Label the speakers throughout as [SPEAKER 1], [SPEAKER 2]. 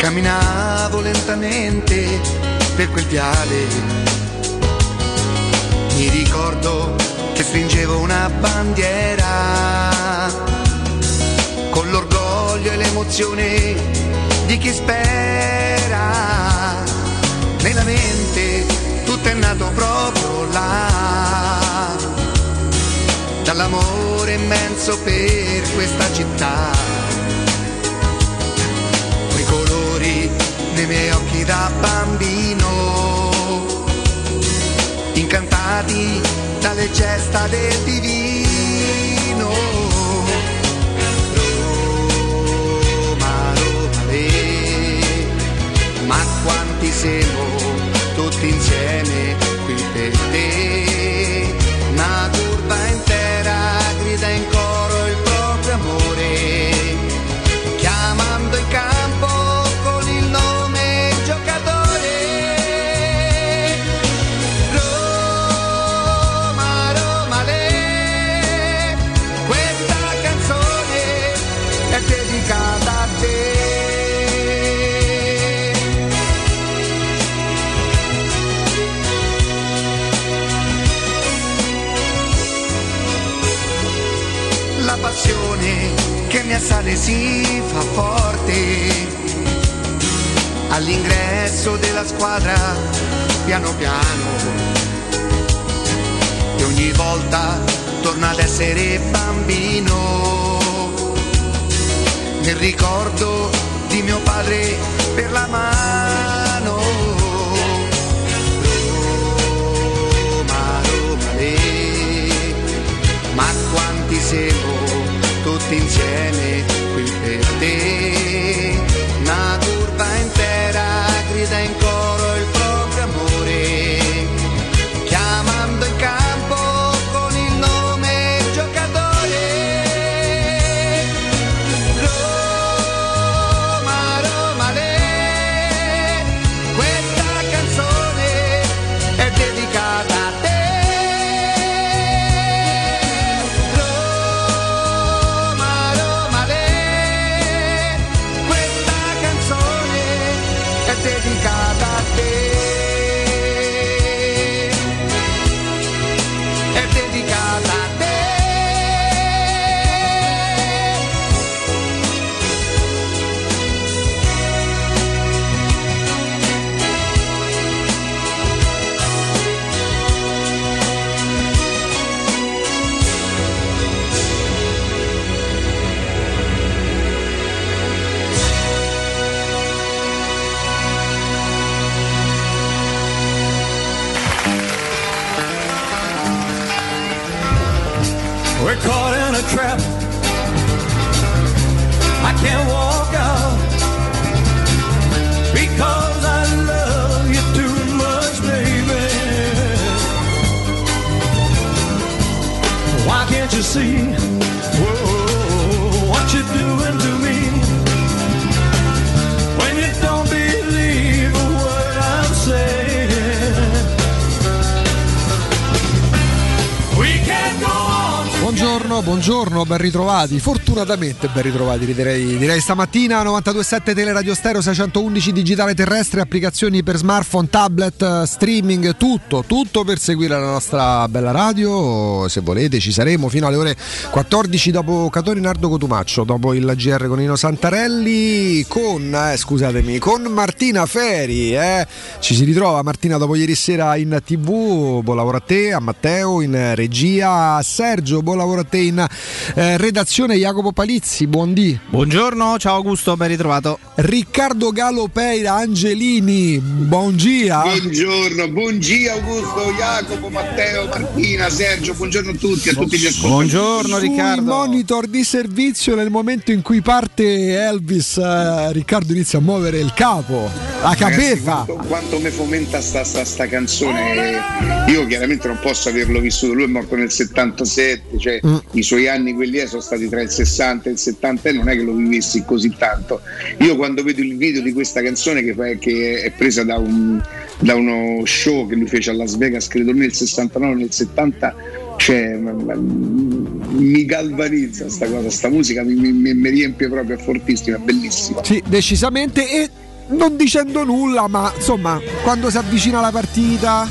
[SPEAKER 1] Camminavo lentamente per quel viale, mi ricordo che stringevo una bandiera con l'orgoglio e l'emozione di chi spera. Nella mente tutto è nato proprio là, dall'amore immenso per questa città. Quei colori nei miei occhi da bambino, incantati dalle gesta del divino. Roma, Roma, ma quanti siamo tutti insieme qui per te. Una curva intera grida in coro il proprio amore, chiamando in campo con il nome giocatore. Roma, Roma, questa canzone è dedicata a te. La passione che mi assale si fa forte all'ingresso della squadra, piano piano, e ogni volta torna ad essere bambino nel ricordo di mio padre per la mano. Roma, Roma, ma quanti siamo tutti insieme qui per te. Una curva intera grida in coro il proprio amore, chiamando in campo con il nome giocatore. Roma, Roma, questa canzone è dedicata a te. Dedicata a te, è dedicata a te.
[SPEAKER 2] We're caught in a trap. I can't walk out because I love you too much, baby. Why can't you see, whoa, what you're doing to me? When you don't believe a word I'm saying, we can't go on.
[SPEAKER 3] Buongiorno, ben ritrovati, fortunatamente ben ritrovati direi stamattina. 92.7 Teleradio Stereo, 611 digitale terrestre, applicazioni per smartphone, tablet, streaming, tutto per seguire la nostra bella radio. Se volete ci saremo fino alle ore 14 dopo Catori Nardo Cotumaccio, dopo il GR con Nino Santarelli, con Martina Feri, ci si ritrova Martina dopo ieri sera in TV. Buon lavoro a te, a Matteo in regia, a Sergio, buon lavoro a te in redazione, Jacopo Palizzi,
[SPEAKER 4] buongiorno, ciao Augusto, ben ritrovato.
[SPEAKER 3] Riccardo Galopeira Angelini, buongia
[SPEAKER 5] Augusto, Jacopo, Matteo, Martina, Sergio, buongiorno a tutti, a tutti gli ascoltatori.
[SPEAKER 4] Buongiorno Riccardo.
[SPEAKER 3] Sui monitor di servizio nel momento in cui parte Elvis, Riccardo inizia a muovere il capo, la cabeza.
[SPEAKER 5] Quanto mi fomenta sta canzone. Io chiaramente non posso averlo vissuto, lui è morto nel 77, cioè i suoi anni quelli sono stati tra il 60 e il 70 e non è che lo vivessi così tanto. Io quando vedo il video di questa canzone che è presa da uno show che lui fece a Las Vegas, credo nel 69, nel 70, cioè mi galvanizza sta cosa, sta musica mi riempie proprio, è fortissima, è bellissima.
[SPEAKER 3] Sì, decisamente. E non dicendo nulla, ma insomma, quando si avvicina la partita.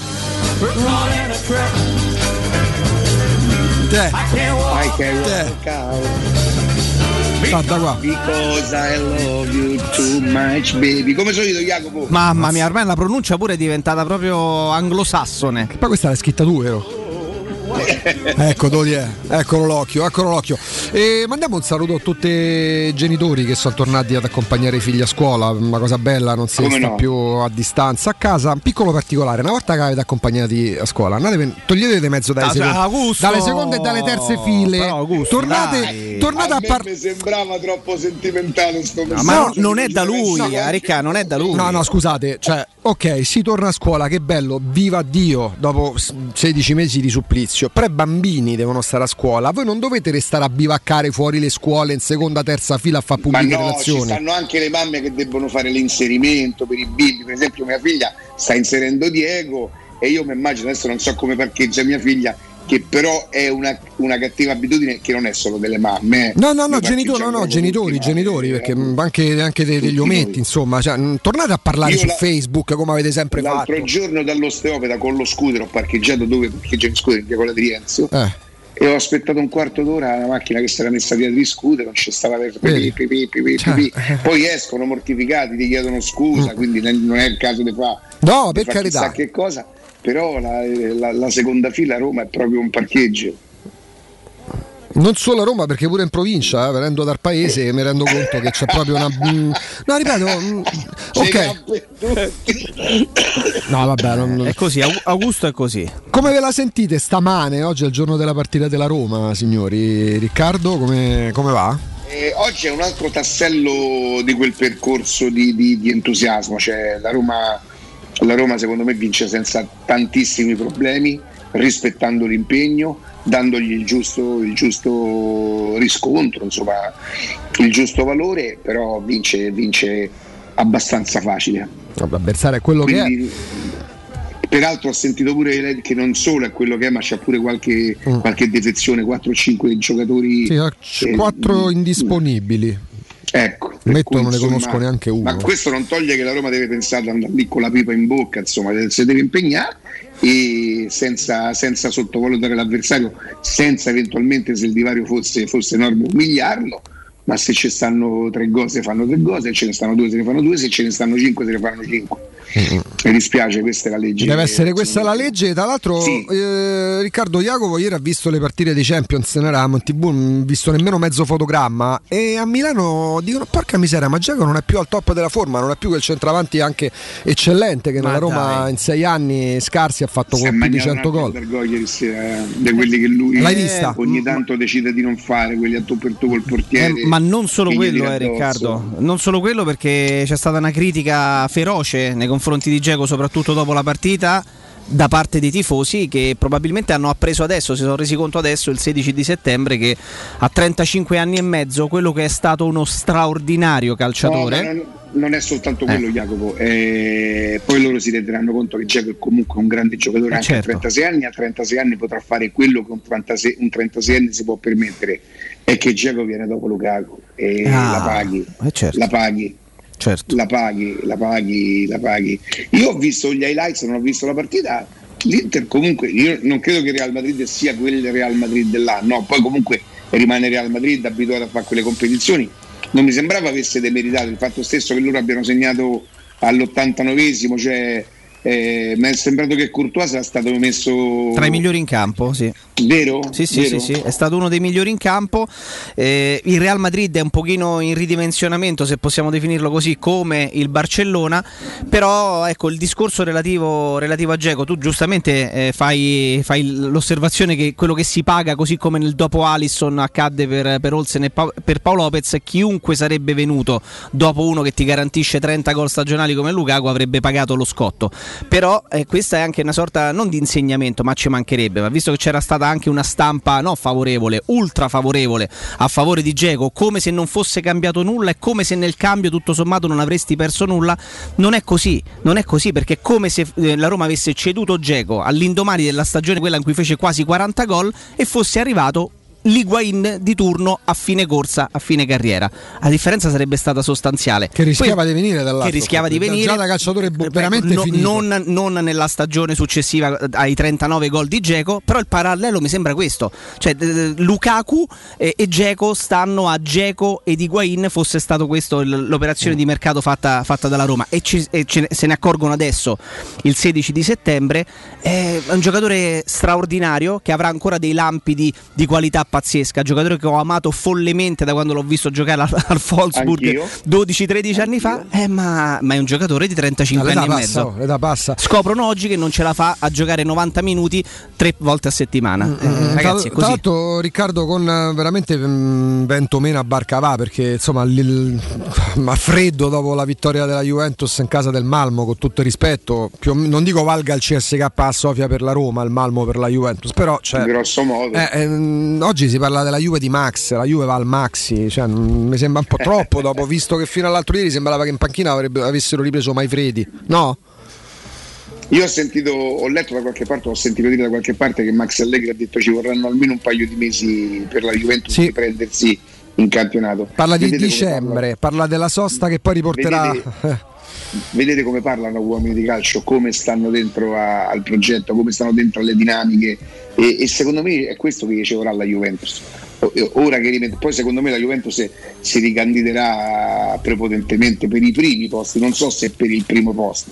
[SPEAKER 3] Guarda qua.
[SPEAKER 5] Because I love you too much, baby. Come solito, Jacopo.
[SPEAKER 4] Mamma mia, ormai la pronuncia pure è diventata proprio anglosassone.
[SPEAKER 3] Poi questa l'hai scritta tu, vero? Ecco dove è, eccolo l'occhio. E mandiamo un saluto a tutti i genitori che sono tornati ad accompagnare i figli a scuola, una cosa bella, non si sta più a distanza a casa. Un piccolo particolare: una volta che avete accompagnati a scuola, toglietevi di mezzo dalle seconde e dalle terze file, tornate a
[SPEAKER 5] parlare. Mi sembrava troppo sentimentale sto messaggio.
[SPEAKER 4] Ma non è da lui, Ricca, non è da lui.
[SPEAKER 3] No, scusate, cioè, ok, si torna a scuola, che bello, viva Dio, dopo 16 mesi di supplizio. Però i bambini devono stare a scuola, voi non dovete restare a bivaccare fuori le scuole in seconda, terza fila a fare pubbliche relazioni.
[SPEAKER 5] Ci stanno anche le mamme che debbono fare l'inserimento per i bimbi. Per esempio mia figlia sta inserendo Diego e io mi immagino, adesso non so come parcheggia mia figlia, che però è una cattiva abitudine che non è solo delle mamme. Genitori, perché anche degli ometti, insomma, cioè, tornate a parlare su Facebook come avete sempre fatto. L'altro giorno dall'osteopata con lo scooter ho parcheggiato dove parcheggia in scooter, in via Colla di Rienzo, e ho aspettato un quarto d'ora la macchina che si era messa via di scooter, non c'è stata per poi escono mortificati, ti chiedono scusa, quindi non è il caso di fare.
[SPEAKER 3] No, per carità.
[SPEAKER 5] Chissà che cosa. Però la seconda fila a Roma è proprio un parcheggio.
[SPEAKER 3] Non solo a Roma, perché pure in provincia, venendo dal paese, mi rendo conto che c'è proprio una. No, ripeto. Ok. No, vabbè.
[SPEAKER 4] È così, Augusto è così.
[SPEAKER 3] Come ve la sentite stamane? Oggi è il giorno della partita della Roma, signori. Riccardo, come va?
[SPEAKER 5] Oggi è un altro tassello di quel percorso di entusiasmo. Cioè, la Roma secondo me vince senza tantissimi problemi, rispettando l'impegno, dandogli il giusto riscontro, insomma il giusto valore, però vince abbastanza facile.
[SPEAKER 3] L'avversario è quello che è.
[SPEAKER 5] Peraltro ho sentito pure che non solo è quello che è, ma c'ha pure qualche defezione, 4-5 giocatori.
[SPEAKER 3] Sì, 4 indisponibili.
[SPEAKER 5] Ecco,
[SPEAKER 3] non ne conosco neanche uno.
[SPEAKER 5] Ma questo non toglie che la Roma deve pensare ad andare lì con la pipa in bocca, insomma, si deve impegnare e senza sottovalutare l'avversario, senza eventualmente, se il divario fosse enorme, umiliarlo. Ma se ci stanno 3 gol se fanno 3 gol, se ce ne stanno 2 se ne fanno 2, se ce ne stanno 5 se ne fanno 5. Mi dispiace, questa è la legge.
[SPEAKER 3] Deve essere questa la legge. Tra l'altro, sì. Riccardo Jacopo ieri ha visto le partite dei Champions, non eravamo in TV, non ha visto nemmeno mezzo fotogramma. E a Milano dicono: porca miseria, ma Dzeko non è più al top della forma, non è più quel centravanti anche eccellente che nella Roma in 6 anni scarsi ha fatto con più di 100 gol.
[SPEAKER 5] Di quelli che lui
[SPEAKER 3] l'hai vista?
[SPEAKER 5] Ogni tanto decide di non fare, quelli a tu per tu col portiere.
[SPEAKER 4] Ma non solo quello, Riccardo, non solo quello, perché c'è stata una critica feroce nei confronti di Dzeko, soprattutto dopo la partita, da parte dei tifosi, che probabilmente hanno appreso adesso, si sono resi conto adesso, il 16 di settembre, che a 35 anni e mezzo quello che è stato uno straordinario calciatore.
[SPEAKER 5] Non è soltanto quello, Jacopo, poi loro si renderanno conto che Dzeko è comunque un grande giocatore, anche certo. A 36 anni, a 36 anni potrà fare quello che un 36 anni si può permettere, è che Dzeko viene dopo Lukaku e la paghi, certo. La paghi. Certo. La paghi. Io ho visto gli highlights, non ho visto la partita. L'Inter comunque, io non credo che Real Madrid sia quel Real Madrid dell'anno, poi comunque rimane Real Madrid abituato a fare quelle competizioni. Non mi sembrava avesse demeritato il fatto stesso che loro abbiano segnato all'89esimo, cioè mi è sembrato che Courtois sia stato messo
[SPEAKER 4] tra i migliori in campo, sì.
[SPEAKER 5] Vero?
[SPEAKER 4] Sì, è stato uno dei migliori in campo. Il Real Madrid è un pochino in ridimensionamento, se possiamo definirlo così, come il Barcellona, però ecco il discorso relativo a Dzeko, tu giustamente fai l'osservazione che quello che si paga, così come nel dopo Alisson accadde per Olsen e per Pau Lopez, chiunque sarebbe venuto dopo uno che ti garantisce 30 gol stagionali come Lukaku avrebbe pagato lo scotto. Però questa è anche una sorta non di insegnamento, ma ci mancherebbe, ma visto che c'era stata anche una stampa non favorevole, ultra favorevole a favore di Dzeko, come se non fosse cambiato nulla e come se nel cambio tutto sommato non avresti perso nulla, non è così, perché è come se la Roma avesse ceduto Dzeko all'indomani della stagione quella in cui fece quasi 40 gol e fosse arrivato l'Higuain di turno a fine corsa, a fine carriera. La differenza sarebbe stata sostanziale.
[SPEAKER 3] Che rischiava di venire dall'altro.
[SPEAKER 4] Che rischiava di venire.
[SPEAKER 3] Già da calciatore veramente finito.
[SPEAKER 4] Non nella stagione successiva ai 39 gol di Dzeko, però il parallelo mi sembra questo. Cioè Lukaku e Dzeko stanno a Dzeko ed Higuain, fosse stato questo l'operazione di mercato fatta dalla Roma, e se ne accorgono adesso il 16 di settembre. È un giocatore straordinario che avrà ancora dei lampi di qualità pazzesca, giocatore che ho amato follemente da quando l'ho visto giocare al Wolfsburg 12-13 anni fa, ma è un giocatore di 35 anni e mezzo.
[SPEAKER 3] L'età passa.
[SPEAKER 4] Scoprono oggi che non ce la fa a giocare 90 minuti 3 volte a settimana. Ragazzi, è così.
[SPEAKER 3] Tra l'altro Riccardo, con veramente vento meno a barca va, perché insomma ma freddo dopo la vittoria della Juventus in casa del Malmo, con tutto il rispetto, non dico valga il CSK a Sofia per la Roma, il Malmo per la Juventus, però
[SPEAKER 5] in grosso modo
[SPEAKER 3] oggi si parla della Juve di Max, la Juve va al Maxi, cioè, mi sembra un po' troppo dopo, visto che fino all'altro ieri sembrava che in panchina avessero ripreso Maifredi, no?
[SPEAKER 5] Io ho letto da qualche parte, ho sentito dire da qualche parte che Max Allegri ha detto ci vorranno almeno un paio di mesi per la Juventus di prendersi in campionato.
[SPEAKER 3] Parla di dicembre, parla della sosta che poi riporterà.
[SPEAKER 5] Vedete come parlano uomini di calcio, come stanno dentro al progetto, come stanno dentro alle dinamiche, e secondo me è questo che ci vorrà la Juventus. Ora che poi secondo me la Juventus si ricandiderà prepotentemente per i primi posti, non so se per il primo posto,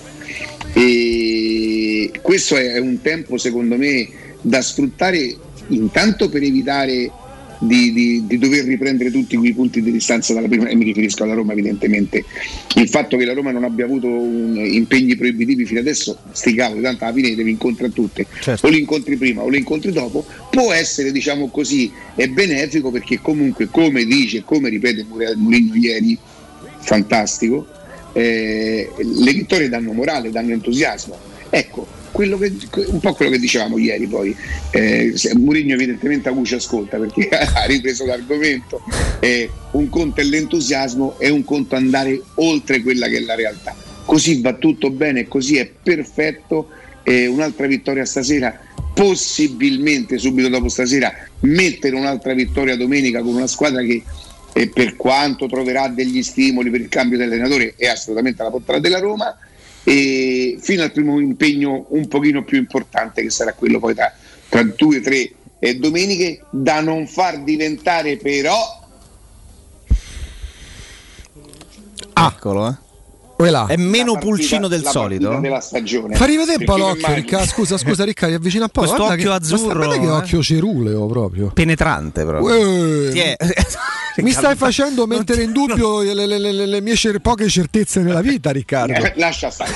[SPEAKER 5] e questo è un tempo secondo me da sfruttare, intanto per evitare di dover riprendere tutti quei punti di distanza dalla prima, e mi riferisco alla Roma evidentemente. Il fatto che la Roma non abbia avuto impegni proibitivi fino adesso, sti cavoli, tanto alla fine devi incontrare tutte, certo. O li incontri prima o li incontri dopo, può essere, diciamo così, è benefico, perché comunque, come dice e come ripete Mourinho ieri, fantastico, le vittorie danno morale, danno entusiasmo, ecco. Un po' quello che dicevamo ieri, poi Mourinho evidentemente a cui ci ascolta, perché ha ripreso l'argomento. Un conto è l'entusiasmo e un conto andare oltre quella che è la realtà. Così va tutto bene, così è perfetto. Un'altra vittoria stasera, possibilmente subito dopo stasera mettere un'altra vittoria domenica con una squadra che per quanto troverà degli stimoli per il cambio di allenatore è assolutamente alla portata della Roma, e fino al primo impegno un pochino più importante, che sarà quello poi tra 2 o 3 domeniche, da non far diventare però
[SPEAKER 4] eccolo è meno pulcino del solito
[SPEAKER 3] della stagione. Fa rivedere un po' l'occhio, Ricca. Scusa Ricca, mi avvicina un po'.
[SPEAKER 4] Questo occhio azzurro,
[SPEAKER 3] che occhio ceruleo proprio
[SPEAKER 4] penetrante proprio.
[SPEAKER 3] Mi stai facendo mettere in dubbio le mie poche certezze nella vita, Riccardo.
[SPEAKER 5] Lascia stare.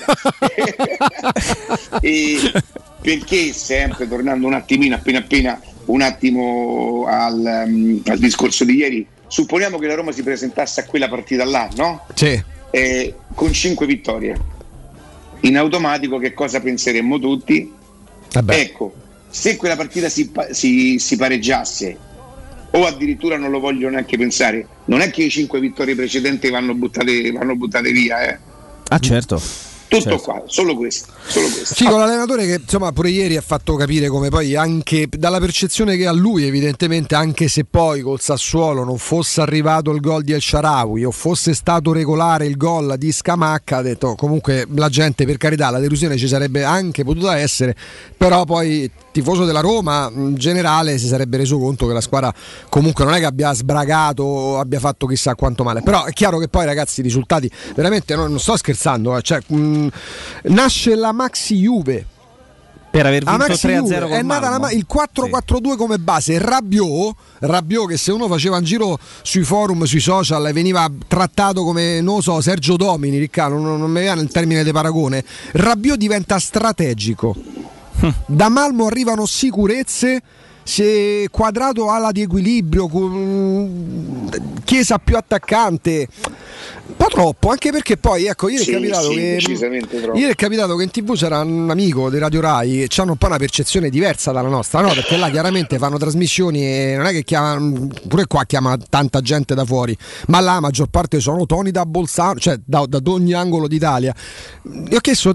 [SPEAKER 5] Perché sempre tornando un attimino appena un attimo al discorso di ieri, supponiamo che la Roma si presentasse a quella partita là, no?
[SPEAKER 3] Sì.
[SPEAKER 5] Con 5 vittorie in automatico, che cosa penseremmo tutti? Vabbè. Ecco, se quella partita si pareggiasse, o addirittura non lo voglio neanche pensare, non è che i 5 vittorie precedenti vanno buttate via,
[SPEAKER 4] certo.
[SPEAKER 5] Tutto
[SPEAKER 4] certo.
[SPEAKER 5] Qua, solo questo.
[SPEAKER 3] Sì, con l'allenatore che insomma pure ieri ha fatto capire come poi, anche dalla percezione che ha lui evidentemente, anche se poi col Sassuolo non fosse arrivato il gol di El Shaarawy o fosse stato regolare il gol di Scamacca, ha detto comunque la gente, per carità, la delusione ci sarebbe anche potuta essere, però poi tifoso della Roma in generale si sarebbe reso conto che la squadra comunque non è che abbia sbragato o abbia fatto chissà quanto male, però è chiaro che poi, ragazzi, i risultati veramente, non sto scherzando, cioè, nasce la Maxi Juve
[SPEAKER 4] per aver vinto 3-0
[SPEAKER 3] è nata il 4-4-2 come base. Rabiot, che se uno faceva un giro sui forum, sui social, e veniva trattato come, non lo so, Sergio Domini, Riccardo, non mi viene il termine di paragone. Rabiot diventa strategico. Da Malmo arrivano sicurezze, se Quadrato ala di equilibrio, Chiesa più attaccante, un po' troppo, anche perché poi ecco, ieri è capitato che in TV c'era un amico di Radio Rai e hanno un po' una percezione diversa dalla nostra, no? Perché là chiaramente fanno trasmissioni e non è che chiamano, pure qua chiama tanta gente da fuori, ma là la maggior parte sono Toni da Bolzano, cioè da ogni angolo d'Italia. Io ho chiesto tra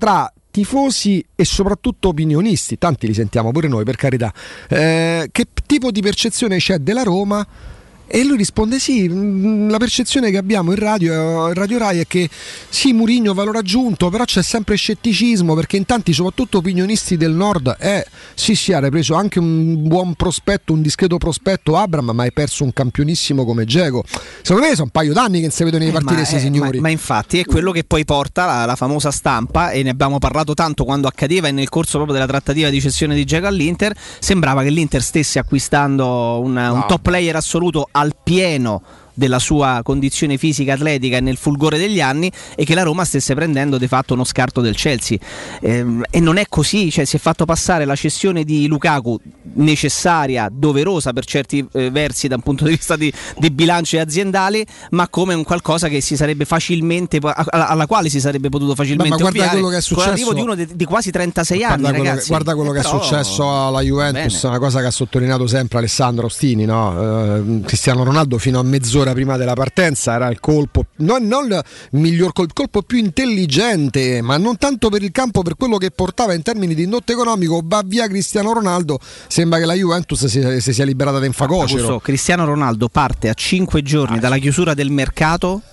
[SPEAKER 3] tifosi e soprattutto opinionisti, tanti li sentiamo pure noi per carità, che tipo di percezione c'è della Roma? E lui risponde sì, la percezione che abbiamo in Radio Rai è che sì, Mourinho va l'ora raggiunto, però c'è sempre scetticismo perché in tanti, soprattutto opinionisti del nord, sì, ha preso anche un buon prospetto, un discreto prospetto Abraham, ma hai perso un campionissimo come Dzeko. Secondo me sono un paio d'anni che non si vedono nei partiti questi signori.
[SPEAKER 4] Ma infatti è quello che poi porta la famosa stampa, e ne abbiamo parlato tanto quando accadeva e nel corso proprio della trattativa di cessione di Dzeko all'Inter, sembrava che l'Inter stesse acquistando un top player assoluto al pieno della sua condizione fisica atletica e nel fulgore degli anni, e che la Roma stesse prendendo di fatto uno scarto del Chelsea, e non è così, cioè si è fatto passare la cessione di Lukaku necessaria, doverosa per certi versi da un punto di vista di bilancio e aziendali, ma come un qualcosa che si sarebbe facilmente alla quale si sarebbe potuto facilmente
[SPEAKER 3] ovviare, quello che è successo,
[SPEAKER 4] con l'arrivo di uno di quasi 36 anni, ragazzi.
[SPEAKER 3] Guarda quello che è successo alla Juventus, una cosa che ha sottolineato sempre Alessandro Ostini, no? Cristiano Ronaldo fino a mezz'ora prima della partenza era il colpo, non il miglior colpo più intelligente, ma non tanto per il campo, per quello che portava in termini di indotto economico. Va via Cristiano Ronaldo, sembra che la Juventus si sia liberata da infagocero.
[SPEAKER 4] Cristiano Ronaldo parte a 5 giorni dalla chiusura del mercato.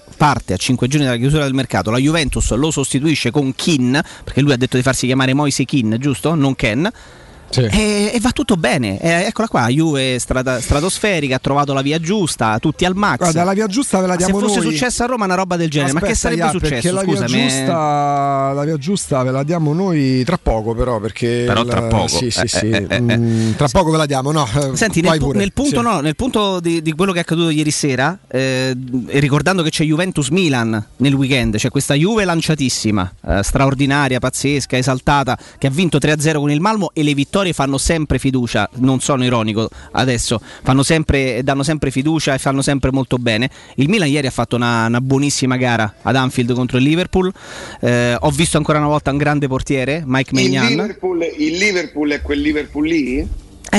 [SPEAKER 4] La Juventus lo sostituisce con Kean, perché lui ha detto di farsi chiamare Moise Kean, giusto? Non Ken. Sì. E va tutto bene, eccola qua, Juve stratosferica, ha trovato la via giusta, tutti al max.
[SPEAKER 3] Guarda, la via giusta ve la diamo noi.
[SPEAKER 4] Se fosse successa a Roma una roba del genere, ma che sarebbe successo?
[SPEAKER 3] La via giusta ve la diamo noi tra poco, però
[SPEAKER 4] tra poco.
[SPEAKER 3] Sì. Tra poco ve la diamo, no.
[SPEAKER 4] Senti, nel punto di quello che è accaduto ieri sera, ricordando che c'è Juventus-Milan nel weekend, c'è questa Juve lanciatissima, straordinaria, pazzesca, esaltata, che ha vinto 3-0 con il Malmo, e le vittorie fanno sempre fiducia, non sono ironico adesso, danno sempre fiducia e fanno sempre molto bene. Il Milan ieri ha fatto una buonissima gara ad Anfield contro il Liverpool, ho visto ancora una volta un grande portiere, Mike Maignan.
[SPEAKER 5] Il Liverpool è quel Liverpool lì?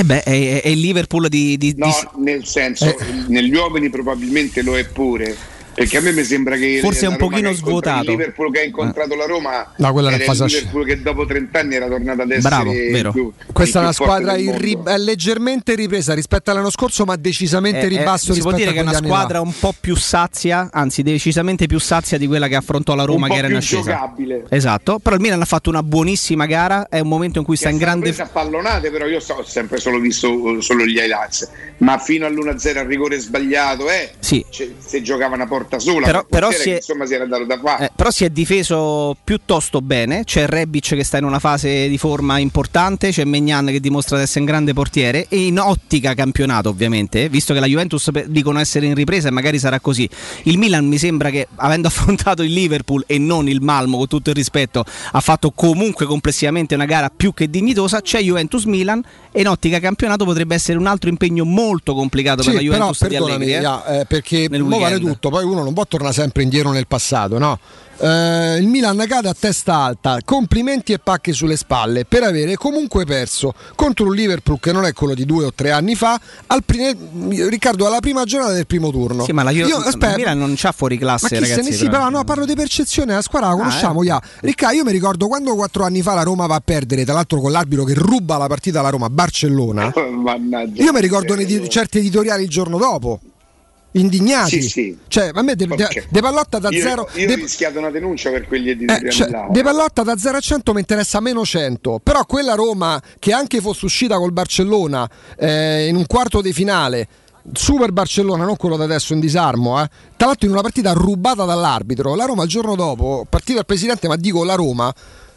[SPEAKER 4] È il Liverpool
[SPEAKER 5] nel senso, negli uomini probabilmente lo è pure. Perché a me mi sembra che
[SPEAKER 4] forse è un pochino svuotato.
[SPEAKER 5] Il Liverpool che ha incontrato la Roma,
[SPEAKER 3] quella
[SPEAKER 5] era il Liverpool che dopo 30 anni era tornato ad essere
[SPEAKER 4] vero.
[SPEAKER 3] Questa è una squadra leggermente ripresa rispetto all'anno scorso, ma decisamente ribasso.
[SPEAKER 4] Si può dire che è una squadra un po' più sazia, anzi decisamente più sazia di quella che affrontò la Roma, che era in ascesa.
[SPEAKER 5] Giocabile.
[SPEAKER 4] Esatto, però il Milan ha fatto una buonissima gara, è un momento in cui sta in grande
[SPEAKER 5] pallonate, però io ho sempre solo visto solo gli highlights, ma fino all'1-0 al rigore sbagliato,
[SPEAKER 4] sì.
[SPEAKER 5] Se giocava una porta sola,
[SPEAKER 4] però
[SPEAKER 5] si era dato da fare.
[SPEAKER 4] Però si è difeso piuttosto bene. C'è Rebic che sta in una fase di forma importante, c'è Maignan che dimostra di essere un grande portiere, e in ottica campionato, ovviamente, visto che la Juventus dicono essere in ripresa e magari sarà così, il Milan mi sembra che, avendo affrontato il Liverpool e non il Malmo, con tutto il rispetto, ha fatto comunque complessivamente una gara più che dignitosa. C'è Juventus-Milan e in ottica campionato potrebbe essere un altro impegno molto complicato per la Juventus,
[SPEAKER 3] però, di Allegri, perché vale tutto, poi uno non può tornare sempre indietro nel passato, no? Il Milan cade a testa alta, complimenti e pacche sulle spalle per avere comunque perso contro un Liverpool che non è quello di 2 o 3 anni fa, Riccardo, alla prima giornata del primo turno.
[SPEAKER 4] Sì, ma il Milan non c'ha fuori classe,
[SPEAKER 3] ma
[SPEAKER 4] ragazzi.
[SPEAKER 3] No, parlo di percezione, la squadra la conosciamo. Riccardo, io mi ricordo quando 4 anni fa la Roma va a perdere, tra l'altro con l'arbitro che ruba la partita alla Roma, Barcellona. Io mi ricordo certi editoriali il giorno dopo, indignati.
[SPEAKER 5] Sì.
[SPEAKER 3] Cioè, a me De Pallotta da 0.
[SPEAKER 5] Io ho rischiato una denuncia per quegli editoriali là.
[SPEAKER 3] De Pallotta da 0 a 100 mi interessa meno 100. Però quella Roma, che anche fosse uscita col Barcellona in un quarto di finale, Super Barcellona, non quello da adesso in disarmo, tra l'altro in una partita rubata dall'arbitro, la Roma il giorno dopo, partita al presidente, ma dico la Roma,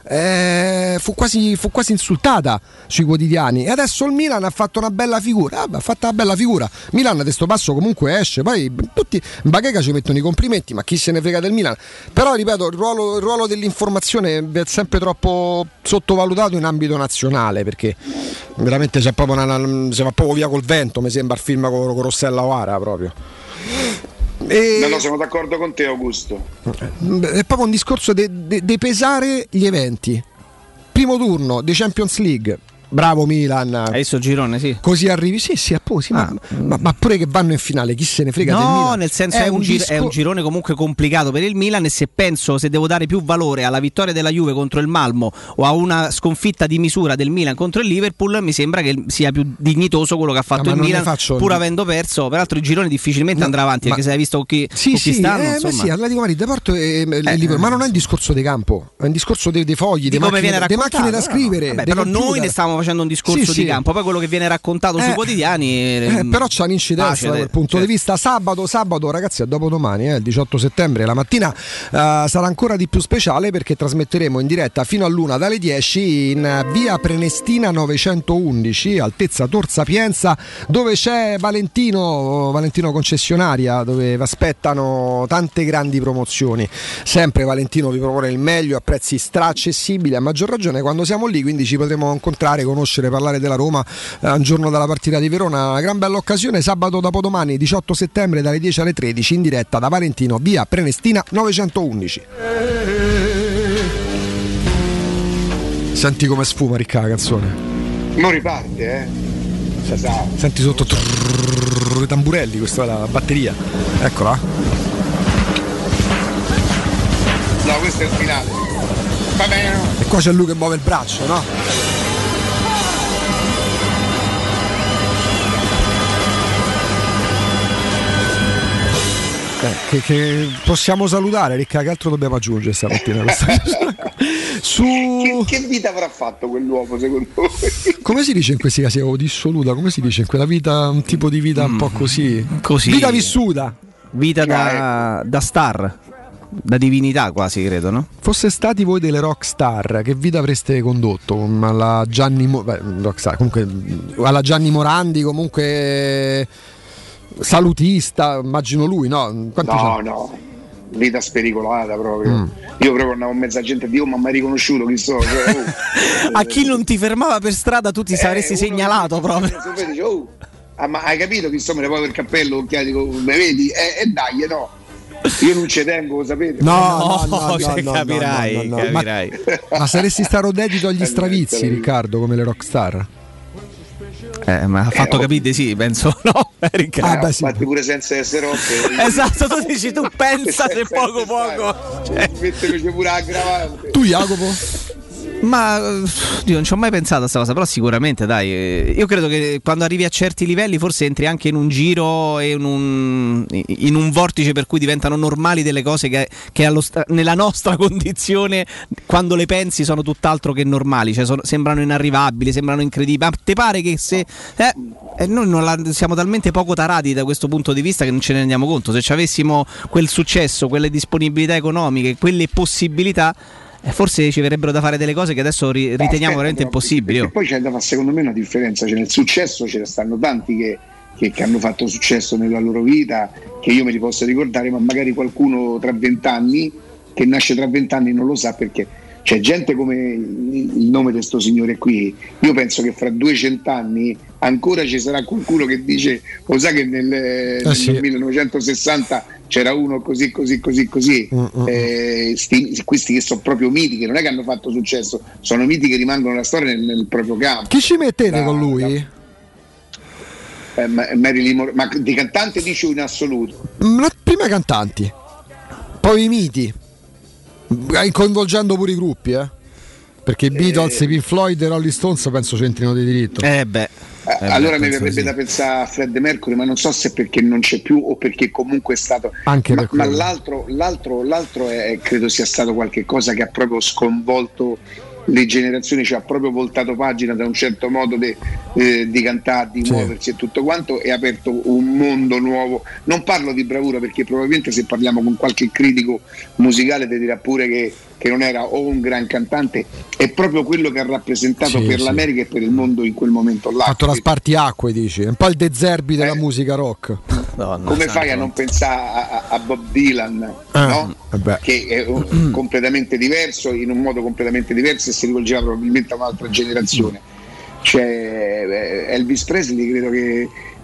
[SPEAKER 3] fu quasi insultata sui quotidiani, e adesso il Milan ha fatto una bella figura. Milan da questo passo comunque esce, poi tutti in bacheca ci mettono i complimenti, ma chi se ne frega del Milan. Però ripeto, il ruolo dell'informazione è sempre troppo sottovalutato in ambito nazionale, perché veramente si va proprio via col vento, mi sembra il film con Rossella O'Hara proprio.
[SPEAKER 5] No, sono d'accordo con te, Augusto.
[SPEAKER 3] È proprio un discorso di pesare gli eventi. Primo turno di Champions League, bravo Milan.
[SPEAKER 4] Hai visto il girone, sì.
[SPEAKER 3] Così arrivi, sì, appunto. tifosi, ma pure che vanno in finale, chi se ne frega del Milan?
[SPEAKER 4] No, nel senso è un girone comunque complicato per il Milan, e se devo dare più valore alla vittoria della Juve contro il Malmo o a una sconfitta di misura del Milan contro il Liverpool, mi sembra che sia più dignitoso quello che ha fatto il Milan, pur avendo perso. Peraltro il girone difficilmente andrà avanti, perché se hai visto chi stanno,
[SPEAKER 3] sì, Atletico Madrid, Porto e Liverpool, ma non è un discorso di campo, è un discorso dei fogli, di macchine da scrivere.
[SPEAKER 4] Però noi ne stiamo facendo un discorso di campo, poi quello che viene raccontato sui quotidiani
[SPEAKER 3] però c'è un'incidenza da quel punto di vista. Sabato ragazzi, a dopodomani, il 18 settembre, la mattina sarà ancora di più speciale, perché trasmetteremo in diretta fino all'1 dalle 10 in via Prenestina 911, altezza Tor Sapienza, dove c'è Valentino concessionaria, dove vi aspettano tante grandi promozioni. Sempre Valentino vi propone il meglio a prezzi accessibili, a maggior ragione quando siamo lì, quindi ci potremo incontrare, conoscere, parlare della Roma un giorno dalla partita di Verona. Una gran bella occasione, sabato dopodomani 18 settembre dalle 10 alle 13 in diretta da Valentino, via Prenestina 911. Senti come sfuma, Ricca, la canzone.
[SPEAKER 5] Non riparte,
[SPEAKER 3] Senti sotto i tamburelli, questa è la batteria. Eccola.
[SPEAKER 5] No, questo è il finale. Va bene, no?
[SPEAKER 3] E qua c'è lui che muove il braccio, no? Che possiamo salutare, Ricca, che altro dobbiamo aggiungere stamattina?
[SPEAKER 5] Che vita avrà fatto quell'uomo, secondo voi?
[SPEAKER 3] Come si dice in questi casi? Dissoluta, come si dice in quella vita, un tipo di vita un po' così? Vita vissuta.
[SPEAKER 4] Vita da star, da divinità quasi, credo, no?
[SPEAKER 3] Fosse stati voi delle rockstar, che vita avreste condotto? Alla Gianni rockstar, comunque alla Gianni Morandi, comunque salutista, immagino lui, no?
[SPEAKER 5] No, vita spericolata proprio. Io proprio andavo in mezzo a gente, Dio, ma mi hai riconosciuto chi so?
[SPEAKER 4] A chi non ti fermava per strada tu ti saresti segnalato proprio.
[SPEAKER 5] Ma hai capito che insomma, me ne poi per il cappello, occhiali, me vedi? Dai, no. Io non ci tengo, lo sapete?
[SPEAKER 4] No, capirai.
[SPEAKER 3] Ma saresti stato dedito agli stravizi, Riccardo, come le rockstar?
[SPEAKER 4] Ma ha fatto capire, sì, penso, no? Riccardo.
[SPEAKER 5] Sì. Fatti pure senza essere rotte.
[SPEAKER 4] Esatto, tu dici, tu pensa se poco.
[SPEAKER 5] Metteteci pure aggravante.
[SPEAKER 3] Tu, Jacopo?
[SPEAKER 4] Ma io non ci ho mai pensato a questa cosa, però sicuramente dai, io credo che quando arrivi a certi livelli forse entri anche in un giro e in un vortice per cui diventano normali delle cose che nella nostra condizione, quando le pensi, sono tutt'altro che normali, cioè sembrano inarrivabili, sembrano incredibili. Ma te pare che se noi siamo talmente poco tarati da questo punto di vista che non ce ne rendiamo conto? Se ci avessimo quel successo, quelle disponibilità economiche, quelle possibilità, forse ci verrebbero da fare delle cose che adesso riteniamo veramente impossibili.
[SPEAKER 5] E poi c'è da fare, secondo me, una differenza, cioè nel successo ce ne stanno tanti che hanno fatto successo nella loro vita, che io me li posso ricordare, ma magari qualcuno tra 20 anni, che nasce tra 20 anni, non lo sa, perché c'è gente come il nome di questo signore qui. Io penso che fra 200 anni ancora ci sarà qualcuno che dice, lo sa che nel 1960 c'era uno così. Questi che sono proprio miti, che non è che hanno fatto successo, sono miti che rimangono nella storia nel proprio campo.
[SPEAKER 3] Chi ci mettete con lui?
[SPEAKER 5] Marilyn Monroe. Ma di cantante dici in assoluto?
[SPEAKER 3] Prima cantanti, poi i miti, coinvolgendo pure i gruppi, perché i Beatles, i Pink Floyd e Rolling Stones penso c'entrino di diritto.
[SPEAKER 5] Allora mi verrebbe da pensare a Fred Mercury, ma non so se perché non c'è più o perché comunque è stato
[SPEAKER 3] anche
[SPEAKER 5] ma l'altro credo sia stato qualche cosa che ha proprio sconvolto le generazioni, cioè ha proprio voltato pagina da un certo modo di cantare, di muoversi e tutto quanto, e ha aperto un mondo nuovo. Non parlo di bravura, perché probabilmente se parliamo con qualche critico musicale ti dirà pure che non era o un gran cantante, è proprio quello che ha rappresentato l'America e per il mondo in quel momento là.
[SPEAKER 3] Ha fatto la spartiacque, dici, un po' il De Zerbi della musica rock.
[SPEAKER 5] Come fai a non pensare a Bob Dylan, no? Che è completamente diverso, in un modo completamente diverso, e si rivolgeva probabilmente a un'altra generazione. Cioè Elvis Presley credo che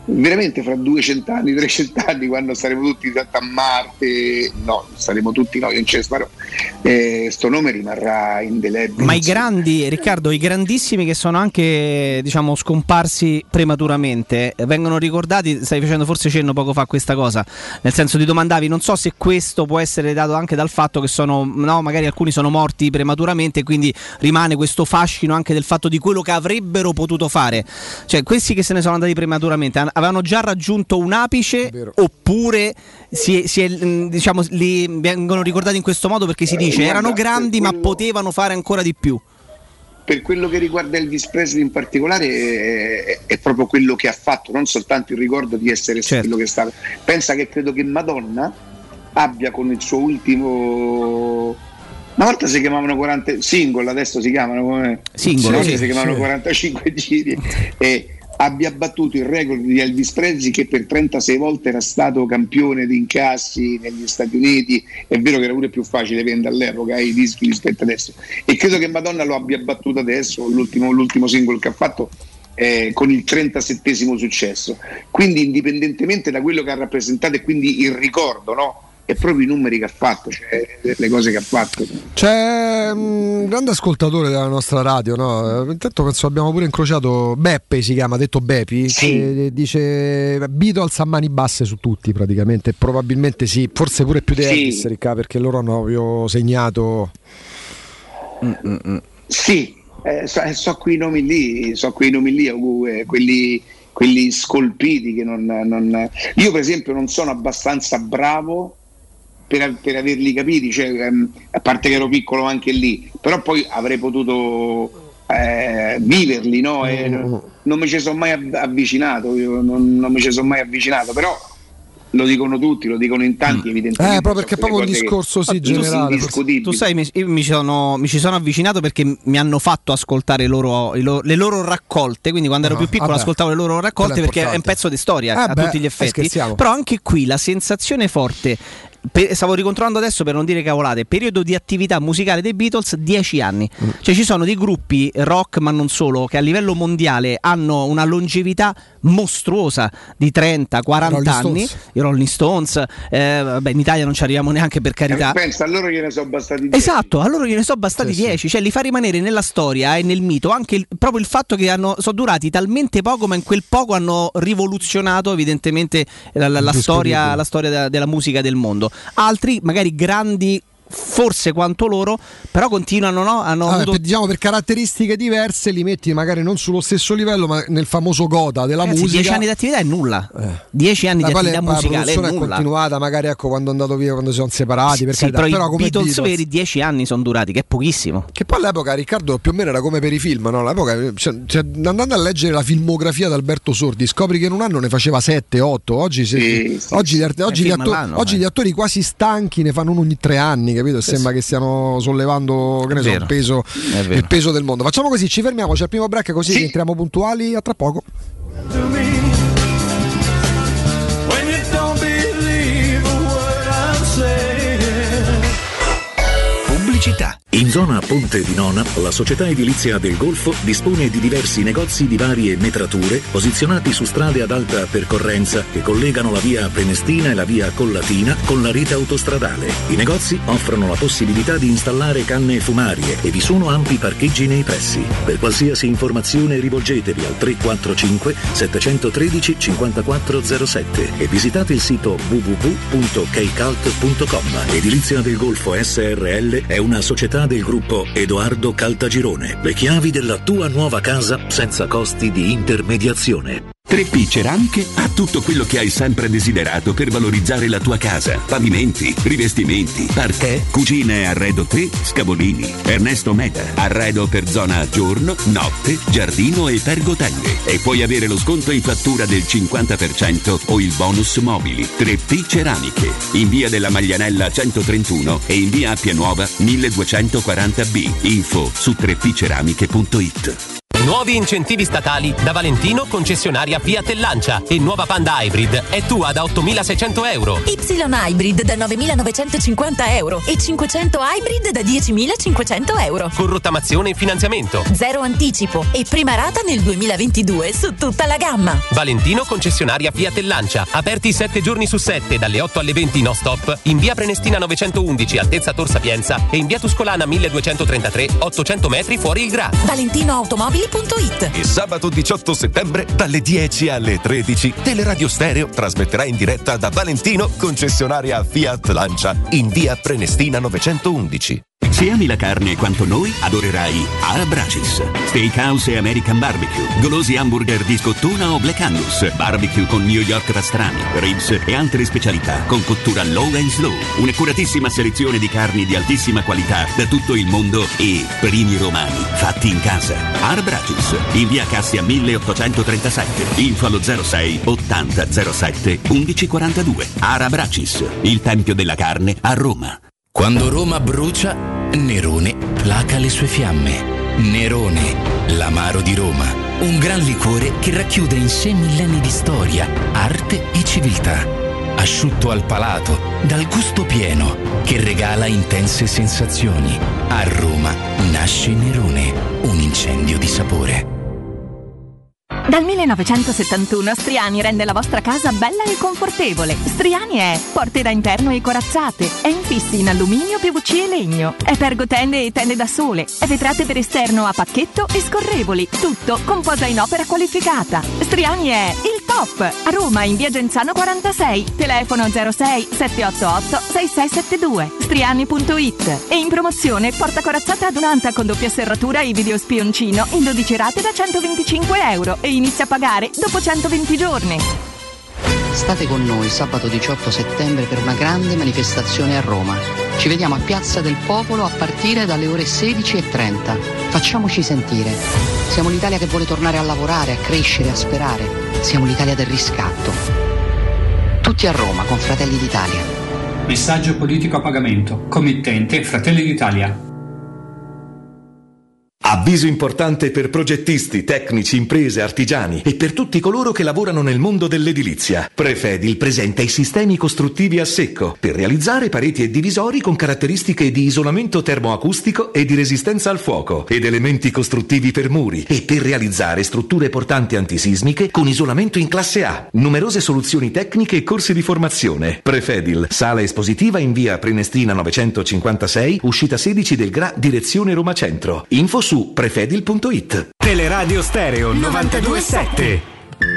[SPEAKER 5] veramente fra 200 anni, 300 anni, quando saremo tutti a Marte, no, saremo tutti noi, non ce ne sparo, sto nome rimarrà indelebile.
[SPEAKER 4] Ma i grandi, Riccardo, i grandissimi che sono anche, diciamo, scomparsi prematuramente, vengono ricordati, stai facendo forse cenno poco fa a questa cosa, nel senso ti domandavi, non so se questo può essere dato anche dal fatto che sono, no, magari alcuni sono morti prematuramente e quindi rimane questo fascino anche del fatto di quello che avrebbero potuto fare, cioè questi che se ne sono andati prematuramente avevano già raggiunto un apice, oppure diciamo, li vengono ricordati in questo modo perché si dice erano grandi ma potevano fare ancora di più?
[SPEAKER 5] Per quello che riguarda Elvis Presley in particolare è proprio quello che ha fatto, non soltanto il ricordo di essere quello che è stato. Pensa che credo che Madonna abbia con il suo ultimo, una volta si chiamavano 40 single, adesso si chiamano come
[SPEAKER 4] singolo,
[SPEAKER 5] si chiamavano 45 giri, e abbia battuto il record di Elvis Presley, che per 36 volte era stato campione di incassi negli Stati Uniti. È vero che era pure più facile vendere all'epoca i dischi rispetto adesso, e credo che Madonna lo abbia battuto adesso, l'ultimo singolo che ha fatto con il 37esimo successo. Quindi indipendentemente da quello che ha rappresentato e quindi il ricordo, no? È proprio i numeri che ha fatto, cioè le cose che ha fatto.
[SPEAKER 3] C'è un grande ascoltatore della nostra radio, no? Intanto penso abbiamo pure incrociato Beppe, si chiama, detto Bepi, che dice Beatles a mani basse su tutti praticamente, probabilmente sì, forse pure più di Elvis, Ricca, perché loro hanno proprio segnato.
[SPEAKER 5] Sì, so quei nomi lì, quelli scolpiti che non. Io per esempio non sono abbastanza bravo per averli capiti, cioè, a parte che ero piccolo anche lì, però poi avrei potuto viverli, no? Non mi ci sono mai avvicinato, però lo dicono tutti, lo dicono in tanti, evidentemente.
[SPEAKER 3] Proprio perché è proprio un discorso generale.
[SPEAKER 4] Tu sai, mi ci sono avvicinato perché mi hanno fatto ascoltare le loro raccolte, quindi quando ero più piccolo ascoltavo le loro raccolte perché è un pezzo di storia a tutti gli effetti. Però anche qui la sensazione forte, stavo ricontrollando adesso per non dire cavolate, periodo di attività musicale dei Beatles 10 anni, cioè ci sono dei gruppi rock ma non solo che a livello mondiale hanno una longevità mostruosa di 30-40 anni, i Rolling Stones, in Italia non ci arriviamo neanche, per carità,
[SPEAKER 5] pensa, a loro gliene sono bastati 10.
[SPEAKER 4] Esatto, a loro gliene sono bastati 10, cioè li fa rimanere nella storia e nel mito anche proprio il fatto che sono durati talmente poco, ma in quel poco hanno rivoluzionato evidentemente la storia della musica del mondo. Altri magari grandi forse quanto loro, però continuano, no? Avuto...
[SPEAKER 3] diciamo per caratteristiche diverse li metti magari non sullo stesso livello, ma nel famoso gota della musica.
[SPEAKER 4] 10 anni di attività è nulla. 10 anni di attività musicale è nulla.
[SPEAKER 3] La è continuata, magari quando è andato via, quando si sono separati, per carità,
[SPEAKER 4] però
[SPEAKER 3] come
[SPEAKER 4] i Beatles veri 10 anni sono durati, che è pochissimo.
[SPEAKER 3] Che poi all'epoca, Riccardo, più o meno era come per i film, no? All'epoca, cioè, andando a leggere la filmografia di Alberto Sordi, scopri che in un anno ne faceva 7, 8. Oggi gli attori quasi stanchi ne fanno uno ogni 3 anni, capito? Sembra che stiano sollevando, che ne so, il peso del mondo. Facciamo così, ci fermiamo, c'è il primo break, così entriamo puntuali. A tra poco.
[SPEAKER 6] Pubblicità. In zona Ponte di Nona, la società edilizia del Golfo dispone di diversi negozi di varie metrature posizionati su strade ad alta percorrenza che collegano la via Prenestina e la via Collatina con la rete autostradale. I negozi offrono la possibilità di installare canne fumarie e vi sono ampi parcheggi nei pressi. Per qualsiasi informazione rivolgetevi al 345 713 5407 e visitate il sito www.keicalt.com. Edilizia del Golfo SRL è una società del gruppo Edoardo Caltagirone. Le chiavi della tua nuova casa senza costi di intermediazione.
[SPEAKER 7] 3P Ceramiche ha tutto quello che hai sempre desiderato per valorizzare la tua casa: pavimenti, rivestimenti, parquet, cucina e arredo 3, Scavolini. Ernesto Meda, arredo per zona giorno, notte, giardino e pergotende. E puoi avere lo sconto in fattura del 50% o il bonus mobili. 3P Ceramiche, in via della Maglianella 131 e in via Appia Nuova 1240B. Info su 3pceramiche.it.
[SPEAKER 8] Nuovi incentivi statali da Valentino, concessionaria Fiat e Lancia. E nuova Panda Hybrid è tua da 8.600 euro.
[SPEAKER 9] Y Hybrid da 9.950 euro e 500 Hybrid da 10.500 euro.
[SPEAKER 8] Con rottamazione e finanziamento.
[SPEAKER 9] Zero anticipo e prima rata nel 2022 su tutta la gamma.
[SPEAKER 8] Valentino, concessionaria Fiat e Lancia. Aperti 7 giorni su 7, dalle 8 alle 20 no stop, in via Prenestina 911, altezza Tor Sapienza, e in via Tuscolana 1233, 800 metri fuori il Gra.
[SPEAKER 9] ValentinoAutomobili.it.
[SPEAKER 10] E sabato 18 settembre dalle 10 alle 13 Teleradio Stereo trasmetterà in diretta da Valentino, concessionaria Fiat Lancia, in via Prenestina 911.
[SPEAKER 7] Se ami la carne quanto noi, adorerai Arab Racis, Steakhouse e American Barbecue, golosi hamburger di scottuna o Black Angus, barbecue con New York pastrami, ribs e altre specialità con cottura low and slow, un'accuratissima selezione di carni di altissima qualità da tutto il mondo e primi romani fatti in casa. Arab Racis, in via Cassia 1837, info allo 06 80 07 1142. Arab Racis, il tempio della carne a Roma.
[SPEAKER 11] Quando Roma brucia, Nerone placa le sue fiamme. Nerone, l'amaro di Roma. Un gran liquore che racchiude in sé millenni di storia, arte e civiltà. Asciutto al palato, dal gusto pieno, che regala intense sensazioni. A Roma nasce Nerone, un incendio di sapore.
[SPEAKER 12] Dal 1971 Striani rende la vostra casa bella e confortevole. Striani è porte da interno e corazzate, è infissi in alluminio, PVC e legno, è pergotende e tende da sole, è vetrate per esterno a pacchetto e scorrevoli, tutto con posa in opera qualificata. Striani è il top! A Roma in via Genzano 46, telefono 06 788 6672, striani.it. E in promozione porta corazzata adunata con doppia serratura e video spioncino in 12 rate da 125 euro e inizia a pagare dopo 120 giorni.
[SPEAKER 13] State con noi sabato 18 settembre per una grande manifestazione a Roma. Ci vediamo a Piazza del Popolo a partire dalle ore 16:30. Facciamoci sentire. Siamo l'Italia che vuole tornare a lavorare, a crescere, a sperare. Siamo l'Italia del riscatto. Tutti a Roma con Fratelli d'Italia.
[SPEAKER 14] Messaggio politico a pagamento. Committente Fratelli d'Italia.
[SPEAKER 15] Avviso importante per progettisti, tecnici, imprese, artigiani e per tutti coloro che lavorano nel mondo dell'edilizia. Prefedil presenta i sistemi costruttivi a secco per realizzare pareti e divisori con caratteristiche di isolamento termoacustico e di resistenza al fuoco ed elementi costruttivi per muri e per realizzare strutture portanti antisismiche con isolamento in classe A. Numerose soluzioni tecniche e corsi di formazione. Prefedil, sala espositiva in via Prenestina 956, uscita 16 del Gra, direzione Roma Centro. Info su prefedil.it.
[SPEAKER 16] Teleradio Stereo 92.7.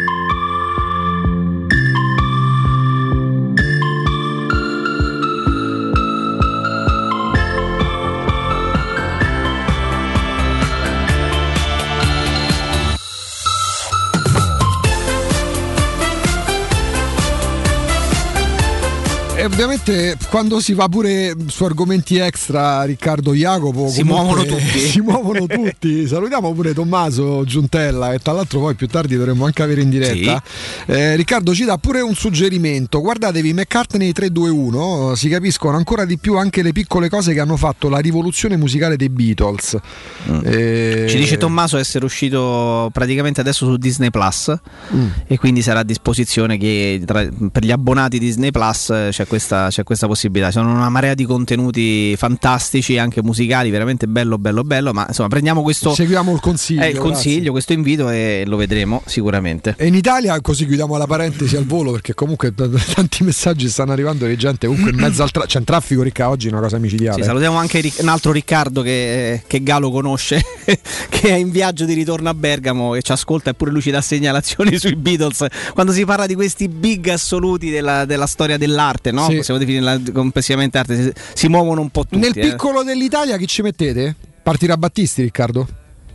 [SPEAKER 3] E ovviamente quando si va pure su argomenti extra, Riccardo, Jacopo,
[SPEAKER 4] si muovono tutti.
[SPEAKER 3] Salutiamo pure Tommaso Giuntella, e tra l'altro poi più tardi dovremmo anche avere in diretta. Sì. Riccardo ci dà pure un suggerimento: guardatevi McCartney 321, si capiscono ancora di più anche le piccole cose che hanno fatto la rivoluzione musicale dei Beatles.
[SPEAKER 4] Ci dice Tommaso essere uscito praticamente adesso su Disney Plus, e quindi sarà a disposizione che per gli abbonati Disney Plus c'è questa possibilità. Sono una marea di contenuti fantastici, anche musicali, veramente bello, ma insomma prendiamo questo,
[SPEAKER 3] seguiamo il consiglio,
[SPEAKER 4] questo invito, e lo vedremo sicuramente.
[SPEAKER 3] E in Italia, così chiudiamo la parentesi al volo, perché comunque tanti messaggi stanno arrivando di gente comunque in mezzo al c'è un traffico, Ricca, oggi è una cosa micidiale.
[SPEAKER 4] Sì, salutiamo anche un altro Riccardo che Galo conosce che è in viaggio di ritorno a Bergamo e ci ascolta, e pure lui ci dà segnalazioni sui Beatles quando si parla di questi big assoluti della storia dell'arte, no? Sì. Possiamo definirla complessivamente arte, si muovono un po' tutti.
[SPEAKER 3] Nel piccolo dell'Italia chi ci mettete? Partirà Battisti, Riccardo?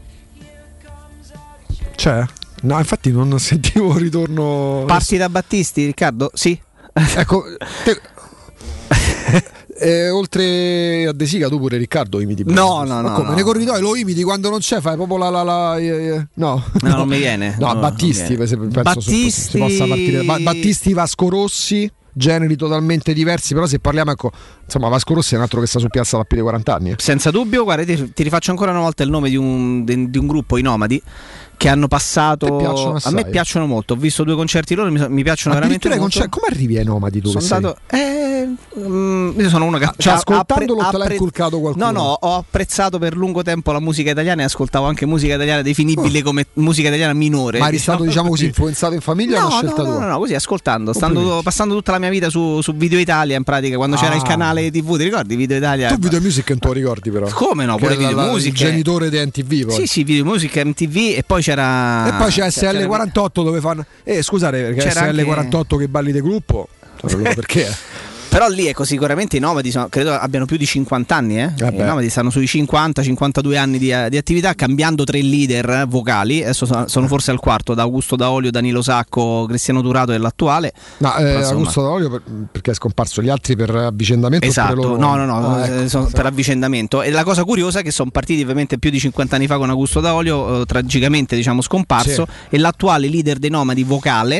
[SPEAKER 3] C'è? No, infatti non sentivo un ritorno.
[SPEAKER 4] Parti da Battisti, Riccardo? Sì.
[SPEAKER 3] Ecco, oltre a De Sica tu pure, Riccardo, imiti?
[SPEAKER 4] No.
[SPEAKER 3] Come? Nei corridoi lo imiti quando non c'è, fai proprio no,
[SPEAKER 4] non mi viene.
[SPEAKER 3] No, Battisti, penso
[SPEAKER 4] Battisti...
[SPEAKER 3] si possa partire. Battisti, Vasco Rossi, generi totalmente diversi, però se parliamo, ecco, insomma, Vasco Rossi è un altro che sta su piazza da più di 40 anni.
[SPEAKER 4] Senza dubbio, guarda, ti rifaccio ancora una volta il nome di un gruppo, i Nomadi, che hanno passato. A me piacciono molto. Ho visto 2 concerti loro, mi piacciono veramente molto.
[SPEAKER 3] Come arrivi ai Nomadi tu?
[SPEAKER 4] Io sono uno che
[SPEAKER 3] ascoltandolo te l'ha inculcato qualcuno.
[SPEAKER 4] No, ho apprezzato per lungo tempo la musica italiana e ascoltavo anche musica italiana definibile come musica italiana minore.
[SPEAKER 3] Ma eri stato, diciamo così, influenzato in famiglia o una scelta tua?
[SPEAKER 4] No, così ascoltando, passando tutta la mia vita su Video Italia, in pratica, quando c'era il canale TV, ti ricordi Video Italia?
[SPEAKER 3] Tu Video Music non te lo ricordi però?
[SPEAKER 4] Come no? Pure Video Music,
[SPEAKER 3] il genitore di MTV poi.
[SPEAKER 4] Sì, Video Music, MTV, e poi c'era
[SPEAKER 3] SL48 dove fanno scusate, perché SL48 che balli di gruppo, perché?
[SPEAKER 4] Però lì, ecco, sicuramente i Nomadi credo abbiano più di 50 anni. I Nomadi stanno sui 50-52 anni di attività, cambiando 3 leader vocali. Adesso sono forse al quarto, da Augusto Daolio, Danilo Sacco, Cristiano Durato è l'attuale.
[SPEAKER 3] Augusto Daolio perché è scomparso, gli altri per avvicendamento?
[SPEAKER 4] Esatto, no, per avvicendamento. E la cosa curiosa è che sono partiti ovviamente più di 50 anni fa con Augusto Daolio, tragicamente diciamo scomparso, e l'attuale leader dei Nomadi vocale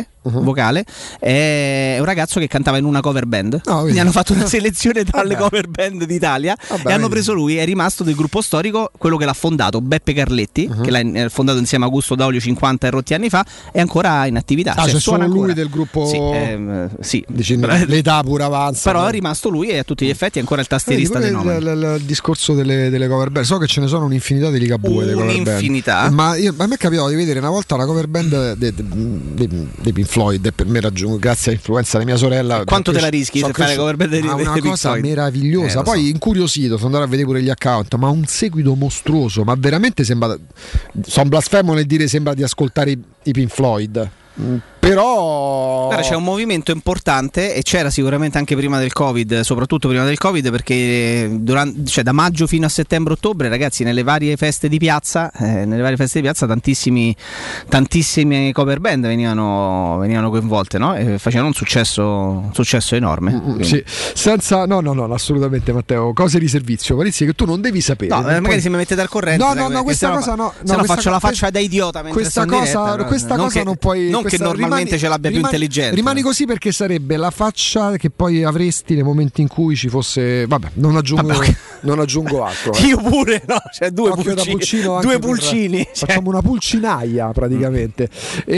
[SPEAKER 4] è un ragazzo che cantava in una cover band. Quindi hanno fatto una selezione tra le cover band d'Italia e hanno preso lui. È rimasto del gruppo storico, quello che l'ha fondato, Beppe Carletti, che l'ha fondato insieme a Augusto Daolio 50 e rotti anni fa, è ancora in attività.
[SPEAKER 3] C'è solo lui del gruppo.
[SPEAKER 4] Sì.
[SPEAKER 3] L'età pure avanza.
[SPEAKER 4] Però è rimasto lui e a tutti gli effetti è ancora il tastierista dei Nomadi.
[SPEAKER 3] Il discorso delle cover band, so che ce ne sono un'infinità di Ligabue,
[SPEAKER 4] un'infinità.
[SPEAKER 3] Ma a me è capitato di vedere una volta una cover band dei Pink Floyd, e per me grazie all'influenza di mia sorella.
[SPEAKER 4] Quanto te la rischi se fare cover band di
[SPEAKER 3] una cosa meravigliosa. Poi incuriosito, sono andato a vedere pure gli account, ma un seguito mostruoso, ma veramente sembra, sono blasfemo nel dire sembra di ascoltare i Pink Floyd. Però
[SPEAKER 4] c'è un movimento importante, e c'era sicuramente anche prima del Covid, soprattutto prima del Covid, perché da maggio fino a settembre-ottobre, ragazzi, nelle varie feste di piazza tantissime cover band venivano coinvolte, no? E facevano un successo enorme.
[SPEAKER 3] Sì. Senza no, assolutamente, Matteo, cose di servizio, Palizzi, che tu non devi sapere.
[SPEAKER 4] No, magari se mi mettete al corrente.
[SPEAKER 3] No, questa cosa no.
[SPEAKER 4] Se no faccio la faccia da idiota mentre
[SPEAKER 3] questa cosa non puoi.
[SPEAKER 4] Non che normalmente ce l'abbia più intelligente.
[SPEAKER 3] Rimani così perché sarebbe la faccia che poi avresti nel momento in cui ci fosse. Vabbè, non aggiungo altro.
[SPEAKER 4] Io pure, no? Cioè, due pulcini.
[SPEAKER 3] Facciamo una pulcinaia praticamente.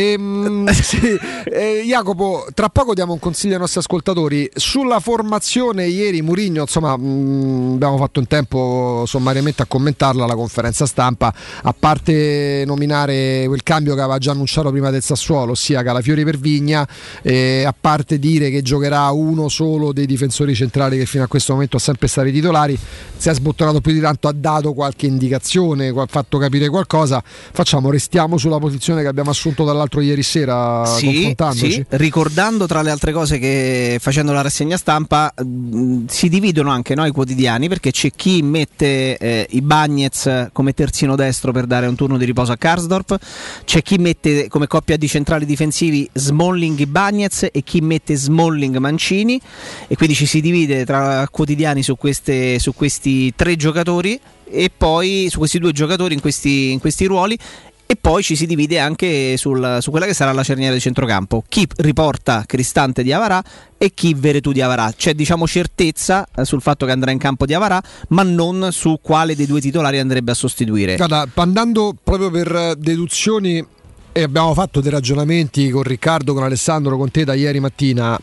[SPEAKER 3] Jacopo, tra poco diamo un consiglio ai nostri ascoltatori sulla formazione. Ieri Mourinho, insomma, abbiamo fatto in tempo sommariamente a commentarla la conferenza stampa, a parte nominare quel cambio che aveva già annunciato prima del Sassuolo, ossia Calafiori per Vigna, a parte dire che giocherà uno solo dei difensori centrali che fino a questo momento ha sempre stati titolari. Si è sbottonato più di tanto, ha dato qualche indicazione, ha fatto capire qualcosa. Restiamo sulla posizione che abbiamo assunto dall'altro ieri sera, confrontandoci.
[SPEAKER 4] Sì, ricordando tra le altre cose che facendo la rassegna stampa si dividono anche i quotidiani, perché c'è chi mette i Bagnez come terzino destro per dare un turno di riposo a Karsdorp, c'è chi mette come coppia di centrali difensivi Smalling e Bagnez e chi mette Smalling Mancini, e quindi ci si divide tra quotidiani su questi 3 giocatori, e poi su questi 2 giocatori in questi ruoli, e poi ci si divide anche su quella che sarà la cerniera di centrocampo, chi riporta Cristante Diawara e chi Veretù Diawara. C'è certezza sul fatto che andrà in campo Diawara, ma non su quale dei 2 titolari andrebbe a sostituire.
[SPEAKER 3] Guarda, andando proprio per deduzioni, e abbiamo fatto dei ragionamenti con Riccardo, con Alessandro, con te da ieri mattina.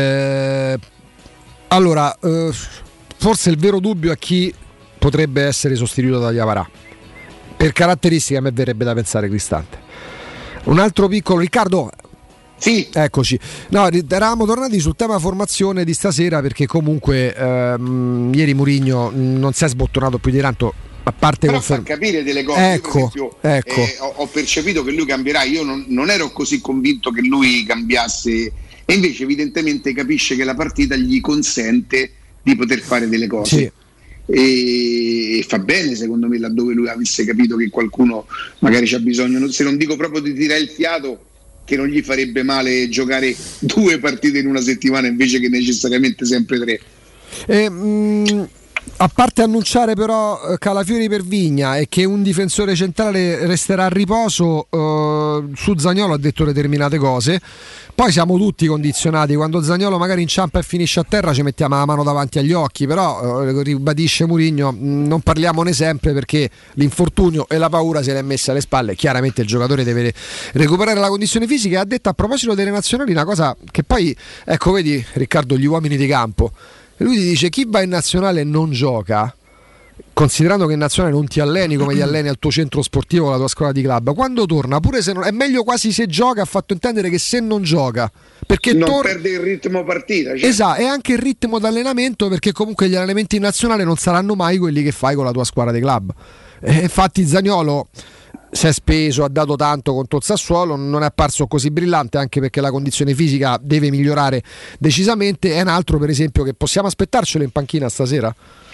[SPEAKER 3] Forse il vero dubbio è chi potrebbe essere sostituito da Diawara. Per caratteristiche a me verrebbe da pensare Cristante. Un altro piccolo, Riccardo.
[SPEAKER 5] Sì.
[SPEAKER 3] Eccoci. No, eravamo tornati sul tema formazione di stasera, perché comunque ieri Mourinho non si è sbottonato più di tanto, a parte
[SPEAKER 5] però fa capire delle cose.
[SPEAKER 3] Ecco.
[SPEAKER 5] Ho percepito che lui cambierà. Io non ero così convinto che lui cambiasse, e invece evidentemente capisce che la partita gli consente di poter fare delle cose.
[SPEAKER 3] Sì.
[SPEAKER 5] E fa bene, secondo me, laddove lui avesse capito che qualcuno magari c'ha bisogno, se non dico proprio di tirare il fiato, che non gli farebbe male giocare 2 partite in una settimana invece che necessariamente sempre 3.
[SPEAKER 3] A parte annunciare però Calafiori per Vigna e che un difensore centrale resterà a riposo, su Zaniolo ha detto determinate cose. Poi siamo tutti condizionati, quando Zaniolo magari inciampa e finisce a terra ci mettiamo la mano davanti agli occhi, però ribadisce Mourinho, non parliamone sempre perché l'infortunio e la paura se l'è messa alle spalle. Chiaramente il giocatore deve recuperare la condizione fisica. E ha detto a proposito delle nazionali una cosa che poi, ecco vedi Riccardo, gli uomini di campo, lui ti dice chi va in nazionale e non gioca, considerando che in nazionale non ti alleni come ti alleni al tuo centro sportivo o alla tua scuola di club, quando torna, pure se non è meglio quasi se gioca, ha fatto intendere che se non gioca perché
[SPEAKER 5] non perde il ritmo partita, cioè.
[SPEAKER 3] Esatto, e anche il ritmo d'allenamento, perché comunque gli allenamenti in nazionale non saranno mai quelli che fai con la tua squadra di club. Infatti Zaniolo si è speso, ha dato tanto contro il Sassuolo, non è apparso così brillante, anche perché la condizione fisica deve migliorare decisamente. È un altro per esempio che possiamo aspettarcelo in panchina stasera?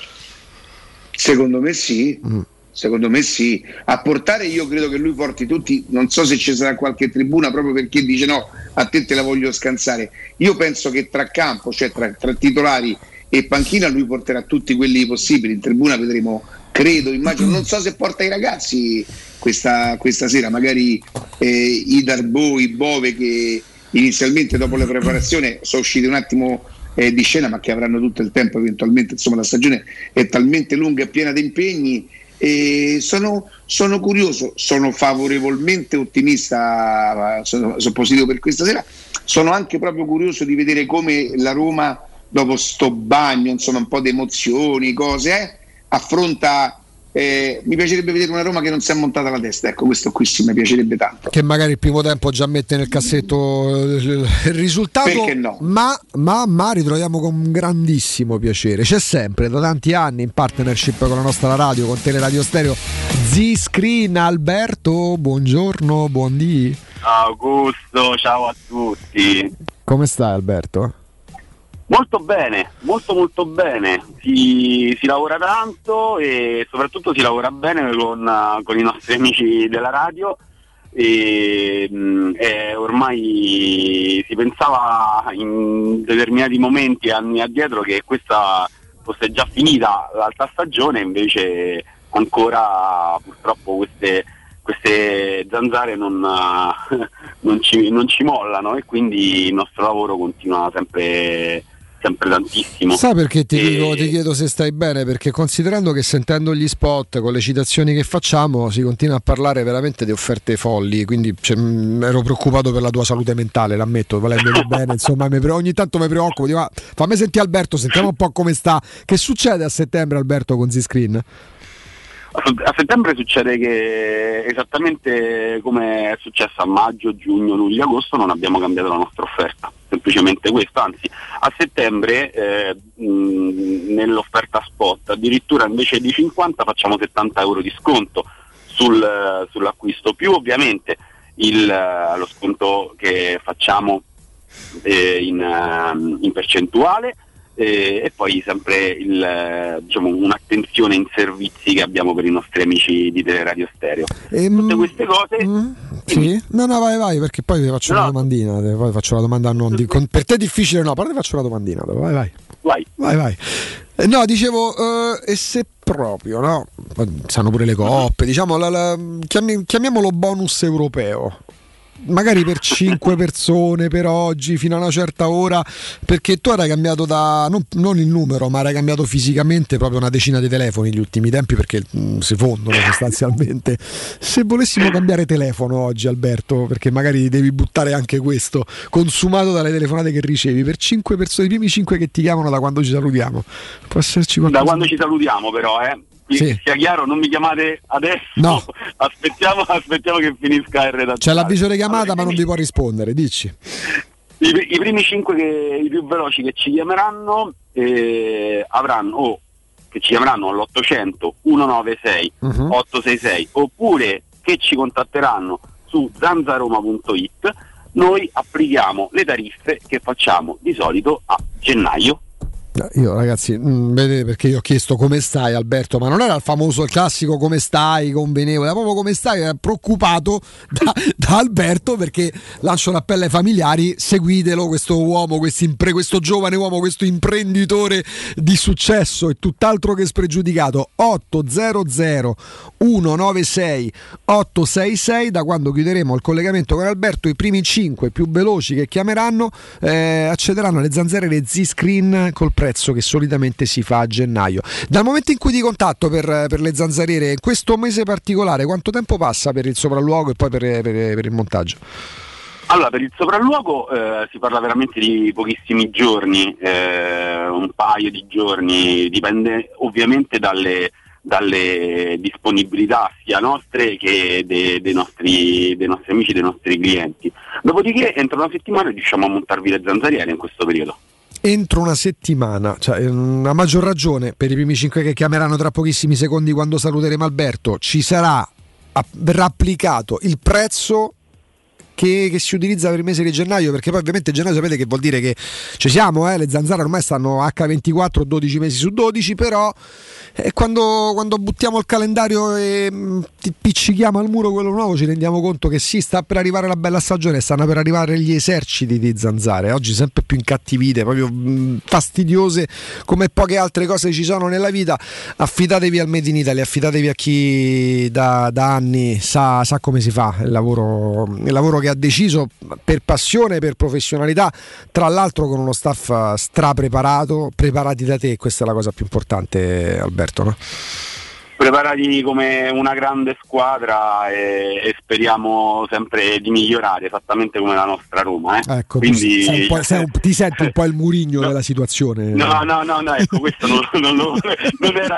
[SPEAKER 5] Secondo me sì, secondo me sì. A portare io credo che lui porti tutti, non so se ci sarà qualche tribuna proprio perché dice no, a te la voglio scansare. Io penso che tra campo, cioè tra titolari e panchina, lui porterà tutti quelli possibili. In tribuna vedremo, credo, immagino, non so se porta i ragazzi questa sera, magari i Darbo, i Bove, che inizialmente dopo la preparazione sono usciti un attimo di scena, ma che avranno tutto il tempo eventualmente, insomma la stagione è talmente lunga e piena di impegni, e sono curioso, sono favorevolmente ottimista, sono positivo per questa sera. Sono anche proprio curioso di vedere come la Roma, dopo sto bagno, insomma un po' di emozioni, cose, affronta. Mi piacerebbe vedere una Roma che non si è montata la testa, ecco, questo qui sì, mi piacerebbe tanto.
[SPEAKER 3] Che magari il primo tempo già mette nel cassetto il risultato.
[SPEAKER 5] Perché no?
[SPEAKER 3] Ma ritroviamo con grandissimo piacere, c'è sempre da tanti anni in partnership con la nostra radio, con Teleradio Stereo, Z-Screen. Alberto, buongiorno, buondì.
[SPEAKER 17] Augusto, ciao a tutti.
[SPEAKER 3] Come stai Alberto?
[SPEAKER 17] Molto bene, molto bene, si lavora tanto e soprattutto si lavora bene con i nostri amici della radio e ormai si pensava in determinati momenti anni addietro che questa fosse già finita l'alta stagione, invece ancora purtroppo queste zanzare non ci mollano e quindi il nostro lavoro continua sempre tantissimo.
[SPEAKER 3] Sai perché ti chiedo se stai bene? Perché considerando che sentendo gli spot con le citazioni che facciamo si continua a parlare veramente di offerte folli, quindi ero preoccupato per la tua salute mentale, l'ammetto, volendoli bene, insomma ogni tanto mi preoccupo, dico, fammi sentire Alberto, sentiamo un po' come sta. Che succede a settembre Alberto con Z-Screen?
[SPEAKER 17] A settembre succede che esattamente come è successo a maggio, giugno, luglio, agosto non abbiamo cambiato la nostra offerta, semplicemente questo, anzi a settembre nell'offerta spot addirittura invece di 50 facciamo 70 euro di sconto sull'acquisto, più ovviamente lo sconto che facciamo in percentuale. E poi sempre un'attenzione in servizi che abbiamo per i nostri amici di Teleradio Stereo. Tutte queste cose.
[SPEAKER 3] Sì? No, vai, perché poi ti faccio una domandina. Poi faccio la domanda per te è difficile, no, però ti faccio una domandina. Vai. No, dicevo, e se proprio, no? Sanno pure le coppe, diciamo, chiamiamolo bonus europeo. Magari per 5 persone per oggi fino a una certa ora, perché tu hai cambiato non il numero, ma hai cambiato fisicamente proprio una decina di telefoni negli ultimi tempi, perché si fondono sostanzialmente. Se volessimo cambiare telefono oggi Alberto, perché magari devi buttare anche questo consumato dalle telefonate che ricevi, per 5 persone, i primi 5 che ti chiamano da quando ci salutiamo, può esserci qualcosa?
[SPEAKER 17] Da quando ci salutiamo però sì. Sia chiaro, non mi chiamate adesso, no. aspettiamo che finisca il redattore.
[SPEAKER 3] C'è l'avviso di chiamata, ma non vi può rispondere, dici.
[SPEAKER 17] I primi 5 i più veloci che ci chiameranno avranno che ci chiameranno all'800 196 866 oppure che ci contatteranno su zanzaroma.it, noi applichiamo le tariffe che facciamo di solito a gennaio.
[SPEAKER 3] Io ragazzi, vedete perché io ho chiesto come stai Alberto, ma non era il famoso, il classico come stai, convenevole, era proprio come stai, era preoccupato da Alberto, perché lancio un appello ai familiari: seguitelo questo uomo, questo giovane uomo, questo imprenditore di successo e tutt'altro che spregiudicato. 800 196 866, da quando chiuderemo il collegamento con Alberto i primi 5 più veloci che chiameranno accederanno alle zanzariere Z-Screen col prezzo che solitamente si fa a gennaio. Dal momento in cui ti contatto per le zanzariere, in questo mese particolare, quanto tempo passa per il sopralluogo e poi per il montaggio?
[SPEAKER 17] Allora, per il sopralluogo si parla veramente di pochissimi giorni, un paio di giorni, dipende ovviamente dalle disponibilità sia nostre che dei nostri amici, dei nostri clienti. Dopodiché entro una settimana riusciamo a montarvi le zanzariere in questo periodo.
[SPEAKER 3] Entro una settimana, cioè, a maggior ragione per i primi 5 che chiameranno tra pochissimi secondi quando saluteremo Alberto, verrà applicato il prezzo che si utilizza per il mese di gennaio, perché poi ovviamente gennaio sapete che vuol dire che ci siamo, le zanzare ormai stanno H24 12 mesi su 12, però quando buttiamo il calendario e piccichiamo al muro quello nuovo ci rendiamo conto che sì, sta per arrivare la bella stagione, stanno per arrivare gli eserciti di zanzare, oggi sempre più incattivite, proprio fastidiose come poche altre cose ci sono nella vita. Affidatevi al Made in Italy, affidatevi a chi da anni sa come si fa il lavoro che ha deciso per passione, per professionalità, tra l'altro con uno staff preparati da te. Questa è la cosa più importante, Alberto, no?
[SPEAKER 17] Preparati come una grande squadra e speriamo sempre di migliorare, esattamente come la nostra Roma. Ecco, quindi
[SPEAKER 3] ti senti un po' il Mourinho della situazione.
[SPEAKER 17] No, ecco, questo non era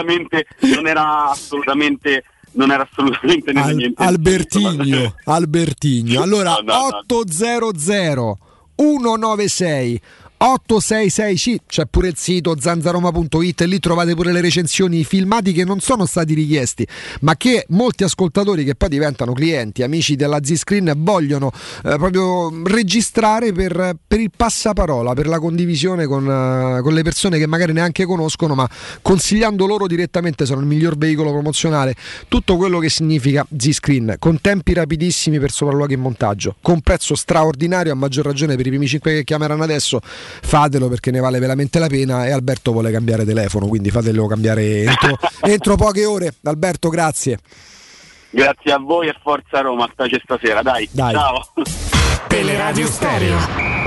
[SPEAKER 17] assolutamente niente.
[SPEAKER 3] Albertigno. Allora, no. 800 196 866, c'è pure il sito zanzaroma.it e lì trovate pure le recensioni, i filmati che non sono stati richiesti ma che molti ascoltatori che poi diventano clienti, amici della Z-Screen, vogliono proprio registrare per il passaparola, per la condivisione con le persone che magari neanche conoscono, ma consigliando loro direttamente sono il miglior veicolo promozionale. Tutto quello che significa Z-Screen, con tempi rapidissimi per sopralluoghi e montaggio, con prezzo straordinario, a maggior ragione per i primi 5 che chiameranno adesso. Fatelo perché ne vale veramente la pena, e Alberto vuole cambiare telefono, quindi fatelo cambiare entro poche ore. Alberto, grazie.
[SPEAKER 17] Grazie a voi e forza Roma, specie stasera, dai. Ciao.
[SPEAKER 16] Teleradio Stereo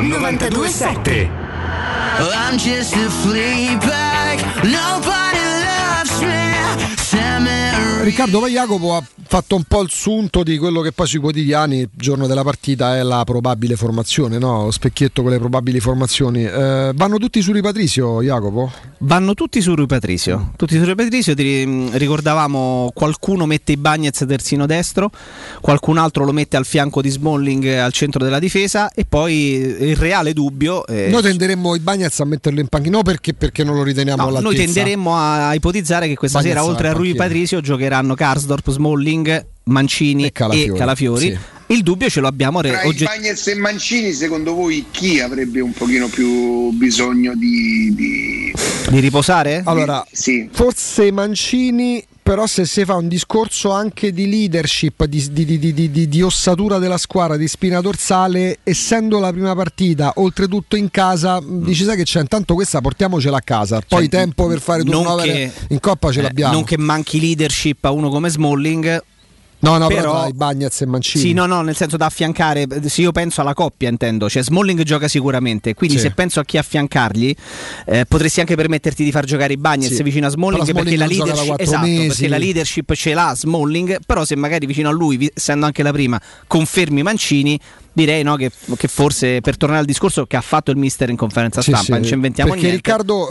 [SPEAKER 16] 92.7.
[SPEAKER 1] I'm just a fleabag, nobody loves me.
[SPEAKER 3] Riccardo, poi Jacopo ha fatto un po' il sunto di quello che poi sui quotidiani il giorno della partita è la probabile formazione, no? Lo specchietto con le probabili formazioni. Vanno tutti su Rui Patricio, Jacopo?
[SPEAKER 4] Vanno tutti su Rui Patricio. Ti ricordavamo, qualcuno mette Ibañez terzino destro, qualcun altro lo mette al fianco di Smalling al centro della difesa, e poi il reale dubbio
[SPEAKER 3] noi tenderemmo Ibañez a metterlo in panchina, no perché non lo riteniamo all'altezza.
[SPEAKER 4] Noi tenderemmo a ipotizzare che questa sera oltre a Rui Patricio giocheranno Karsdorp, Smalling, Mancini e Calafiori. Sì. Il dubbio ce lo abbiamo.
[SPEAKER 5] Tra Ibañez e Mancini, secondo voi chi avrebbe un pochino più bisogno di
[SPEAKER 4] riposare?
[SPEAKER 3] Allora,
[SPEAKER 5] sì.
[SPEAKER 3] Forse Mancini, però se si fa un discorso anche di leadership, di ossatura della squadra, di spina dorsale, essendo la prima partita, oltretutto in casa, dici sai che c'è, intanto questa portiamocela a casa, poi tempo per fare turnover in Coppa ce l'abbiamo.
[SPEAKER 4] Non che manchi leadership a uno come Smalling.
[SPEAKER 3] No, però Ibañez e Mancini.
[SPEAKER 4] Sì, no, nel senso da affiancare. Se io penso alla coppia, intendo, cioè Smalling gioca sicuramente, quindi se penso a chi affiancargli, potresti anche permetterti di far giocare Ibañez vicino a Smalling, perché la leadership ce l'ha Smalling, però se magari vicino a lui, essendo anche la prima, confermi Mancini, direi che forse, per tornare al discorso che ha fatto il mister in conferenza stampa, non ci inventiamo
[SPEAKER 3] perché
[SPEAKER 4] niente.
[SPEAKER 3] Riccardo,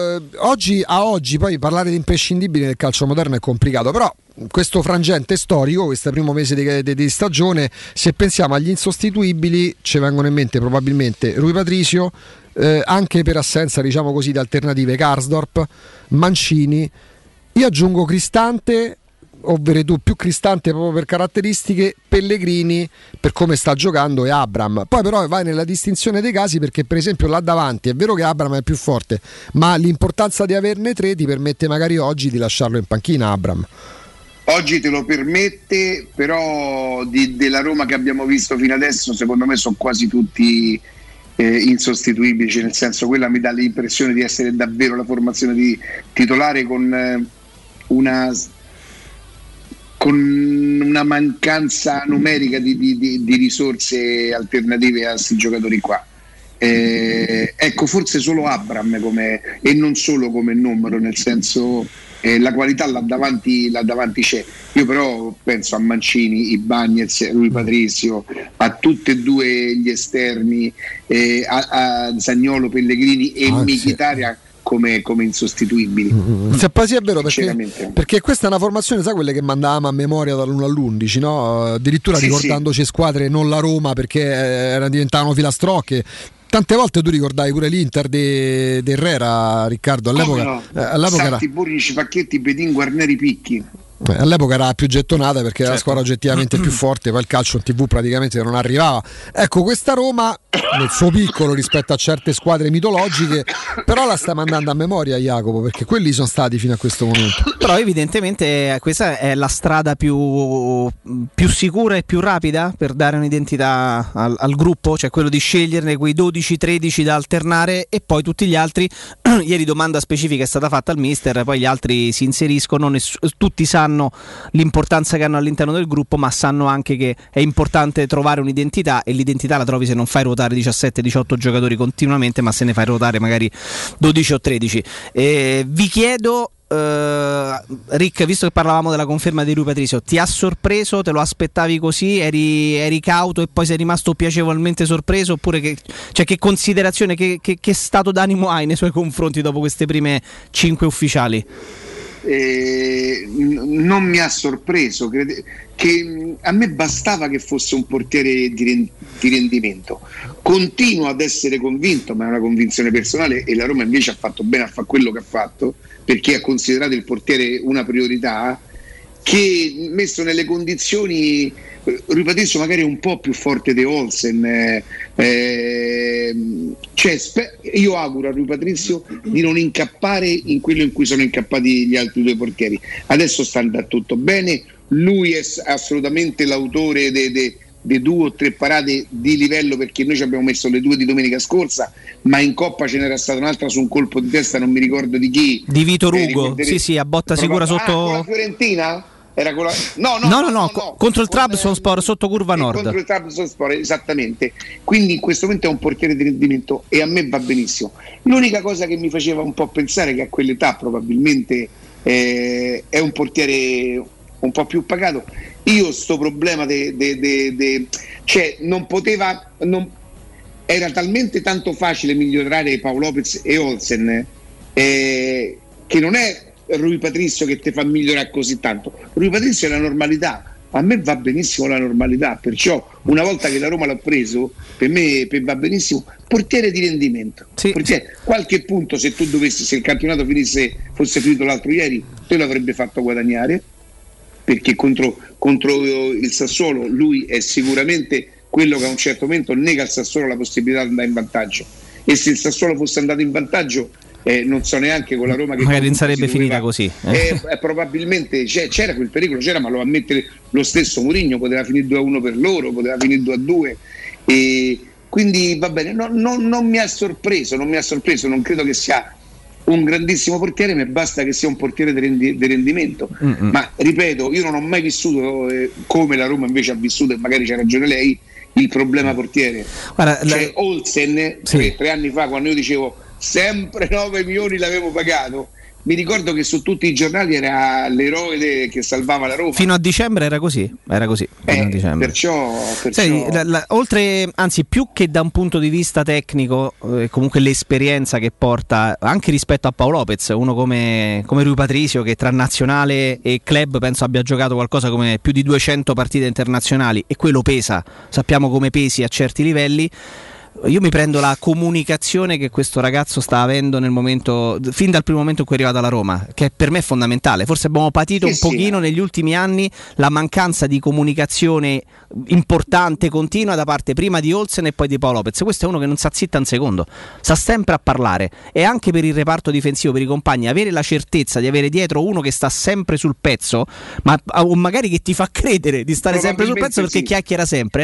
[SPEAKER 3] oggi poi parlare di imprescindibili nel calcio moderno è complicato, però questo frangente storico, questo primo mese di stagione, se pensiamo agli insostituibili ci vengono in mente probabilmente Rui Patricio, anche per assenza diciamo così di alternative Karsdorp, Mancini, io aggiungo Cristante, ovvero tu più Cristante proprio per caratteristiche, Pellegrini per come sta giocando e Abraham. Poi però vai nella distinzione dei casi, perché per esempio là davanti è vero che Abraham è più forte, ma l'importanza di averne 3 ti permette magari oggi di lasciarlo in panchina Abraham.
[SPEAKER 5] Oggi te lo permette, però della Roma che abbiamo visto fino adesso secondo me sono quasi tutti insostituibili, cioè nel senso, quella mi dà l'impressione di essere davvero la formazione di titolare con una mancanza numerica di risorse alternative a questi giocatori qua. Ecco, forse solo Abraham e non solo come numero, nel senso la qualità là davanti c'è. Io però penso a Mancini, Ibañez, Rui Patricio, a tutti e due gli esterni, a Zaniolo, Pellegrini e Mkhitaryan come insostituibili.
[SPEAKER 3] Se poi sì, è vero, perché questa è una formazione, sai, quelle che mandavamo a memoria dall'1 all'11, no? Addirittura ricordandoci squadre non la Roma, perché diventavano filastrocche. Tante volte tu ricordavi pure l'Inter di Herrera, Riccardo, all'epoca
[SPEAKER 5] Sarti, Burnici, Pacchetti, Bedin, Guarneri, Picchi.
[SPEAKER 3] All'epoca era più gettonata perché era la squadra oggettivamente più forte, poi il calcio in TV praticamente non arrivava. Ecco, questa Roma nel suo piccolo rispetto a certe squadre mitologiche, però la sta mandando a memoria Jacopo, perché quelli sono stati fino a questo momento.
[SPEAKER 4] Però evidentemente questa è la strada più sicura e più rapida per dare un'identità al gruppo, cioè quello di sceglierne quei 12-13 da alternare e poi tutti gli altri. Ieri domanda specifica è stata fatta al mister, poi gli altri si inseriscono, tutti sanno l'importanza che hanno all'interno del gruppo, ma sanno anche che è importante trovare un'identità, e l'identità la trovi se non fai ruotare 17-18 giocatori continuamente, ma se ne fai ruotare magari 12 o 13. Vi chiedo, Rick, visto che parlavamo della conferma di Rui Patricio, ti ha sorpreso? Te lo aspettavi così? Eri cauto e poi sei rimasto piacevolmente sorpreso? Oppure che considerazione, che stato d'animo hai nei suoi confronti dopo queste prime 5 ufficiali?
[SPEAKER 5] Non mi ha sorpreso, che a me bastava che fosse un portiere di rendimento. Continuo ad essere convinto, ma è una convinzione personale, e la Roma invece ha fatto bene a fare quello che ha fatto, perché ha considerato il portiere una priorità, che messo nelle condizioni, Rui Patricio magari è un po' più forte di Olsen, io auguro a Rui Patricio di non incappare in quello in cui sono incappati gli altri due portieri. Adesso sta andando tutto bene, lui è assolutamente l'autore dei 2 o 3 parate di livello, perché noi ci abbiamo messo le 2 di domenica scorsa, ma in Coppa ce n'era stata un'altra su un colpo di testa, non mi ricordo di chi,
[SPEAKER 4] di Vitor Hugo, sì, a botta sicura sotto
[SPEAKER 5] con la Fiorentina? Era con la... No,
[SPEAKER 4] contro il Trabzonspor sotto curva nord.
[SPEAKER 5] Contro il Trabzonspor, esattamente. Quindi in questo momento è un portiere di rendimento e a me va benissimo. L'unica cosa che mi faceva un po' pensare che a quell'età probabilmente è un portiere un po' più pagato. Io sto problema cioè non poteva, era talmente tanto facile migliorare Paolo Lopez e Olsen, che non è Rui Patricio che ti fa migliorare così tanto. Rui Patricio è la normalità, a me va benissimo la normalità, perciò una volta che la Roma l'ha preso, per me va benissimo. Portiere di rendimento, portiere. Qualche punto, se il campionato fosse finito l'altro ieri, te lo avrebbe fatto guadagnare, perché contro il Sassuolo lui è sicuramente quello che a un certo momento nega al Sassuolo la possibilità di andare in vantaggio, e se il Sassuolo fosse andato in vantaggio non so neanche con la Roma che
[SPEAKER 4] magari non sarebbe finita così.
[SPEAKER 5] Probabilmente c'era quel pericolo, ma lo ammette lo stesso Mourinho, poteva finire 2-1 per loro, poteva finire 2-2, e quindi va bene. Non mi ha sorpreso, non credo che sia un grandissimo portiere, ma basta che sia un portiere di rendimento. Ma ripeto, io non ho mai vissuto come la Roma invece ha vissuto, e magari c'ha ragione lei, il problema portiere. Olsen 3 anni fa, quando io dicevo sempre 9 milioni l'avevo pagato, mi ricordo che su tutti i giornali era l'eroe che salvava la Roma.
[SPEAKER 4] Fino a dicembre era così. Fino a dicembre.
[SPEAKER 5] Perciò...
[SPEAKER 4] oltre, anzi, più che da un punto di vista tecnico, comunque l'esperienza che porta anche rispetto a Paolo Lopez, uno come Rui Patricio, che tra nazionale e club penso abbia giocato qualcosa come più di 200 partite internazionali, e quello pesa, sappiamo come pesi a certi livelli. io mi prendo la comunicazione che questo ragazzo sta avendo fin dal primo momento in cui è arrivato alla Roma, che per me è fondamentale. Forse abbiamo patito un pochino negli ultimi anni la mancanza di comunicazione importante, continua, da parte prima di Olsen e poi di Paolo Lopez. Questo è uno che non sta zitta un secondo, sta sempre a parlare, e anche per il reparto difensivo, per i compagni, avere la certezza di avere dietro uno che sta sempre sul pezzo, o magari che ti fa credere di stare sempre sul pezzo perché chiacchiera sempre,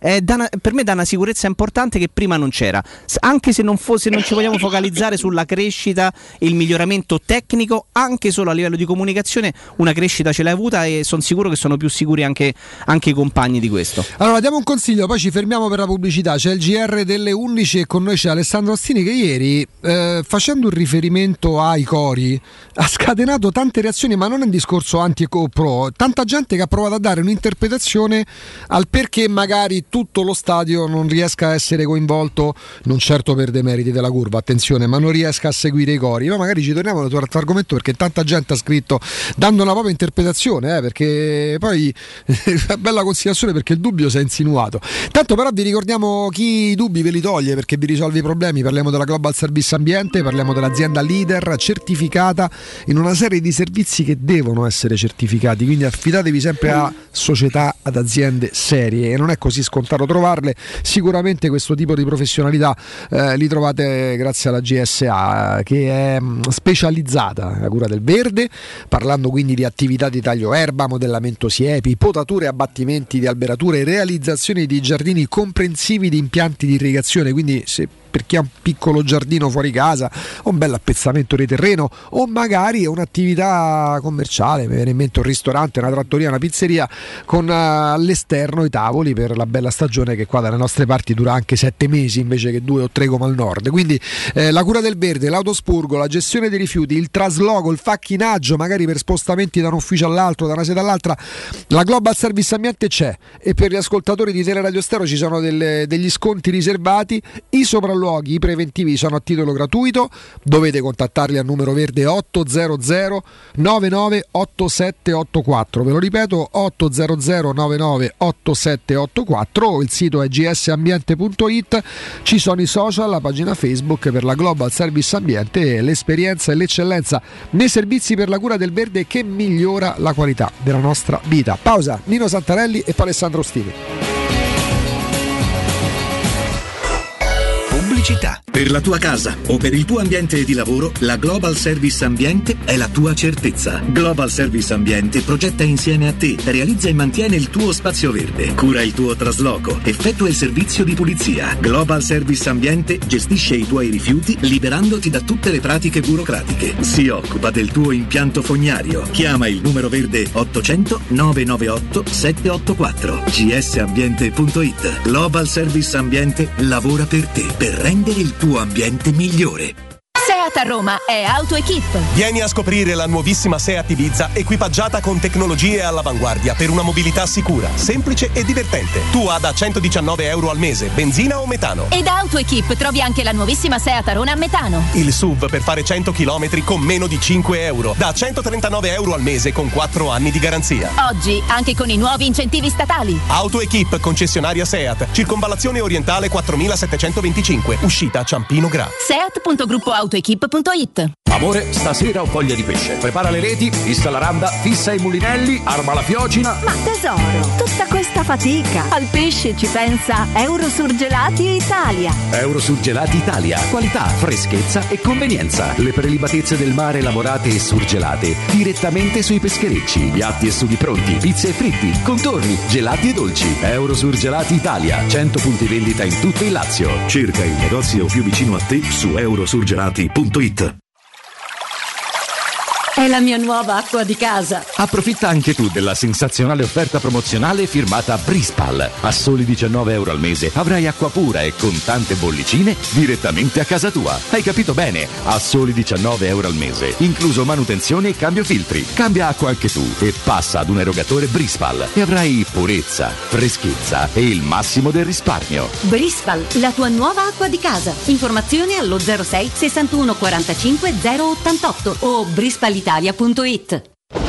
[SPEAKER 4] per me dà una sicurezza importante che prima non c'era. Anche se non ci vogliamo focalizzare sulla crescita, il miglioramento tecnico, anche solo a livello di comunicazione una crescita ce l'hai avuta, e sono sicuro che sono più sicuri anche i compagni di questo.
[SPEAKER 3] Allora diamo un consiglio, poi ci fermiamo per la pubblicità. C'è il GR delle 11 e con noi c'è Alessandro Ostini, che ieri facendo un riferimento ai cori ha scatenato tante reazioni, ma non è un discorso anti o pro, tanta gente che ha provato a dare un'interpretazione al perché magari tutto lo stadio non riesca a essere coinvolto, non certo per demeriti della curva, attenzione, ma non riesca a seguire i cori. Ma magari ci torniamo al tuo argomento, perché tanta gente ha scritto dando una propria interpretazione, perché poi bella considerazione, perché il dubbio si è insinuato. Tanto però vi ricordiamo chi i dubbi ve li toglie, perché vi risolve i problemi. Parliamo della Global Service Ambiente, parliamo dell'azienda leader certificata in una serie di servizi che devono essere certificati, quindi affidatevi sempre a società, ad aziende serie, e non è così scontato trovarle. Sicuramente questo tipo di professionalità li trovate grazie alla GSA, che è specializzata nella cura del verde, parlando quindi di attività di taglio erba, modellamento siepi, potature e abbattimenti di alberature, realizzazione di giardini comprensivi di impianti di irrigazione, quindi se per chi ha un piccolo giardino fuori casa o un bel appezzamento di terreno, o magari un'attività commerciale, mi viene in mente un ristorante, una trattoria, una pizzeria, con all'esterno i tavoli per la bella stagione che qua dalle nostre parti dura anche 7 mesi invece che 2 o 3 come al nord. Quindi la cura del verde, l'autospurgo, la gestione dei rifiuti, il trasloco, il facchinaggio magari per spostamenti da un ufficio all'altro, da una sede all'altra, la Global Service Ambiente c'è, e per gli ascoltatori di Teleradio Stereo ci sono degli sconti riservati. I sopralluoghi, i preventivi sono a titolo gratuito, dovete contattarli al numero verde 800 99 8784, ve lo ripeto 800 99 8784, il sito è gsambiente.it, ci sono i social, la pagina Facebook per la Global Service Ambiente, l'esperienza e l'eccellenza nei servizi per la cura del verde che migliora la qualità della nostra vita. Pausa, Nino Santarelli e poi Alessandro Ostini.
[SPEAKER 6] Pubblicità. Per la tua casa o per il tuo ambiente di lavoro, la Global Service Ambiente è la tua certezza. Global Service Ambiente progetta insieme a te, realizza e mantiene il tuo spazio verde, cura il tuo trasloco, effettua il servizio di pulizia. Global Service Ambiente gestisce i tuoi rifiuti liberandoti da tutte le pratiche burocratiche. Si occupa del tuo impianto fognario. Chiama il numero verde 800 998 784. gsambiente.it. Global Service Ambiente lavora per te, per rendere il tuo ambiente migliore.
[SPEAKER 9] Seat a Roma è AutoEquip.
[SPEAKER 10] Vieni a scoprire la nuovissima Seat Ibiza, equipaggiata con tecnologie all'avanguardia per una mobilità sicura, semplice e divertente. Tua da €119 al mese, benzina o metano.
[SPEAKER 9] E da AutoEquip trovi anche la nuovissima Seat Arona a metano.
[SPEAKER 10] Il SUV per fare 100 km con meno di €5, da €139 al mese con 4 anni di garanzia.
[SPEAKER 9] Oggi anche con i nuovi incentivi statali.
[SPEAKER 10] AutoEquip, concessionaria Seat, circonvallazione orientale 4725, uscita Ciampino Gra.
[SPEAKER 9] Seat.gruppoautoequip.it.
[SPEAKER 18] Amore, stasera ho voglia di pesce. Prepara le reti, fissa la randa, fissa i mulinelli, arma la fiocina.
[SPEAKER 12] Ma tesoro, tutta questa fatica. Al pesce ci pensa Eurosurgelati Italia.
[SPEAKER 18] Eurosurgelati Italia. Qualità, freschezza e convenienza. Le prelibatezze del mare lavorate e surgelate direttamente sui pescherecci. Piatti e sughi pronti, pizze e fritti, contorni, gelati e dolci. Eurosurgelati Italia. 100 punti vendita in tutto il Lazio.
[SPEAKER 6] Cerca il negozio più vicino a te su eurosurgelati.it.
[SPEAKER 19] È la mia nuova acqua di casa.
[SPEAKER 18] Approfitta anche tu della sensazionale offerta promozionale firmata Brispal. A soli €19 al mese avrai acqua pura e con tante bollicine direttamente a casa tua. Hai capito bene? A soli €19 al mese, incluso manutenzione e cambio filtri. Cambia acqua anche tu e passa ad un erogatore Brispal e avrai purezza, freschezza e il massimo del risparmio.
[SPEAKER 19] Brispal, la tua nuova acqua di casa. Informazioni allo 06 61 45 088 o brispalitalia.it.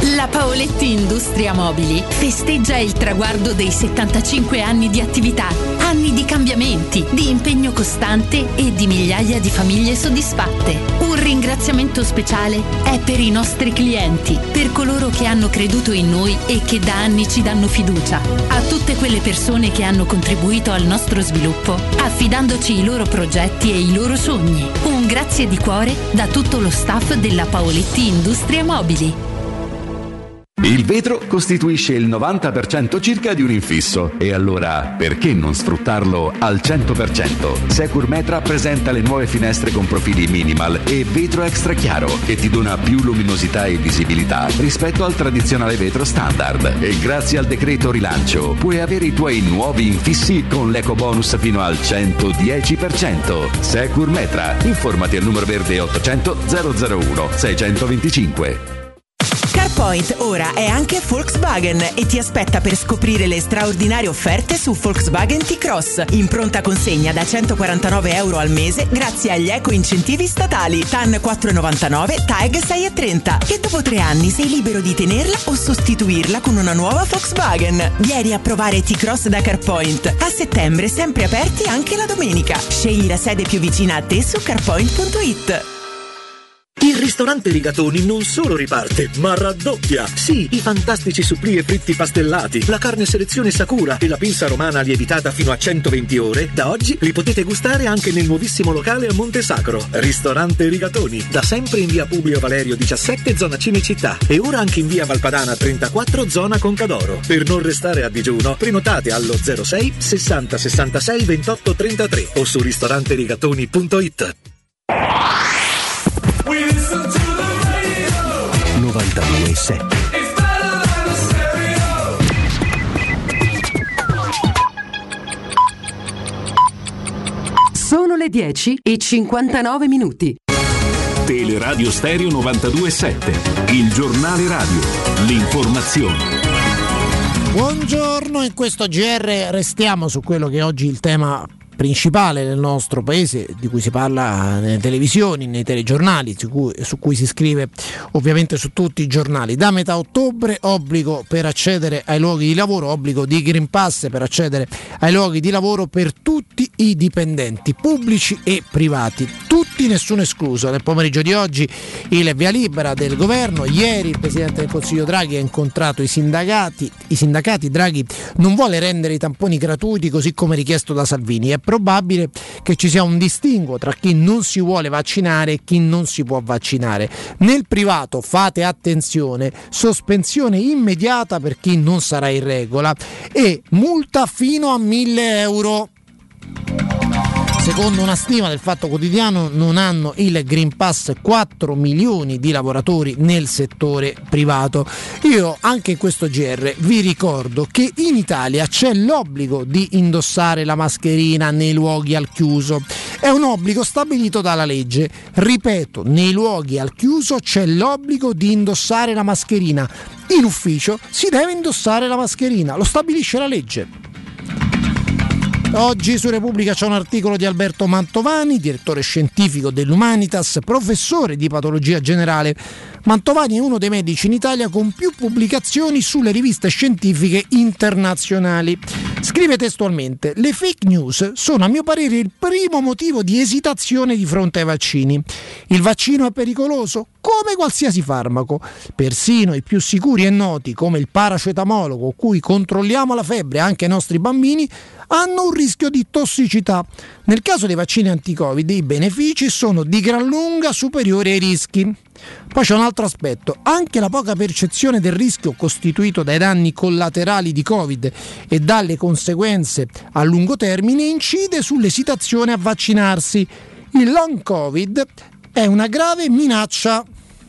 [SPEAKER 20] La Paoletti Industria Mobili festeggia il traguardo dei 75 anni di attività, anni di cambiamenti, di impegno costante e di migliaia di famiglie soddisfatte. Un ringraziamento speciale è per i nostri clienti, per coloro che hanno creduto in noi e che da anni ci danno fiducia, a tutte quelle persone che hanno contribuito al nostro sviluppo, affidandoci i loro progetti e i loro sogni. Un grazie di cuore da tutto lo staff della Paoletti Industria Mobili.
[SPEAKER 18] Il vetro costituisce il 90% circa di un infisso e allora perché non sfruttarlo al 100%? Securmetra presenta le nuove finestre con profili minimal e vetro extra chiaro che ti dona più luminosità e visibilità rispetto al tradizionale vetro standard. E grazie al decreto rilancio puoi avere i tuoi nuovi infissi con l'eco bonus fino al 110%. Securmetra, informati al numero verde 800 001 625.
[SPEAKER 21] CarPoint ora è anche Volkswagen e ti aspetta per scoprire le straordinarie offerte su Volkswagen T-Cross in pronta consegna da €149 al mese grazie agli eco incentivi statali TAN 4,99, TAG 6,30 e dopo 3 anni sei libero di tenerla o sostituirla con una nuova Volkswagen. Vieni a provare T-Cross da CarPoint. A settembre sempre aperti anche la domenica. Scegli la sede più vicina a te su carpoint.it.
[SPEAKER 6] Il ristorante Rigatoni non solo riparte, ma raddoppia! Sì, i fantastici supplì e fritti pastellati, la carne selezione Sakura e la pinza romana lievitata fino a 120 ore, da oggi li potete gustare anche nel nuovissimo locale a Monte Sacro. Ristorante Rigatoni, da sempre in via Publio Valerio 17, zona Cinecittà, e ora anche in via Valpadana 34, zona Concadoro. Per non restare a digiuno, prenotate allo 06 60 66 28 33 o su ristoranterigatoni.it.
[SPEAKER 22] 92.7
[SPEAKER 23] Sono le 10:59.
[SPEAKER 7] Teleradio Stereo 92.7, il giornale radio, l'informazione.
[SPEAKER 24] Buongiorno, in questo GR restiamo su quello che oggi è il tema principale nel nostro paese, di cui si parla nelle televisioni, nei telegiornali, su cui si scrive ovviamente su tutti i giornali. Da metà ottobre obbligo per accedere ai luoghi di lavoro, obbligo di Green Pass per accedere ai luoghi di lavoro per tutti i dipendenti pubblici e privati, tutti, nessuno escluso. Nel pomeriggio di oggi il via libera del governo. Ieri il Presidente del Consiglio Draghi ha incontrato i sindacati. Draghi non vuole rendere i tamponi gratuiti così come richiesto da Salvini. È probabile che ci sia un distinguo tra chi non si vuole vaccinare e chi non si può vaccinare. Nel privato, fate attenzione, sospensione immediata per chi non sarà in regola e multa fino a 1.000 euro. Secondo una stima del Fatto Quotidiano non hanno il Green Pass 4 milioni di lavoratori nel settore privato. Io anche in questo GR vi ricordo che in Italia c'è l'obbligo di indossare la mascherina nei luoghi al chiuso. È un obbligo stabilito dalla legge. Ripeto, nei luoghi al chiuso c'è l'obbligo di indossare la mascherina. In ufficio si deve indossare la mascherina, lo stabilisce la legge. Oggi su Repubblica c'è un articolo di Alberto Mantovani, direttore scientifico dell'Humanitas, professore di patologia generale. Mantovani è uno dei medici in Italia con più pubblicazioni sulle riviste scientifiche internazionali. Scrive testualmente: le fake news sono a mio parere il primo motivo di esitazione di fronte ai vaccini. Il vaccino è pericoloso? Come qualsiasi farmaco. Persino i più sicuri e noti, come il paracetamolo con cui controlliamo la febbre anche ai nostri bambini, hanno un rischio di tossicità. Nel caso dei vaccini anti-Covid i benefici sono di gran lunga superiori ai rischi. Poi c'è un altro aspetto: anche la poca percezione del rischio costituito dai danni collaterali di Covid e dalle conseguenze a lungo termine incide sull'esitazione a vaccinarsi. Il long Covid è una grave minaccia.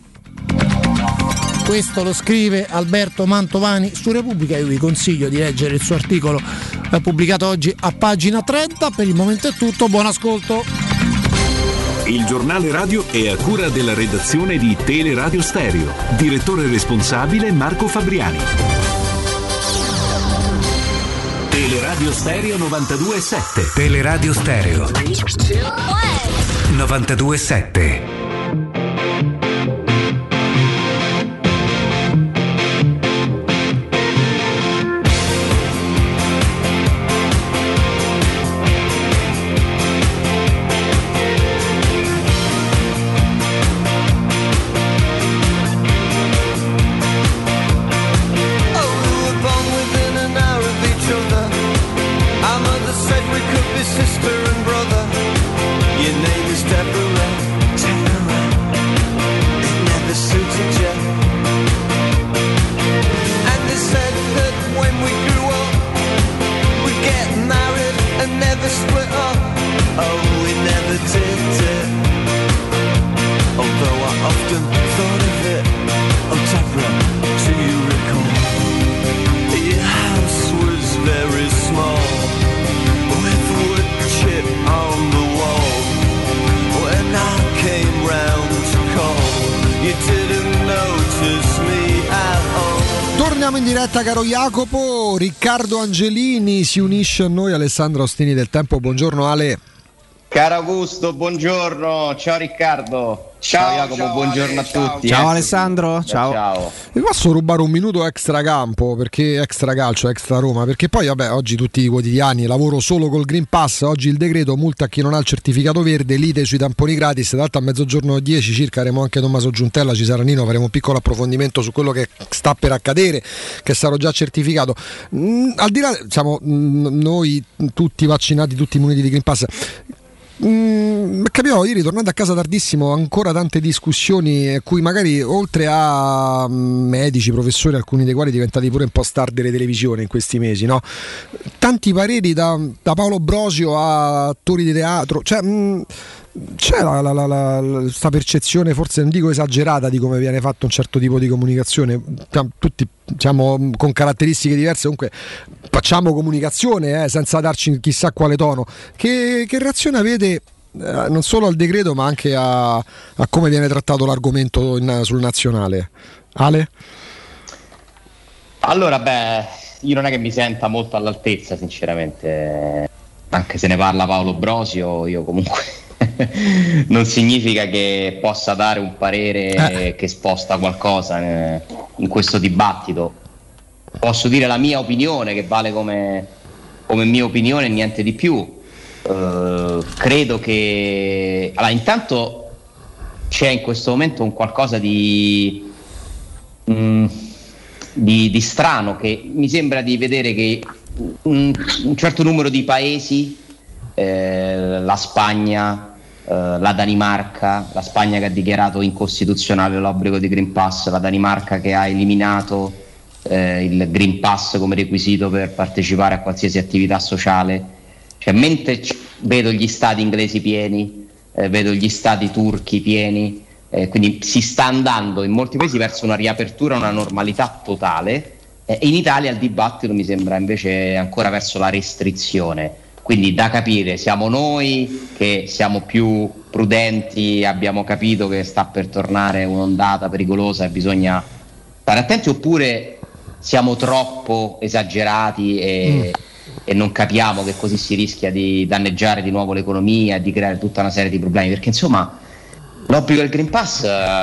[SPEAKER 24] Questo lo scrive Alberto Mantovani su Repubblica. Io vi consiglio di leggere il suo articolo pubblicato oggi a pagina 30. Per il momento è tutto, buon ascolto.
[SPEAKER 7] Il giornale radio è a cura della redazione di Teleradio Stereo. Direttore responsabile Marco Fabriani. Teleradio Stereo 92.7.
[SPEAKER 22] Teleradio Stereo 92.7.
[SPEAKER 3] Torniamo in diretta, caro Jacopo. Riccardo Angelini si unisce a noi. Alessandro Ostini del Tempo, buongiorno Ale.
[SPEAKER 2] Caro Augusto, buongiorno. Ciao Riccardo. Ciao Jacopo, buongiorno a tutti.
[SPEAKER 4] Ciao Alessandro, ciao.
[SPEAKER 3] Vi posso rubare un minuto extra campo, perché extra calcio, extra Roma, perché poi vabbè, oggi tutti i quotidiani, lavoro solo col Green Pass, oggi il decreto, multa a chi non ha il certificato verde, lite sui tamponi gratis. Tra l'altro a mezzogiorno 10 circa avremo anche Tommaso Giuntella, ci sarà Nino, faremo un piccolo approfondimento su quello che sta per accadere, che sarà già certificato. Al di là, siamo noi tutti vaccinati, tutti muniti di Green Pass. Capito, ieri tornando a casa tardissimo, ancora tante discussioni a cui magari oltre a medici, professori, alcuni dei quali diventati pure un po' star delle televisioni in questi mesi, no? Tanti pareri da Paolo Brosio a attori di teatro, cioè c'è questa percezione, forse non dico esagerata, di come viene fatto un certo tipo di comunicazione. Tutti siamo con caratteristiche diverse, comunque facciamo comunicazione senza darci chissà quale tono. Che reazione avete non solo al decreto ma anche a come viene trattato l'argomento sul nazionale? Ale?
[SPEAKER 2] Allora, io non è che mi senta molto all'altezza, sinceramente, anche se ne parla Paolo Brosio, io comunque non significa che possa dare un parere che sposta qualcosa in questo dibattito. Posso dire la mia opinione, che vale come mia opinione e niente di più. Credo che intanto c'è in questo momento un qualcosa di strano, che mi sembra di vedere che un certo numero di paesi, la Spagna, la Danimarca, la Spagna che ha dichiarato incostituzionale l'obbligo di Green Pass, la Danimarca che ha eliminato il Green Pass come requisito per partecipare a qualsiasi attività sociale. Cioè, mentre vedo gli stadi inglesi pieni, vedo gli stadi turchi pieni, quindi si sta andando in molti paesi verso una riapertura, una normalità totale. In Italia il dibattito mi sembra invece ancora verso la restrizione. Quindi da capire, siamo noi che siamo più prudenti, abbiamo capito che sta per tornare un'ondata pericolosa e bisogna stare attenti, oppure siamo troppo esagerati e non capiamo che così si rischia di danneggiare di nuovo l'economia e di creare tutta una serie di problemi, perché insomma l'obbligo del Green Pass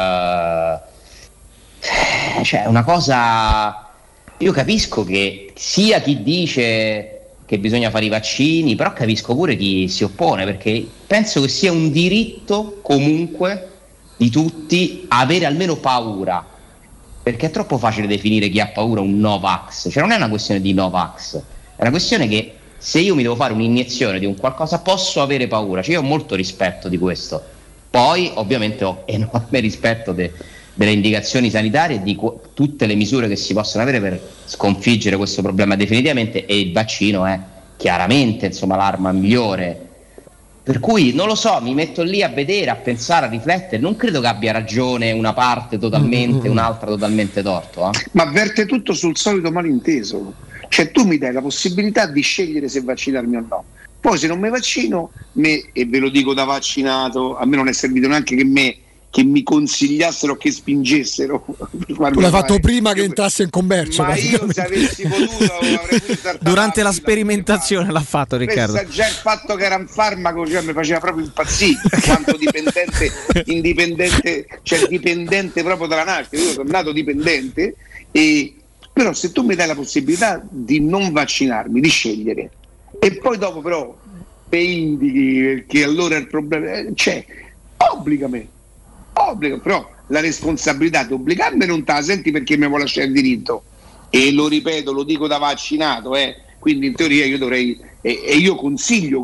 [SPEAKER 2] cioè una cosa, io capisco che sia chi dice che bisogna fare i vaccini, però capisco pure chi si oppone, perché penso che sia un diritto comunque di tutti avere almeno paura, perché è troppo facile definire chi ha paura un Novax. Cioè non è una questione di Novax, è una questione che se io mi devo fare un'iniezione di un qualcosa posso avere paura. Cioè io ho molto rispetto di questo, poi ovviamente ho enorme rispetto delle indicazioni sanitarie e di tutte le misure che si possono avere per sconfiggere questo problema definitivamente, e il vaccino è chiaramente l'arma migliore. Per cui non lo so, mi metto lì a vedere, a pensare, a riflettere. Non credo che abbia ragione una parte totalmente, un'altra totalmente torto.
[SPEAKER 5] Ma verte tutto sul solito malinteso. Cioè tu mi dai la possibilità di scegliere se vaccinarmi o no. Poi se non mi vaccino, e ve lo dico da vaccinato, a me non è servito neanche che mi consigliassero, che spingessero.
[SPEAKER 3] Tu l'hai fatto prima che entrasse in commercio.
[SPEAKER 5] Ma io, se avessi potuto, avrei potuto
[SPEAKER 4] durante la sperimentazione l'ha fatto Riccardo.
[SPEAKER 5] Pensa, già il fatto che era un farmaco, cioè, mi faceva proprio impazzire, quanto indipendente, cioè dipendente proprio dalla nascita. Io sono nato dipendente, però se tu mi dai la possibilità di non vaccinarmi, di scegliere, e poi dopo però mi indichi che allora il problema c'è, obbligami, però la responsabilità di obbligarmi non te la senti, perché mi vuole lasciare il diritto, e lo ripeto, lo dico da vaccinato, quindi in teoria io dovrei, e io consiglio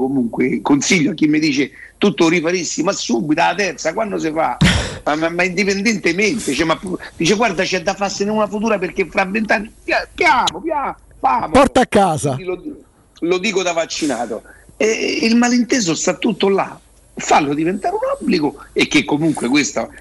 [SPEAKER 5] a chi mi dice tutto rifaresti, ma subito alla terza, quando si fa, ma indipendentemente, cioè, dice guarda c'è da farsene una futura perché fra 20 anni piano,
[SPEAKER 3] porta a casa,
[SPEAKER 5] lo dico da vaccinato, e il malinteso sta tutto là. Fallo diventare un obbligo, e che comunque questo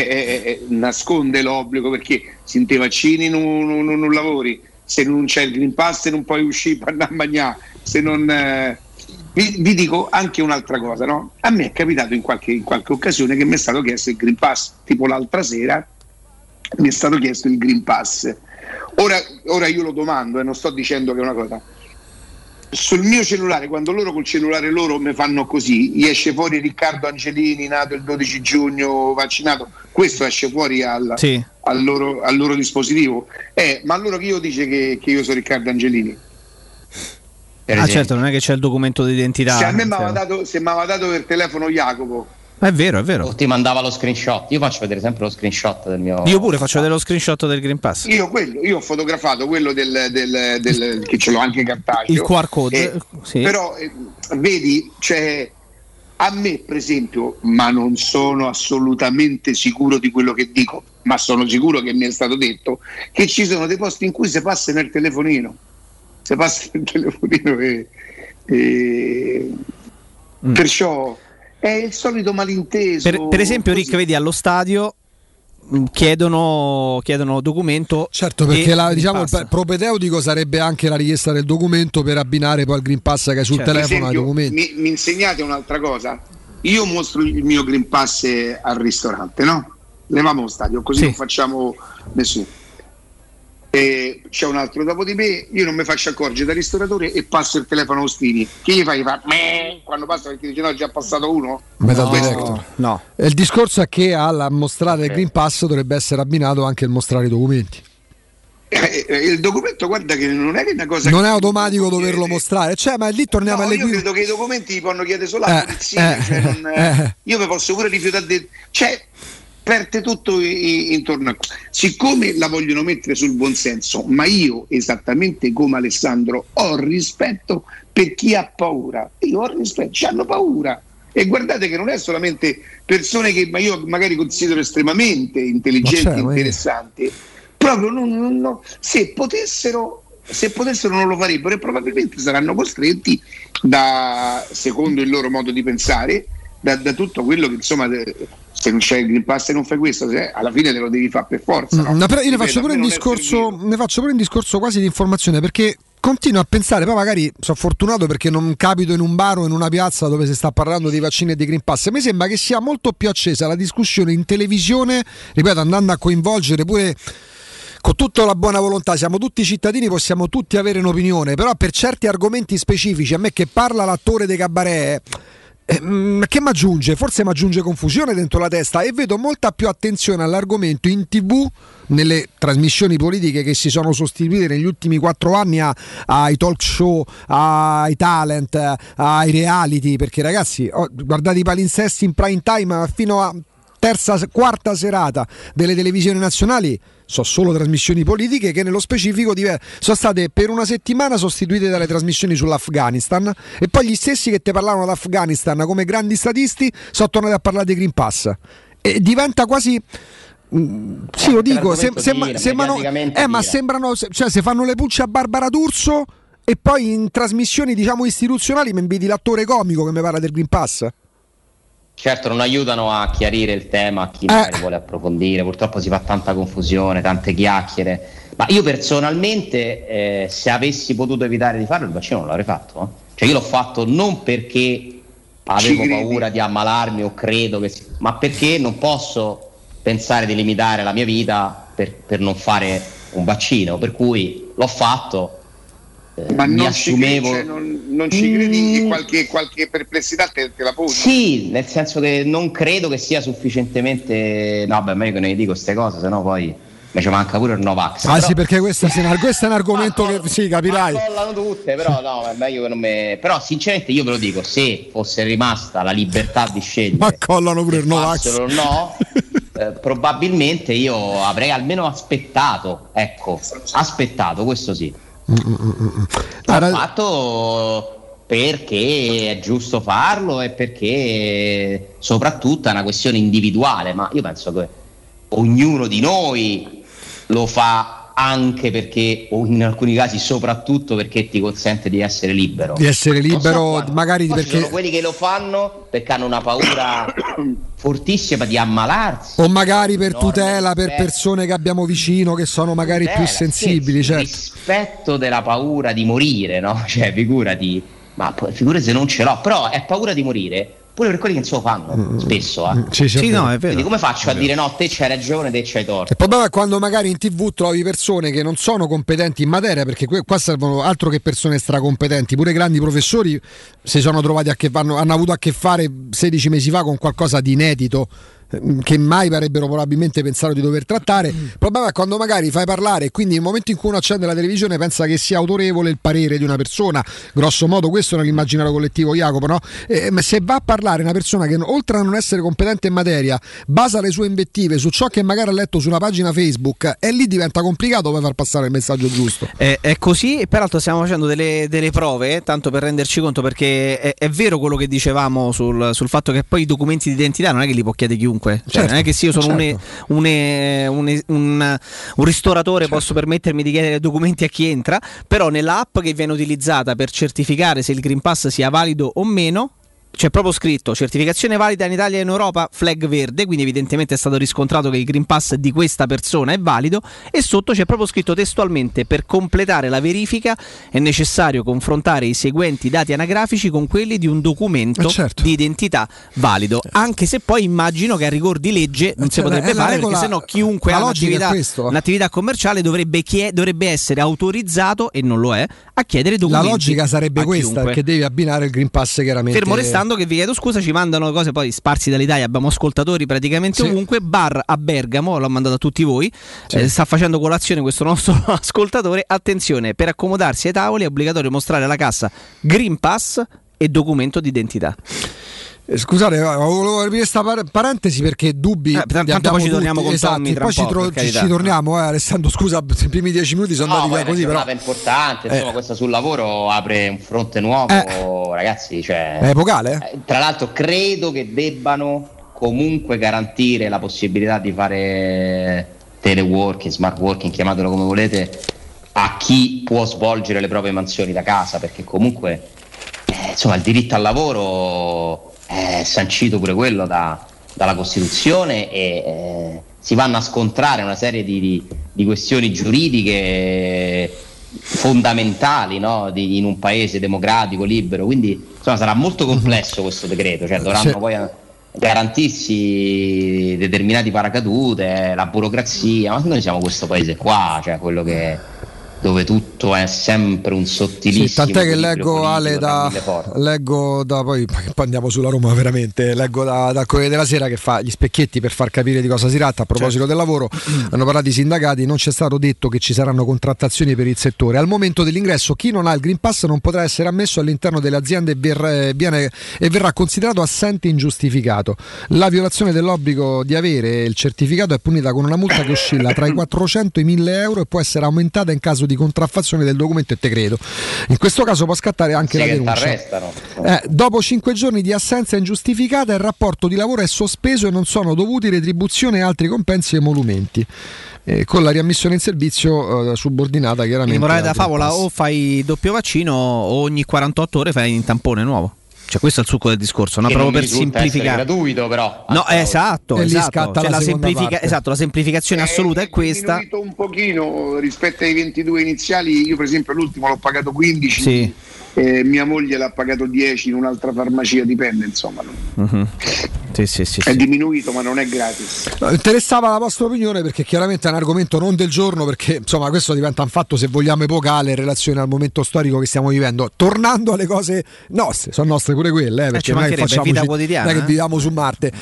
[SPEAKER 5] nasconde l'obbligo, perché se te vaccini non lavori, se non c'è il Green Pass non puoi uscire per andare a mangiare, se non vi dico anche un'altra cosa, no? A me è capitato in qualche occasione che mi è stato chiesto il Green Pass, tipo l'altra sera mi è stato chiesto il Green Pass. Ora io lo domando e non sto dicendo che è una cosa. Sul mio cellulare, quando loro col cellulare loro mi fanno così, gli esce fuori Riccardo Angelini, nato il 12 giugno, vaccinato, questo esce fuori al loro dispositivo. Ma allora chi io dice che io sono Riccardo Angelini?
[SPEAKER 4] Certo, non è che c'è il documento d'identità.
[SPEAKER 5] Se a me mi aveva dato per telefono Jacopo.
[SPEAKER 4] È vero, è vero.
[SPEAKER 2] O ti mandava lo screenshot. Io faccio vedere sempre lo screenshot del mio.
[SPEAKER 4] Io pure faccio vedere lo screenshot del Green Pass.
[SPEAKER 5] Io ho fotografato quello del che ce l'ho anche cartaceo.
[SPEAKER 4] Il QR code. Sì.
[SPEAKER 5] Però vedi, cioè, a me per esempio, ma non sono assolutamente sicuro di quello che dico, ma sono sicuro che mi è stato detto che ci sono dei posti in cui si passa nel telefonino. Se passa nel telefonino perciò è il solito malinteso.
[SPEAKER 4] Per esempio, Rick, vedi allo stadio chiedono documento.
[SPEAKER 3] Certo, perché il propedeutico sarebbe anche la richiesta del documento per abbinare poi il Green Pass che hai sul telefono ai documenti.
[SPEAKER 5] Mi insegnate un'altra cosa? Io mostro il mio Green Pass al ristorante, no? Leviamo lo stadio, così non facciamo nessuno. E c'è un altro dopo di me, io non mi faccio accorgere dal ristoratore e passo il telefono a Ostini. Che gli fai? Quando passa, perché dice no, è già passato uno.
[SPEAKER 3] No. Il discorso è che alla mostrare il Green Pass dovrebbe essere abbinato anche il mostrare i documenti.
[SPEAKER 5] Il documento, guarda che non è che una cosa.
[SPEAKER 3] Non è automatico doverlo mostrare, ma lì torniamo alle
[SPEAKER 5] guide. Io credo che i documenti li possono chiedere solo alla polizia. Io mi posso pure rifiutare perde tutto intorno a questo. Siccome la vogliono mettere sul buonsenso, ma io esattamente come Alessandro ho rispetto per chi ha paura. Io ho rispetto, ci hanno paura. E guardate che non è solamente persone che io magari considero estremamente intelligenti e interessanti, proprio se potessero non lo farebbero e probabilmente saranno costretti secondo il loro modo di pensare da tutto quello che insomma se non c'è il Green Pass e non fai questo alla fine te lo devi fare per forza, no?
[SPEAKER 3] Però io ne faccio pure un discorso quasi di informazione, perché continuo a pensare, poi magari sono fortunato perché non capito in un bar o in una piazza dove si sta parlando di vaccini e di Green Pass. Mi sembra che sia molto più accesa la discussione in televisione, ripeto, andando a coinvolgere pure, con tutta la buona volontà, siamo tutti cittadini, possiamo tutti avere un'opinione, però per certi argomenti specifici, a me che parla l'attore dei cabaret, che mi aggiunge? Forse mi aggiunge confusione dentro la testa, e vedo molta più attenzione all'argomento in TV, nelle trasmissioni politiche che si sono sostituite negli ultimi 4 anni ai talk show, ai talent, ai reality, perché ragazzi, guardate i palinsesti in prime time fino a quarta serata delle televisioni nazionali, sono solo trasmissioni politiche che nello specifico sono state per una settimana sostituite dalle trasmissioni sull'Afghanistan, e poi gli stessi che te parlavano d'Afghanistan come grandi statisti sono tornati a parlare di Green Pass, e diventa quasi sì, lo dico, ma sembrano, cioè se fanno le pulce a Barbara D'Urso e poi in trasmissioni diciamo istituzionali mi inviti l'attore comico che mi parla del Green Pass.
[SPEAKER 2] Certo, non aiutano a chiarire il tema a chi magari vuole approfondire, purtroppo si fa tanta confusione, tante chiacchiere, ma io personalmente se avessi potuto evitare di farlo il vaccino non l'avrei fatto, Cioè io l'ho fatto non perché avevo paura di ammalarmi o credo che ma perché non posso pensare di limitare la mia vita per non fare un vaccino, per cui l'ho fatto.
[SPEAKER 5] Ma non ci credi che qualche perplessità te la poni?
[SPEAKER 2] Sì, nel senso che non credo che sia sufficientemente. No, beh, meglio che non gli dico queste cose, sennò poi mi ci manca pure il Novax.
[SPEAKER 3] Però... sì, perché questo è un argomento che sì, capirai.
[SPEAKER 2] Ma collano tutte, però no, è meglio che non me. Però sinceramente io ve lo dico, se fosse rimasta la libertà di scegliere,
[SPEAKER 3] ma collano pure il Novax
[SPEAKER 2] o no, probabilmente io avrei almeno aspettato, questo sì. L'ho fatto perché è giusto farlo e perché soprattutto è una questione individuale, ma io penso che ognuno di noi lo fa anche perché, o in alcuni casi soprattutto perché ti consente di essere libero.
[SPEAKER 3] Di essere libero, magari perché
[SPEAKER 2] ci sono quelli che lo fanno perché hanno una paura fortissima di ammalarsi.
[SPEAKER 3] O magari per tutela, per persone che abbiamo vicino che sono magari più sensibili. Certo.
[SPEAKER 2] Rispetto della paura di morire, no? Cioè, figurati se non ce l'ho, però è paura di morire. pure per quelli che non se lo fanno spesso.
[SPEAKER 3] Sì,
[SPEAKER 4] no, è vero.
[SPEAKER 2] Quindi come faccio a dire no, te c'hai ragione, te c'hai torto?
[SPEAKER 3] Il problema è quando magari in TV trovi persone che non sono competenti in materia, perché qua servono altro che persone stracompetenti, pure grandi professori si sono trovati hanno avuto a che fare 16 mesi fa con qualcosa di inedito che mai avrebbero probabilmente pensato di dover trattare. Il problema è quando magari fai parlare e quindi nel momento in cui uno accende la televisione pensa che sia autorevole il parere di una persona, grosso modo questo nell'immaginario collettivo, Jacopo, no? Ma se va a parlare una persona che oltre a non essere competente in materia basa le sue invettive su ciò che magari ha letto su una pagina Facebook, e lì diventa complicato poi far passare il messaggio giusto.
[SPEAKER 4] È così, e peraltro stiamo facendo delle prove, tanto per renderci conto, perché è vero quello che dicevamo sul fatto che poi i documenti di identità non è che li può chiedere chiunque. Cioè, certo, non è che se io sono un ristoratore posso permettermi di chiedere documenti a chi entra, però nell'app che viene utilizzata per certificare se il Green Pass sia valido o meno c'è proprio scritto certificazione valida in Italia e in Europa, flag verde, quindi evidentemente è stato riscontrato che il Green Pass di questa persona è valido, e sotto c'è proprio scritto testualmente: per completare la verifica è necessario confrontare i seguenti dati anagrafici con quelli di un documento di identità valido, anche se poi immagino che a rigor di legge non si potrebbe fare, perché sennò chiunque ha un'attività commerciale dovrebbe essere autorizzato, e non lo è, a chiedere documenti.
[SPEAKER 3] La logica sarebbe questa,
[SPEAKER 4] chiunque,
[SPEAKER 3] perché devi abbinare il Green Pass chiaramente.
[SPEAKER 4] Fermo restando che vi chiedo scusa, ci mandano cose poi sparsi dall'Italia, abbiamo ascoltatori praticamente ovunque. Bar a Bergamo, l'ho mandato a tutti voi, sta facendo colazione questo nostro ascoltatore. Attenzione, per accomodarsi ai tavoli è obbligatorio mostrare alla cassa Green Pass e documento d'identità.
[SPEAKER 3] Scusate, volevo aprire questa parentesi perché dubbi
[SPEAKER 4] tanto poi ci torniamo con Tommy tra
[SPEAKER 3] poi ci torniamo, Alessandro, scusa, i primi 10 minuti sono andati via così, però
[SPEAKER 2] è importante, insomma, questa sul lavoro apre un fronte nuovo, ragazzi, cioè
[SPEAKER 3] è epocale.
[SPEAKER 2] Tra l'altro credo che debbano comunque garantire la possibilità di fare teleworking, smart working, chiamatelo come volete, a chi può svolgere le proprie mansioni da casa, perché comunque insomma il diritto al lavoro è sancito pure quello dalla Costituzione, e si vanno a scontrare una serie di questioni giuridiche fondamentali, no? In un paese democratico, libero, quindi insomma sarà molto complesso questo decreto, cioè dovranno poi garantirsi determinati paracadute, la burocrazia, ma noi siamo questo paese qua, cioè quello dove tutto è sempre un sottilissimo.
[SPEAKER 3] Sì, tant'è che leggo, Ale, poi andiamo sulla Roma veramente, leggo dal Corriere della Sera che fa gli specchietti per far capire di cosa si tratta a proposito del lavoro. Hanno parlato i sindacati, non c'è stato detto che ci saranno contrattazioni per il settore. Al momento dell'ingresso chi non ha il Green Pass non potrà essere ammesso all'interno delle aziende e verrà considerato assente ingiustificato. La violazione dell'obbligo di avere il certificato è punita con una multa che oscilla tra i 400 e i 1000 euro e può essere aumentata in caso di contraffazione del documento e decreto. In questo caso può scattare anche la denuncia. Dopo 5 giorni di assenza ingiustificata il rapporto di lavoro è sospeso e non sono dovuti retribuzione e altri compensi e emolumenti. Con la riammissione in servizio subordinata chiaramente.
[SPEAKER 4] In morale da favola, o fai doppio vaccino o ogni 48 ore fai un tampone nuovo. Cioè questo è il succo del discorso, no? Proprio per semplificare.
[SPEAKER 2] È gratuito, però.
[SPEAKER 4] No, esatto.
[SPEAKER 3] E
[SPEAKER 4] Cioè, la semplificazione assoluta è questa.
[SPEAKER 5] È diminuito un pochino rispetto ai 22 iniziali. Io per esempio l'ultimo l'ho pagato 15.
[SPEAKER 4] Sì.
[SPEAKER 5] Mia moglie l'ha pagato 10 in un'altra farmacia, dipende, insomma.
[SPEAKER 4] Sì.
[SPEAKER 5] È diminuito, ma non è gratis.
[SPEAKER 3] Interessava la vostra opinione, perché chiaramente è un argomento non del giorno, perché insomma questo diventa un fatto, se vogliamo, epocale in relazione al momento storico che stiamo vivendo. Tornando alle cose nostre, sono nostre pure quelle, perché
[SPEAKER 4] non è che facciamo vita quotidiana,
[SPEAKER 3] non è che viviamo su Marte.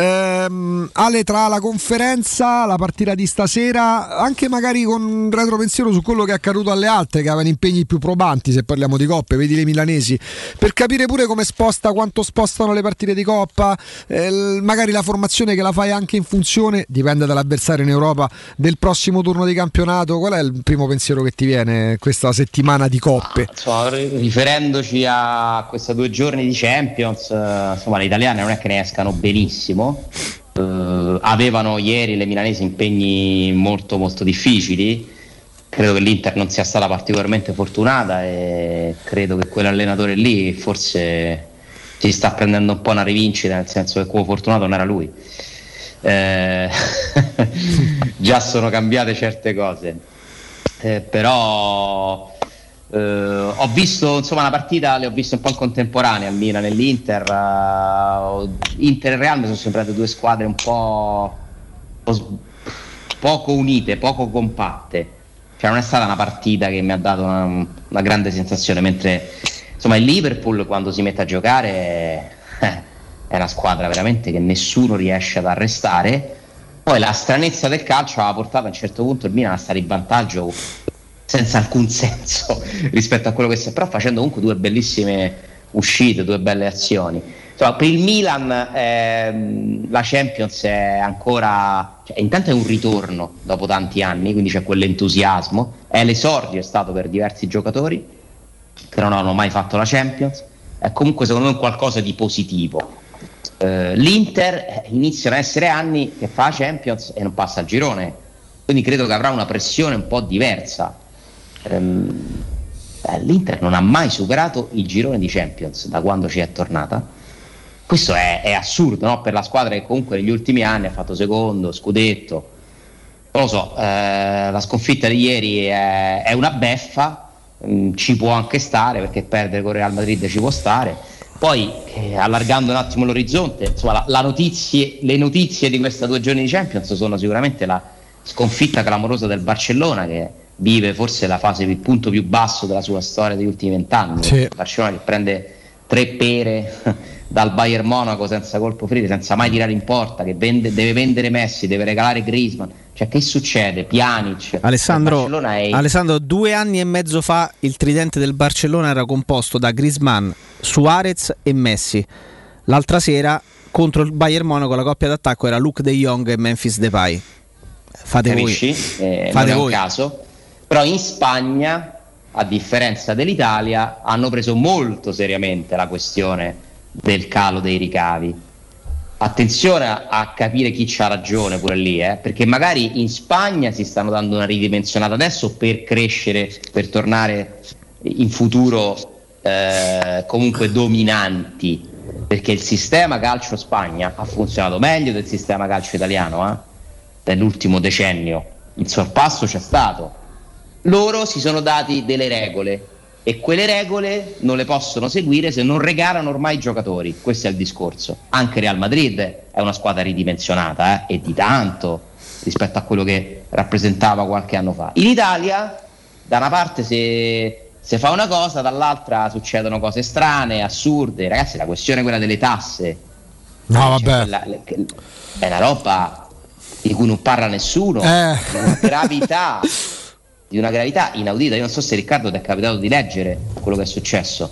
[SPEAKER 3] Ale, tra la conferenza, la partita di stasera, anche magari con un retropensiero su quello che è accaduto alle altre che avevano impegni più probanti, se parliamo di coppe, vedi le milanesi, per capire pure come quanto spostano le partite di coppa, magari la formazione che la fai anche in funzione, dipende dall'avversario in Europa, del prossimo turno di campionato. Qual è il primo pensiero che ti viene questa settimana di coppe?
[SPEAKER 2] Riferendoci a questi 2 giorni di Champions, insomma le italiane non è che ne escano benissimo, avevano ieri le milanesi impegni molto molto difficili. Credo che l'Inter non sia stata particolarmente fortunata e credo che quell'allenatore lì forse si sta prendendo un po' una rivincita, nel senso che come fortunato non era lui. Già sono cambiate certe cose, però Ho visto insomma una partita, le ho viste un po' in contemporanea, al Milan e l'Inter. Inter e Real mi sono sembrate due squadre un po' poco unite, poco compatte, cioè non è stata una partita che mi ha dato una grande sensazione, mentre insomma il Liverpool quando si mette a giocare è una squadra veramente che nessuno riesce ad arrestare. Poi la stranezza del calcio ha portato a un certo punto il Milan a stare in vantaggio senza alcun senso rispetto a quello che però facendo comunque due bellissime uscite, due belle azioni. Insomma, per il Milan la Champions è ancora, cioè, intanto è un ritorno dopo tanti anni, quindi c'è quell'entusiasmo, è l'esordio, è stato per diversi giocatori che non hanno mai fatto la Champions, è comunque secondo me qualcosa di positivo. L'Inter iniziano a essere anni che fa la Champions e non passa al girone, quindi credo che avrà una pressione un po' diversa. L'Inter non ha mai superato il girone di Champions da quando ci è tornata. Questo è assurdo, no? Per la squadra che comunque negli ultimi anni ha fatto secondo, scudetto, non lo so, la sconfitta di ieri è una beffa, ci può anche stare perché perdere con Real Madrid ci può stare. Poi allargando un attimo l'orizzonte, insomma, le notizie di questi 2 giorni di Champions sono sicuramente la sconfitta clamorosa del Barcellona, che vive forse la fase, il punto più basso della sua storia degli ultimi 20 anni. Sì. Il Barcellona che prende 3 pere dal Bayern Monaco senza colpo ferire, senza mai tirare in porta, che deve vendere Messi, deve regalare Griezmann. Cioè, che succede? Pjanic.
[SPEAKER 4] Alessandro, 2 anni e mezzo fa il tridente del Barcellona era composto da Griezmann, Suarez e Messi. L'altra sera contro il Bayern Monaco la coppia d'attacco era Luke De Jong e Memphis Depay. Fate
[SPEAKER 2] Capisci?
[SPEAKER 4] voi.
[SPEAKER 2] Non è un caso. Però in Spagna, a differenza dell'Italia, hanno preso molto seriamente la questione del calo dei ricavi. Attenzione a capire chi c'ha ragione pure lì, perché magari in Spagna si stanno dando una ridimensionata adesso per crescere, per tornare in futuro comunque dominanti, perché il sistema calcio Spagna ha funzionato meglio del sistema calcio italiano nell'ultimo decennio. Il sorpasso c'è stato. Loro si sono dati delle regole e quelle regole non le possono seguire se non regalano ormai i giocatori. Questo è il discorso. Anche Real Madrid è una squadra ridimensionata e di tanto rispetto a quello che rappresentava qualche anno fa. In Italia da una parte se fa una cosa, dall'altra succedono cose strane, assurde. Ragazzi, la questione quella delle tasse,
[SPEAKER 3] no vabbè,
[SPEAKER 2] è una roba di cui non parla nessuno, una gravità inaudita. Io non so se Riccardo ti è capitato di leggere quello che è successo.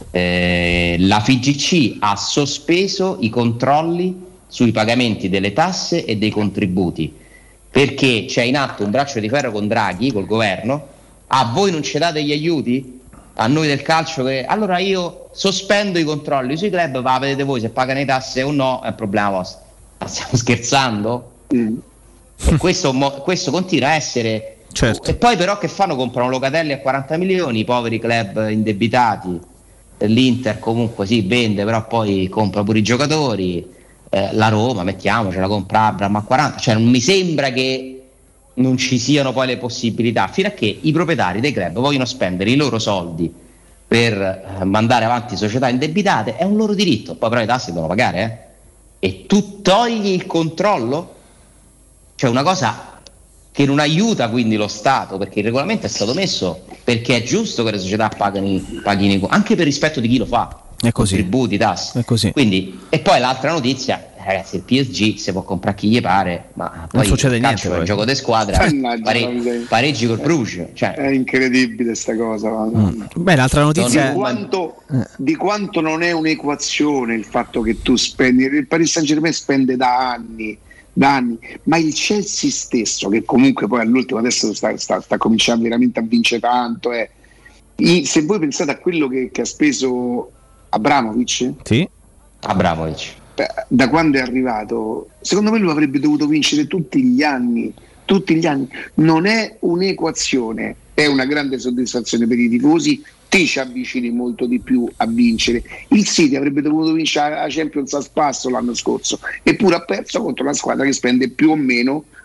[SPEAKER 2] La FIGC ha sospeso i controlli sui pagamenti delle tasse e dei contributi perché c'è in atto un braccio di ferro con Draghi, col governo. A voi non ci date gli aiuti? A noi del calcio allora io sospendo i controlli sui club, vedete voi se pagano le tasse o no, è un problema vostro. Ma stiamo scherzando? E questo continua a essere.
[SPEAKER 4] Certo.
[SPEAKER 2] E poi però che fanno? Comprano Locatelli a 40 milioni, i poveri club indebitati. L'Inter comunque si vende, però poi compra pure i giocatori. La Roma, mettiamocela, compra Abraham a 40. Cioè non mi sembra che non ci siano poi le possibilità, fino a che i proprietari dei club vogliono spendere i loro soldi per mandare avanti società indebitate. È un loro diritto, poi però le tasse devono pagare, e tu togli il controllo, cioè una cosa che non aiuta quindi lo Stato, perché il regolamento è stato messo perché è giusto che le società paghino anche per rispetto di chi lo fa, contributi, tasse.
[SPEAKER 4] È così.
[SPEAKER 2] Quindi, e poi l'altra notizia, ragazzi, il PSG si può comprare chi gli pare, ma poi
[SPEAKER 4] non succede niente,
[SPEAKER 2] è un gioco di squadra, pareggi col Bruges, cioè.
[SPEAKER 5] È incredibile sta cosa.
[SPEAKER 4] Beh, l'altra notizia
[SPEAKER 5] di quanto non è un'equazione il fatto che tu spendi. Il Paris Saint-Germain spende da anni, ma il Chelsea stesso, che comunque poi all'ultimo adesso sta cominciando veramente a vincere tanto, se voi pensate a quello che ha speso Abramovich, da quando è arrivato, secondo me lui avrebbe dovuto vincere tutti gli anni. Non è un'equazione, è una grande soddisfazione per i tifosi, ti ci avvicini molto di più a vincere. Il City avrebbe dovuto vincere la Champions a spasso l'anno scorso, eppure ha perso contro una squadra che spende più o meno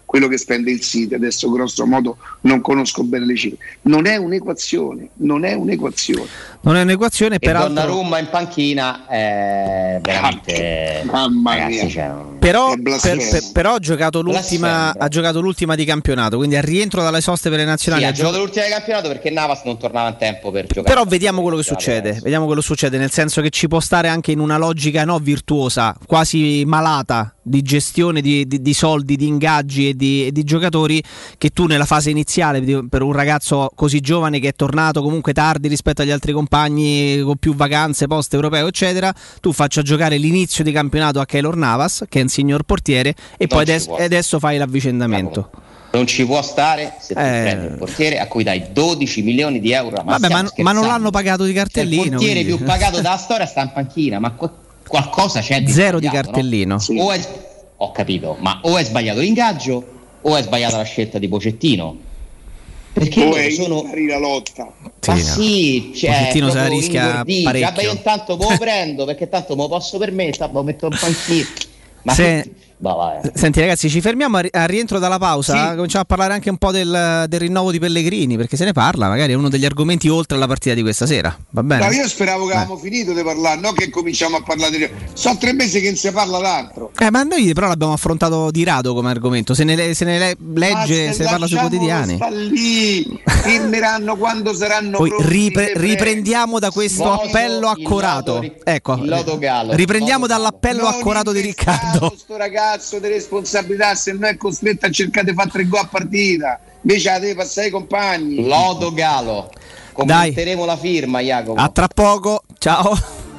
[SPEAKER 5] quello che spende il City, adesso grosso modo non conosco bene le cifre. Non è un'equazione.
[SPEAKER 4] Non è un'equazione,
[SPEAKER 2] e
[SPEAKER 4] peraltro
[SPEAKER 2] Donnarumma in panchina è veramente
[SPEAKER 5] mamma
[SPEAKER 2] ragazzi,
[SPEAKER 5] mia.
[SPEAKER 2] cioè,
[SPEAKER 4] però ha giocato l'ultima di campionato, quindi al rientro dalle soste per le nazionali
[SPEAKER 2] ha giocato l'ultima di campionato perché Navas non tornava in tempo per giocare.
[SPEAKER 4] Però vediamo quello che succede, nel senso che ci può stare anche in una logica virtuosa, quasi malata, di gestione di soldi, di ingaggi e di giocatori, che tu nella fase iniziale per un ragazzo così giovane che è tornato comunque tardi rispetto agli altri compagni, con più vacanze post europeo eccetera, tu faccia giocare l'inizio di campionato a Keylor Navas, che è un signor portiere, e poi adesso fai l'avvicendamento.
[SPEAKER 2] Non ci può stare se tu prendi un portiere a cui dai 12 milioni di euro.
[SPEAKER 4] Ma non l'hanno pagato di cartellino.
[SPEAKER 2] Il portiere più pagato dalla storia sta in panchina, ma qualcosa c'è di
[SPEAKER 4] zero di cartellino, no?
[SPEAKER 2] Sì. Ho capito, ma o è sbagliato l'ingaggio o è sbagliata la scelta di Pochettino, perché
[SPEAKER 5] o è
[SPEAKER 2] sono
[SPEAKER 5] la lotta.
[SPEAKER 2] Ma sì,
[SPEAKER 4] Pochettino se la rischia parecchio.
[SPEAKER 2] Vabbè, io intanto me lo prendo perché tanto me lo posso permettere, lo metto in panchina. Ma
[SPEAKER 4] senti ragazzi, ci fermiamo a rientro dalla pausa,
[SPEAKER 5] sì.
[SPEAKER 4] Cominciamo a parlare anche un po' del rinnovo di Pellegrini, perché se ne parla, magari è uno degli argomenti oltre alla partita di questa sera, va bene?
[SPEAKER 5] No, io speravo che avevamo finito di parlare, non che cominciamo a parlare di... Sono 3 mesi che non si parla d'altro.
[SPEAKER 4] Ma noi però l'abbiamo affrontato di rado come argomento, se ne legge, se ne parla sui quotidiani.
[SPEAKER 5] Sta lì, firmeranno quando saranno
[SPEAKER 4] poi
[SPEAKER 5] pronti.
[SPEAKER 4] Riprendiamo da questo appello accorato. Ecco, riprendiamo dall'appello accorato di Riccardo.
[SPEAKER 5] Sto ragazzo di responsabilità, se non è costretto a cercare di fare 3 gol a partita, invece la deve passare ai compagni.
[SPEAKER 2] Lodo Galo, commenteremo la firma, Jacopo.
[SPEAKER 4] A tra poco, ciao.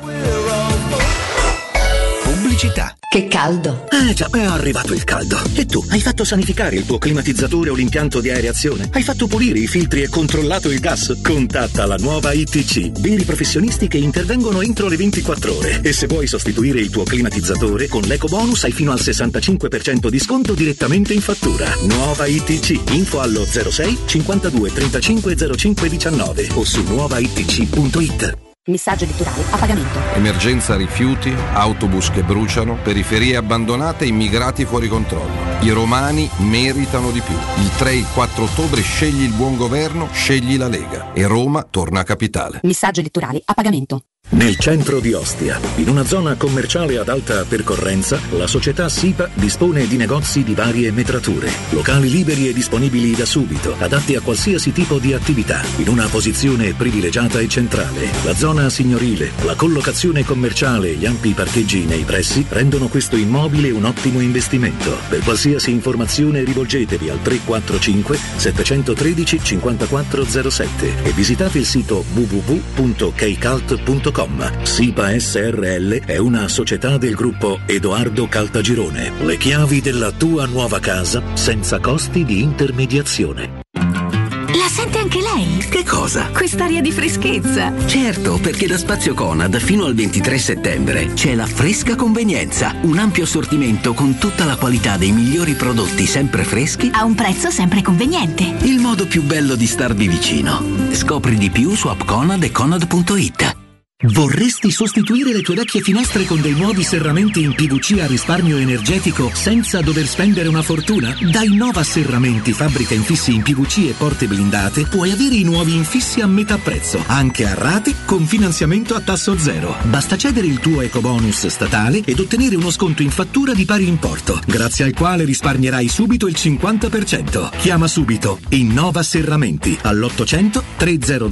[SPEAKER 22] Pubblicità.
[SPEAKER 19] Che caldo.
[SPEAKER 6] Già, è arrivato il caldo. E tu, hai fatto sanificare il tuo climatizzatore o l'impianto di areazione? Hai fatto pulire i filtri e controllato il gas? Contatta la nuova ITC, veri professionisti che intervengono entro le 24 ore. E se vuoi sostituire il tuo climatizzatore, con l'ecobonus hai fino al 65% di sconto direttamente in fattura. Nuova ITC, info allo 06 52 35 05 19 o su nuovaitc.it.
[SPEAKER 19] Messaggio elettorale a pagamento.
[SPEAKER 8] Emergenza rifiuti, autobus che bruciano, periferie abbandonate, immigrati fuori controllo. I romani meritano di più. Il 3 e il 4 ottobre scegli il buon governo, scegli la Lega e Roma torna capitale.
[SPEAKER 19] Messaggio elettorale a pagamento.
[SPEAKER 6] Nel centro di Ostia, in una zona commerciale ad alta percorrenza, la società SIPA dispone di negozi di varie metrature, locali liberi e disponibili da subito, adatti a qualsiasi tipo di attività, in una posizione privilegiata e centrale. La zona signorile, la collocazione commerciale e gli ampi parcheggi nei pressi rendono questo immobile un ottimo investimento. Per qualsiasi informazione rivolgetevi al 345 713 5407 e visitate il sito www.keicalt.com. SIPA SRL è una società del gruppo Edoardo Caltagirone. Le chiavi della tua nuova casa senza costi di intermediazione.
[SPEAKER 9] La sente anche lei?
[SPEAKER 22] Che cosa?
[SPEAKER 9] Quest'aria di freschezza.
[SPEAKER 22] Certo, perché da Spazio Conad fino al 23 settembre c'è la fresca convenienza, un ampio assortimento con tutta la qualità dei migliori prodotti sempre freschi
[SPEAKER 9] a un prezzo sempre conveniente.
[SPEAKER 22] Il modo più bello di starvi vicino. Scopri di più su appconad e conad.it.
[SPEAKER 6] Vorresti sostituire le tue vecchie finestre con dei nuovi serramenti in PVC a risparmio energetico senza dover spendere una fortuna? Da Innova Serramenti, fabbrica infissi in PVC e porte blindate, puoi avere i nuovi infissi a metà prezzo, anche a rate con finanziamento a tasso zero. Basta cedere il tuo ecobonus statale ed ottenere uno sconto in fattura di pari importo, grazie al quale risparmierai subito il 50%. Chiama subito Innova Serramenti all'800 300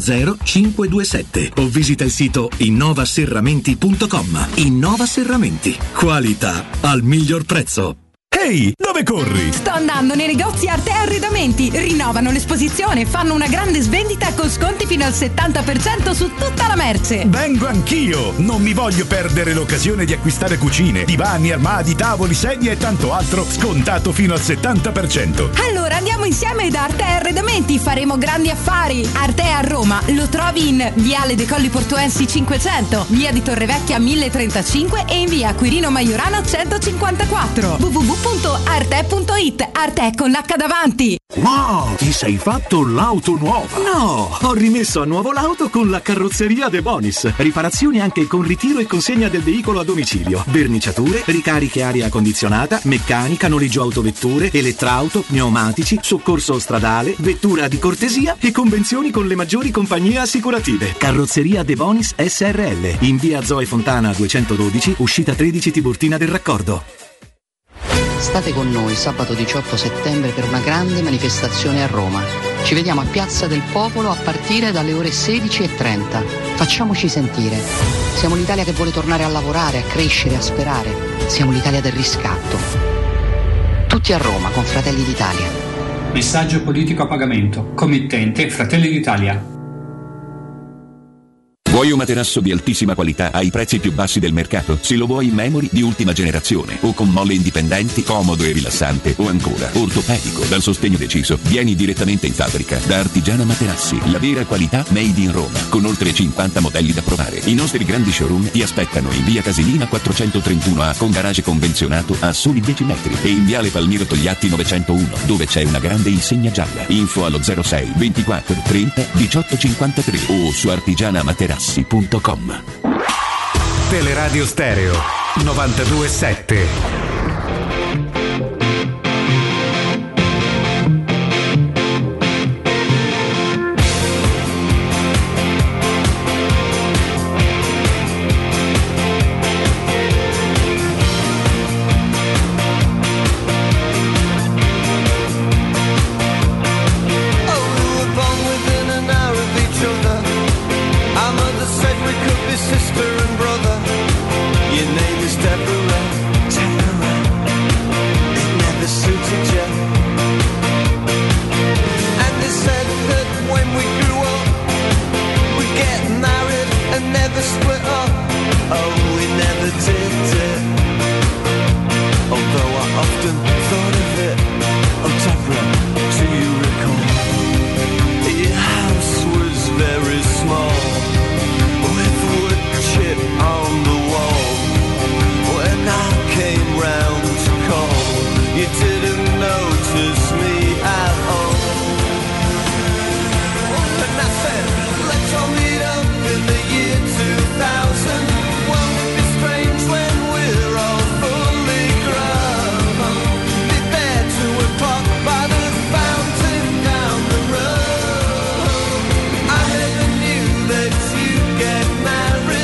[SPEAKER 6] 527 o visita il sito innovaserramenti.com. Innova Serramenti, qualità al miglior prezzo.
[SPEAKER 11] Ehi, dove corri?
[SPEAKER 20] Sto andando nei negozi Arte Arredamenti. Rinnovano l'esposizione, fanno una grande svendita con sconti fino al 70% su tutta la merce.
[SPEAKER 11] Vengo anch'io! Non mi voglio perdere l'occasione di acquistare cucine, divani, armadi, tavoli, sedie e tanto altro scontato fino al 70%.
[SPEAKER 20] Allora andiamo insieme da Arte Arredamenti, faremo grandi affari. Arte a Roma lo trovi in Viale dei Colli Portuensi 500, Via di Torrevecchia 1035 e in Via Quirino Maiorana 154. www.artearroma.it.
[SPEAKER 12] www.arte.it. Arte con l'H davanti.
[SPEAKER 13] Wow, ti sei fatto l'auto nuova?
[SPEAKER 14] No, ho rimesso a nuovo l'auto con la carrozzeria De Bonis. Riparazioni anche con ritiro e consegna del veicolo a domicilio. Verniciature, ricariche aria condizionata, meccanica, noleggio autovetture, elettrauto, pneumatici, soccorso stradale, vettura di cortesia e convenzioni con le maggiori compagnie assicurative. Carrozzeria De Bonis SRL. In via Zoe Fontana 212, uscita 13 Tiburtina del Raccordo.
[SPEAKER 15] State con noi sabato 18 settembre per una grande manifestazione a Roma. Ci vediamo a Piazza del Popolo a partire dalle ore 16:30. Facciamoci sentire. Siamo l'Italia che vuole tornare a lavorare, a crescere, a sperare. Siamo l'Italia del riscatto. Tutti a Roma con Fratelli d'Italia.
[SPEAKER 17] Messaggio politico a pagamento. Committente Fratelli d'Italia.
[SPEAKER 7] Vuoi un materasso di altissima qualità ai prezzi più bassi del mercato? Se lo vuoi in memory di ultima generazione o con molle indipendenti, comodo e rilassante o ancora ortopedico dal sostegno deciso, vieni direttamente in fabbrica da Artigiana Materassi, la vera qualità made in Roma, con oltre 50 modelli da provare. I nostri grandi showroom ti aspettano in via Casilina 431A con garage convenzionato a soli 10 metri e in viale Palmiro Togliatti 901 dove c'è una grande insegna gialla. Info allo 06 24 30 18 53 o su artigianamaterassi.com.
[SPEAKER 16] Teleradio Stereo 92.7.
[SPEAKER 1] Sister and brother, your name is Deborah, Deborah. It never suited you. And they said that when we grew up, we'd get married and never split up. Oh, we never did it. Although I often thought of it. Oh, Deborah, do you recall? Your house was very small. Chip on the wall. When I came round to call, you didn't notice me at all. And I said, let's all meet up in the year 2000. Won't it be strange when we're all fully grown? Be there to a park by the fountain down the road. I never knew that you'd get married.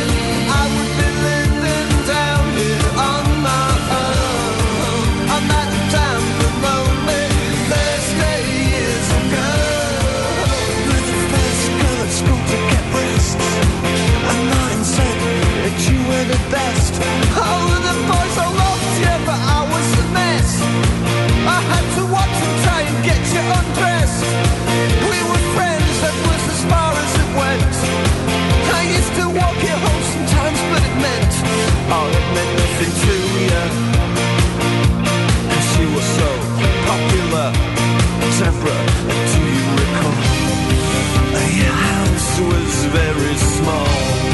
[SPEAKER 1] The best. Oh, the boys all loved you, but I was a mess. I had to watch and try and get you undressed. We were friends, that was as far as it went. I used to walk you home sometimes, but it meant, oh, it meant nothing to you. Cause you were so popular. Deborah, do you recall? Your house was very small.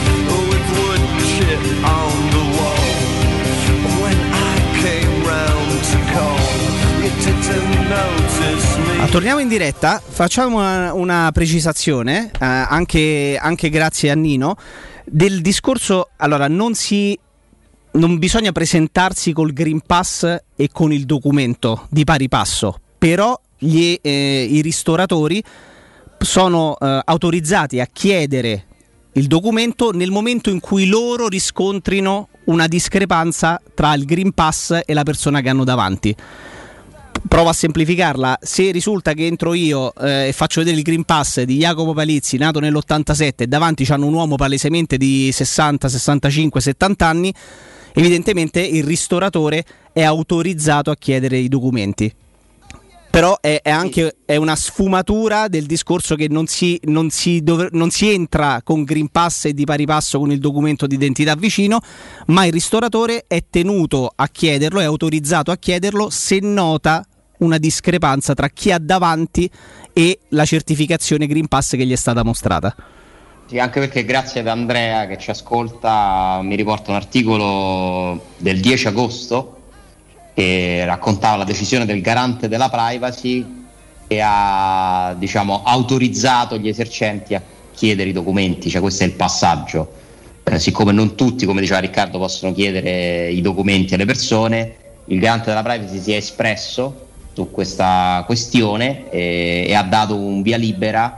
[SPEAKER 1] On the wall. When I came round to call, you didn't notice me.
[SPEAKER 4] Torniamo in diretta, facciamo una precisazione, anche grazie a Nino, del discorso. Allora, non bisogna presentarsi col Green Pass e con il documento di pari passo, però i ristoratori sono autorizzati a chiedere il documento nel momento in cui loro riscontrino una discrepanza tra il Green Pass e la persona che hanno davanti. Provo a semplificarla: se risulta che entro io e faccio vedere il Green Pass di Jacopo Palizzi, nato nell'87, e davanti c'hanno un uomo palesemente di 60, 65, 70 anni, evidentemente il ristoratore è autorizzato a chiedere i documenti. Però è anche una sfumatura del discorso che non si entra con Green Pass e di pari passo con il documento di identità vicino, ma il ristoratore è tenuto a chiederlo, è autorizzato a chiederlo se nota una discrepanza tra chi ha davanti e la certificazione Green Pass che gli è stata mostrata.
[SPEAKER 2] Sì, anche perché grazie ad Andrea che ci ascolta mi riporta un articolo del 10 agosto che raccontava la decisione del garante della privacy che ha, diciamo, autorizzato gli esercenti a chiedere i documenti, cioè questo è il passaggio. Siccome non tutti, come diceva Riccardo, possono chiedere i documenti alle persone, il garante della privacy si è espresso su questa questione e ha dato un via libera.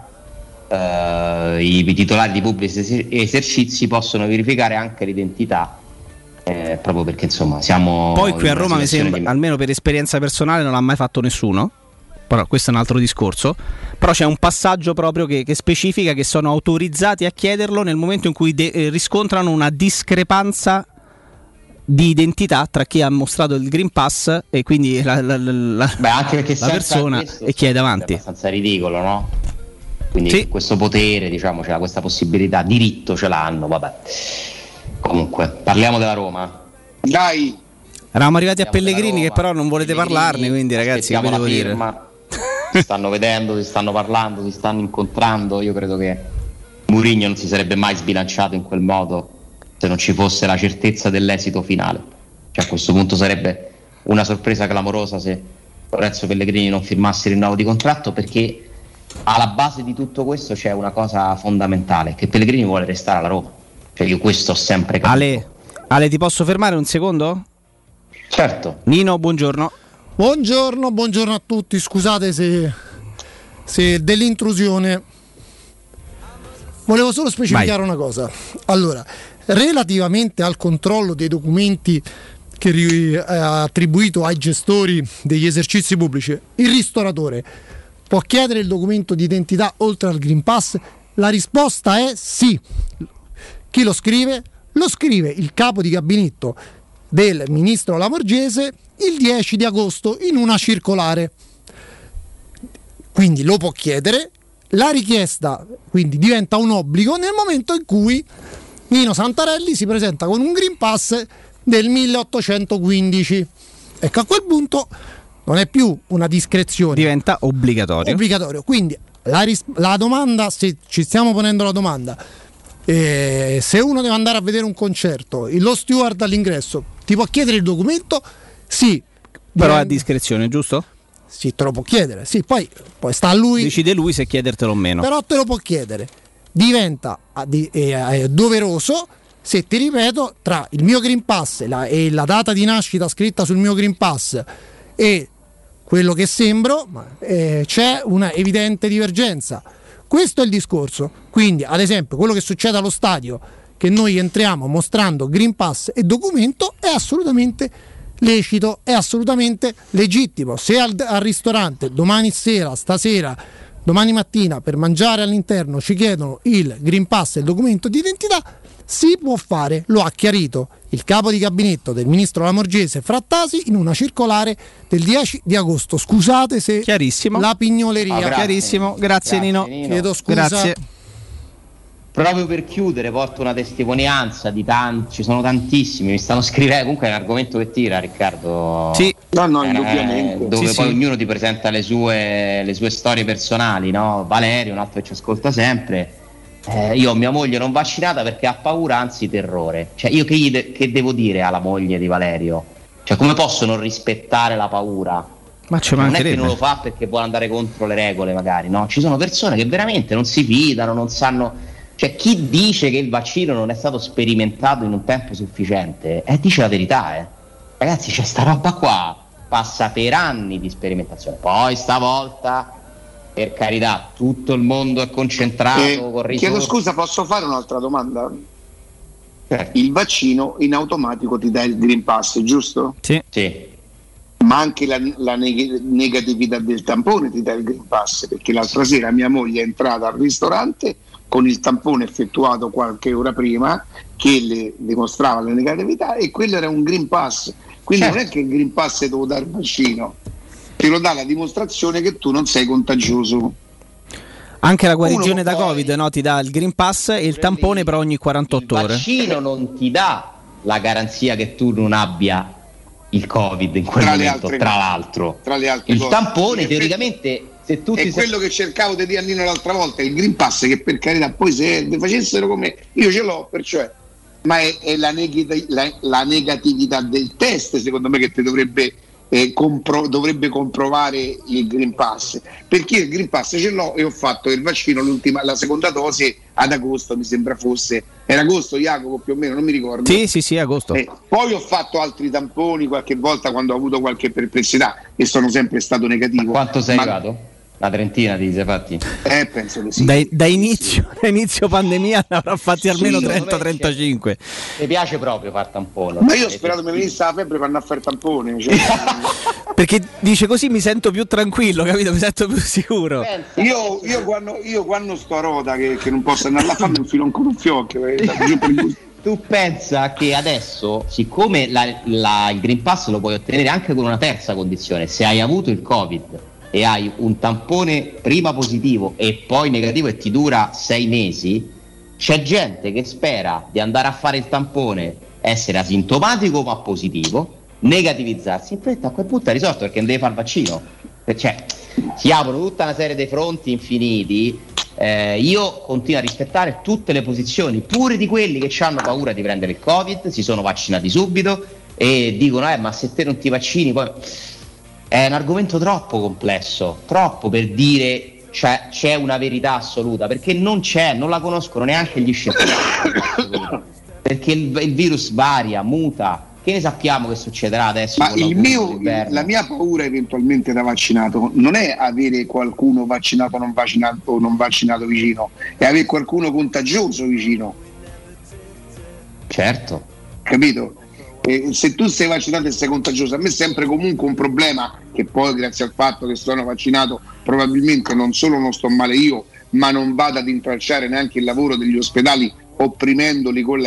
[SPEAKER 2] I titolari di pubblici esercizi possono verificare anche l'identità, proprio perché insomma siamo
[SPEAKER 4] poi qui a Roma mi sembra, almeno per esperienza personale, non l'ha mai fatto nessuno, però questo è un altro discorso. Però c'è un passaggio proprio che specifica che sono autorizzati a chiederlo nel momento in cui riscontrano una discrepanza di identità tra chi ha mostrato il Green Pass e quindi la
[SPEAKER 2] anche perché
[SPEAKER 4] la persona e chi è davanti.
[SPEAKER 2] È abbastanza ridicolo, no? Quindi
[SPEAKER 4] sì,
[SPEAKER 2] questo potere, diciamo, c'è questa possibilità, diritto ce l'hanno, vabbè. Comunque, parliamo della Roma.
[SPEAKER 5] Dai!
[SPEAKER 4] Eravamo arrivati a Pellegrini, che però non volete parlarne, quindi ragazzi, che devo dire?
[SPEAKER 2] Si stanno vedendo, si stanno parlando, si stanno incontrando. Io credo che Mourinho non si sarebbe mai sbilanciato in quel modo se non ci fosse la certezza dell'esito finale. Cioè, a questo punto sarebbe una sorpresa clamorosa se Lorenzo Pellegrini non firmasse il rinnovo di contratto, perché alla base di tutto questo c'è una cosa fondamentale, che Pellegrini vuole restare alla Roma. Cioè, io questo ho sempre capito.
[SPEAKER 4] Ale, ti posso fermare un secondo?
[SPEAKER 2] Certo.
[SPEAKER 4] Nino, buongiorno.
[SPEAKER 24] Buongiorno a tutti, scusate se dell'intrusione. Volevo solo specificare una cosa. Allora, relativamente al controllo dei documenti che è attribuito ai gestori degli esercizi pubblici, il ristoratore può chiedere il documento di identità oltre al Green Pass? La risposta è sì. Chi lo scrive? Lo scrive il capo di gabinetto del ministro Lamorgese il 10 di agosto in una circolare. Quindi lo può chiedere, la richiesta quindi diventa un obbligo nel momento in cui Nino Santarelli si presenta con un Green Pass del 1815. Ecco, a quel punto non è più una discrezione,
[SPEAKER 4] diventa obbligatorio. Quindi
[SPEAKER 24] la domanda, se ci stiamo ponendo la domanda, se uno deve andare a vedere un concerto, lo steward all'ingresso ti può chiedere il documento? Sì,
[SPEAKER 4] però a discrezione, giusto?
[SPEAKER 24] Sì, te lo può chiedere. Sì, poi sta a lui,
[SPEAKER 4] decide lui se chiedertelo o meno.
[SPEAKER 24] Però te lo può chiedere. Diventa doveroso se, ti ripeto, tra il mio Green Pass e la data di nascita scritta sul mio Green Pass e quello che sembro, c'è una evidente divergenza. Questo è il discorso. Quindi, ad esempio, quello che succede allo stadio, che noi entriamo mostrando Green Pass e documento, è assolutamente lecito, è assolutamente legittimo. Se al ristorante domani sera, stasera, domani mattina per mangiare all'interno ci chiedono il Green Pass e il documento di identità, si può fare. Lo ha chiarito il capo di gabinetto del ministro Lamorgese Frattasi in una circolare del 10 di agosto. Scusate se
[SPEAKER 4] chiarissimo,
[SPEAKER 24] la pignoleria.
[SPEAKER 4] Chiarissimo, grazie Nino.
[SPEAKER 24] Chiedo scusa.
[SPEAKER 4] Grazie.
[SPEAKER 2] Proprio per chiudere, porto una testimonianza di tanti, ci sono tantissimi, mi stanno scrivendo. Comunque è un argomento che tira, Riccardo.
[SPEAKER 4] Sì,
[SPEAKER 5] indubbiamente.
[SPEAKER 2] Dove
[SPEAKER 5] sì,
[SPEAKER 2] poi
[SPEAKER 5] sì.
[SPEAKER 2] ognuno ti presenta le sue storie personali, no? Valerio, un altro che ci ascolta sempre. Io ho mia moglie non vaccinata perché ha paura, anzi terrore. Cioè, io che devo dire alla moglie di Valerio? Cioè, come posso non rispettare la paura?
[SPEAKER 4] Ma ci
[SPEAKER 2] non è
[SPEAKER 4] mancherebbe.
[SPEAKER 2] che non lo fa perché vuole andare contro le regole, magari, no? Ci sono persone che veramente non si fidano, non sanno. Cioè, chi dice che il vaccino non è stato sperimentato in un tempo sufficiente, dice la verità, Ragazzi, c'è sta roba qua, passa per anni di sperimentazione. Poi stavolta, per carità, tutto il mondo è concentrato con risorse.
[SPEAKER 5] Chiedo scusa, posso fare un'altra domanda? Il vaccino in automatico ti dà il Green Pass, giusto?
[SPEAKER 4] Sì.
[SPEAKER 5] Ma anche la negatività del tampone ti dà il Green Pass, perché l'altra sera mia moglie è entrata al ristorante con il tampone effettuato qualche ora prima che le dimostrava la negatività, e quello era un Green Pass. Quindi non è che il Green Pass te lo dà il vaccino, te lo dà la dimostrazione che tu non sei contagioso.
[SPEAKER 4] Anche la guarigione da Covid, no? Ti dà il Green Pass e il tampone per ogni 48 ore.
[SPEAKER 2] Il vaccino non ti dà la garanzia che tu non abbia il Covid in quel momento, tra l'altro.
[SPEAKER 5] Tra le altre
[SPEAKER 2] il
[SPEAKER 5] cose,
[SPEAKER 2] tampone teoricamente, se tu
[SPEAKER 5] è quello che cercavo di dire a Nino l'altra volta, il Green Pass, che per carità poi se facessero come io ce l'ho, perciò ma è la negatività del test, secondo me, che ti dovrebbe dovrebbe comprovare il Green Pass, perché il Green Pass ce l'ho e ho fatto il vaccino, la seconda dose ad agosto, mi sembra fosse, era agosto, Jacopo, più o meno, non mi ricordo.
[SPEAKER 4] Sì, agosto.
[SPEAKER 5] Poi ho fatto altri tamponi qualche volta quando ho avuto qualche perplessità e sono sempre stato negativo.
[SPEAKER 2] Quanto sei arrivato? Una trentina ti sei fatti?
[SPEAKER 5] Penso che sì.
[SPEAKER 4] Da inizio pandemia ne avrà fatti almeno 30-35.
[SPEAKER 2] Mi piace proprio far tampone.
[SPEAKER 5] Ma io ho sperato mi venisse la febbre per andare a fare tampone.
[SPEAKER 4] Perché dice così mi sento più tranquillo, capito? Mi sento più sicuro.
[SPEAKER 5] Io quando sto a Rota che non posso andare a fare mi infilo ancora un fiocco.
[SPEAKER 2] Tu pensa che adesso, siccome il Green Pass lo puoi ottenere anche con una terza condizione, se hai avuto il Covid e hai un tampone prima positivo e poi negativo e ti dura 6 mesi, c'è gente che spera di andare a fare il tampone, essere asintomatico ma positivo, negativizzarsi, in fretta a quel punto è risolto perché non deve fare il vaccino. Cioè, si aprono tutta una serie di fronti infiniti. Io continuo a rispettare tutte le posizioni, pure di quelli che hanno paura di prendere il Covid, si sono vaccinati subito e dicono ma se te non ti vaccini poi... È un argomento troppo complesso, troppo per dire c'è una verità assoluta, perché non la conoscono neanche gli scienziati. Perché il virus varia, muta. Che ne sappiamo che succederà adesso?
[SPEAKER 5] Ma la mia paura eventualmente da vaccinato non è avere qualcuno vaccinato o non vaccinato vicino, è avere qualcuno contagioso vicino.
[SPEAKER 2] Certo.
[SPEAKER 5] Capito? Se tu sei vaccinato e sei contagioso, a me è sempre comunque un problema che poi grazie al fatto che sono vaccinato probabilmente non solo non sto male io, ma non vado ad intralciare neanche il lavoro degli ospedali opprimendoli con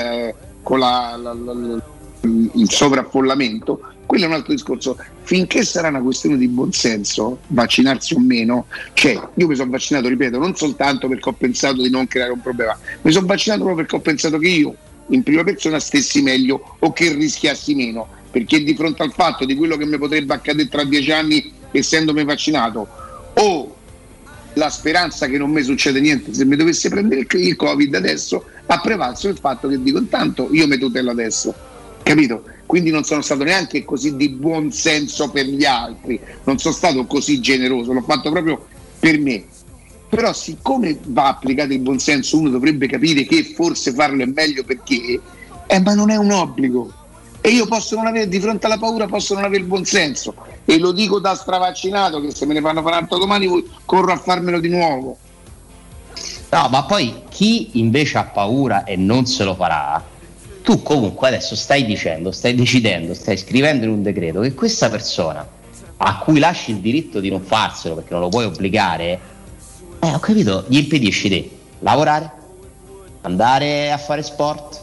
[SPEAKER 5] il sovraffollamento. Quello è un altro discorso. Finché sarà una questione di buonsenso, vaccinarsi o meno, io mi sono vaccinato, ripeto, non soltanto perché ho pensato di non creare un problema, mi sono vaccinato proprio perché ho pensato che io in prima persona stessi meglio o che rischiassi meno, perché di fronte al fatto di quello che mi potrebbe accadere tra 10 anni essendomi vaccinato o la speranza che non mi succede niente se mi dovesse prendere il Covid adesso, ha prevalso il fatto che dico intanto io mi tutelo adesso, capito? Quindi non sono stato neanche così di buon senso per gli altri, non sono stato così generoso, l'ho fatto proprio per me. Però siccome va applicato il buonsenso, uno dovrebbe capire che forse farlo è meglio perché, ma non è un obbligo. E io posso non avere, di fronte alla paura, posso non avere il buonsenso. E lo dico da stravaccinato, che se me ne fanno fare altro domani corro a farmelo di nuovo.
[SPEAKER 2] No, ma poi chi invece ha paura e non se lo farà, tu comunque adesso stai decidendo, stai scrivendo in un decreto che questa persona a cui lasci il diritto di non farselo perché non lo puoi obbligare, ho capito, gli impedisci di lavorare, andare a fare sport,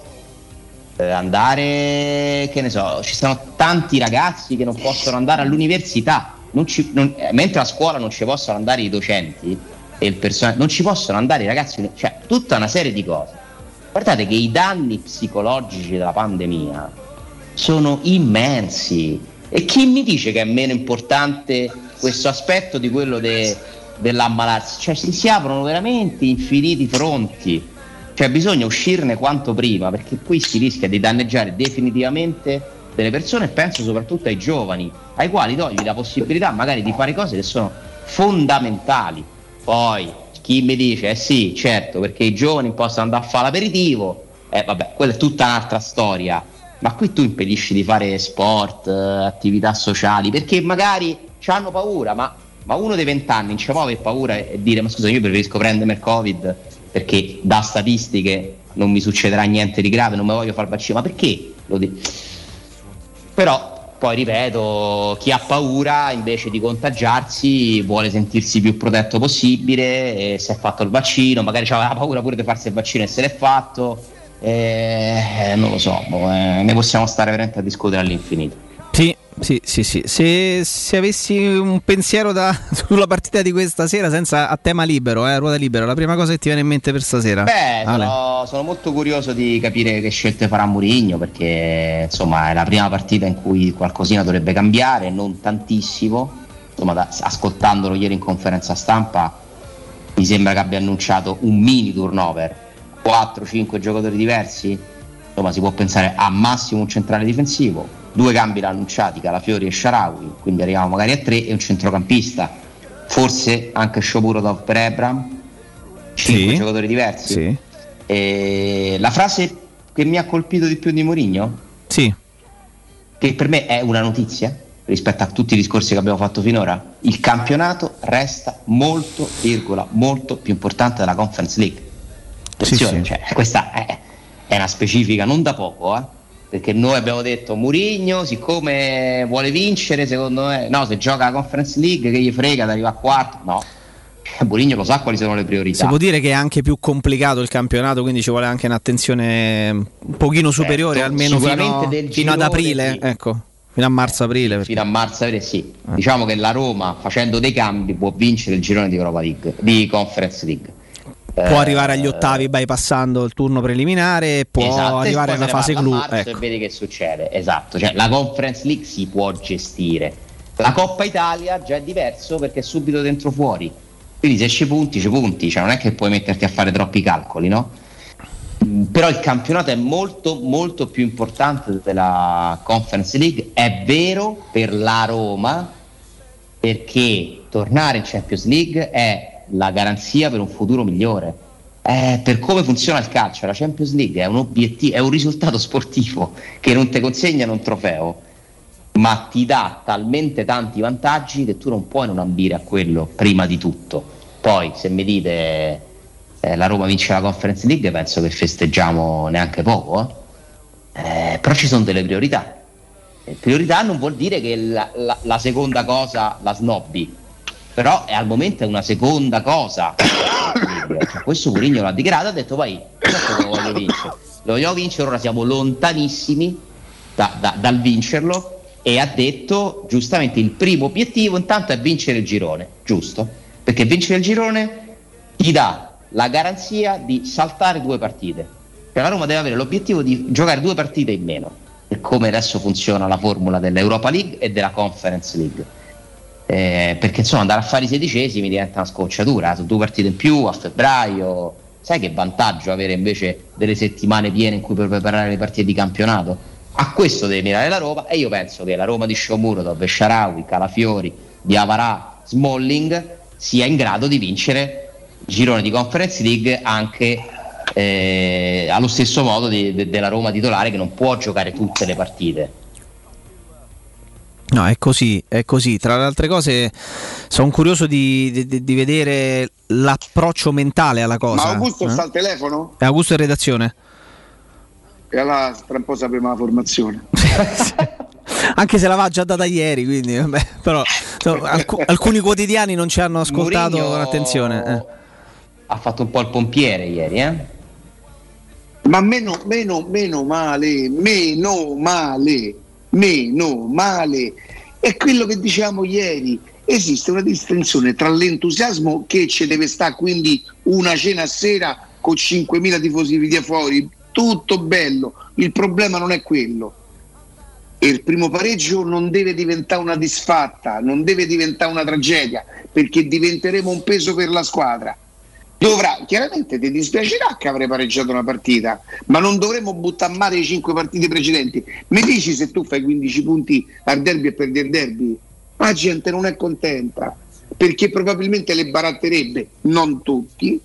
[SPEAKER 2] andare, che ne so, ci sono tanti ragazzi che non possono andare all'università, mentre a scuola non ci possono andare i docenti e il personale, non ci possono andare i ragazzi, cioè tutta una serie di cose. Guardate che i danni psicologici della pandemia sono immensi e chi mi dice che è meno importante questo aspetto di quello dell'ammalarsi? Cioè si aprono veramente infiniti fronti, cioè bisogna uscirne quanto prima, perché qui si rischia di danneggiare definitivamente delle persone e penso soprattutto ai giovani, ai quali togli la possibilità magari di fare cose che sono fondamentali. Poi chi mi dice sì, certo, perché i giovani possono andare a fare l'aperitivo, vabbè, quella è tutta un'altra storia, ma qui tu impedisci di fare sport, attività sociali, perché magari hanno paura, ma uno dei 20 anni non ci può avere paura e dire ma scusa, io preferisco prendermi il Covid perché da statistiche non mi succederà niente di grave, non mi voglio fare il vaccino, ma perché lo dico? Però poi ripeto, chi ha paura invece di contagiarsi vuole sentirsi più protetto possibile e si è fatto il vaccino, magari aveva paura pure di farsi il vaccino e se l'è fatto, non lo so, ne possiamo stare veramente a discutere all'infinito.
[SPEAKER 4] Sì. Se avessi un pensiero sulla partita di questa sera, senza a tema libero, ruota libera, la prima cosa che ti viene in mente per stasera?
[SPEAKER 2] Sono molto curioso di capire che scelte farà Mourinho, perché insomma è la prima partita in cui qualcosina dovrebbe cambiare, non tantissimo. Insomma, ascoltandolo ieri in conferenza stampa mi sembra che abbia annunciato un mini turnover, 4-5 giocatori diversi, insomma si può pensare a massimo un centrale difensivo. 2 cambi l'ha annunciati, Calafiori e Shaarawy, quindi arriviamo magari a 3 e un centrocampista, forse anche Shomurodov per Ebram, 5 giocatori diversi.
[SPEAKER 4] Sì.
[SPEAKER 2] E la frase che mi ha colpito di più di Mourinho,
[SPEAKER 4] sì,
[SPEAKER 2] che per me è una notizia rispetto a tutti i discorsi che abbiamo fatto finora: il campionato resta molto più importante della Conference League. Attenzione, cioè, questa è una specifica non da poco, perché noi abbiamo detto Mourinho siccome vuole vincere, secondo me no, se gioca la Conference League che gli frega di arrivare a quarto, no. Mourinho lo sa quali sono le priorità.
[SPEAKER 4] Si può dire che è anche più complicato il campionato, quindi ci vuole anche un'attenzione un pochino superiore, almeno fino ad aprile, sì. Ecco, fino a marzo-aprile.
[SPEAKER 2] Fino a marzo-aprile, sì. Diciamo che la Roma, facendo dei cambi, può vincere il girone di Europa League, di Conference League.
[SPEAKER 4] Può arrivare agli ottavi bypassando il turno preliminare, può arrivare alla fase clou.
[SPEAKER 2] Ecco. E vedi che succede. Esatto, cioè la Conference League si può gestire. La Coppa Italia già è diverso perché è subito dentro fuori. Quindi se ci punti, cioè non è che puoi metterti a fare troppi calcoli, no? Però il campionato è molto più importante della Conference League, è vero per la Roma, perché tornare in Champions League è la garanzia per un futuro migliore. Per come funziona il calcio, la Champions League è un obiettivo, è un risultato sportivo che non ti consegna un trofeo, ma ti dà talmente tanti vantaggi che tu non puoi non ambire a quello prima di tutto. Poi se mi dite la Roma vince la Conference League, penso che festeggiamo neanche poco, però ci sono delle priorità. Priorità non vuol dire che la seconda cosa la snobbi, però al momento è una seconda cosa. Cioè, questo Mourinho l'ha dichiarato, ha detto poi lo voglio vincere, ora siamo lontanissimi dal vincerlo, e ha detto giustamente il primo obiettivo intanto è vincere il girone, giusto? Perché vincere il girone ti dà la garanzia di saltare 2 partite. Cioè la Roma deve avere l'obiettivo di giocare 2 partite in meno, per come adesso funziona la formula dell'Europa League e della Conference League. Perché insomma andare a fare i 16esimi diventa una scocciatura, sono 2 partite in più a febbraio. Sai che vantaggio avere invece delle settimane piene in cui puoi preparare le partite di campionato? A questo deve mirare la Roma, e io penso che la Roma di Shomurodov, Shaarawy, Calafiori, Diawara, Smalling sia in grado di vincere il girone di Conference League anche allo stesso modo della Roma titolare, che non può giocare tutte le partite.
[SPEAKER 4] No, è così. Tra le altre cose sono curioso di vedere l'approccio mentale alla cosa.
[SPEAKER 5] Ma Augusto sta al telefono?
[SPEAKER 4] Augusto è in redazione.
[SPEAKER 5] E allora tra un po' sappiamo la formazione.
[SPEAKER 4] Anche se l'aveva già data ieri, quindi vabbè, però alcuni quotidiani non ci hanno ascoltato con attenzione.
[SPEAKER 2] Ha fatto un po' il pompiere ieri,
[SPEAKER 5] Ma meno male. È quello che dicevamo ieri. Esiste una distinzione tra l'entusiasmo che ci deve stare, quindi una cena a sera con 5.000 tifosi via fuori, tutto bello, il problema non è quello. E il primo pareggio non deve diventare una disfatta, non deve diventare una tragedia, perché diventeremo un peso per la squadra. Chiaramente ti dispiacerà che avrei pareggiato una partita, ma non dovremmo buttare a mare le 5 partite precedenti. Mi dici se tu fai 15 punti al derby e perdi il derby? La gente non è contenta, perché probabilmente le baratterebbe, non tutti.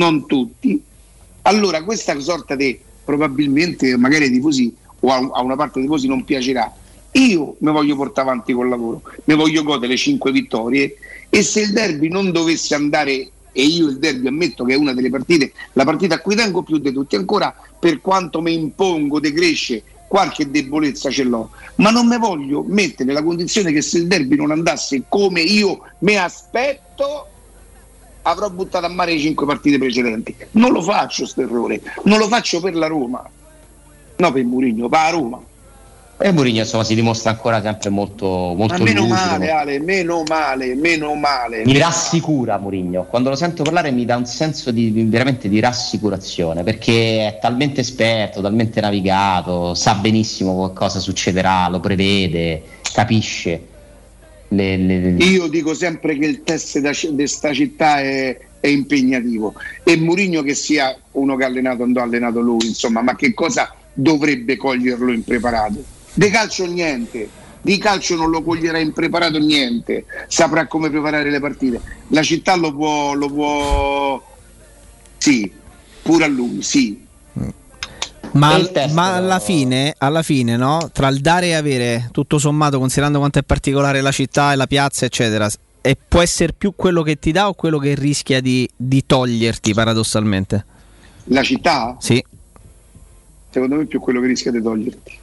[SPEAKER 5] Allora questa sorta di probabilmente magari ai tifosi o a una parte dei tifosi non piacerà. Io mi voglio portare avanti col lavoro, mi voglio godere le 5 vittorie, e se il derby non dovesse andare, e io il derby ammetto che è una delle partite, la partita a cui tengo più di tutti ancora, per quanto mi impongo di crescere, qualche debolezza ce l'ho, ma non mi voglio mettere nella condizione che se il derby non andasse come io mi aspetto, avrò buttato a mare le 5 partite precedenti. Non lo faccio sto errore, non lo faccio per la Roma, no, per Mourinho, per la Roma.
[SPEAKER 2] E Mourinho insomma si dimostra ancora sempre molto
[SPEAKER 5] ma meno
[SPEAKER 2] lucido.
[SPEAKER 5] Male Ale, meno male.
[SPEAKER 2] Mi rassicura Mourinho, quando lo sento parlare mi dà un senso veramente di rassicurazione, perché è talmente esperto, talmente navigato, sa benissimo cosa succederà, lo prevede, capisce.
[SPEAKER 5] Io dico sempre che il test di sta città è impegnativo, e Mourinho, che sia uno che ha allenato, andò allenato lui, insomma, ma che cosa dovrebbe coglierlo impreparato? di calcio niente, di calcio non lo coglierà impreparato niente, saprà come preparare le partite. La città lo può sì, pure a lui, sì.
[SPEAKER 4] Ma alla fine, no? Tra il dare e avere, tutto sommato, considerando quanto è particolare la città e la piazza, eccetera, e può essere più quello che ti dà o quello che rischia di toglierti, paradossalmente?
[SPEAKER 5] La città?
[SPEAKER 4] Sì.
[SPEAKER 5] Secondo me è più quello che rischia di toglierti.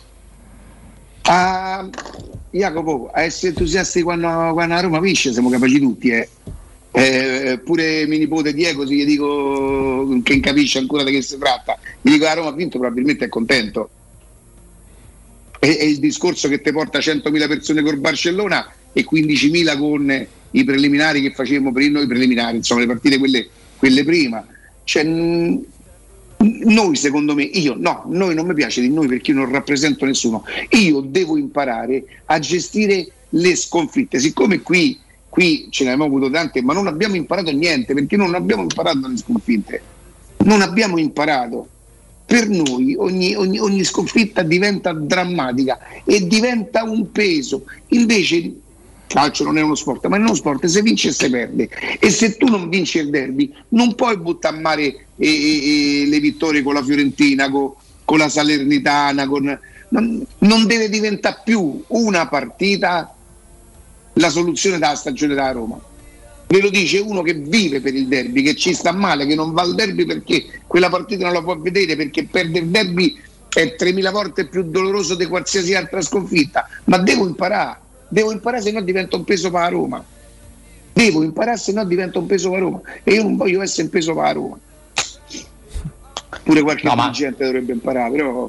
[SPEAKER 5] Jacopo, a essere entusiasti quando a Roma vince siamo capaci tutti, pure mio nipote Diego, se gli dico che non capisce ancora di che si tratta, gli dico che Roma ha vinto, probabilmente è contento. È il discorso che ti porta 100.000 persone col Barcellona e 15.000 con i preliminari che facevamo per noi, preliminari, insomma le partite quelle prima. Cioè, noi, secondo me, noi non mi piace di noi perché io non rappresento nessuno. Io devo imparare a gestire le sconfitte. Siccome qui ce ne abbiamo avuto tante, ma non abbiamo imparato niente, perché non abbiamo imparato dalle sconfitte. Non abbiamo imparato. Per noi ogni sconfitta diventa drammatica e diventa un peso. Invece il calcio non è uno sport, ma è uno sport, se vince e se perde. E se tu non vinci il derby, non puoi buttare a mare le vittorie con la Fiorentina, con la Salernitana. Non deve diventare più una partita la soluzione della stagione da Roma. Ve lo dice uno che vive per il derby, che ci sta male, che non va al derby perché quella partita non la può vedere, perché perdere il derby è 3.000 volte più doloroso di qualsiasi altra sconfitta. Ma devo imparare, se no diventa un peso per la Roma. Devo imparare, se no diventa un peso per la Roma. E io non voglio essere un peso per la Roma. Pure qualche dirigente dovrebbe imparare, però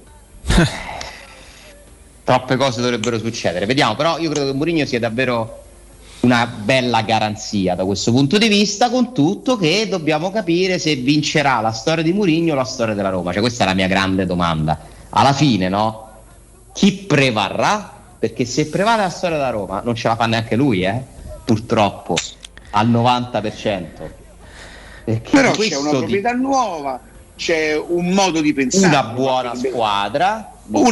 [SPEAKER 2] troppe cose dovrebbero succedere. Vediamo, però io credo che Mourinho sia davvero una bella garanzia da questo punto di vista, con tutto che dobbiamo capire se vincerà la storia di Mourinho o la storia della Roma. Cioè, questa è la mia grande domanda. Alla fine, no? Chi prevarrà? Perché se prevale la storia della Roma non ce la fa neanche lui, purtroppo, al 90%.
[SPEAKER 5] Però c'è una proprietà nuova, c'è un modo di pensare,
[SPEAKER 2] una buona squadra,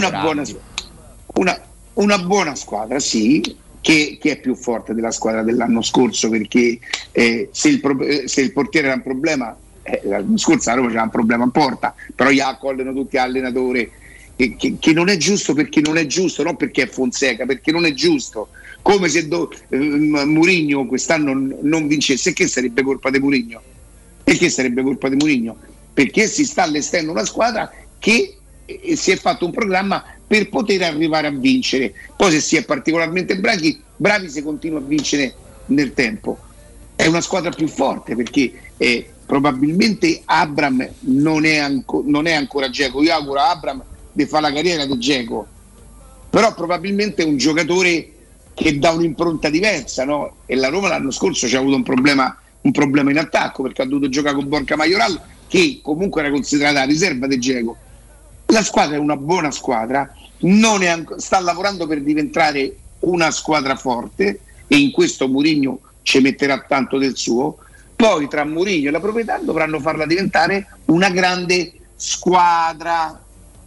[SPEAKER 5] una buona squadra, sì, che è più forte della squadra dell'anno scorso, perché se il portiere era un problema, l'anno scorso la Roma c'era un problema in porta, però gli accollano tutti all'allenatore, che non è giusto, perché non è giusto, non perché è Fonseca, perché non è giusto. Come se Mourinho quest'anno non vincesse, che sarebbe colpa di Mourinho? Perché sarebbe colpa di Mourinho? Perché si sta allestendo una squadra che si è fatto un programma per poter arrivare a vincere. Poi se si è particolarmente bravi si continua a vincere nel tempo. È una squadra più forte, perché probabilmente Abraham non è ancora Dzeko. Io auguro a Abraham di fare la carriera di Dzeko, però probabilmente è un giocatore che dà un'impronta diversa, no? E la Roma l'anno scorso c'ha avuto un problema in attacco, perché ha dovuto giocare con Borja Mayoral, che comunque era considerata la riserva di Dzeko. La squadra è una buona squadra, sta lavorando per diventare una squadra forte, e in questo Mourinho ci metterà tanto del suo. Poi tra Mourinho e la proprietà dovranno farla diventare una grande squadra.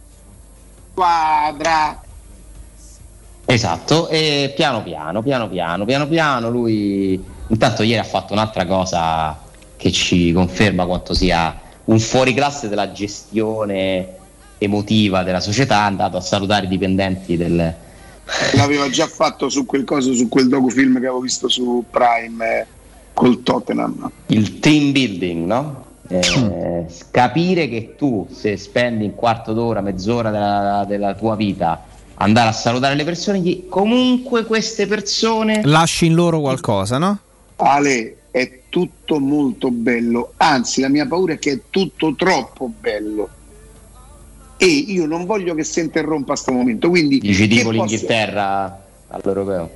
[SPEAKER 2] Esatto, e piano piano lui intanto ieri ha fatto un'altra cosa che ci conferma quanto sia un fuoriclasse della gestione emotiva della società. È andato a salutare i dipendenti
[SPEAKER 5] l'aveva già fatto su quel docufilm che avevo visto su Prime col Tottenham,
[SPEAKER 2] il team building, no? Capire che tu, se spendi un quarto d'ora, mezz'ora della tua vita andare a salutare le persone, comunque queste persone
[SPEAKER 4] lasci in loro qualcosa, no?
[SPEAKER 5] Ale, è tutto molto bello, anzi la mia paura è che è tutto troppo bello, e io non voglio che si interrompa sto momento, quindi
[SPEAKER 2] dici tipo l'Inghilterra all'Europeo.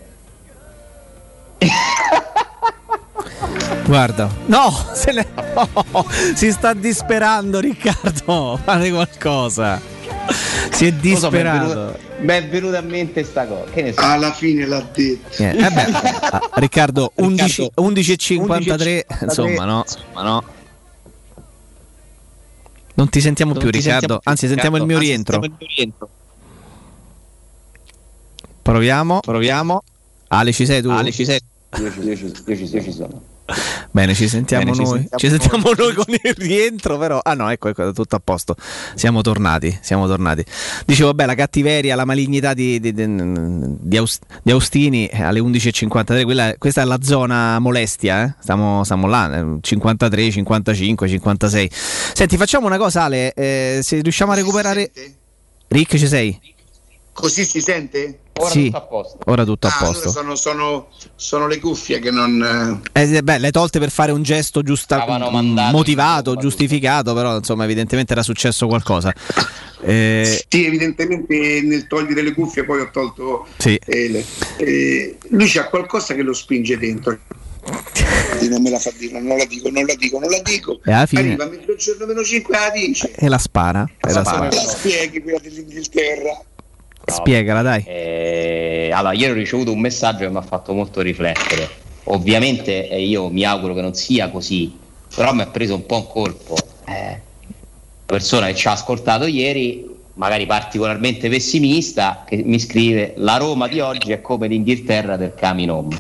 [SPEAKER 4] Guarda, si sta disperando Riccardo, fate qualcosa, si è disperato.
[SPEAKER 2] Mi è venuta a mente sta cosa, che ne so.
[SPEAKER 5] Alla fine l'ha detto.
[SPEAKER 4] Riccardo, 11:53, insomma no. Non ti sentiamo più, Riccardo. Anzi, sentiamo il mio rientro. Proviamo. Ale, ci sei tu?
[SPEAKER 2] 10 ci sono.
[SPEAKER 4] Bene, ci sentiamo noi. Ci sentiamo noi con il rientro, però. Ah no, ecco, tutto a posto. Siamo tornati. Dicevo, vabbè, la cattiveria, la malignità di Austini alle 11:53. Questa è la zona molestia, eh? Stiamo là, 53, 55, 56. Senti, facciamo una cosa, Ale. Se riusciamo a recuperare. Rick, ci sei?
[SPEAKER 5] Così si sente?
[SPEAKER 2] Ora
[SPEAKER 4] sì,
[SPEAKER 2] tutto a posto.
[SPEAKER 4] Ora tutto a posto.
[SPEAKER 5] Sono le cuffie che non.
[SPEAKER 4] Le tolte per fare un gesto motivato, giustificato, però insomma evidentemente era successo qualcosa.
[SPEAKER 5] Sì, evidentemente nel togliere le cuffie poi ho tolto.
[SPEAKER 4] Sì.
[SPEAKER 5] Lui c'ha qualcosa che lo spinge dentro. Non me la fa dire, non la dico.
[SPEAKER 4] E alla fine
[SPEAKER 5] arriva mezzogiorno meno 5 la dice.
[SPEAKER 4] E la spara.
[SPEAKER 5] La spieghi quella dell'Inghilterra.
[SPEAKER 2] No,
[SPEAKER 4] spiegala, dai.
[SPEAKER 2] Allora, ieri ho ricevuto un messaggio che mi ha fatto molto riflettere. Ovviamente io mi auguro che non sia così, però mi ha preso un po' un colpo. La persona che ci ha ascoltato ieri, magari particolarmente pessimista, che mi scrive: la Roma di oggi è come l'Inghilterra del coming home.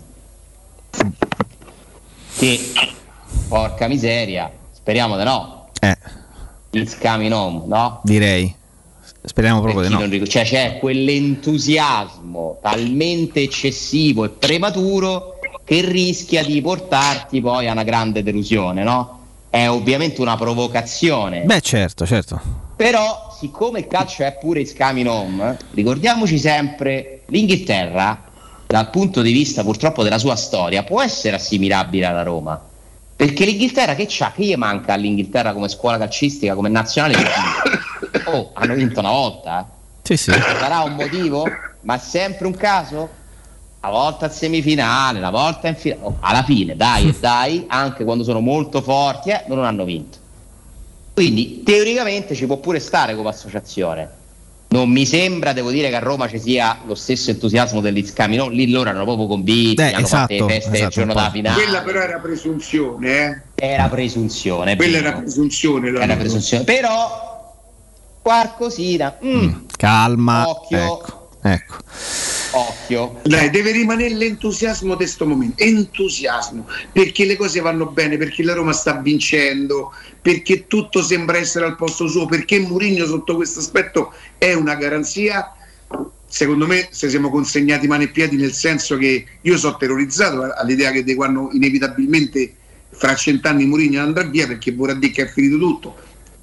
[SPEAKER 2] Che porca miseria, speriamo di no. It's coming home, no?
[SPEAKER 4] Direi. Speriamo proprio di no.
[SPEAKER 2] Cioè c'è quell'entusiasmo talmente eccessivo e prematuro che rischia di portarti poi a una grande delusione, no? È ovviamente una provocazione.
[SPEAKER 4] Beh, certo.
[SPEAKER 2] Però, siccome il calcio è pure is coming home, ricordiamoci sempre, l'Inghilterra, dal punto di vista purtroppo della sua storia, può essere assimilabile alla Roma. Perché l'Inghilterra che c'ha? Che gli manca all'Inghilterra come scuola calcistica, come nazionale? Hanno vinto una volta.
[SPEAKER 4] Sì.
[SPEAKER 2] Sarà un motivo? Ma è sempre un caso? Una volta in semifinale, una volta in finale. Alla fine, dai, anche quando sono molto forti, non hanno vinto. Quindi, teoricamente ci può pure stare come associazione. Non mi sembra, devo dire, che a Roma ci sia lo stesso entusiasmo dell'Iscamino. Lì loro erano proprio convinti, hanno fatto le feste il giorno della finale.
[SPEAKER 5] Quella però era presunzione,
[SPEAKER 2] Era presunzione.
[SPEAKER 5] Quella era presunzione.
[SPEAKER 2] Però qualcosina.
[SPEAKER 4] Calma.
[SPEAKER 2] Ecco. Occhio.
[SPEAKER 5] Dai, deve rimanere l'entusiasmo di sto momento. Entusiasmo, perché le cose vanno bene, perché la Roma sta vincendo, perché tutto sembra essere al posto suo, perché Mourinho sotto questo aspetto è una garanzia. Secondo me se siamo consegnati mani e piedi, nel senso che io sono terrorizzato all'idea che di quando inevitabilmente fra 100 anni Mourinho andrà via, perché vorrà dire che è finito tutto.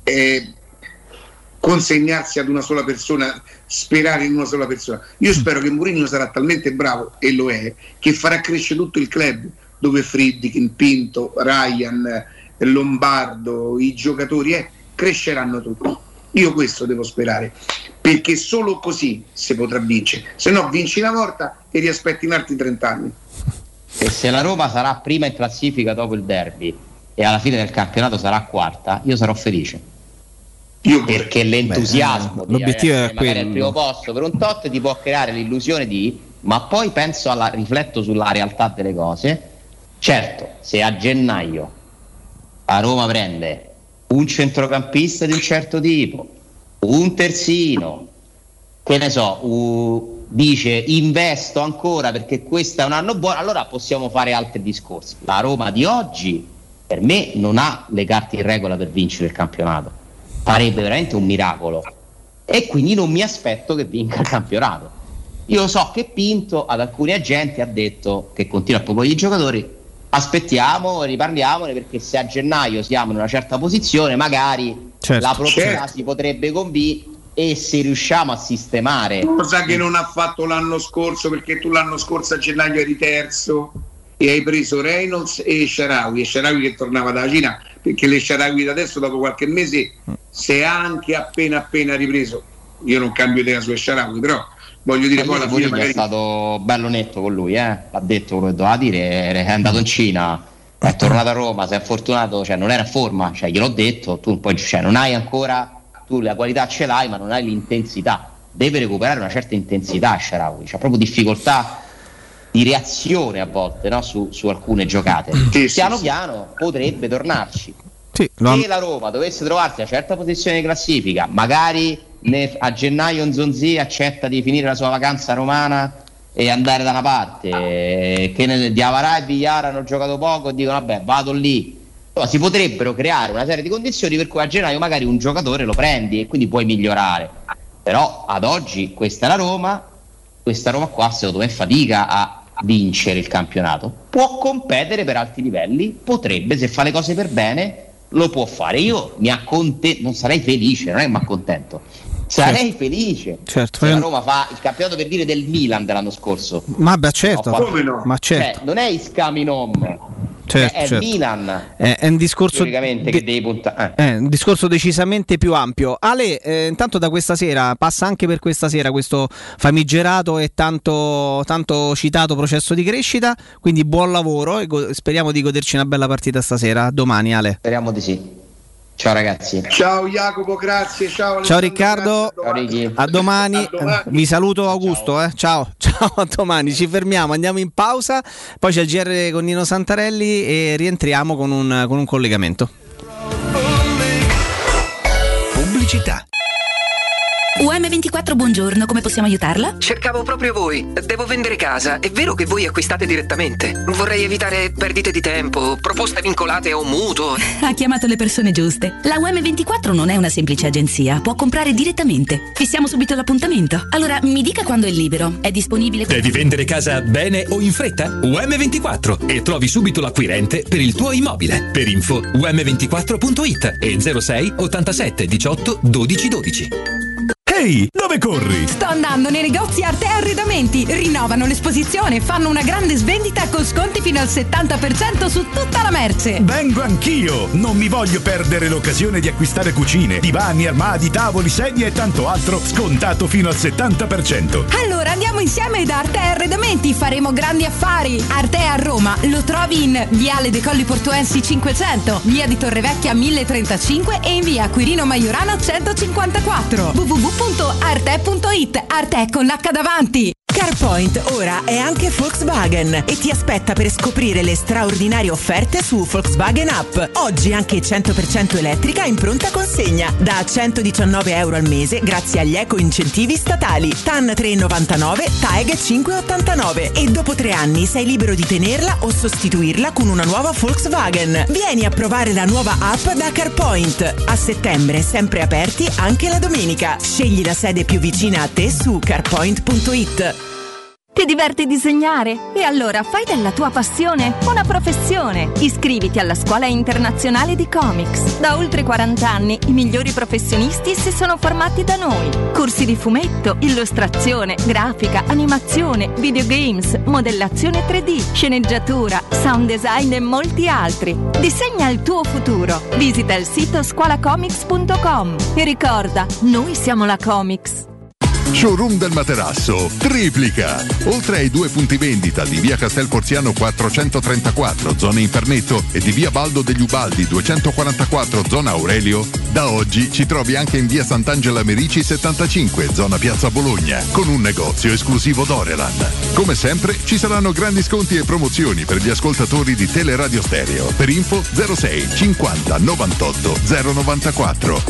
[SPEAKER 5] Consegnarsi ad una sola persona, sperare in una sola persona. Io spero che Mourinho sarà talmente bravo, e lo è, che farà crescere tutto il club, dove Friedkin, Pinto, Ryan, Lombardo, i giocatori cresceranno tutti. Io questo devo sperare, perché solo così si potrà vincere, se no vinci una volta e riaspetti in altri 30 anni.
[SPEAKER 2] E se la Roma sarà prima in classifica dopo il derby e alla fine del campionato sarà quarta, io sarò felice. Perché l'entusiasmo
[SPEAKER 4] l'obiettivo è
[SPEAKER 2] magari
[SPEAKER 4] quello.
[SPEAKER 2] al primo posto per un tot ti può creare l'illusione ma poi rifletto sulla realtà delle cose. Certo, se a gennaio la Roma prende un centrocampista di un certo tipo, un terzino, che ne so, dice investo ancora perché questo è un anno buono, allora possiamo fare altri discorsi. La Roma di oggi per me non ha le carte in regola per vincere il campionato, farebbe veramente un miracolo, e quindi non mi aspetto che vinca il campionato. Io so che Pinto ad alcuni agenti ha detto, che continua a proporre i giocatori, aspettiamo, riparliamone, perché se a gennaio siamo in una certa posizione magari la proprietà si potrebbe convincere, e se riusciamo a sistemare,
[SPEAKER 5] cosa che non ha fatto l'anno scorso, perché tu l'anno scorso a gennaio eri terzo e hai preso Reynolds e Shaarawy che tornava dalla Cina, perché le Shaarawy da adesso dopo qualche mese si è anche appena ripreso. Io non cambio idea su Shaarawy, però voglio dire, poi alla fine magari
[SPEAKER 2] è stato bello netto con lui, l'ha detto quello che doveva dire, è andato in Cina, è tornato a Roma, si è fortunato, cioè non era in forma, cioè gliel'ho detto, tu poi non hai ancora, tu la qualità ce l'hai ma non hai l'intensità, deve recuperare una certa intensità Shaarawy, c'ha proprio difficoltà di reazione a volte, no? su alcune giocate. Piano potrebbe tornarci. Se la Roma dovesse trovarsi a certa posizione di classifica, magari a gennaio Nzonzi accetta di finire la sua vacanza romana e andare da una parte, che Diawara e Villar hanno giocato poco e dicono vabbè vado lì. No, si potrebbero creare una serie di condizioni per cui a gennaio magari un giocatore lo prendi e quindi puoi migliorare, però ad oggi questa è la Roma, questa Roma qua secondo me fatica a vincere il campionato, può competere per alti livelli, potrebbe, se fa le cose per bene lo può fare. Io non sarei felice, non è che mi accontento, sarei felice se la Roma fa il campionato, per dire, del Milan dell'anno scorso.
[SPEAKER 4] Ma beh, certo,
[SPEAKER 2] ma
[SPEAKER 4] certo.
[SPEAKER 2] Cioè, non è Iskaminom, è il Milan,
[SPEAKER 4] è un discorso
[SPEAKER 2] che devi puntare.
[SPEAKER 4] È un discorso decisamente più ampio. Ale, intanto da questa sera passa anche per questa sera questo famigerato e tanto citato processo di crescita, quindi buon lavoro e speriamo di goderci una bella partita stasera. Domani, Ale.
[SPEAKER 2] Speriamo di sì. Ciao ragazzi.
[SPEAKER 5] Ciao Jacopo, grazie. Ciao
[SPEAKER 4] Riccardo, a domani. Vi saluto Augusto, ciao a domani. Ci fermiamo, andiamo in pausa, poi c'è il GR con Nino Santarelli e rientriamo con un collegamento.
[SPEAKER 22] Pubblicità.
[SPEAKER 10] UM24, buongiorno, come possiamo aiutarla?
[SPEAKER 22] Cercavo proprio voi. Devo vendere casa. È vero che voi acquistate direttamente? Vorrei evitare perdite di tempo, proposte vincolate o mutuo.
[SPEAKER 10] Ha chiamato le persone giuste. La UM24 non è una semplice agenzia, può comprare direttamente. Fissiamo subito l'appuntamento. Allora, mi dica quando è libero. È disponibile?
[SPEAKER 18] Devi vendere casa bene o in fretta? UM24 e trovi subito l'acquirente per il tuo immobile. Per info um24.it e 06 87 18 12 12.
[SPEAKER 11] Ehi, dove corri?
[SPEAKER 21] Sto andando nei negozi Arte Arredamenti. Rinnovano l'esposizione e fanno una grande svendita con sconti fino al 70% su tutta la merce.
[SPEAKER 11] Vengo anch'io! Non mi voglio perdere l'occasione di acquistare cucine, divani, armadi, tavoli, sedie e tanto altro scontato fino al 70%.
[SPEAKER 21] Allora andiamo insieme da Arte Arredamenti, faremo grandi affari. Arte a Roma lo trovi in Viale dei Colli Portuensi 500, Via di Torrevecchia 1035 e in Via Quirino Maiorana 154. www.arte.it. Arte con l'H davanti.
[SPEAKER 23] CarPoint ora è anche Volkswagen e ti aspetta per scoprire le straordinarie offerte su Volkswagen App. Oggi anche 100% elettrica in pronta consegna da €119 al mese grazie agli eco incentivi statali. TAN 3,99, TAEG 5,89 e dopo 3 anni sei libero di tenerla o sostituirla con una nuova Volkswagen. Vieni a provare la nuova app da CarPoint. A settembre sempre aperti anche la domenica. Scegli la sede più vicina a te su carpoint.it.
[SPEAKER 12] Ti diverti disegnare? E allora fai della tua passione una professione. Iscriviti alla Scuola Internazionale di Comics. Da oltre 40 anni i migliori professionisti si sono formati da noi. Corsi di fumetto, illustrazione, grafica, animazione, videogames, modellazione 3D, sceneggiatura, sound design e molti altri. Disegna il tuo futuro. Visita il sito scuolacomics.com e ricorda, noi siamo la Comics.
[SPEAKER 25] Showroom del Materasso triplica. Oltre ai 2 punti vendita di via Castel Porziano 434 zona Impernetto e di via Baldo degli Ubaldi 244 zona Aurelio, da oggi ci trovi anche in via Sant'Angela Merici 75 zona Piazza Bologna con un negozio esclusivo Dorelan. Come sempre ci saranno grandi sconti e promozioni per gli ascoltatori di Teleradio Stereo. Per info 06 50 98 094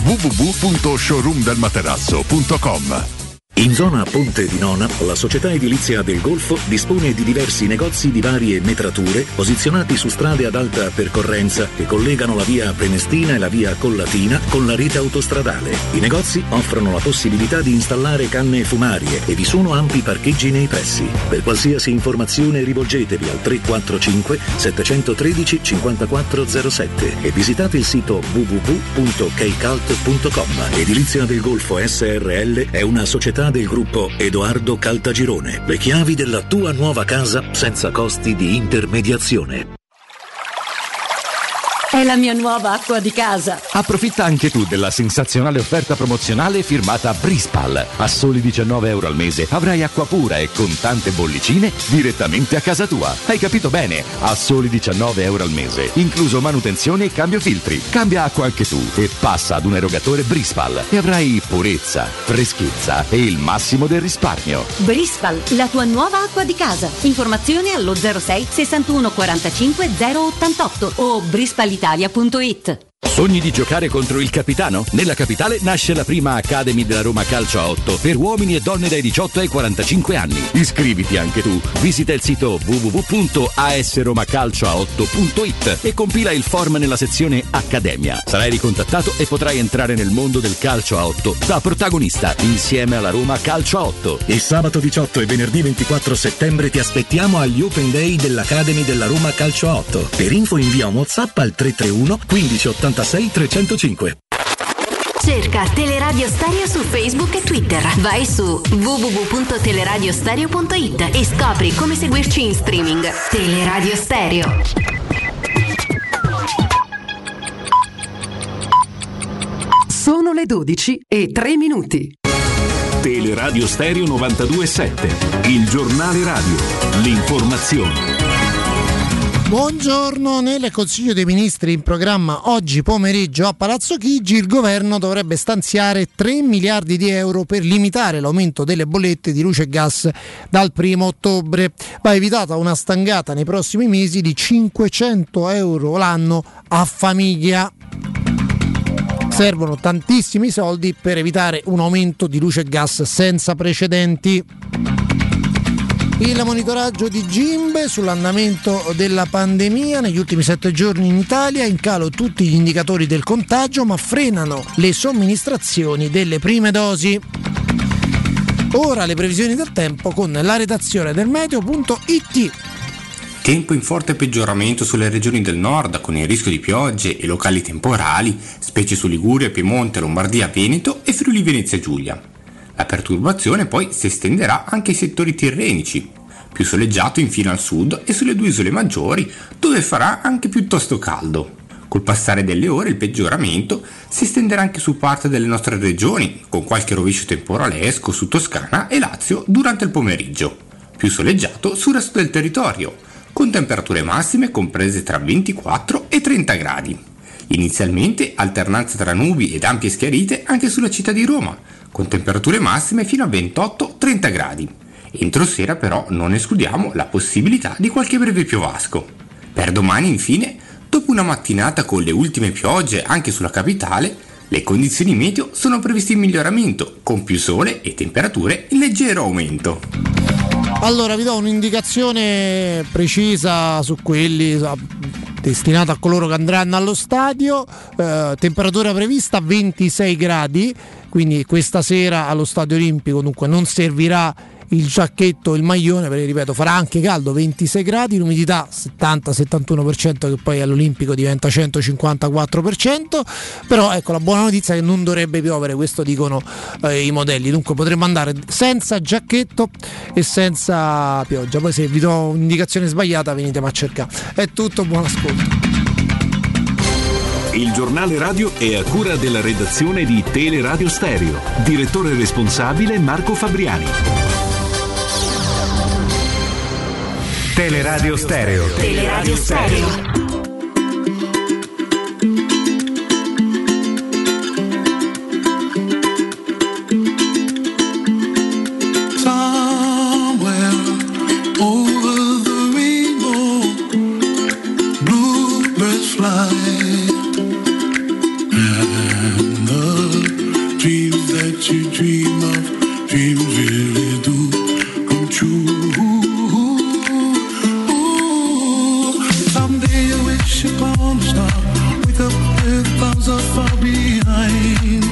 [SPEAKER 25] www.showroomdelmaterasso.com.
[SPEAKER 6] In zona Ponte di Nona, la società edilizia del Golfo dispone di diversi negozi di varie metrature posizionati su strade ad alta percorrenza che collegano la via Prenestina e la via Collatina con la rete autostradale. I negozi offrono la possibilità di installare canne fumarie e vi sono ampi parcheggi nei pressi. Per qualsiasi informazione rivolgetevi al 345 713 5407 e visitate il sito www.keicalt.com. Edilizia del Golfo SRL è una società del gruppo Edoardo Caltagirone. Le chiavi della tua nuova casa senza costi di intermediazione.
[SPEAKER 19] È la mia nuova acqua di casa.
[SPEAKER 26] Approfitta anche tu della sensazionale offerta promozionale firmata Brispal. A soli €19 al mese avrai acqua pura e con tante bollicine direttamente a casa tua. Hai capito bene? A soli €19 al mese, incluso manutenzione e cambio filtri. Cambia acqua anche tu e passa ad un erogatore Brispal e avrai purezza, freschezza e il massimo del risparmio.
[SPEAKER 19] Brispal, la tua nuova acqua di casa. Informazioni allo 06 61 45 088 o brispalitalia.it.
[SPEAKER 26] Sogni di giocare contro il capitano? Nella capitale nasce la prima Academy della Roma Calcio a 8 per uomini e donne dai 18 ai 45 anni. Iscriviti anche tu. Visita il sito www.asromacalcioa8.it e compila il form nella sezione Accademia. Sarai ricontattato e potrai entrare nel mondo del calcio a 8 da protagonista insieme alla Roma Calcio a 8.
[SPEAKER 6] E sabato 18 e venerdì 24 settembre ti aspettiamo agli Open Day dell'Academy della Roma Calcio a 8. Per info invia un WhatsApp al 331 1586 305.
[SPEAKER 19] Cerca Teleradio Stereo su Facebook e Twitter. Vai su www.teleradiostereo.it e scopri come seguirci in streaming. Teleradio Stereo.
[SPEAKER 3] Sono le 12:03.
[SPEAKER 8] Teleradio Stereo 92.7, il giornale radio, l'informazione.
[SPEAKER 24] Buongiorno, nel Consiglio dei Ministri in programma oggi pomeriggio a Palazzo Chigi il governo dovrebbe stanziare 3 miliardi di euro per limitare l'aumento delle bollette di luce e gas dal 1 ottobre. Va evitata una stangata nei prossimi mesi di 500 euro l'anno a famiglia. Servono tantissimi soldi per evitare un aumento di luce e gas senza precedenti. Il monitoraggio di Gimbe sull'andamento della pandemia negli ultimi 7 giorni in Italia, in calo tutti gli indicatori del contagio, ma frenano le somministrazioni delle prime dosi. Ora le previsioni del tempo con la redazione del meteo.it.
[SPEAKER 9] Tempo in forte peggioramento sulle regioni del nord, con il rischio di piogge e locali temporali, specie su Liguria, Piemonte, Lombardia, Veneto e Friuli Venezia Giulia. La perturbazione poi si estenderà anche ai settori tirrenici, più soleggiato infine al sud e sulle 2 isole maggiori, dove farà anche piuttosto caldo. Col passare delle ore il peggioramento si estenderà anche su parte delle nostre regioni, con qualche rovescio temporalesco su Toscana e Lazio durante il pomeriggio. Più soleggiato sul resto del territorio, con temperature massime comprese tra 24 e 30 gradi. Inizialmente alternanza tra nubi ed ampie schiarite anche sulla città di Roma, con temperature massime fino a 28-30 gradi. Entro sera però non escludiamo la possibilità di qualche breve piovasco. Per domani infine, dopo una mattinata con le ultime piogge anche sulla capitale, le condizioni meteo sono previste in miglioramento, con più sole e temperature in leggero aumento.
[SPEAKER 24] Allora vi do un'indicazione precisa su quelli destinata a coloro che andranno allo stadio. Temperatura prevista 26 gradi, quindi questa sera allo Stadio Olimpico dunque non servirà il giacchetto, il maglione, perché ripeto farà anche caldo, 26 gradi, l'umidità 70-71% che poi all'Olimpico diventa 154%, però ecco la buona notizia è che non dovrebbe piovere, questo dicono i modelli, dunque potremmo andare senza giacchetto e senza pioggia. Poi se vi do un'indicazione sbagliata venitemi a cercare. È tutto, buon ascolto.
[SPEAKER 8] Il giornale radio è a cura della redazione di Teleradio Stereo. Direttore responsabile Marco Fabriani.
[SPEAKER 16] Teleradio Stereo.
[SPEAKER 19] Teleradio Stereo.
[SPEAKER 1] You dream of, dreams really do come true. Ooh, someday you wish upon a star, wake up with clouds are far behind.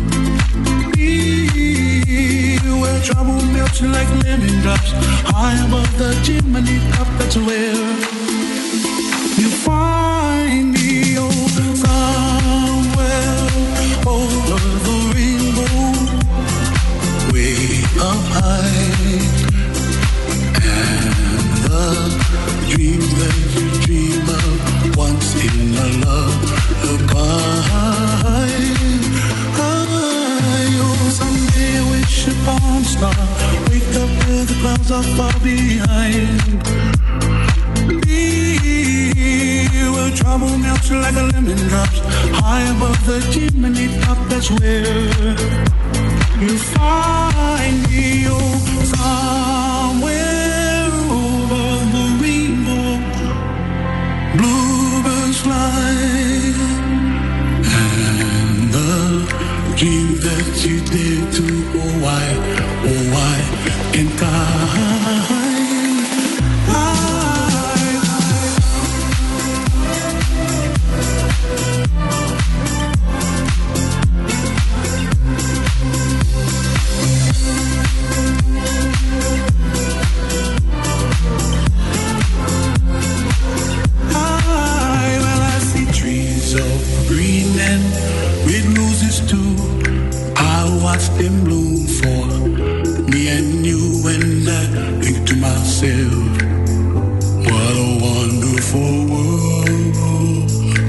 [SPEAKER 1] Me, where trouble melts like lemon drops, high above the chimney top, that's where you find me. Oh, somewhere over the up high, and the dreams that you dream of once in a lullaby. Oh, someday I wish upon a star, wake up where the clouds are far behind. Be where trouble melts like a lemon drops, high above the chimney top, that's where you find me. Oh, somewhere over the rainbow, bluebirds fly, dreams that you did too. Oh why can't I? Watch them bloom for me and you, and I think to myself, what a wonderful world.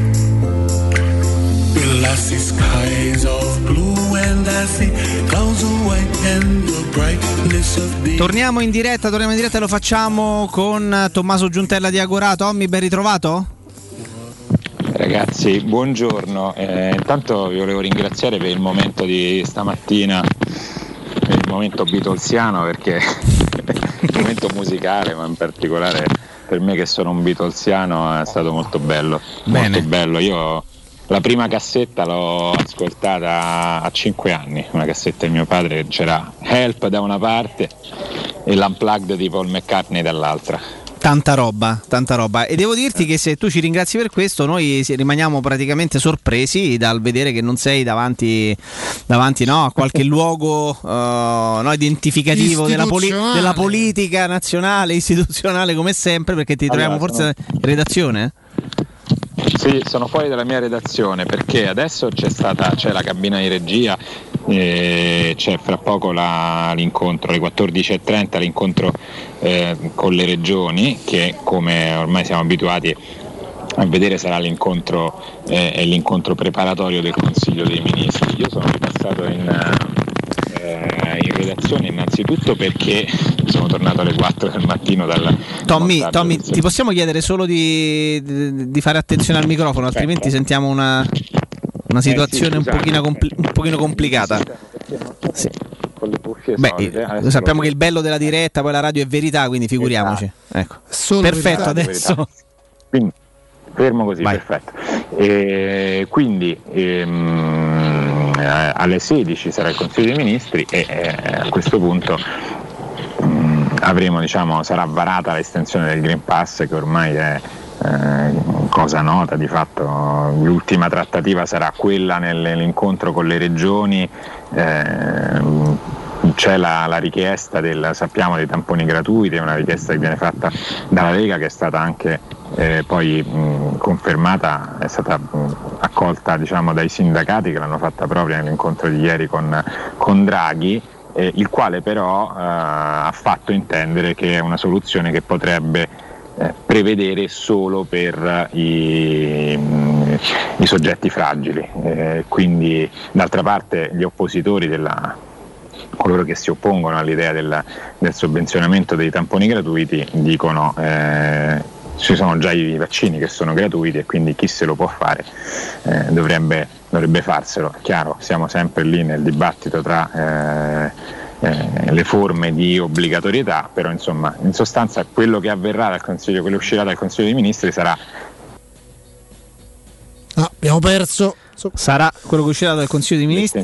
[SPEAKER 1] Well, I see skies of blue and I see clouds of white and the brightness of the...
[SPEAKER 4] Torniamo in diretta, e lo facciamo con Tommaso Giuntella di Agorà. Tommy, ben ritrovato?
[SPEAKER 7] Ragazzi, buongiorno. Intanto vi volevo ringraziare per il momento di stamattina, per il momento beatlesiano, perché il momento musicale, ma in particolare per me che sono un beatlesiano, è stato molto bello.
[SPEAKER 4] Bene.
[SPEAKER 7] Molto bello. Io la prima cassetta l'ho ascoltata a 5 anni, una cassetta di mio padre, c'era Help da una parte e l'Unplugged di Paul McCartney dall'altra.
[SPEAKER 4] Tanta roba. E devo dirti che se tu ci ringrazi per questo, noi rimaniamo praticamente sorpresi dal vedere che non sei davanti a qualche luogo identificativo della politica nazionale, istituzionale, come sempre, perché ti troviamo forse in redazione?
[SPEAKER 7] Sì, sono fuori dalla mia redazione perché adesso c'è la cabina di regia, c'è fra poco l'incontro alle 14.30, l'incontro con le regioni, che come ormai siamo abituati a vedere sarà l'incontro preparatorio del Consiglio dei Ministri. Io sono ripassato in redazione innanzitutto perché sono tornato alle 4 del mattino dal
[SPEAKER 4] Tommy, ti possiamo chiedere solo di fare attenzione al microfono, altrimenti sentiamo una situazione un pochino complicata. Sì.
[SPEAKER 7] Con le cuffie
[SPEAKER 4] sappiamo che il bello della diretta, poi la radio è verità, quindi figuriamoci. Ecco. Perfetto, adesso
[SPEAKER 7] quindi, fermo così. Vai. Perfetto. Quindi alle 16 sarà il Consiglio dei Ministri e a questo punto sarà varata l'estensione del Green Pass, che ormai è cosa nota. Di fatto l'ultima trattativa sarà quella nell'incontro con le regioni. C'è la richiesta sappiamo dei tamponi gratuiti, è una richiesta che viene fatta dalla Lega, che è stata anche poi confermata, è stata accolta dai sindacati, che l'hanno fatta propria nell'incontro di ieri con Draghi, il quale però ha fatto intendere che è una soluzione che potrebbe prevedere solo per i soggetti fragili, quindi d'altra parte gli oppositori coloro che si oppongono all'idea del sovvenzionamento dei tamponi gratuiti dicono ci sono già i vaccini che sono gratuiti e quindi chi se lo può fare dovrebbe farselo. Chiaro, siamo sempre lì nel dibattito tra le forme di obbligatorietà, però insomma in sostanza quello che avverrà dal Consiglio, quello che uscirà dal Consiglio dei Ministri sarà
[SPEAKER 24] abbiamo perso.
[SPEAKER 4] Sarà quello che uscirà dal Consiglio dei Ministri.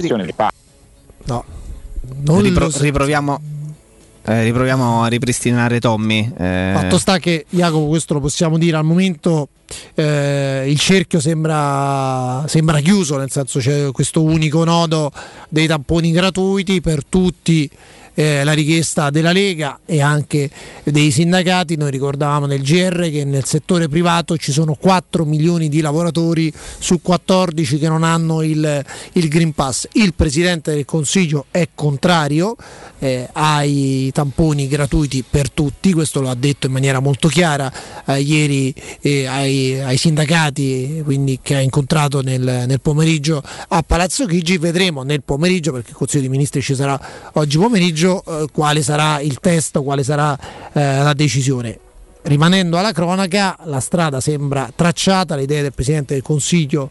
[SPEAKER 4] Riproviamo a ripristinare Tommy.
[SPEAKER 24] Fatto sta che, Jacopo, questo lo possiamo dire al momento, il cerchio sembra chiuso, nel senso c'è questo unico nodo dei tamponi gratuiti per tutti, la richiesta della Lega e anche dei sindacati. Noi ricordavamo nel GR che nel settore privato ci sono 4 milioni di lavoratori su 14 che non hanno il Green Pass. Il Presidente del Consiglio è contrario ai tamponi gratuiti per tutti, questo lo ha detto in maniera molto chiara ieri ai sindacati, quindi che ha incontrato nel pomeriggio a Palazzo Chigi. Vedremo nel pomeriggio, perché il Consiglio dei Ministri ci sarà oggi pomeriggio, quale sarà il testo, quale sarà la decisione. rimanendo alla cronaca, la strada sembra tracciata, le idee del Presidente del Consiglio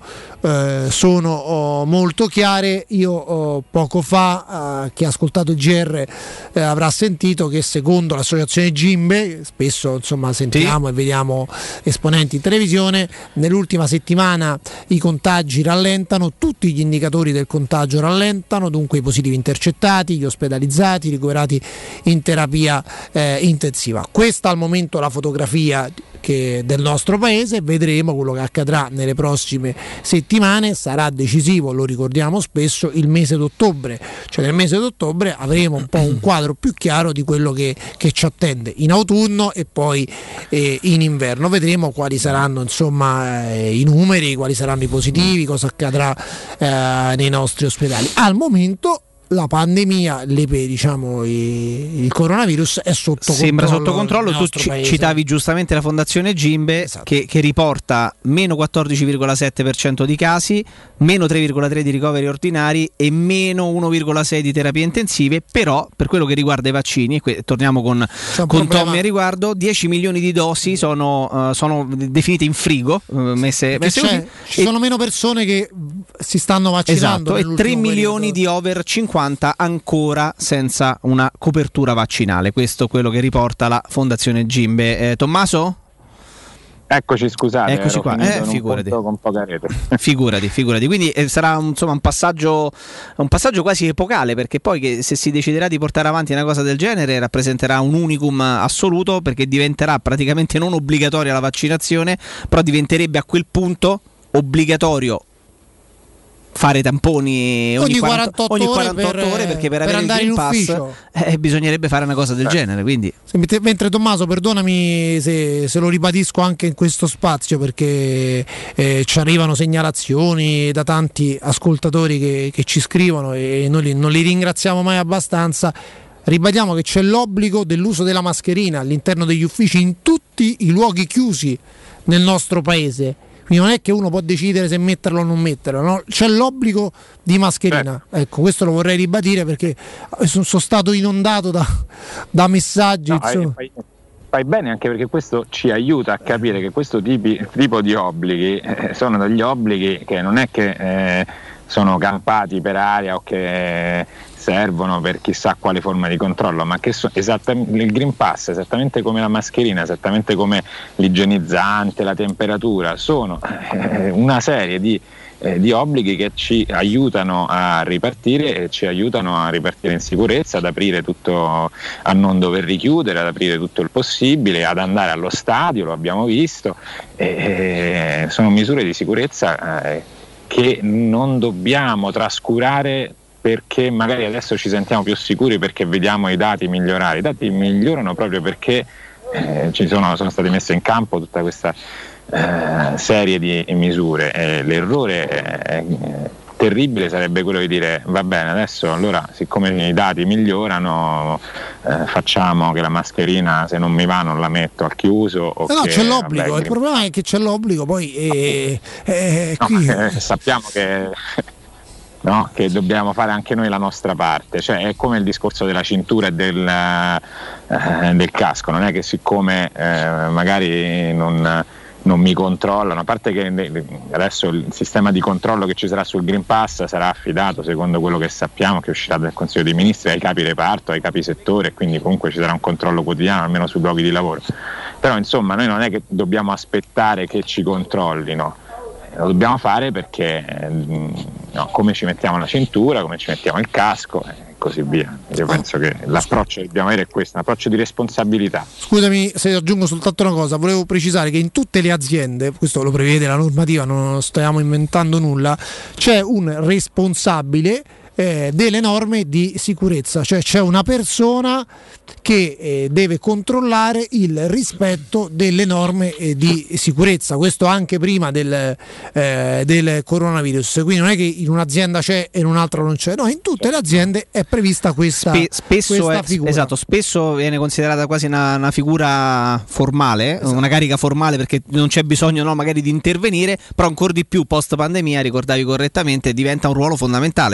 [SPEAKER 24] sono molto chiare. Io poco fa, chi ha ascoltato il GR avrà sentito che secondo l'associazione Gimbe, spesso insomma sentiamo e vediamo esponenti in televisione, nell'ultima settimana i contagi rallentano, tutti gli indicatori del contagio rallentano, dunque i positivi intercettati, gli ospedalizzati, i ricoverati in terapia intensiva. Questa al momento la fotografia del nostro paese. Vedremo quello che accadrà nelle prossime settimane. Sarà decisivo, lo ricordiamo spesso, il mese d'ottobre, cioè nel mese d'ottobre avremo un po' un quadro più chiaro di quello che ci attende in autunno e poi in inverno. Vedremo quali saranno insomma i numeri, quali saranno i positivi, cosa accadrà nei nostri ospedali. Al momento la pandemia, il coronavirus è sotto controllo.
[SPEAKER 4] Sembra sotto controllo. Tu citavi giustamente la Fondazione Gimbe, esatto, che riporta meno 14,7% di casi, meno 3,3% di ricoveri ordinari e meno 1,6% di terapie intensive. Però per quello che riguarda i vaccini, e torniamo con Tommy a riguardo, 10 milioni di dosi sono definite in frigo, messe
[SPEAKER 24] ci sono meno persone che si stanno vaccinando,
[SPEAKER 4] esatto, e 3 milioni di over 50 ancora senza una copertura vaccinale. Questo è quello che riporta la Fondazione Gimbe. Tommaso?
[SPEAKER 7] Eccoci, scusate.
[SPEAKER 4] Eccoci qua. Figurati.
[SPEAKER 7] Con poca rete.
[SPEAKER 4] Figurati. Quindi sarà un passaggio quasi epocale, perché poi se si deciderà di portare avanti una cosa del genere rappresenterà un unicum assoluto, perché diventerà praticamente non obbligatoria la vaccinazione, però diventerebbe a quel punto obbligatorio fare tamponi ogni 48 ore perché per avere
[SPEAKER 24] andare
[SPEAKER 4] il Green
[SPEAKER 24] in
[SPEAKER 4] Pass bisognerebbe fare una cosa del genere. Quindi
[SPEAKER 24] mentre Tommaso, perdonami se lo ribadisco anche in questo spazio, perché ci arrivano segnalazioni da tanti ascoltatori che ci scrivono e noi non li ringraziamo mai abbastanza. Ribadiamo che c'è l'obbligo dell'uso della mascherina all'interno degli uffici in tutti i luoghi chiusi nel nostro paese. Quindi non è che uno può decidere se metterlo o non metterlo, no? C'è l'obbligo di mascherina. Ecco, questo lo vorrei ribadire, perché sono stato inondato da messaggi.
[SPEAKER 7] Fai bene, anche perché questo ci aiuta a capire che questo tipo di obblighi sono degli obblighi che non è che sono campati per aria o che servono per chissà quale forma di controllo, ma che il Green Pass, esattamente come la mascherina, esattamente come l'igienizzante, la temperatura, sono una serie di obblighi che ci aiutano a ripartire e ci aiutano a ripartire in sicurezza, ad aprire tutto, a non dover richiudere, ad aprire tutto il possibile, ad andare allo stadio, lo abbiamo visto, sono misure di sicurezza che non dobbiamo trascurare, perché magari adesso ci sentiamo più sicuri perché vediamo i dati migliorare. I dati migliorano proprio perché sono state messe in campo tutta questa serie di misure. L'errore terribile sarebbe quello di dire: va bene, adesso allora, siccome i dati migliorano, facciamo che la mascherina, se non mi va, non la metto al chiuso.
[SPEAKER 24] No, c'è l'obbligo. Il problema è che c'è l'obbligo, poi
[SPEAKER 7] sappiamo che che dobbiamo fare anche noi la nostra parte, cioè è come il discorso della cintura e del casco. Non è che siccome magari non mi controllano, a parte che adesso il sistema di controllo che ci sarà sul Green Pass sarà affidato, secondo quello che sappiamo, che uscirà dal Consiglio dei Ministri, ai capi reparto, ai capi settore, e quindi comunque ci sarà un controllo quotidiano almeno sui luoghi di lavoro. Però insomma noi non è che dobbiamo aspettare che ci controllino, lo dobbiamo fare perché come ci mettiamo la cintura, come ci mettiamo il casco e così via. Io penso che l'approccio che dobbiamo avere è questo, un approccio di responsabilità.
[SPEAKER 24] Scusami se aggiungo soltanto una cosa, volevo precisare che in tutte le aziende, questo lo prevede la normativa, non stiamo inventando nulla, c'è un responsabile delle norme di sicurezza, cioè c'è una persona che deve controllare il rispetto delle norme di sicurezza, questo anche prima del coronavirus. Quindi non è che in un'azienda c'è e in un'altra non c'è, no, in tutte le aziende è prevista questa figura.
[SPEAKER 4] Esatto, spesso viene considerata quasi una figura formale, esatto, una carica formale, perché non c'è bisogno magari di intervenire, però ancora di più post pandemia, ricordavi correttamente, diventa un ruolo fondamentale, perché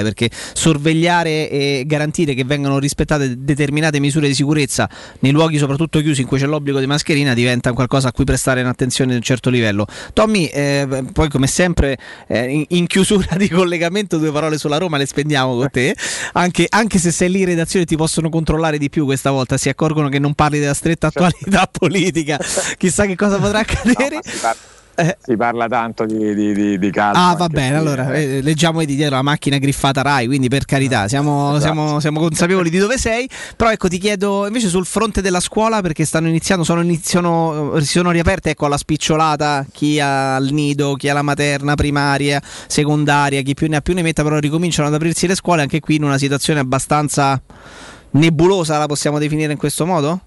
[SPEAKER 4] sorvegliare e garantire che vengano rispettate determinate misure di sicurezza nei luoghi soprattutto chiusi in cui c'è l'obbligo di mascherina, diventa qualcosa a cui prestare un'attenzione di un certo livello. Tommy, poi come sempre in chiusura di collegamento 2 parole sulla Roma le spendiamo con te, anche se sei lì in redazione ti possono controllare di più questa volta, si accorgono che non parli della stretta attualità politica, chissà che cosa potrà accadere.
[SPEAKER 7] Si parla tanto di calcio.
[SPEAKER 4] Va bene, allora leggiamo di dietro la macchina griffata Rai, quindi per carità siamo consapevoli di dove sei. Però ecco, ti chiedo invece sul fronte della scuola, perché si sono riaperte, ecco, alla spicciolata, chi ha il nido, chi ha la materna, primaria, secondaria, chi più ne ha più ne metta, però ricominciano ad aprirsi le scuole, anche qui in una situazione abbastanza nebulosa, la possiamo definire in questo modo?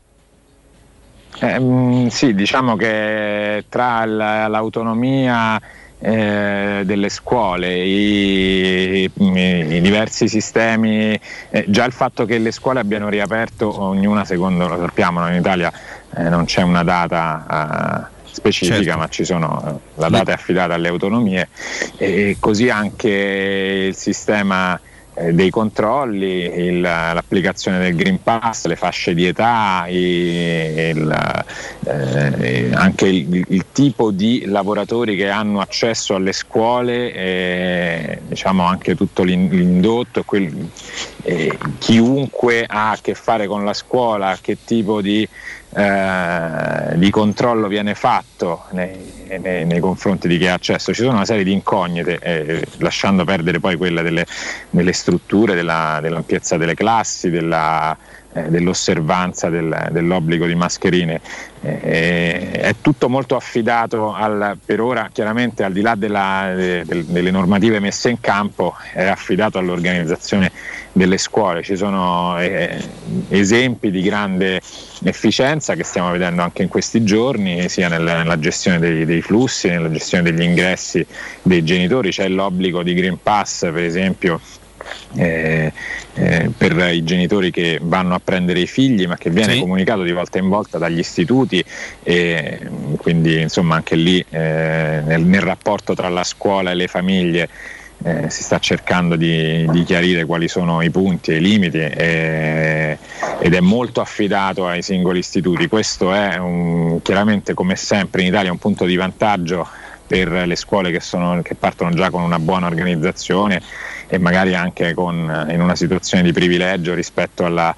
[SPEAKER 7] Sì, diciamo che tra l'autonomia delle scuole, i diversi sistemi, già il fatto che le scuole abbiano riaperto ognuna secondo, lo sappiamo, in Italia non c'è una data specifica, certo, ma ci sono, la data è affidata alle autonomie, e così anche il sistema dei controlli, l'applicazione del Green Pass, le fasce di età, anche il tipo di lavoratori che hanno accesso alle scuole, diciamo anche tutto l'indotto, chiunque ha a che fare con la scuola, che tipo di controllo viene fatto nei confronti di chi ha accesso. Ci sono una serie di incognite, lasciando perdere poi quella delle strutture, dell'ampiezza delle classi, dell'osservanza dell'obbligo di mascherine. È tutto molto affidato per ora, chiaramente al di là delle normative messe in campo, è affidato all'organizzazione delle scuole. Ci sono esempi di grande efficienza che stiamo vedendo anche in questi giorni, sia nella gestione dei flussi, nella gestione degli ingressi dei genitori. C'è l'obbligo di Green Pass, per esempio, per i genitori che vanno a prendere i figli, ma che viene comunicato di volta in volta dagli istituti, e quindi insomma anche lì nel rapporto tra la scuola e le famiglie si sta cercando di chiarire quali sono i punti e i limiti, ed è molto affidato ai singoli istituti. Questo è chiaramente, come sempre in Italia, un punto di vantaggio per le scuole che partono già con una buona organizzazione e magari anche in una situazione di privilegio rispetto al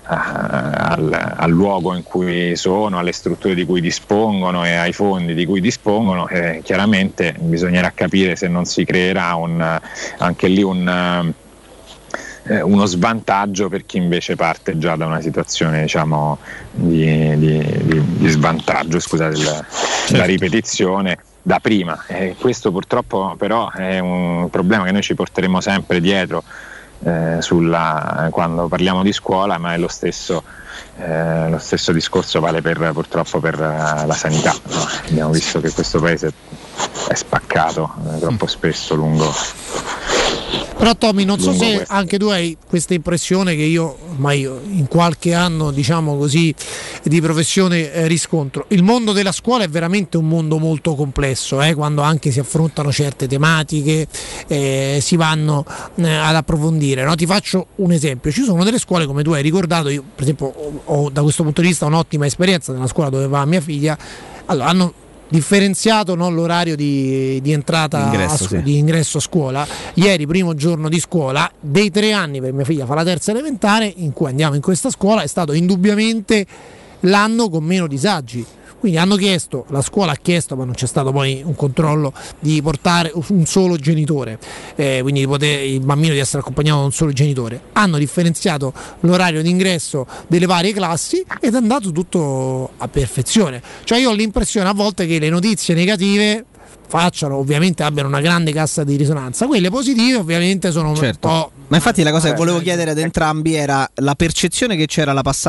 [SPEAKER 7] luogo in cui sono, alle strutture di cui dispongono e ai fondi di cui dispongono. Chiaramente bisognerà capire se non si creerà anche lì uno svantaggio per chi invece parte già da una situazione, diciamo, di svantaggio, scusate la ripetizione, da prima. Questo purtroppo però è un problema che noi ci porteremo sempre dietro quando parliamo di scuola, ma è lo stesso discorso vale purtroppo per la sanità, no? Abbiamo visto che questo paese è spaccato troppo spesso lungo.
[SPEAKER 24] Però Tommy, non so se anche tu hai questa impressione che io ormai in qualche anno, diciamo così, di professione riscontro. Il mondo della scuola è veramente un mondo molto complesso, quando anche si affrontano certe tematiche, si vanno ad approfondire, no? Ti faccio un esempio: ci sono delle scuole, come tu hai ricordato, io per esempio ho da questo punto di vista un'ottima esperienza nella scuola dove va mia figlia. Allora, hanno differenziato, no, l'orario di entrata di ingresso a scuola. Ieri, primo giorno di scuola dei 3 anni, per mia figlia fa la terza elementare, in cui andiamo in questa scuola, è stato indubbiamente l'anno con meno disagi. Quindi la scuola ha chiesto, ma non c'è stato poi un controllo, di portare un solo genitore, quindi il bambino di essere accompagnato da un solo genitore. Hanno differenziato l'orario d'ingresso delle varie classi ed è andato tutto a perfezione. Cioè, io ho l'impressione a volte che le notizie negative abbiano una grande cassa di risonanza, quelle positive ovviamente sono un po'.
[SPEAKER 4] Ma infatti la cosa che volevo chiedere ad entrambi era la percezione che c'era la passata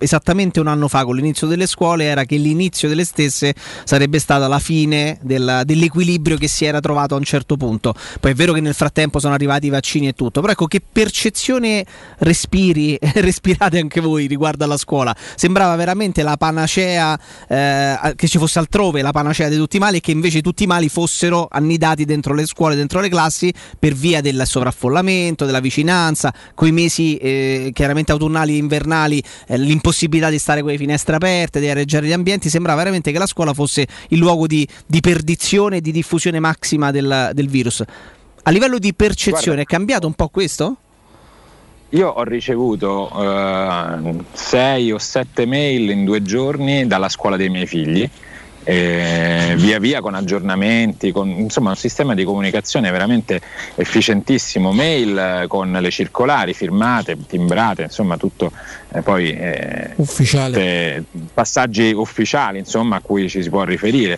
[SPEAKER 4] esattamente un anno fa con l'inizio delle scuole era che l'inizio delle stesse sarebbe stata la fine dell'equilibrio che si era trovato a un certo punto. Poi è vero che nel frattempo sono arrivati i vaccini e tutto, però ecco, che percezione respirate anche voi riguardo alla scuola? Sembrava veramente la panacea, che ci fosse altrove la panacea di tutti i mali, e che invece tutti i mali fossero annidati dentro le scuole, dentro le classi, per via del sovraffollamento, della vicinanza, coi mesi chiaramente autunnali e invernali, l'impossibilità di stare con le finestre aperte, di areggiare gli ambienti. Sembrava veramente che la scuola fosse il luogo di perdizione e di diffusione massima del virus. A livello di percezione è cambiato un po' questo?
[SPEAKER 7] Io ho ricevuto 6 o 7 mail in 2 giorni dalla scuola dei miei figli, via via con aggiornamenti, con insomma un sistema di comunicazione veramente efficientissimo, mail con le circolari firmate, timbrate, insomma tutto poi
[SPEAKER 24] ufficiale,
[SPEAKER 7] passaggi ufficiali insomma a cui ci si può riferire,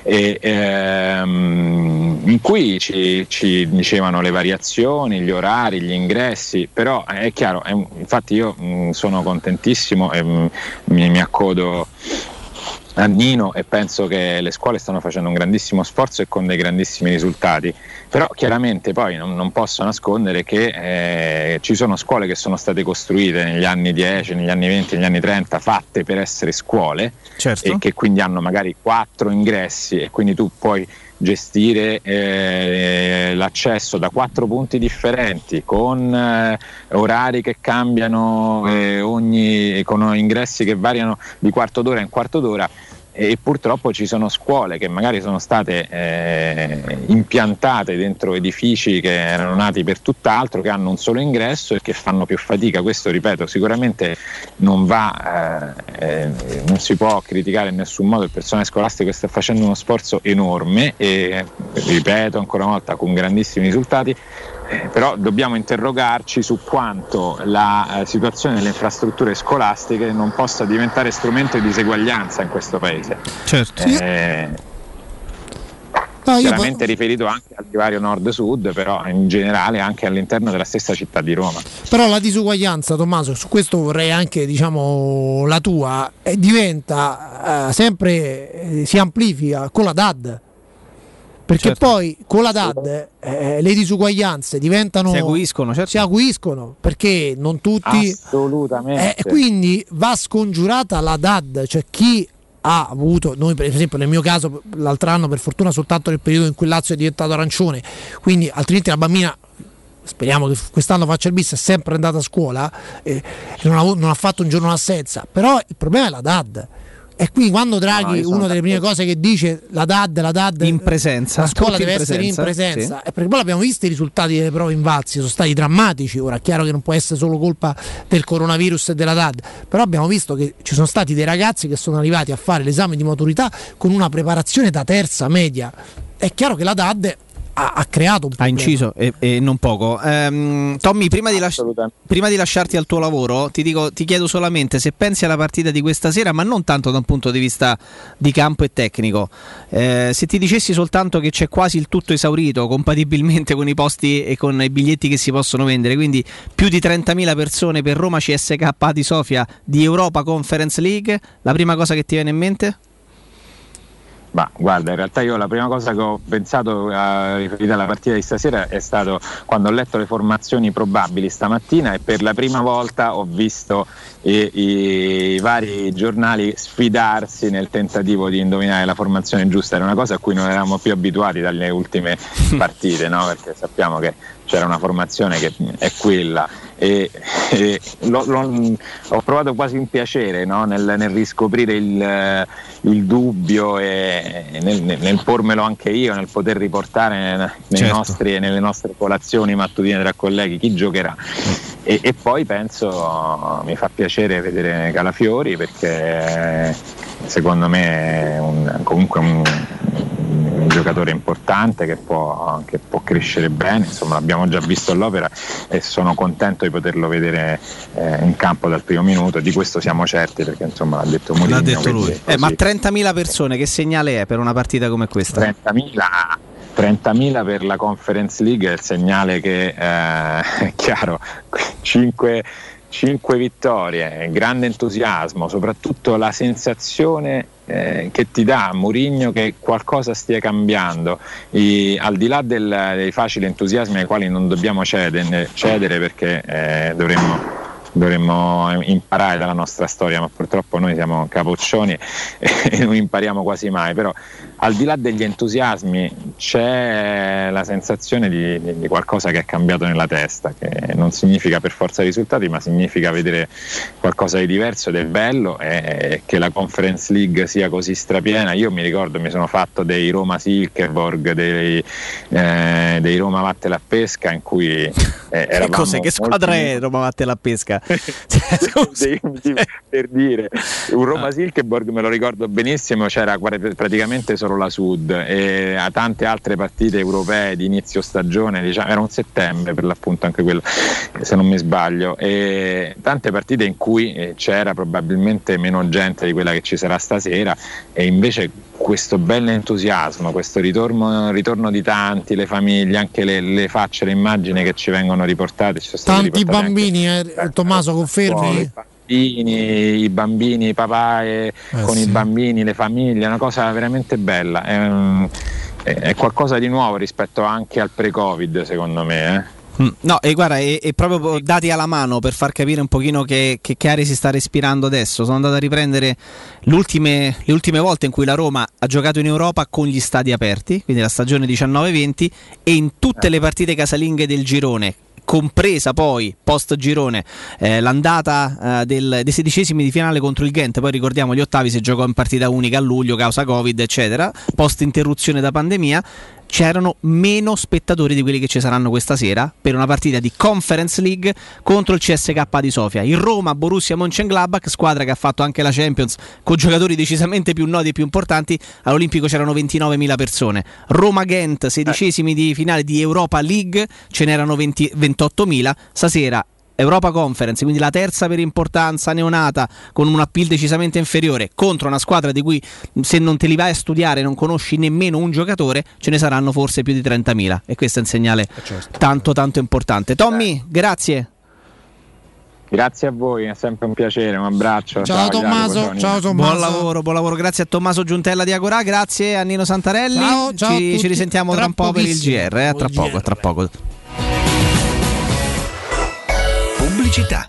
[SPEAKER 7] in cui ci dicevano le variazioni, gli orari, gli ingressi, però è chiaro, infatti io sono contentissimo e mi accodo a Nino e penso che le scuole stanno facendo un grandissimo sforzo e con dei grandissimi risultati, però chiaramente poi non posso nascondere che ci sono scuole che sono state costruite negli anni 10, negli anni 20, negli anni 30, fatte per essere scuole, certo, e che quindi hanno magari 4 ingressi e quindi tu puoi gestire l'accesso da 4 punti differenti, con orari che cambiano con ingressi che variano di quarto d'ora in quarto d'ora, e purtroppo ci sono scuole che magari sono state impiantate dentro edifici che erano nati per tutt'altro, che hanno un solo ingresso e che fanno più fatica. Questo, ripeto, sicuramente non si può criticare in nessun modo il personale scolastico, che sta facendo uno sforzo enorme e, ripeto ancora una volta, con grandissimi risultati. Però dobbiamo interrogarci su quanto la situazione delle infrastrutture scolastiche non possa diventare strumento di diseguaglianza in questo paese.
[SPEAKER 24] Certo.
[SPEAKER 7] Chiaramente riferito anche al divario nord-sud, però in generale anche all'interno della stessa città di Roma.
[SPEAKER 24] Però la disuguaglianza, Tommaso, su questo vorrei anche, la tua, diventa sempre, si amplifica con la DAD. Perché certo, poi con la DAD le disuguaglianze diventano, si acuiscono, perché non tutti,
[SPEAKER 7] assolutamente,
[SPEAKER 24] quindi va scongiurata la DAD, cioè chi ha avuto, noi per esempio nel mio caso l'altro anno per fortuna soltanto nel periodo in cui Lazio è diventato arancione, quindi altrimenti la bambina, speriamo che quest'anno faccia il bis, è sempre andata a scuola, non ha fatto un giorno d'assenza, però il problema è la DAD. E qui quando Draghi, una delle prime cose che dice, la DAD
[SPEAKER 4] in presenza,
[SPEAKER 24] la scuola deve essere in presenza, sì. E perché poi l'abbiamo visto, i risultati delle prove Invalsi sono stati drammatici. Ora è chiaro che non può essere solo colpa del coronavirus e della DAD, però abbiamo visto che ci sono stati dei ragazzi che sono arrivati a fare l'esame di maturità con una preparazione da terza media. È chiaro che la DAD ha creato un problema.
[SPEAKER 4] Ha inciso e non poco. Tommy, prima di lasciarti al tuo lavoro, ti chiedo solamente se pensi alla partita di questa sera, ma non tanto da un punto di vista di campo e tecnico. Se ti dicessi soltanto che c'è quasi il tutto esaurito compatibilmente con i posti e con i biglietti che si possono vendere, quindi più di 30.000 persone per Roma CSKA di Sofia di Europa Conference League, la prima cosa che ti viene in mente?
[SPEAKER 7] Ma guarda, in realtà io la prima cosa che ho pensato riferita alla partita di stasera è stato quando ho letto le formazioni probabili stamattina e per la prima volta ho visto i vari giornali sfidarsi nel tentativo di indovinare la formazione giusta. Era una cosa a cui non eravamo più abituati dalle ultime partite, no? Perché sappiamo che c'era una formazione che è quella e ho provato quasi un piacere, no? nel riscoprire il dubbio e nel pormelo anche io, nel poter riportare nelle nostre colazioni mattutine tra colleghi chi giocherà e poi penso mi fa piacere vedere Calafiori, perché secondo me è comunque un giocatore importante che può crescere bene, insomma l'abbiamo già visto all'opera e sono contento di poterlo vedere in campo dal primo minuto, di questo siamo certi, perché insomma l'ha detto Mourinho.
[SPEAKER 4] L'ha detto lui. Ma 30.000 persone, che segnale è per una partita come questa?
[SPEAKER 7] 30.000 per la Conference League è il segnale che è chiaro, 5 5 vittorie, grande entusiasmo, soprattutto la sensazione che ti dà Mourinho che qualcosa stia cambiando, al di là dei facili entusiasmi ai quali non dobbiamo cedere perché dovremmo imparare dalla nostra storia, ma purtroppo noi siamo capoccioni e non impariamo quasi mai. Però al di là degli entusiasmi c'è la sensazione di qualcosa che è cambiato nella testa, che non significa per forza risultati, ma significa vedere qualcosa di diverso ed è bello, e che la Conference League sia così strapiena. Io mi ricordo, mi sono fatto dei Roma Silkeborg, dei Roma Vatte la Pesca, in cui eravamo
[SPEAKER 4] che squadra è Roma Vatte la Pesca?
[SPEAKER 7] Per dire, un Roma Silkeborg me lo ricordo benissimo, c'era praticamente solo la Sud, e a tante altre partite europee di inizio stagione, diciamo, era un settembre per l'appunto anche quello, se non mi sbaglio, e tante partite in cui c'era probabilmente meno gente di quella che ci sarà stasera, e invece questo bel entusiasmo, questo ritorno di tanti, le famiglie, anche le facce, le immagini che ci vengono riportate, ci sono state
[SPEAKER 24] tanti bambini, Tommaso, confermi?
[SPEAKER 7] I bambini, i papà con i bambini, le famiglie, è una cosa veramente bella, è qualcosa di nuovo rispetto anche al pre-Covid, secondo me.
[SPEAKER 4] No, e guarda, è proprio dati alla mano per far capire un pochino che aria si sta respirando adesso. Sono andato a riprendere le ultime volte in cui la Roma ha giocato in Europa con gli stadi aperti, quindi la stagione 19-20, e in tutte le partite casalinghe del girone, compresa poi post girone l'andata dei 16esimi di finale contro il Ghent. Poi ricordiamo gli ottavi si giocò in partita unica a luglio causa Covid eccetera, post interruzione da pandemia. C'erano meno spettatori di quelli che ci saranno questa sera per una partita di Conference League contro il CSKA di Sofia. Il Roma Borussia Mönchengladbach, squadra che ha fatto anche la Champions con giocatori decisamente più noti e più importanti, all'Olimpico c'erano 29.000 persone. Roma Ghent, 16esimi di finale di Europa League, ce n'erano 28.000. Stasera Europa Conference, quindi la terza per importanza neonata, con un appeal decisamente inferiore, contro una squadra di cui se non te li vai a studiare non conosci nemmeno un giocatore, ce ne saranno forse più di 30.000, e questo è un segnale tanto importante. Tommy, grazie.
[SPEAKER 7] Grazie a voi, è sempre un piacere, un abbraccio.
[SPEAKER 24] Ciao Tommaso, ciao Tommaso.
[SPEAKER 4] Buon lavoro, grazie a Tommaso Giuntella di Agorà, grazie a Nino Santarelli.
[SPEAKER 24] Ciao
[SPEAKER 4] ci risentiamo tra un po' per il GR, tra poco.
[SPEAKER 2] Pubblicità.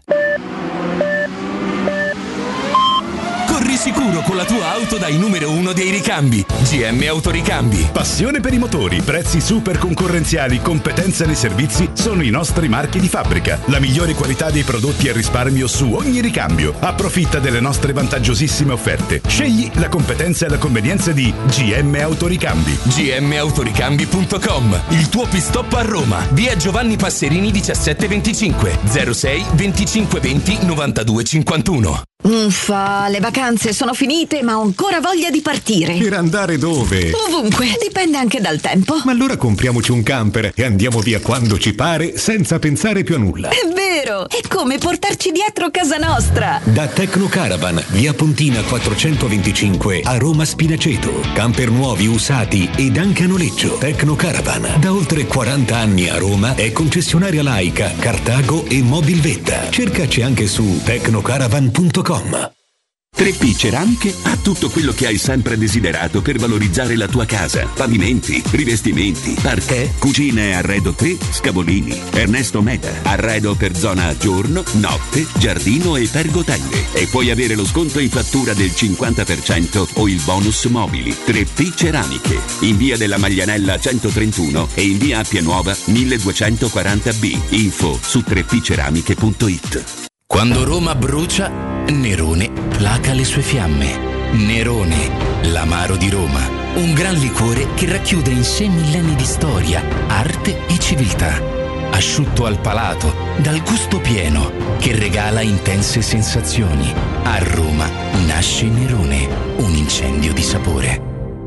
[SPEAKER 2] Corri sicuro con la tua auto dai numero 1 dei ricambi. GM Autoricambi.
[SPEAKER 11] Passione per i motori, prezzi super concorrenziali, competenza nei servizi sono i nostri marchi di fabbrica. La migliore qualità dei prodotti e risparmio su ogni ricambio. Approfitta delle nostre vantaggiosissime offerte. Scegli la competenza e la convenienza di GM Autoricambi.
[SPEAKER 2] gmautoricambi.com. Il tuo pit-stop a Roma. Via Giovanni Passerini 1725 06 25 20 92 51.
[SPEAKER 13] Uffa, le vacanze sono finite, ma ho ancora voglia di partire.
[SPEAKER 16] Per andare dove?
[SPEAKER 13] Ovunque, dipende anche dal tempo.
[SPEAKER 16] Ma allora compriamoci un camper e andiamo via quando ci pare, senza pensare più a nulla.
[SPEAKER 13] È vero, è come portarci dietro casa nostra.
[SPEAKER 22] Da Tecno Caravan, via Pontina 425 a Roma Spinaceto. Camper nuovi, usati ed anche a noleggio. Tecno Caravan, da oltre 40 anni a Roma, è concessionaria Laica, Cartago e Mobilvetta. Cercaci anche su tecnocaravan.com.
[SPEAKER 6] 3P Ceramiche ha tutto quello che hai sempre desiderato per valorizzare la tua casa. Pavimenti, rivestimenti, parquet, cucina e arredo 3, Scavolini, Ernesto Meda. Arredo per zona giorno, notte, giardino e pergotelle. E puoi avere lo sconto in fattura del 50% o il bonus mobili. 3P Ceramiche, in via della Maglianella 131 e in via Appia Nuova 1240B. Info su 3pceramiche.it.
[SPEAKER 2] Quando Roma brucia, Nerone placa le sue fiamme. Nerone, l'amaro di Roma. Un gran liquore che racchiude in sé millenni di storia, arte e civiltà. Asciutto al palato, dal gusto pieno, che regala intense sensazioni. A Roma nasce Nerone, un incendio di sapore.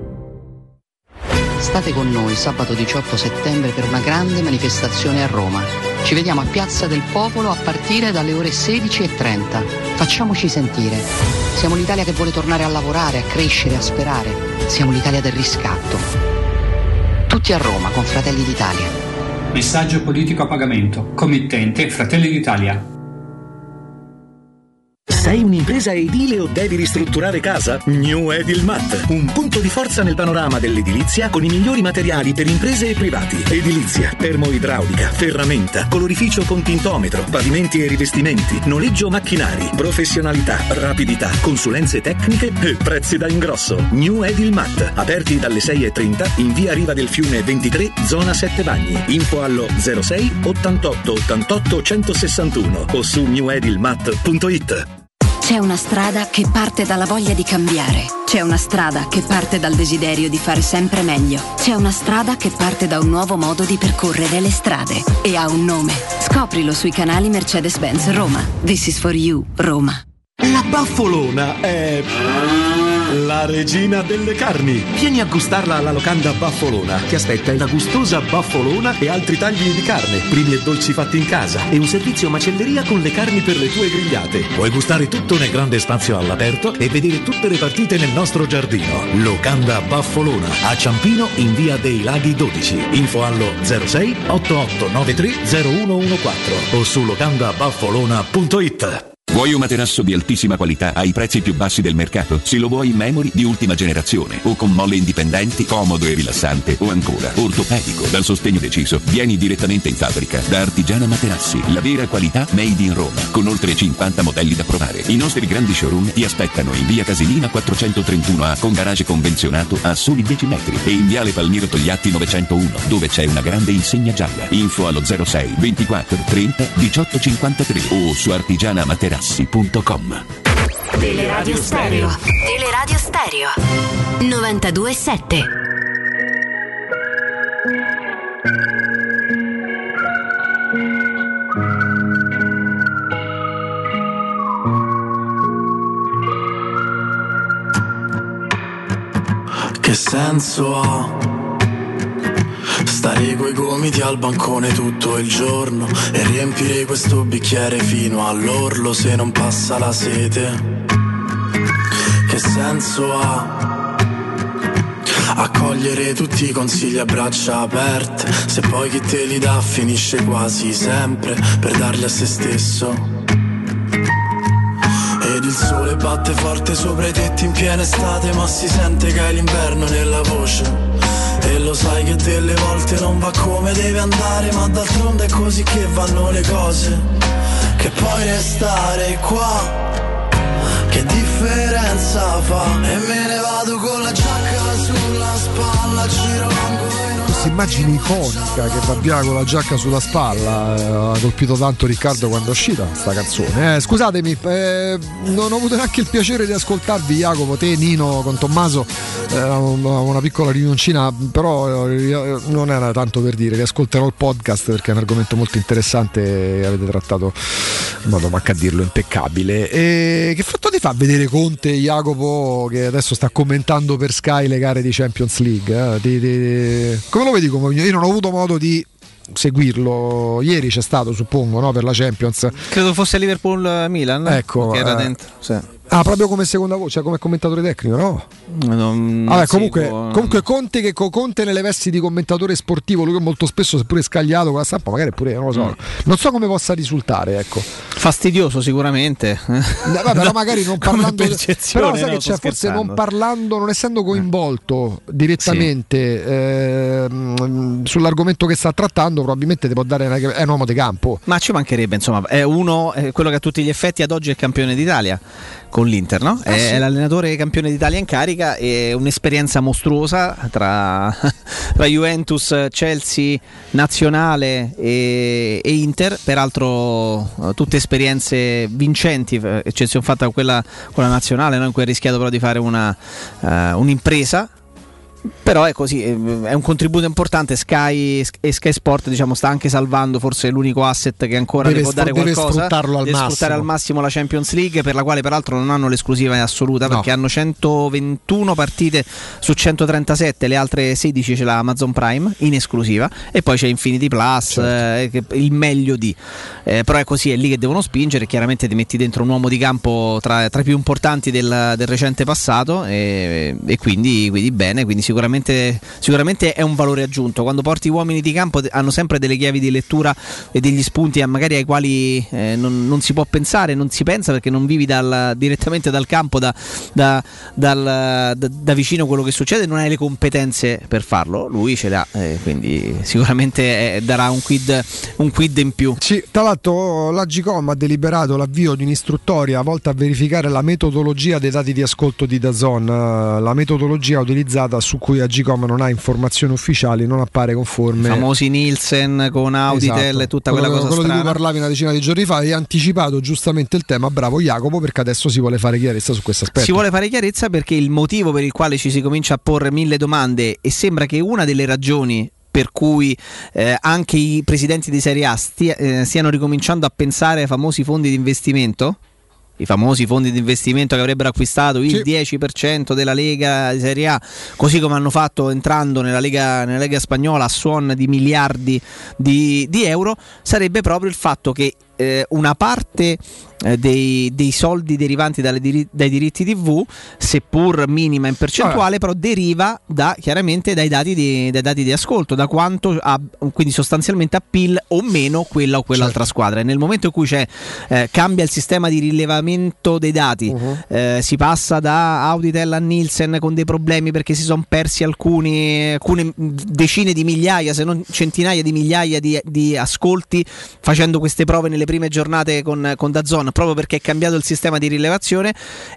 [SPEAKER 14] State con noi sabato 18 settembre per una grande manifestazione a Roma. Ci vediamo a Piazza del Popolo a partire dalle ore 16:30. Facciamoci sentire. Siamo l'Italia che vuole tornare a lavorare, a crescere, a sperare. Siamo l'Italia del riscatto. Tutti a Roma con Fratelli d'Italia.
[SPEAKER 15] Messaggio politico a pagamento. Committente Fratelli d'Italia.
[SPEAKER 6] Sei un'impresa edile o devi ristrutturare casa? New Edilmat, un punto di forza nel panorama dell'edilizia con i migliori materiali per imprese e privati. Edilizia, termoidraulica, ferramenta, colorificio con tintometro, pavimenti e rivestimenti, noleggio macchinari, professionalità, rapidità, consulenze tecniche e prezzi da ingrosso. New Edilmat, aperti dalle 6:30 in via Riva del Fiume 23, zona 7 Bagni. Info allo 06 88 88 161 o su newedilmat.it.
[SPEAKER 13] C'è una strada che parte dalla voglia di cambiare. C'è una strada che parte dal desiderio di fare sempre meglio. C'è una strada che parte da un nuovo modo di percorrere le strade. E ha un nome. Scoprilo sui canali Mercedes-Benz Roma. This is for you, Roma.
[SPEAKER 5] La Baffolona è la regina delle carni. Vieni a gustarla alla locanda Baffolona. Ti aspetta una gustosa baffolona e altri tagli di carne, primi e dolci fatti in casa e un servizio macelleria con le carni per le tue grigliate. Puoi gustare tutto nel grande spazio all'aperto e vedere tutte le partite nel nostro giardino. Locanda Baffolona a Ciampino in via dei Laghi 12. Info allo 06 8893 0114 o su locandabaffolona.it.
[SPEAKER 26] Vuoi un materasso di altissima qualità ai prezzi più bassi del mercato? Se lo vuoi in memory di ultima generazione o con molle indipendenti, comodo e rilassante o ancora ortopedico dal sostegno deciso, vieni direttamente in fabbrica da Artigiana Materassi, la vera qualità made in Roma, con oltre 50 modelli da provare. I nostri grandi showroom ti aspettano in via Casilina 431A con garage convenzionato a soli 10 metri e in viale Palmiro Togliatti 901 dove c'è una grande insegna gialla. Info allo 06 24 30 18 53 o su artigianamaterassi.com.
[SPEAKER 19] Teleradio Stereo. Teleradio Stereo 92.7.
[SPEAKER 10] Che senso ha stare coi gomiti al bancone tutto il giorno e riempire questo bicchiere fino all'orlo se non passa la sete? Che senso ha accogliere tutti i consigli a braccia aperte se poi chi te li dà finisce quasi sempre per darli a se stesso? Ed il sole batte forte sopra i tetti in piena estate, ma si sente che hai l'inverno nella voce. E lo sai che delle volte non va come deve andare, ma d'altronde è così che vanno le cose. Che puoi restare qua, che differenza fa? E me ne vado con la giacca sulla spalla, giro l'angolo.
[SPEAKER 24] Questa immagine iconica che va via con la giacca sulla spalla ha colpito tanto Riccardo quando è uscita sta canzone. Scusatemi, non ho avuto neanche il piacere di ascoltarvi, Jacopo, te, Nino, con Tommaso, una piccola riunioncina, però non era tanto per dire che ascolterò il podcast perché è un argomento molto interessante e avete trattato in modo, manca a dirlo, impeccabile. E che fatto ti fa vedere Conte, Jacopo, che adesso sta commentando per Sky le gare di Champions League? Come lo vedi? Io non ho avuto modo di seguirlo, ieri c'è stato, suppongo, no? Per la Champions,
[SPEAKER 4] credo fosse Liverpool-Milan,
[SPEAKER 24] ecco,
[SPEAKER 4] che era dentro, sì.
[SPEAKER 24] Ah, proprio come seconda voce, cioè come commentatore tecnico, no? Vabbè, comunque Conte nelle vesti di commentatore sportivo, lui che molto spesso, seppure scagliato con la stampa, magari pure, non lo so. Non so come possa risultare, ecco.
[SPEAKER 4] Fastidioso sicuramente.
[SPEAKER 24] Vabbè, però magari non parlando, però sai che c'è, forse non parlando, non essendo coinvolto direttamente sull'argomento che sta trattando, probabilmente ti può dare è un uomo di campo.
[SPEAKER 4] Ma ci mancherebbe, insomma, è quello che a tutti gli effetti ad oggi è campione d'Italia con l'Inter, no? È l'allenatore campione d'Italia in carica, è un'esperienza mostruosa tra Juventus, Chelsea, Nazionale e Inter, peraltro tutte esperienze vincenti, eccezione fatta con la Nazionale, no? In cui ha rischiato però di fare un'impresa. Però è così, è un contributo importante. Sky Sport, diciamo, sta anche salvando forse l'unico asset che ancora deve può dare qualcosa, deve sfruttare al massimo la Champions League, per la quale peraltro non hanno l'esclusiva assoluta, perché hanno 121 partite su 137, le altre 16 ce l'ha Amazon Prime in esclusiva, e poi c'è Infinity Plus, il meglio di però è così, è lì che devono spingere. Chiaramente ti metti dentro un uomo di campo tra i più importanti del recente passato, e quindi bene, quindi sicuramente è un valore aggiunto. Quando porti uomini di campo hanno sempre delle chiavi di lettura e degli spunti magari ai quali non si può pensare, non si pensa perché non vivi direttamente dal campo, da vicino quello che succede, non hai le competenze per farlo. Lui ce le ha, quindi sicuramente darà un quid in più.
[SPEAKER 15] Sì, tra l'altro l'Agcom ha deliberato l'avvio di un'istruttoria volta a verificare la metodologia dei dati di ascolto di DAZN. La metodologia utilizzata, su cui Agcom non ha informazioni ufficiali, non appare conforme.
[SPEAKER 4] I famosi Nielsen con Auditel, esatto, e tutta quella cosa
[SPEAKER 15] quello
[SPEAKER 4] strana.
[SPEAKER 15] di cui parlavi una decina di giorni fa, hai anticipato giustamente il tema. Bravo Jacopo, perché adesso si vuole fare chiarezza su questo aspetto.
[SPEAKER 4] Si vuole fare chiarezza perché il motivo per il quale ci si comincia a porre 1000 domande, e sembra che una delle ragioni per cui anche i presidenti di Serie A stiano ricominciando a pensare ai famosi fondi di investimento, i famosi fondi di investimento che avrebbero acquistato il 10% della Lega di Serie A, così come hanno fatto entrando nella Lega spagnola a suon di miliardi di euro, sarebbe proprio il fatto che una parte dei soldi derivanti dai diritti TV, seppur minima in percentuale, però deriva chiaramente dai dati di ascolto, da quanto quindi sostanzialmente a PIL o meno quella o quell'altra squadra. E nel momento in cui cambia il sistema di rilevamento dei dati, si passa da Auditel a Nielsen con dei problemi perché si sono persi alcune decine di migliaia, se non centinaia di migliaia di ascolti facendo queste prove nelle prime giornate con DAZN, proprio perché è cambiato il sistema di rilevazione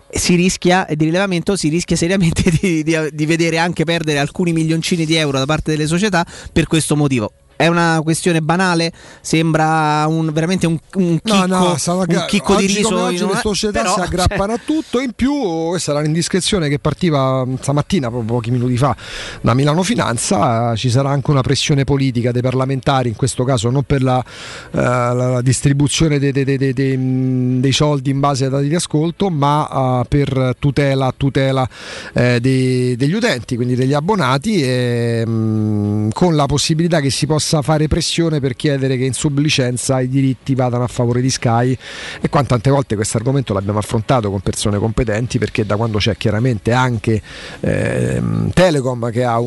[SPEAKER 4] di rilevamento, si rischia seriamente di vedere anche perdere alcuni milioncini di euro da parte delle società per questo motivo. È una questione banale, sembra veramente un chicco di riso.
[SPEAKER 15] Oggi le società si aggrappano a tutto. In più, questa era l'indiscrezione che partiva stamattina, proprio pochi minuti fa, da Milano Finanza. Ci sarà anche una pressione politica dei parlamentari, in questo caso non per la distribuzione dei soldi in base ai dati di ascolto, ma per tutela degli utenti, quindi degli abbonati, con la possibilità che si possa fare pressione per chiedere che in sublicenza i diritti vadano a favore di Sky. E tante volte questo argomento l'abbiamo affrontato con persone competenti, perché da quando c'è chiaramente anche Telecom, che ha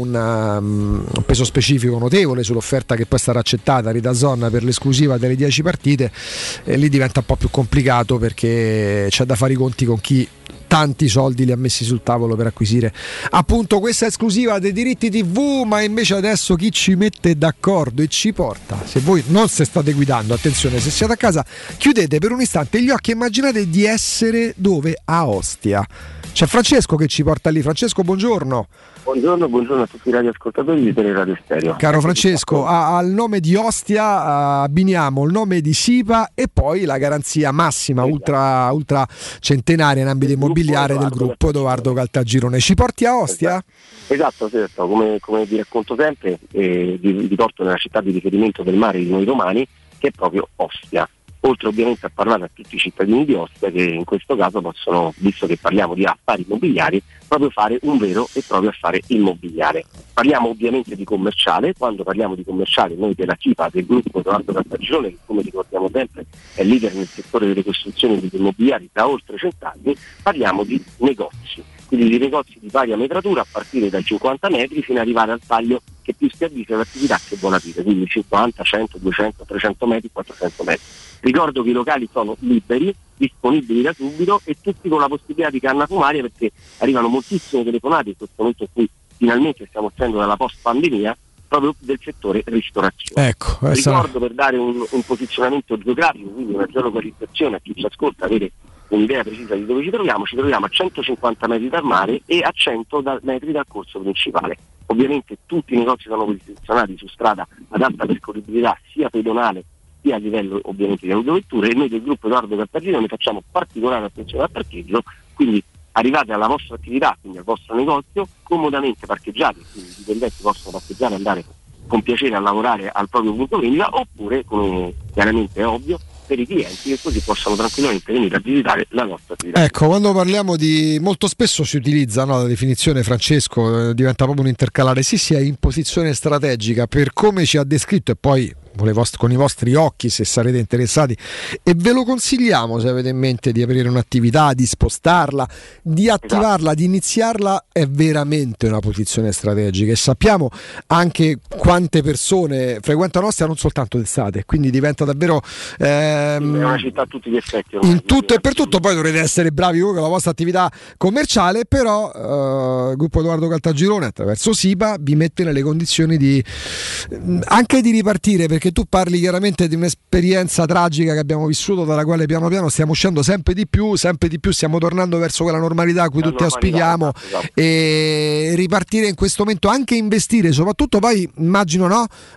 [SPEAKER 15] un peso specifico notevole sull'offerta che poi sarà accettata di DAZN per l'esclusiva delle 10 partite, lì diventa un po' più complicato, perché c'è da fare i conti con chi tanti soldi li ha messi sul tavolo per acquisire appunto questa esclusiva dei diritti TV. Ma invece adesso chi ci mette d'accordo e ci porta, se voi non se state guidando, attenzione, se siete a casa chiudete per un istante gli occhi e immaginate di essere dove? A Ostia. C'è Francesco che ci porta lì. Francesco, buongiorno.
[SPEAKER 17] Buongiorno a tutti i radioascoltatori di Teleradio Stereo.
[SPEAKER 15] Caro Francesco, al nome di Ostia abbiniamo il nome di SIPA e poi la garanzia massima ultra centenaria in ambito immobiliare del gruppo Edoardo Caltagirone. Ci porti a Ostia?
[SPEAKER 17] Esatto. Come vi racconto sempre, vi porto nella città di riferimento del mare di noi romani, che è proprio Ostia. Oltre ovviamente a parlare a tutti i cittadini di Ostia, che in questo caso possono, visto che parliamo di affari immobiliari, proprio fare un vero e proprio affare immobiliare. Parliamo ovviamente di commerciale. Quando parliamo di commerciale, noi della CIPA, del gruppo Edoardo Caltagirone, che come ricordiamo sempre è leader nel settore delle costruzioni degli immobiliari da oltre 100 anni, parliamo di negozi. Quindi di negozi di varia metratura, a partire dai 50 metri fino ad arrivare al taglio che più si avvisa all'attività che vuole aprire, quindi 50, 100, 200, 300 metri, 400 metri. Ricordo che i locali sono liberi, disponibili da subito e tutti con la possibilità di canna fumaria, perché arrivano moltissime telefonate in questo momento in cui finalmente stiamo uscendo dalla post pandemia, proprio del settore ristorazione. Ricordo, per dare un posizionamento geografico, quindi una geolocalizzazione a chi ci ascolta, avere un'idea precisa di dove ci troviamo a 150 metri dal mare e a 100 metri dal corso principale. Ovviamente tutti i negozi sono posizionati su strada ad alta percorribilità, sia pedonale sia a livello ovviamente di autovetture, e noi del gruppo Edoardo Caltagirone facciamo particolare attenzione al parcheggio, quindi arrivate alla vostra attività, quindi al vostro negozio, comodamente parcheggiati, quindi i dipendenti possono parcheggiare e andare con piacere a lavorare al proprio punto vendita, oppure, come chiaramente è ovvio, per i clienti, che così possono tranquillamente venire a visitare la nostra attività.
[SPEAKER 15] Ecco, quando parliamo molto spesso si utilizza, no, la definizione, Francesco, diventa proprio un intercalare. Sì, è in posizione strategica, per come ci ha descritto, e poi con i vostri occhi se sarete interessati, e ve lo consigliamo se avete in mente di aprire un'attività, di spostarla, di attivarla, di iniziarla. È veramente una posizione strategica e sappiamo anche quante persone frequentano Ostia non soltanto d'estate, quindi diventa davvero
[SPEAKER 17] è una città a tutti gli effetti
[SPEAKER 15] in tutto e per tutto. Poi dovrete essere bravi voi con la vostra attività commerciale, però il gruppo Edoardo Caltagirone attraverso SIPA vi mette nelle condizioni di anche di ripartire, perché tu parli chiaramente di un'esperienza tragica che abbiamo vissuto, dalla quale piano piano stiamo uscendo sempre di più stiamo tornando verso quella normalità a cui tutti auspichiamo, e ripartire in questo momento, anche investire, soprattutto poi immagino,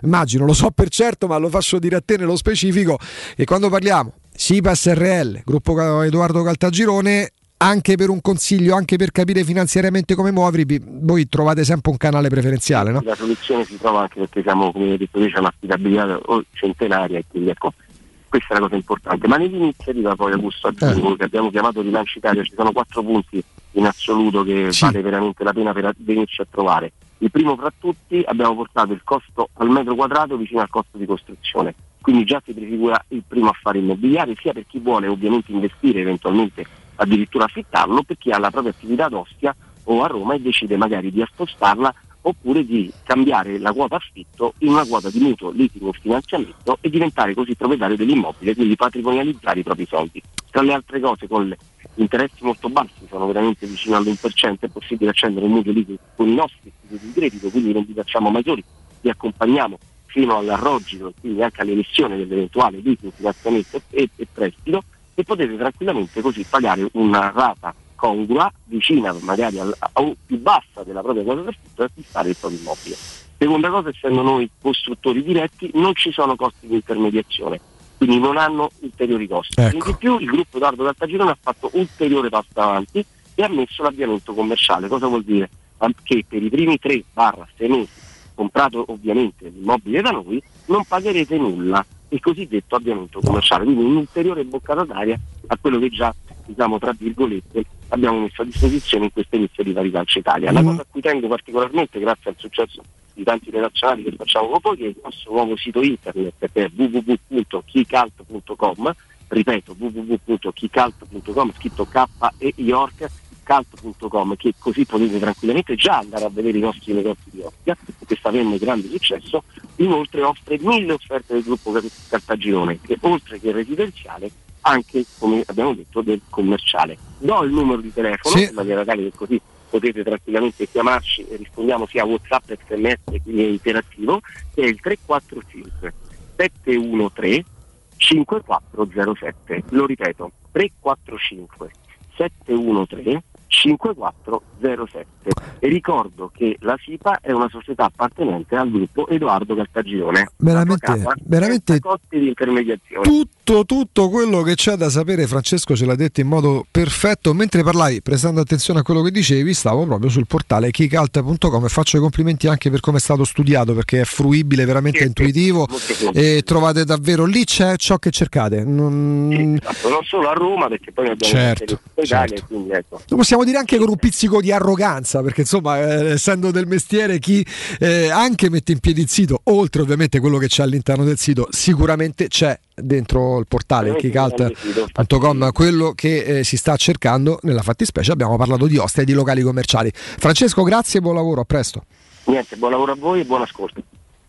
[SPEAKER 15] lo so per certo, ma lo faccio dire a te nello specifico, e quando parliamo SIPA SRL, gruppo Edoardo Caltagirone, anche per un consiglio, anche per capire finanziariamente come muovervi, voi trovate sempre un canale preferenziale, no?
[SPEAKER 17] La soluzione si trova anche perché siamo, come ho detto, c'è un'affidabilità centenaria, e quindi ecco, questa è la cosa importante. Ma nell'iniziativa poi, Augusto, aggiungo che abbiamo chiamato Rilancio Italia, ci sono 4 punti in assoluto che vale veramente la pena per venirci a trovare. Il primo fra tutti, abbiamo portato il costo al metro quadrato vicino al costo di costruzione, quindi già si prefigura il primo affare immobiliare, sia per chi vuole ovviamente investire, eventualmente addirittura affittarlo, per chi ha la propria attività ad Ostia o a Roma e decide magari di spostarla, oppure di cambiare la quota affitto in una quota di mutuo, leasing o finanziamento e diventare così proprietario dell'immobile, quindi patrimonializzare i propri soldi. Tra le altre cose, con interessi molto bassi, sono veramente vicino all'1%, è possibile accendere un mutuo leasing con i nostri istituti di credito, quindi non vi facciamo maggiori, vi accompagniamo fino all'arrogito, quindi anche all'emissione dell'eventuale leasing, finanziamento e prestito, e potete tranquillamente così pagare una rata congrua, vicina magari o più bassa della propria quota d'affitto, e acquistare il proprio immobile. Seconda cosa, essendo noi costruttori diretti, non ci sono costi di intermediazione, quindi non hanno ulteriori costi.
[SPEAKER 15] Ecco.
[SPEAKER 17] In più il gruppo Edoardo Caltagirone ha fatto ulteriore passo avanti e ha messo l'avviamento commerciale. Cosa vuol dire? Che per i primi 3-6 mesi, comprato ovviamente l'immobile da noi, non pagherete nulla, il cosiddetto avviamento commerciale, quindi un'ulteriore boccata d'aria a quello che già, diciamo tra virgolette, abbiamo messo a disposizione in questa iniziativa Rilancio Italia. La cosa a cui tengo particolarmente, grazie al successo di tanti relazionati che facciamo con voi, che è il nostro nuovo sito internet, che è www.keycult.com, ripeto, www.keycult.com, scritto K e York, cult.com, che così potete tranquillamente già andare a vedere i nostri negozi di Ostia, che sta avendo grande successo. Inoltre offre 1000 offerte del gruppo Caltagirone, che oltre che residenziale anche, come abbiamo detto, del commerciale. Do il numero di telefono, in maniera tale che così potete tranquillamente chiamarci e rispondiamo sia a WhatsApp, SMS, quindi è interattivo, che è il 345 713 5407. Lo ripeto, 345 713 5407, e ricordo che la SIPA è una società appartenente al gruppo Edoardo Caltagirone, veramente costi di intermediazione.
[SPEAKER 15] Tutto quello che c'è da sapere, Francesco ce l'ha detto in modo perfetto. Mentre parlavi, prestando attenzione a quello che dicevi, stavo proprio sul portale keycult.com e faccio i complimenti anche per come è stato studiato, perché è fruibile, veramente intuitivo, e trovate davvero, lì c'è ciò che cercate.
[SPEAKER 17] Non solo a Roma, perché poi abbiamo
[SPEAKER 15] certo.
[SPEAKER 17] Italia, quindi ecco.
[SPEAKER 15] Lo possiamo dire anche con un pizzico di arroganza, perché insomma, essendo del mestiere, chi anche mette in piedi il sito, oltre ovviamente quello che c'è all'interno del sito, sicuramente c'è dentro il portale keycult.com quello che si sta cercando. Nella fattispecie abbiamo parlato di Ostia e di locali commerciali. Francesco, grazie e buon lavoro, a presto.
[SPEAKER 17] Niente, buon lavoro a voi e buon ascolto.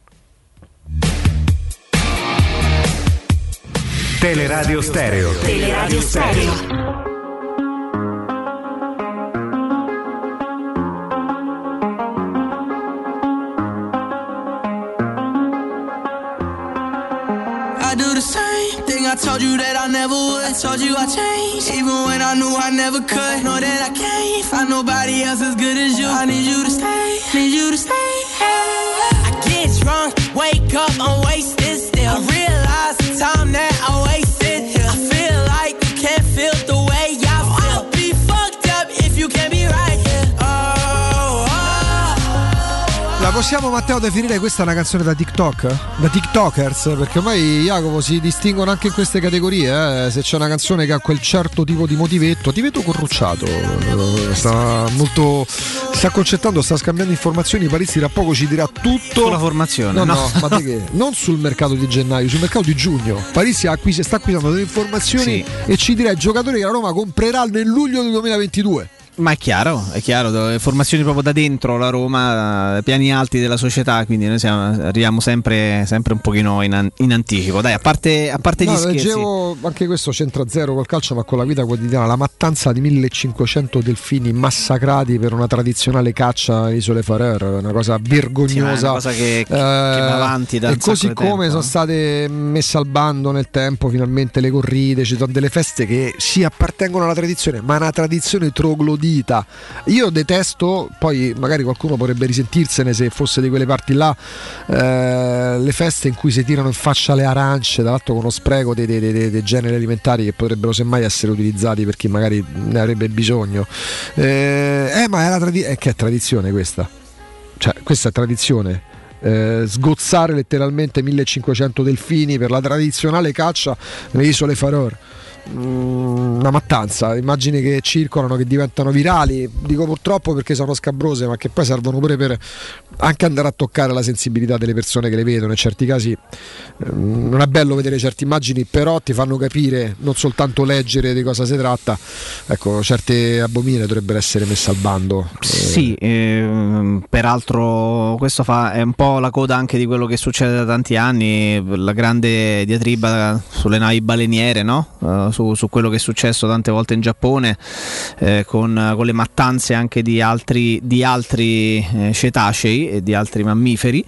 [SPEAKER 22] Teleradio Stereo.
[SPEAKER 19] Teleradio Stereo.
[SPEAKER 1] I do the same thing I told you that I never would. I told you I changed, even when I knew I never could. Know that I can't find nobody else as good as you. I need you to stay, need you to stay. I get drunk, wake up, I'm wasted still. I realize the time that I wasted here. I feel like you can't feel the way I feel. I'll be fucked up if you can't be right here.
[SPEAKER 15] La Possiamo, Matteo, definire questa una canzone da TikTok? Da TikTokers? Perché ormai, Jacopo, si distinguono anche in queste categorie. Se c'è una canzone che ha quel certo tipo di motivetto, ti vedo corrucciato. Sta concentrando, sta scambiando informazioni. Parizzi tra poco ci dirà tutto
[SPEAKER 4] sulla formazione.
[SPEAKER 15] No, ma te che? Non sul mercato di gennaio, sul mercato di giugno. Parizzi sta acquisendo delle informazioni e ci dirà i giocatori che la Roma comprerà nel luglio del 2022.
[SPEAKER 4] Ma è chiaro, formazioni proprio da dentro la Roma, piani alti della società, quindi noi arriviamo sempre un pochino in anticipo. Dai, a parte gli scherzi.
[SPEAKER 15] Leggevo, anche questo c'entra zero col calcio, ma con la vita quotidiana, la mattanza di 1500 delfini massacrati per una tradizionale caccia alle Isole Faroe, una cosa vergognosa.
[SPEAKER 4] Sì, una cosa che va avanti da
[SPEAKER 15] e
[SPEAKER 4] un
[SPEAKER 15] così
[SPEAKER 4] sacco di
[SPEAKER 15] come
[SPEAKER 4] tempo,
[SPEAKER 15] sono state messe al bando nel tempo finalmente le corride, ci sono delle feste che si appartengono alla tradizione, ma una tradizione troglodita. Io detesto, poi magari qualcuno potrebbe risentirsene se fosse di quelle parti là, le feste in cui si tirano in faccia le arance, tra l'altro con uno spreco dei generi alimentari che potrebbero semmai essere utilizzati per chi magari ne avrebbe bisogno. Ma è che è tradizione questa? Cioè, questa è tradizione. Sgozzare letteralmente 1500 delfini per la tradizionale caccia nelle Isole Faroe. Una mattanza, immagini che circolano, che diventano virali, dico purtroppo perché sono scabrose, ma che poi servono pure per anche andare a toccare la sensibilità delle persone che le vedono. In certi casi non è bello vedere certe immagini, però ti fanno capire, non soltanto leggere di cosa si tratta. Ecco, certe abominie dovrebbero essere messe al bando.
[SPEAKER 4] Sì, peraltro questo è un po' la coda anche di quello che succede da tanti anni, la grande diatriba sulle navi baleniere, no? Su quello che è successo tante volte in Giappone, con le mattanze anche di altri cetacei e di altri mammiferi.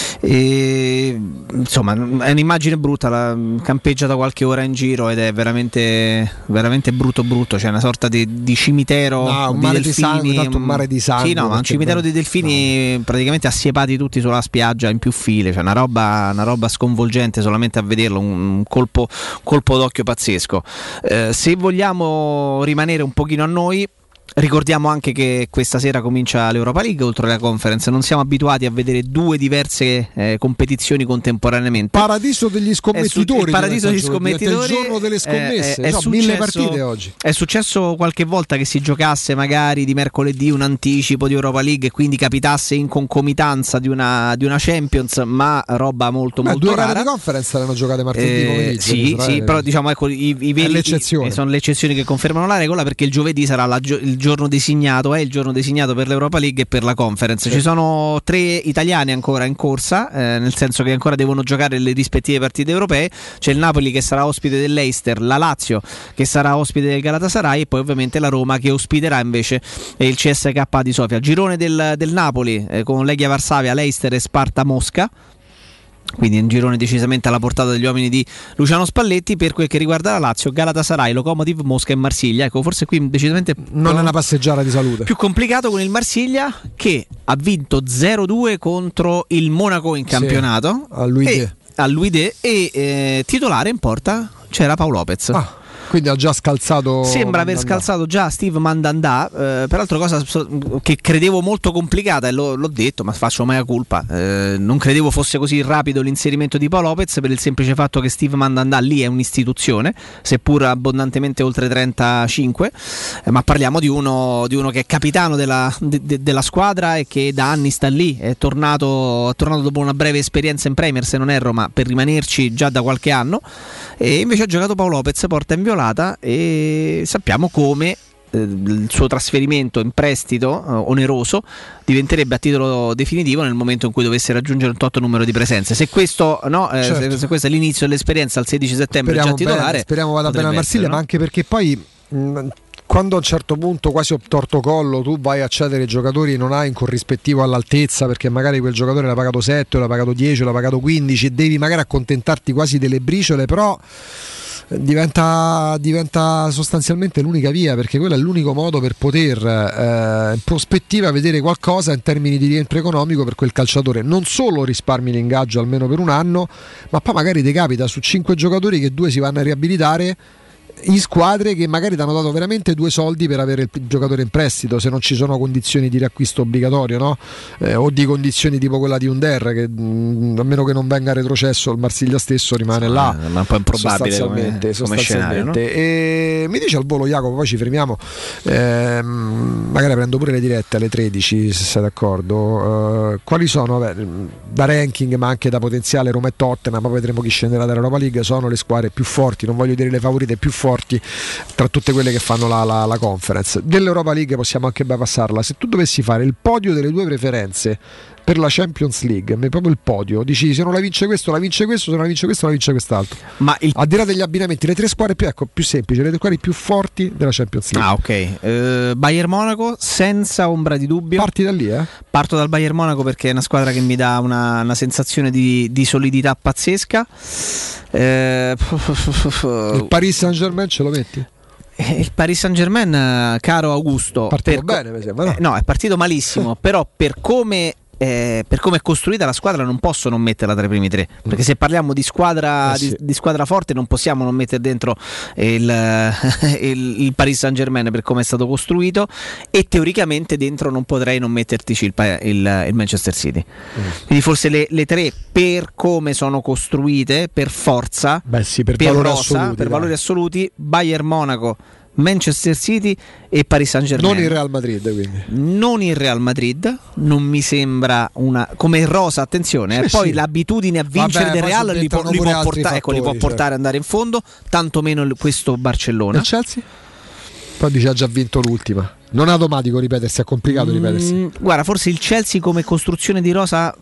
[SPEAKER 4] Insomma, è un'immagine brutta, campeggia da qualche ora in giro ed è veramente brutto. C'è una sorta di cimitero,
[SPEAKER 15] un
[SPEAKER 4] di
[SPEAKER 15] mare
[SPEAKER 4] delfini,
[SPEAKER 15] di sangue, tanto un mare di sangue.
[SPEAKER 4] Sì, no, ma un cimitero di delfini praticamente assiepati tutti sulla spiaggia in più file, cioè una roba sconvolgente solamente a vederlo, un colpo d'occhio pazzesco. Se vogliamo rimanere un pochino a noi, ricordiamo anche che questa sera comincia l'Europa League oltre alla Conference. Non siamo abituati a vedere due diverse competizioni contemporaneamente.
[SPEAKER 15] Paradiso degli scommettitori.
[SPEAKER 4] Paradiso degli scommettitori.
[SPEAKER 15] Il giorno delle scommesse. 1000 partite oggi.
[SPEAKER 4] È successo qualche volta che si giocasse magari di mercoledì un anticipo di Europa League e quindi capitasse in concomitanza di una Champions, ma roba molto
[SPEAKER 15] due
[SPEAKER 4] rara.
[SPEAKER 15] gare di Conference l'hanno giocate martedì pomeriggio.
[SPEAKER 4] Sì, però diciamo ecco i veri sono le eccezioni che confermano la regola, perché il giovedì sarà il giorno designato, è il giorno designato per l'Europa League e per la Conference. Ci sono 3 italiani ancora in corsa, nel senso che ancora devono giocare le rispettive partite europee. C'è il Napoli che sarà ospite dell'Leicester, la Lazio che sarà ospite del Galatasaray e poi ovviamente la Roma che ospiterà invece il CSKA di Sofia. Girone del Napoli con Legia Varsavia, Leicester e Sparta Mosca. Quindi un girone decisamente alla portata degli uomini di Luciano Spalletti. Per quel che riguarda la Lazio, Galatasaray, Lokomotiv Mosca e Marsiglia. Ecco, forse qui decisamente
[SPEAKER 15] non è una passeggiata di salute.
[SPEAKER 4] Più complicato con il Marsiglia che ha vinto 0-2 contro il Monaco in campionato all'Uide e titolare in porta c'era Paolo Lopez.
[SPEAKER 15] Quindi ha già scalzato.
[SPEAKER 4] Sembra aver scalzato già Steve Mandandà, peraltro cosa che credevo molto complicata e l'ho detto, ma faccio mea culpa. Non credevo fosse così rapido l'inserimento di Paolo Lopez, per il semplice fatto che Steve Mandandà lì è un'istituzione, seppur abbondantemente oltre 35, ma parliamo di uno che è capitano della squadra e che da anni sta lì, è tornato dopo una breve esperienza in Premier, se non erro, ma per rimanerci già da qualche anno, e invece ha giocato Paolo Lopez, porta inviolata, e sappiamo come il suo trasferimento in prestito oneroso diventerebbe a titolo definitivo nel momento in cui dovesse raggiungere un tot numero di presenze. Se questo certo. se questo è l'inizio dell'esperienza al 16 settembre
[SPEAKER 15] speriamo
[SPEAKER 4] già titolare,
[SPEAKER 15] speriamo vada bene al Marsiglia, no? Ma anche perché poi quando a un certo punto quasi obtorto collo tu vai a cedere ai giocatori e non hai un corrispettivo all'altezza, perché magari quel giocatore l'ha pagato 7, l'ha pagato 10, l'ha pagato 15 e devi magari accontentarti quasi delle briciole, però diventa sostanzialmente l'unica via, perché quello è l'unico modo per poter in prospettiva vedere qualcosa in termini di rientro economico per quel calciatore. Non solo risparmi l'ingaggio almeno per un anno, ma poi magari ti capita su 5 giocatori che 2 si vanno a riabilitare in squadre che magari ti hanno dato veramente 2 soldi per avere il giocatore in prestito, se non ci sono condizioni di riacquisto obbligatorio, no? O di condizioni tipo quella di Under, che a meno che non venga retrocesso il Marsiglia stesso rimane là,
[SPEAKER 4] ma un po' improbabile
[SPEAKER 15] sostanzialmente.
[SPEAKER 4] Scenario, no?
[SPEAKER 15] E mi dice al volo, Jacopo, poi ci fermiamo, magari prendo pure le dirette alle 13 se sei d'accordo. Quali sono, da ranking ma anche da potenziale Roma e Tottenham, poi vedremo chi scenderà dall'Europa League, sono le squadre più forti, non voglio dire le favorite, più forti tra tutte quelle che fanno la conference. Dell'Europa League possiamo anche bypassarla. Se tu dovessi fare il podio delle tue preferenze per la Champions League, proprio il podio, dici se non la vince questo, la vince questo, se non la vince questo, la vince quest'altro. Ma al di là degli abbinamenti, le 3 squadre più semplici, le 3 squadre più forti della Champions League.
[SPEAKER 4] Ok. Bayern Monaco senza ombra di dubbio.
[SPEAKER 15] Parti da lì,
[SPEAKER 4] Parto dal Bayern Monaco perché è una squadra che mi dà una sensazione di solidità pazzesca.
[SPEAKER 15] Il Paris Saint-Germain ce lo metti?
[SPEAKER 4] Il Paris Saint-Germain, caro Augusto,
[SPEAKER 15] bene, mi sembra,
[SPEAKER 4] no, è partito malissimo, però per come è costruita la squadra non posso non metterla tra i primi 3, perché se parliamo di squadra di squadra forte non possiamo non mettere dentro il Paris Saint-Germain per come è stato costruito, e teoricamente dentro non potrei non mettertici il Manchester City. Quindi forse le 3 per come sono costruite, per forza,
[SPEAKER 15] per
[SPEAKER 4] valori assoluti, Bayern Monaco, Manchester City e Paris Saint-Germain.
[SPEAKER 15] Non il Real Madrid, quindi.
[SPEAKER 4] Non il Real Madrid, non mi sembra come rosa, attenzione, poi l'abitudine a vincere del Real li può portare ad andare in fondo, tantomeno questo Barcellona.
[SPEAKER 15] Il Chelsea? Poi dice ha già vinto l'ultima. Non è automatico ripetersi, è complicato ripetersi.
[SPEAKER 4] Guarda, forse il Chelsea come costruzione di rosa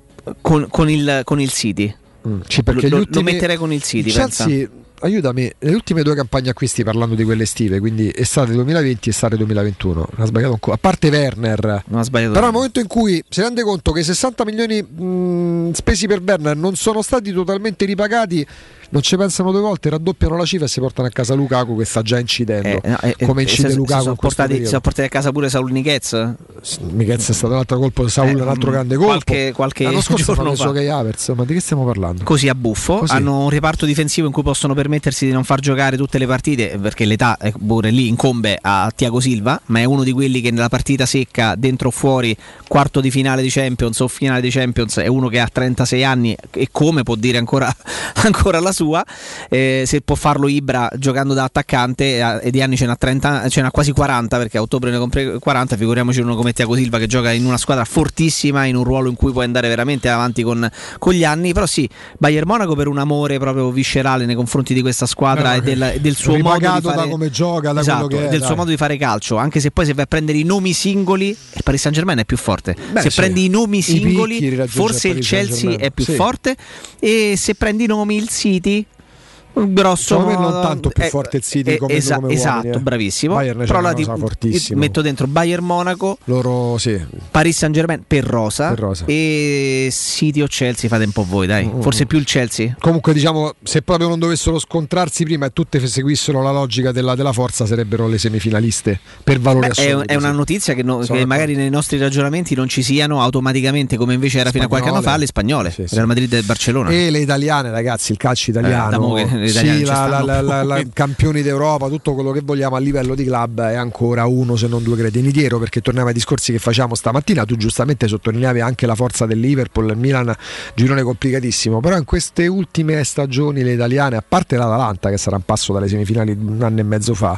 [SPEAKER 4] con il City.
[SPEAKER 15] Perché
[SPEAKER 4] lo metterei con il City.
[SPEAKER 15] Chelsea, aiutami, le ultime 2 campagne acquisti, parlando di quelle estive, quindi estate 2020 e estate 2021, non ha sbagliato a parte Werner,
[SPEAKER 4] non ha sbagliato,
[SPEAKER 15] però nel momento in cui si rende conto che 60 milioni spesi per Werner non sono stati totalmente ripagati, non ci pensano 2 volte, raddoppiano la cifra e si portano a casa Lukaku, che sta già incidendo come incide Lukaku. Si
[SPEAKER 4] sono portati a casa pure Saul Niguez.
[SPEAKER 15] Niguez è stato un altro colpo, Saul un altro grande colpo.
[SPEAKER 4] Qualche
[SPEAKER 15] l'anno scorso
[SPEAKER 4] giorno fa.
[SPEAKER 15] Ma di che stiamo parlando?
[SPEAKER 4] Così a buffo. Hanno un reparto difensivo in cui possono permettersi di non far giocare tutte le partite, perché l'età pure lì incombe a Thiago Silva, ma è uno di quelli che nella partita secca, dentro o fuori, quarto di finale di Champions o finale di Champions, è uno che ha 36 anni e come può dire ancora la sua. Se può farlo Ibra giocando da attaccante, e di anni ce n'ha quasi 40, perché a ottobre ne compre 40, figuriamoci uno come Thiago Silva che gioca in una squadra fortissima, in un ruolo in cui può andare veramente avanti con gli anni. Però sì, Bayern Monaco per un amore proprio viscerale nei confronti di questa squadra e del suo modo di fare,
[SPEAKER 15] da come gioca, da quello che è,
[SPEAKER 4] del suo modo di fare calcio, anche se poi se vai a prendere i nomi singoli il Paris Saint-Germain è più forte. Se prendi i nomi singoli forse il Chelsea è più forte, e se prendi i nomi il City grosso
[SPEAKER 15] modo non tanto più forte il City come
[SPEAKER 4] esatto, bravissimo.
[SPEAKER 15] Bayern
[SPEAKER 4] però la
[SPEAKER 15] fortissimo.
[SPEAKER 4] Metto dentro Bayern Monaco,
[SPEAKER 15] loro
[SPEAKER 4] Paris Saint-Germain per rosa. E City o Chelsea fate un po' voi, dai. Forse più il Chelsea.
[SPEAKER 15] Comunque diciamo, se proprio non dovessero scontrarsi prima e tutte seguissero la logica della forza, sarebbero le semifinaliste per valore assoluto.
[SPEAKER 4] È una notizia che magari nei nostri ragionamenti non ci siano automaticamente, come invece era fino a qualche anno fa, le spagnole, Real Madrid e Barcellona,
[SPEAKER 15] e le italiane, ragazzi, il calcio italiano, la campioni d'Europa, tutto quello che vogliamo a livello di club è ancora 1 se non 2 gradini dietro, perché torniamo ai discorsi che facciamo stamattina. Tu giustamente sottolineavi anche la forza del Liverpool, il Milan, girone complicatissimo, però in queste ultime stagioni le italiane, a parte l'Atalanta che sarà un passo dalle semifinali 1 anno e mezzo fa,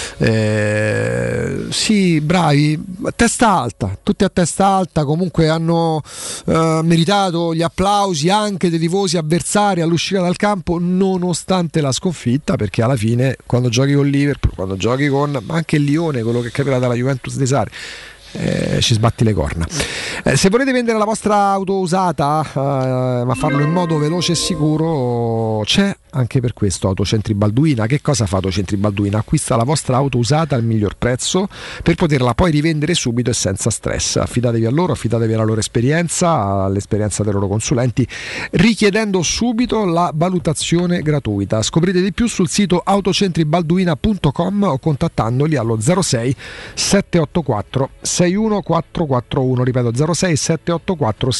[SPEAKER 15] sì, bravi, testa alta, tutti a testa alta, comunque hanno meritato gli applausi anche dei tifosi avversari all'uscita dal campo, nonostante la sconfitta, perché alla fine quando giochi con Liverpool, quando giochi con anche il Lione, quello che capirà dalla Juventus dei Sarri, ci sbatti le corna. Se volete vendere la vostra auto usata, ma farlo in modo veloce e sicuro, c'è anche per questo Autocentri Balduina. Che cosa fa Autocentri Balduina? Acquista la vostra auto usata al miglior prezzo per poterla poi rivendere subito e senza stress. Affidatevi a loro, affidatevi alla loro esperienza, all'esperienza dei loro consulenti, richiedendo subito la valutazione gratuita. Scoprite di più sul sito autocentribalduina.com o contattandoli allo 06 784 61441, ripeto 06 784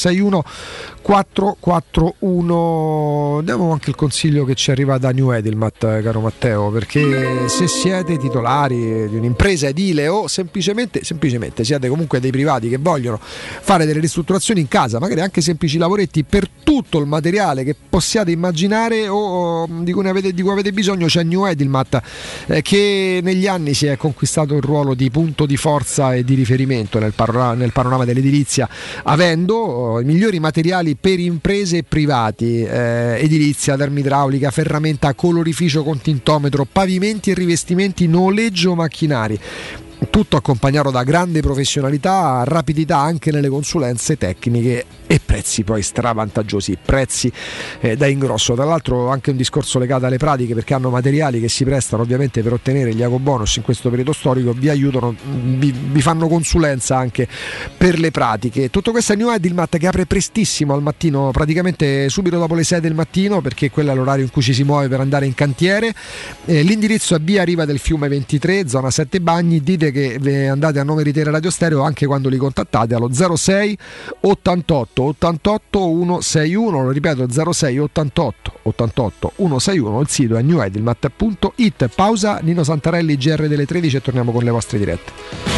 [SPEAKER 15] 61441. Diamo anche il consiglio che ci arriva da New Edilmat, caro Matteo, perché se siete titolari di un'impresa edile o semplicemente siete comunque dei privati che vogliono fare delle ristrutturazioni in casa, magari anche semplici lavoretti, per tutto il materiale che possiate immaginare o di cui avete bisogno, c'è New Edilmat, che negli anni si è conquistato il ruolo di punto di forza e di riferimento nel panorama dell'edilizia, avendo i migliori materiali per imprese e privati, edilizia, termoidraulica, ferramenta, colorificio con tintometro, pavimenti e rivestimenti, noleggio macchinari. Tutto accompagnato da grande professionalità, rapidità anche nelle consulenze tecniche e prezzi poi stravantaggiosi, prezzi da ingrosso. Tra l'altro anche un discorso legato alle pratiche, perché hanno materiali che si prestano ovviamente per ottenere gli ecobonus in questo periodo storico, vi aiutano, vi fanno consulenza anche per le pratiche. Tutto questo è New Edilmat, che apre prestissimo al mattino, praticamente subito dopo le 6 del mattino, perché quello è l'orario in cui ci si muove per andare in cantiere. L'indirizzo è via Riva del Fiume 23, zona 7 Bagni. Dite che andate a nome Ritere Radio Stereo anche quando li contattate allo 06 88 88 161, lo ripeto 06 88 88 161. Il sito è newedilmat.it. Pausa, Nino Santarelli, GR delle 13, e torniamo con le vostre dirette.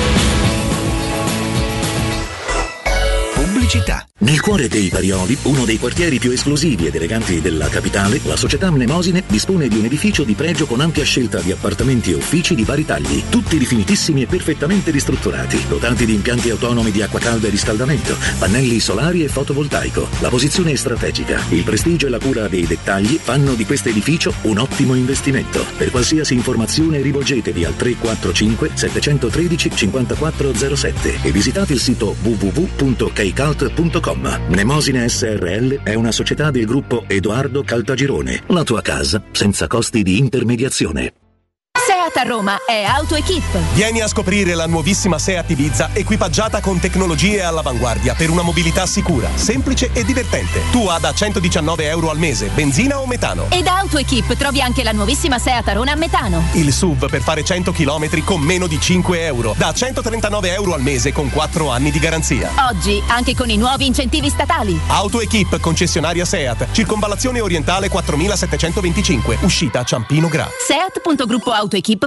[SPEAKER 6] Pubblicità. Nel cuore dei Parioli, uno dei quartieri più esclusivi ed eleganti della capitale, la società Mnemosine dispone di un edificio di pregio con ampia scelta di appartamenti e uffici di vari tagli, tutti rifinitissimi e perfettamente ristrutturati, dotati di impianti autonomi di acqua calda e riscaldamento, pannelli solari e fotovoltaico. La posizione è strategica, il prestigio e la cura dei dettagli fanno di questo edificio un ottimo investimento. Per qualsiasi informazione rivolgetevi al 345 713 5407 e visitate il sito www.keicalt.com. Mnemosine SRL è una società del gruppo Edoardo Caltagirone. La tua casa senza costi di intermediazione.
[SPEAKER 19] Seat a Roma è AutoEquip.
[SPEAKER 12] Vieni a scoprire la nuovissima Seat Ibiza, equipaggiata con tecnologie all'avanguardia per una mobilità sicura, semplice e divertente. Tua da €119 al mese, benzina o metano.
[SPEAKER 19] E da AutoEquip trovi anche la nuovissima Seat Arona a metano.
[SPEAKER 12] Il SUV per fare 100 km con meno di €5, da €139 al mese con 4 anni di garanzia.
[SPEAKER 19] Oggi anche con i nuovi incentivi statali.
[SPEAKER 12] AutoEquip, concessionaria Seat, circonvallazione orientale 4725, uscita Ciampino Gra.
[SPEAKER 19] Seat.gruppoautoequip.it.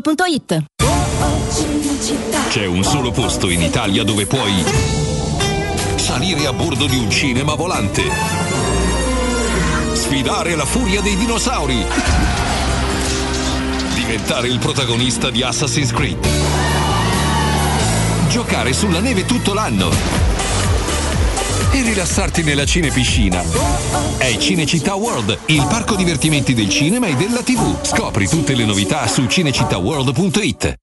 [SPEAKER 18] C'è un solo posto in Italia dove puoi salire a bordo di un cinema volante, sfidare la furia dei dinosauri, diventare il protagonista di Assassin's Creed, giocare sulla neve tutto l'anno e rilassarti nella cinepiscina. È Cinecittà World, il parco divertimenti del cinema e della TV. Scopri tutte le novità su cinecittàworld.it.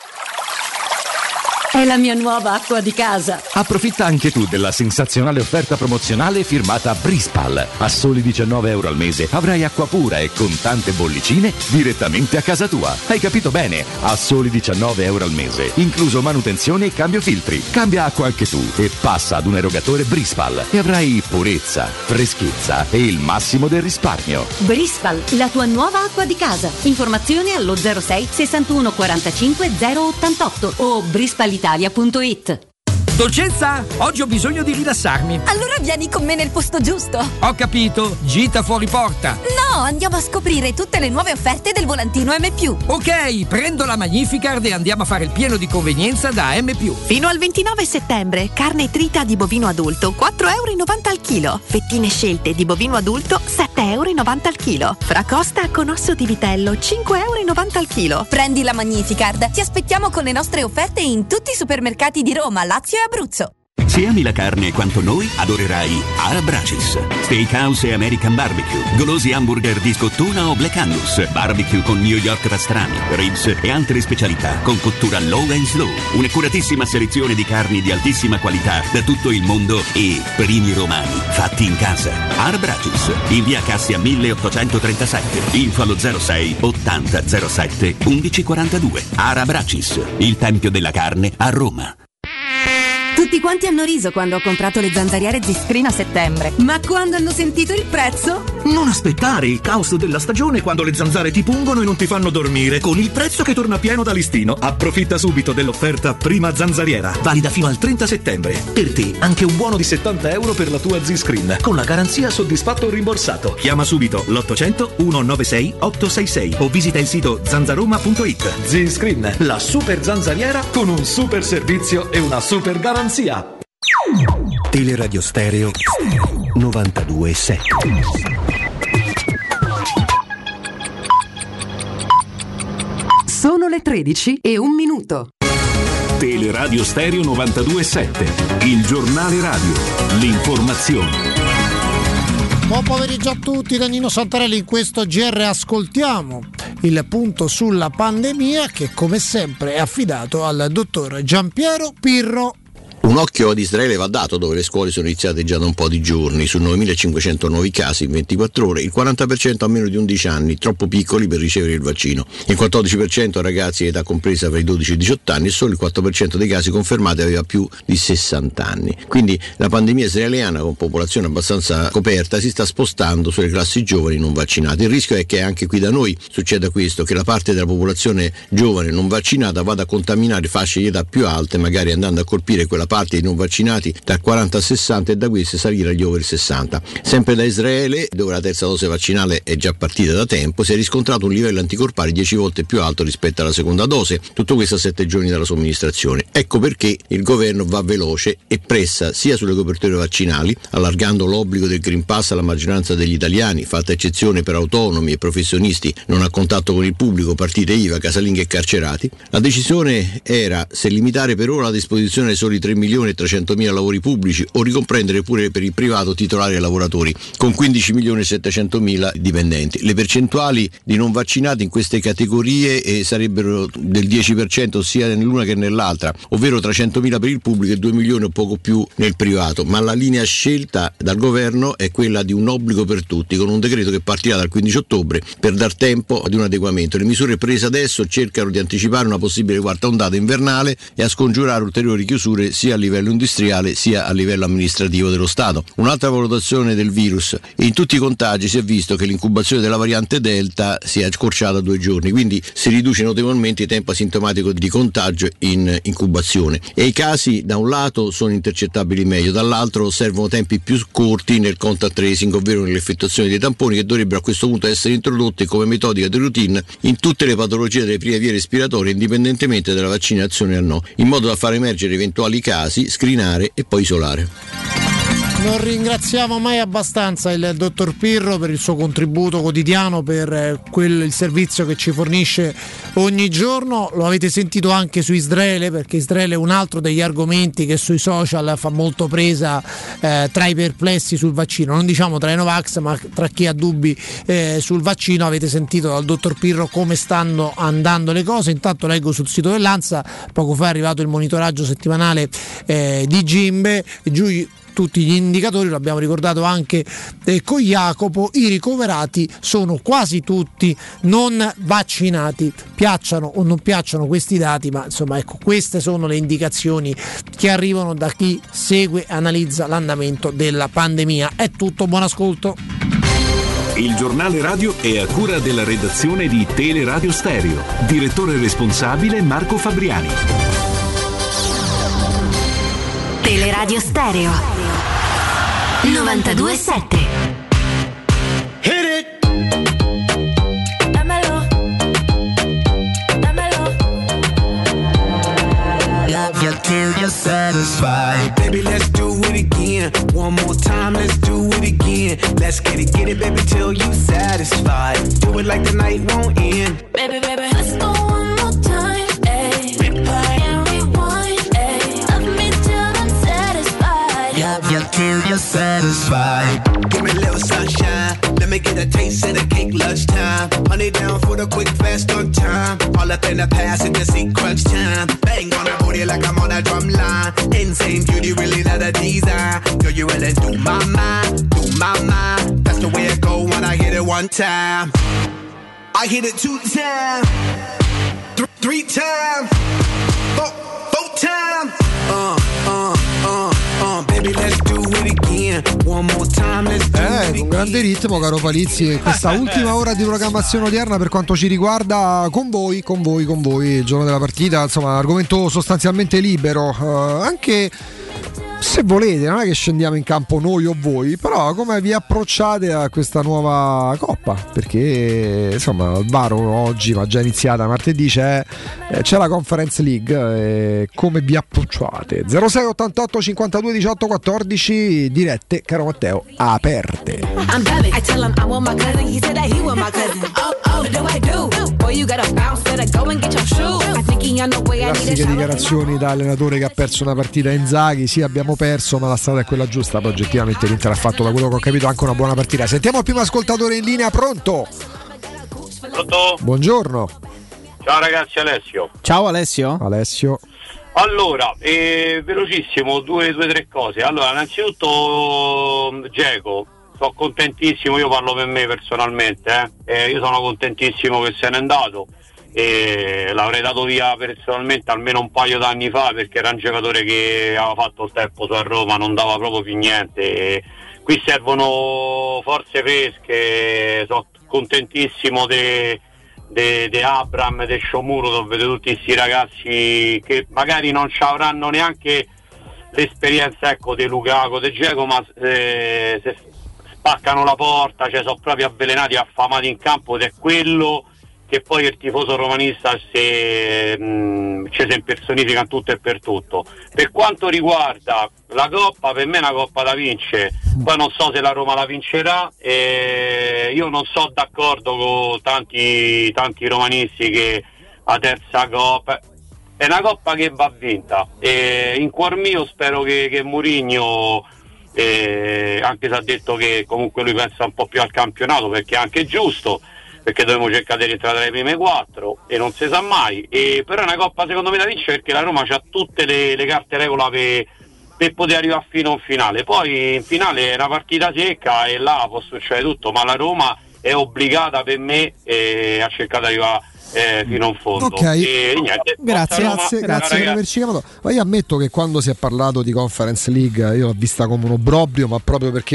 [SPEAKER 13] È la mia nuova acqua di casa.
[SPEAKER 26] Approfitta anche tu della sensazionale offerta promozionale firmata Brispal. A soli €19 al mese avrai acqua pura e con tante bollicine direttamente a casa tua. Hai capito bene? A soli €19 al mese, incluso manutenzione e cambio filtri. Cambia acqua anche tu e passa ad un erogatore Brispal e avrai purezza, freschezza e il massimo del risparmio.
[SPEAKER 13] Brispal, la tua nuova acqua di casa. Informazioni allo 06 61 45 088 o brispalitalia.it.
[SPEAKER 20] Dolcezza, oggi ho bisogno di rilassarmi.
[SPEAKER 21] Allora vieni con me nel posto giusto.
[SPEAKER 20] Ho capito, gita fuori porta.
[SPEAKER 21] No, andiamo a scoprire tutte le nuove offerte del volantino M+.
[SPEAKER 20] Ok, prendo la Magnificard e andiamo a fare il pieno di convenienza da M+.
[SPEAKER 21] Fino al 29 settembre, carne trita di bovino adulto, €4,90 al chilo. Fettine scelte di bovino adulto, €7,90 al chilo. Fracosta con osso di vitello, €5,90 al chilo. Prendi la Magnificard. Ti aspettiamo con le nostre offerte in tutti i supermercati di Roma, Lazio e Abruzzo.
[SPEAKER 23] Se ami la carne quanto noi, adorerai Arabracis. Steakhouse e American Barbecue, golosi hamburger di scottuna o Black Angus, barbecue con New York pastrami, ribs e altre specialità con cottura low and slow. Un'accuratissima selezione di carni di altissima qualità da tutto il mondo e primi romani fatti in casa. Arabracis, in via Cassia 1837, info allo 06 80 07 1142. Arabracis, il tempio della carne a Roma.
[SPEAKER 13] Tutti quanti hanno riso quando ho comprato le zanzariere Ziscreen a settembre, ma quando hanno sentito il prezzo
[SPEAKER 5] Non aspettare il caos della stagione quando le zanzare ti pungono e non ti fanno dormire. Con il prezzo che torna pieno da listino, approfitta subito dell'offerta Prima Zanzariera, valida fino al 30 settembre. Per te anche un buono di €70 per la tua Z-Screen, con la garanzia soddisfatto o rimborsato. Chiama subito l'800 196 866 o visita il sito zanzaroma.it. Z-Screen, la super zanzariera con un super servizio e una super garanzia.
[SPEAKER 3] Teleradio Stereo 92.7.
[SPEAKER 7] Sono le 13:01.
[SPEAKER 18] Teleradio Stereo 92.7, il giornale radio, l'informazione.
[SPEAKER 24] Buon pomeriggio a tutti, da Nino Santarelli. In questo GR ascoltiamo il punto sulla pandemia che come sempre è affidato al dottor Giampiero Pirro.
[SPEAKER 8] Un occhio ad Israele va dato, dove le scuole sono iniziate già da un po' di giorni. Su 9.500 nuovi casi in 24 ore, il 40% ha meno di 11 anni, troppo piccoli per ricevere il vaccino. Il 14% ha ragazzi di età compresa tra i 12 e i 18 anni e solo il 4% dei casi confermati aveva più di 60 anni. Quindi la pandemia israeliana, con popolazione abbastanza coperta, si sta spostando sulle classi giovani non vaccinate. Il rischio è che anche qui da noi succeda questo, che la parte della popolazione giovane non vaccinata vada a contaminare fasce di età più alte, magari andando a colpire quella parte di non vaccinati dal 40 al 60 e da queste salire agli over 60. Sempre da Israele, dove la terza dose vaccinale è già partita da tempo, si è riscontrato un livello anticorpale 10 volte più alto rispetto alla seconda dose, tutto questo a 7 giorni dalla somministrazione. Ecco perché il governo va veloce e pressa sia sulle coperture vaccinali, allargando l'obbligo del Green Pass alla maggioranza degli italiani, fatta eccezione per autonomi e professionisti non a contatto con il pubblico, partite IVA, casalinghe e carcerati. La decisione era se limitare per ora la disposizione ai soli 3.300.000 lavori pubblici o ricomprendere pure per il privato titolari e lavoratori con 15.700.000 dipendenti. Le percentuali di non vaccinati in queste categorie sarebbero del 10% sia nell'una che nell'altra, ovvero 300.000 per il pubblico e 2 milioni o poco più nel privato, ma la linea scelta dal governo è quella di un obbligo per tutti, con un decreto che partirà dal 15 ottobre per dar tempo ad un adeguamento. Le misure prese adesso cercano di anticipare una possibile quarta ondata invernale e a scongiurare ulteriori chiusure sia a livello industriale sia a livello amministrativo dello Stato. Un'altra valutazione del virus: in tutti i contagi si è visto che l'incubazione della variante Delta si è accorciata a 2 giorni, quindi si riduce notevolmente il tempo asintomatico di contagio in incubazione e i casi da un lato sono intercettabili meglio, dall'altro servono tempi più corti nel contact tracing, ovvero nell'effettuazione dei tamponi, che dovrebbero a questo punto essere introdotti come metodica di routine in tutte le patologie delle prime vie respiratorie, indipendentemente dalla vaccinazione o no, in modo da far emergere eventuali casi, screenare e poi isolare.
[SPEAKER 24] Non ringraziamo mai abbastanza il dottor Pirro per il suo contributo quotidiano, per il servizio che ci fornisce ogni giorno. Lo avete sentito anche su Israele, perché Israele è un altro degli argomenti che sui social fa molto presa tra i perplessi sul vaccino, non diciamo tra i Novax, ma tra chi ha dubbi sul vaccino. Avete sentito dal dottor Pirro come stanno andando le cose. Intanto leggo sul sito dell'ANSA, poco fa è arrivato il monitoraggio settimanale di Gimbe, giù tutti gli indicatori, lo abbiamo ricordato anche con Jacopo, i ricoverati sono quasi tutti non vaccinati. Piacciono o non piacciono questi dati, ma insomma, ecco, queste sono le indicazioni che arrivano da chi segue e analizza l'andamento della pandemia. È tutto, buon ascolto.
[SPEAKER 18] Il giornale radio è a cura della redazione di Teleradio Stereo. Direttore responsabile Marco Fabriani.
[SPEAKER 19] Teleradio Stereo 92.7.
[SPEAKER 1] Hit it. Dámelo. Dámelo. Love you till you're satisfied. Baby, let's do it again. One more time, let's do it again. Let's get it, baby, till you satisfied. Do it like the night won't end. Baby, baby, let's go one more time. Ay. Replay and rewind. Ay. Love me till I'm satisfied. Love you till you're satisfied. Give me a little sunshine. Let me get a taste of the cake lunchtime. Honey down for the quick, fast on time. All up in the past, it just see crunch time. Bang on the booty like I'm on a drum line. Insane beauty, really not a design. Girl, you really do my mind, do my mind. That's the way it go when I hit it one time. I hit it 2 times, 3 times, 4 times. Baby, let's do it again.
[SPEAKER 15] Con grande ritmo, caro Palizzi, questa ultima ora di programmazione odierna per quanto ci riguarda, con voi, il giorno della partita, insomma, argomento sostanzialmente libero, anche se volete, non è che scendiamo in campo noi o voi, però come vi approcciate a questa nuova Coppa? Perché insomma il Varo oggi, ma già iniziata martedì, c'è la Conference League, come vi approcciate? 06 88 52 18 14, dirette, caro Matteo, aperte. Classiche dichiarazioni da allenatore che ha perso una partita. Inzaghi, sì, abbiamo perso, ma la strada è quella giusta. Poi oggettivamente l'Inter ha fatto, da quello che ho capito, anche una buona partita. Sentiamo il primo ascoltatore in linea. Pronto? Buongiorno.
[SPEAKER 2] Ciao ragazzi, Alessio.
[SPEAKER 4] Ciao Alessio.
[SPEAKER 2] Allora, velocissimo, due o tre cose. Allora, innanzitutto Dzeko, sono contentissimo, io parlo per me personalmente, io sono contentissimo che se n'è andato. E l'avrei dato via personalmente almeno un paio d'anni fa, perché era un giocatore che aveva fatto il tempo su a Roma, non dava proprio più niente. E qui servono forze fresche, sono contentissimo di Abram, di Shomuro, dove tutti questi ragazzi che magari non ci avranno neanche l'esperienza, ecco, di Lukaku, di Dzeko, ma se spaccano la porta, cioè sono proprio avvelenati, affamati in campo, ed è quello che poi il tifoso romanista ci si impersonifica in tutto e per tutto. Per quanto riguarda la Coppa, per me è una Coppa da vincere, poi non so se la Roma la vincerà, io non sono d'accordo con tanti romanisti che la terza Coppa è una Coppa che va vinta, in cuor mio spero che Mourinho, anche se ha detto che comunque lui pensa un po' più al campionato, perché è anche giusto, perché dovremmo cercare di rientrare tra le prime 4 e non si sa mai, però è una Coppa secondo me da vincere, perché la Roma ha tutte le carte regola per poter arrivare fino a un finale. Poi in finale è una partita secca e là può succedere tutto, ma la Roma è obbligata per me a cercare di arrivare fino in fondo.
[SPEAKER 15] Ok,
[SPEAKER 2] e niente,
[SPEAKER 15] grazie per averci chiamato. Ma io ammetto che quando si è parlato di Conference League io l'ho vista come un obbrobrio, ma proprio perché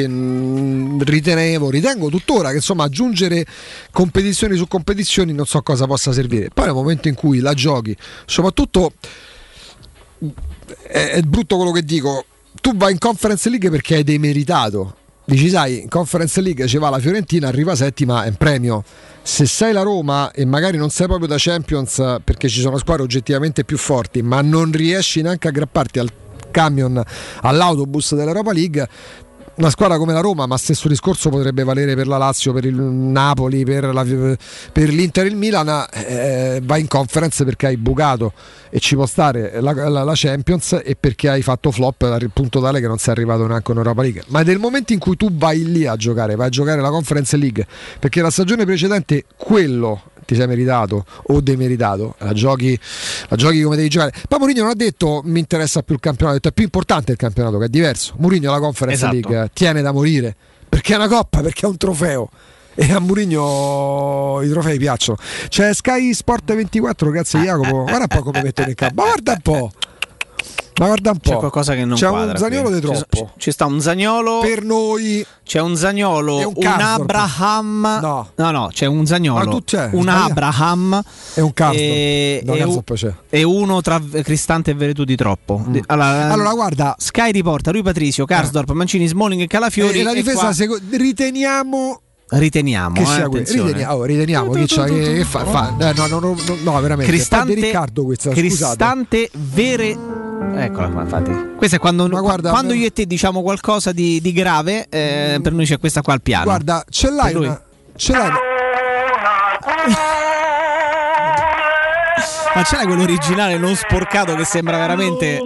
[SPEAKER 15] ritengo tuttora che insomma aggiungere competizioni su competizioni non so cosa possa servire. Poi nel momento in cui la giochi, soprattutto è brutto quello che dico, tu vai in Conference League perché hai demeritato. Dici, sai, in Conference League ci va la Fiorentina, arriva settima, è un premio. Se sei la Roma e magari non sei proprio da Champions, perché ci sono squadre oggettivamente più forti, ma non riesci neanche a aggrapparti al camion, all'autobus dell'Europa League, una squadra come la Roma, ma stesso discorso potrebbe valere per la Lazio, per il Napoli, per l'Inter e il Milan, vai in Conference perché hai bucato e ci può stare la Champions, e perché hai fatto flop al punto tale che non sei arrivato neanche in Europa League. Ma nel momento in cui tu vai lì vai a giocare la Conference League perché la stagione precedente quello ti sei meritato o demeritato, la giochi come devi giocare. Poi Mourinho non ha detto mi interessa più il campionato, ha detto è più importante il campionato, che è diverso. Mourinho la Conference League tiene da morire, perché è una coppa, perché è un trofeo, e a Mourinho i trofei piacciono. C'è Sky Sport 24, grazie Jacopo, guarda un po' come mettono in campo, guarda un po'. Ma guarda un po',
[SPEAKER 4] c'è qualcosa che non
[SPEAKER 15] c'è
[SPEAKER 4] quadra.
[SPEAKER 15] Un Zaniolo di troppo.
[SPEAKER 4] Ci sta un Zaniolo
[SPEAKER 15] per noi.
[SPEAKER 4] C'è un Zaniolo, un Abraham. No, c'è un Zaniolo, un Abraham
[SPEAKER 15] e un Karsdorp.
[SPEAKER 4] E uno tra Cristante e Veretù di troppo.
[SPEAKER 15] Allora guarda,
[SPEAKER 4] Sky riporta Rui Patrizio, Karsdorp, Mancini, Smalling e Calafiori.
[SPEAKER 15] E la difesa riteniamo che sia riteniamo che fa no veramente
[SPEAKER 4] Cristante,
[SPEAKER 15] di Riccardo questa,
[SPEAKER 4] Cristante eccola qua, infatti. Questo è quando io e te diciamo qualcosa di grave, per noi c'è questa qua al piano.
[SPEAKER 15] Guarda, ce l'hai
[SPEAKER 4] ma ce l'hai quello originale non sporcato che sembra veramente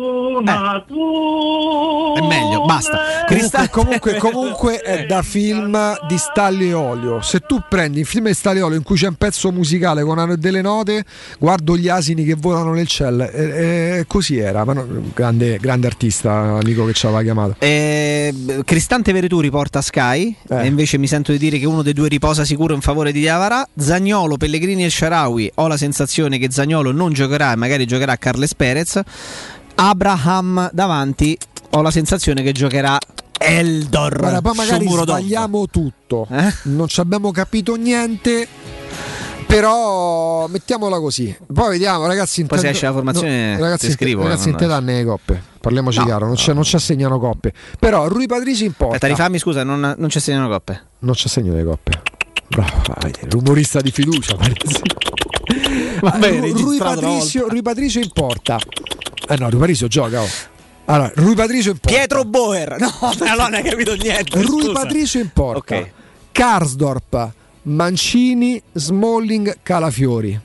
[SPEAKER 4] è meglio, basta.
[SPEAKER 15] Comunque è da film di Stanley e Olio. Se tu prendi il film di Stanley e Olio in cui c'è un pezzo musicale con delle note, guardo gli asini che volano nel cielo, così era, ma grande artista, amico che ci aveva chiamato.
[SPEAKER 4] Cristante Veretù riporta Sky, e invece mi sento di dire che uno dei due riposa sicuro in favore di Diawara. Zaniolo, Pellegrini e Shaarawy, ho la sensazione che Zaniolo non giocherà e magari giocherà Carles Perez. Abraham davanti, ho la sensazione che giocherà Eldor.
[SPEAKER 15] Guarda, poi magari
[SPEAKER 4] Shomurodov.
[SPEAKER 15] sbagliamo tutto, non ci abbiamo capito niente. Però mettiamola così. Poi vediamo, ragazzi.
[SPEAKER 4] Poi se esce la formazione
[SPEAKER 15] ragazzi,
[SPEAKER 4] ti scrivo.
[SPEAKER 15] ragazzi, in te danno le coppe. Parliamoci chiaro, non ci assegnano coppe. Però Rui Patricio in porta.
[SPEAKER 4] Aspetta, rifammi, scusa, non ci assegnano coppe.
[SPEAKER 15] Non ci assegnano le coppe. Bravo, l'umorista di fiducia.
[SPEAKER 4] Va bene,
[SPEAKER 15] Rui Patricio in porta. No, Rui Patricio gioca. Allora, Rui Patricio in porta.
[SPEAKER 4] Pietro Boer. No, non hai capito niente.
[SPEAKER 15] Rui
[SPEAKER 4] scusa.
[SPEAKER 15] Patricio in porta.
[SPEAKER 4] Ok.
[SPEAKER 15] Karsdorp, Mancini, Smalling, Calafiori.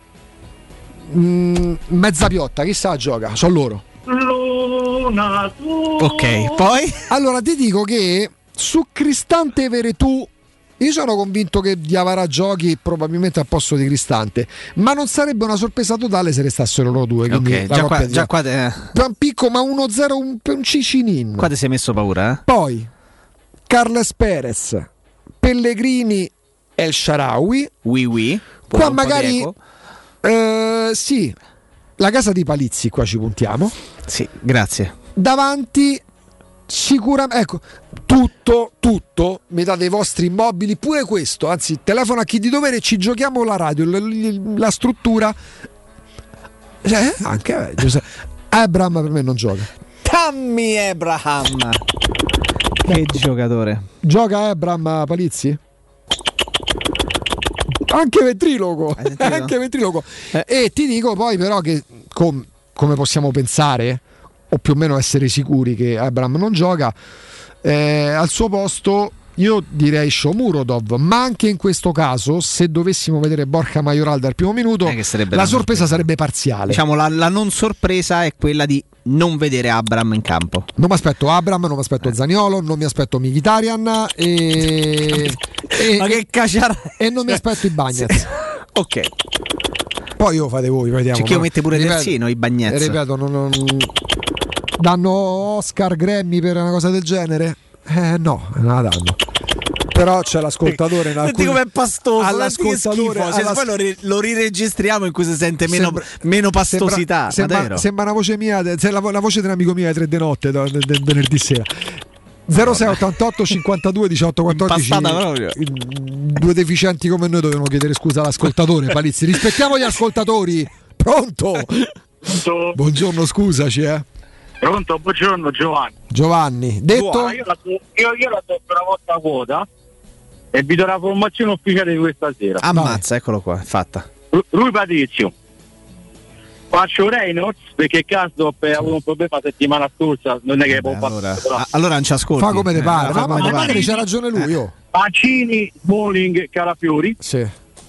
[SPEAKER 15] Mezza piotta, chi sa gioca? Sono loro.
[SPEAKER 2] Luna, tu.
[SPEAKER 4] Ok, poi?
[SPEAKER 15] Allora ti dico che su Cristante e Veretù io sono convinto che Diawara giochi probabilmente al posto di Cristante, ma non sarebbe una sorpresa totale se restassero loro due.
[SPEAKER 4] Ok, già qua
[SPEAKER 15] un picco, ma 1-0 un cicinin.
[SPEAKER 4] Qua ti sei messo paura, eh?
[SPEAKER 15] Poi Carles Perez, Pellegrini, El Shaarawy.
[SPEAKER 4] Oui.
[SPEAKER 15] Qua magari sì, la casa di Palizzi, qua ci puntiamo.
[SPEAKER 4] Sì, grazie.
[SPEAKER 15] Davanti sicuramente, ecco, tutto metà dei vostri immobili, pure questo, anzi telefono a chi di dovere, ci giochiamo la radio, la struttura, anche Giuseppe Abraham per me non gioca.
[SPEAKER 4] Tammy Abraham, che giocatore.
[SPEAKER 15] Gioca Abraham Palizzi? Anche ventriloquo. E ti dico poi però che come possiamo pensare o più o meno essere sicuri che Abraham non gioca, al suo posto io direi Shomurodov, ma anche in questo caso se dovessimo vedere Borja Mayoral dal primo minuto la sorpresa sarebbe parziale.
[SPEAKER 4] Diciamo la non sorpresa è quella di non vedere Abraham in campo.
[SPEAKER 15] Non mi aspetto Abraham, non mi aspetto Zaniolo, non mi aspetto Mkhitaryan
[SPEAKER 4] ma che cacciara.
[SPEAKER 15] E non mi aspetto i Bagnets.
[SPEAKER 4] Ok.
[SPEAKER 15] Poi io fate voi, vediamo.
[SPEAKER 4] C'è chi lo mette pure terzino, i Bagnets.
[SPEAKER 15] Ripeto, non danno Oscar, Grammy per una cosa del genere? No, non la danno. Però c'è l'ascoltatore in
[SPEAKER 4] alcuni... Senti com'è pastoso,
[SPEAKER 15] all'ascoltatore
[SPEAKER 4] poi lo riregistriamo in cui si sente meno pastosità.
[SPEAKER 15] Sembra una voce mia, la voce dell'amico mio alle 3 di notte del venerdì sera. 0688 52 18 14. Due deficienti come noi dovevano chiedere scusa all'ascoltatore. Palizzi, rispettiamo gli ascoltatori. Pronto? Buongiorno, scusaci,
[SPEAKER 2] Pronto, buongiorno
[SPEAKER 15] Giovanni. Detto?
[SPEAKER 2] Io la do per una volta a quota e vi do la formazione ufficiale di questa sera.
[SPEAKER 4] Ammazza, eccolo qua, fatta.
[SPEAKER 2] Rui Patricio. Faccio Reynolds perché Karsdorp ha avuto un problema la settimana scorsa, non è che può
[SPEAKER 4] allora non ci ascolti.
[SPEAKER 15] Fa come te pare, ma magari c'ha ragione lui.
[SPEAKER 2] Mancini, Smalling, Calafiori.
[SPEAKER 15] Sì.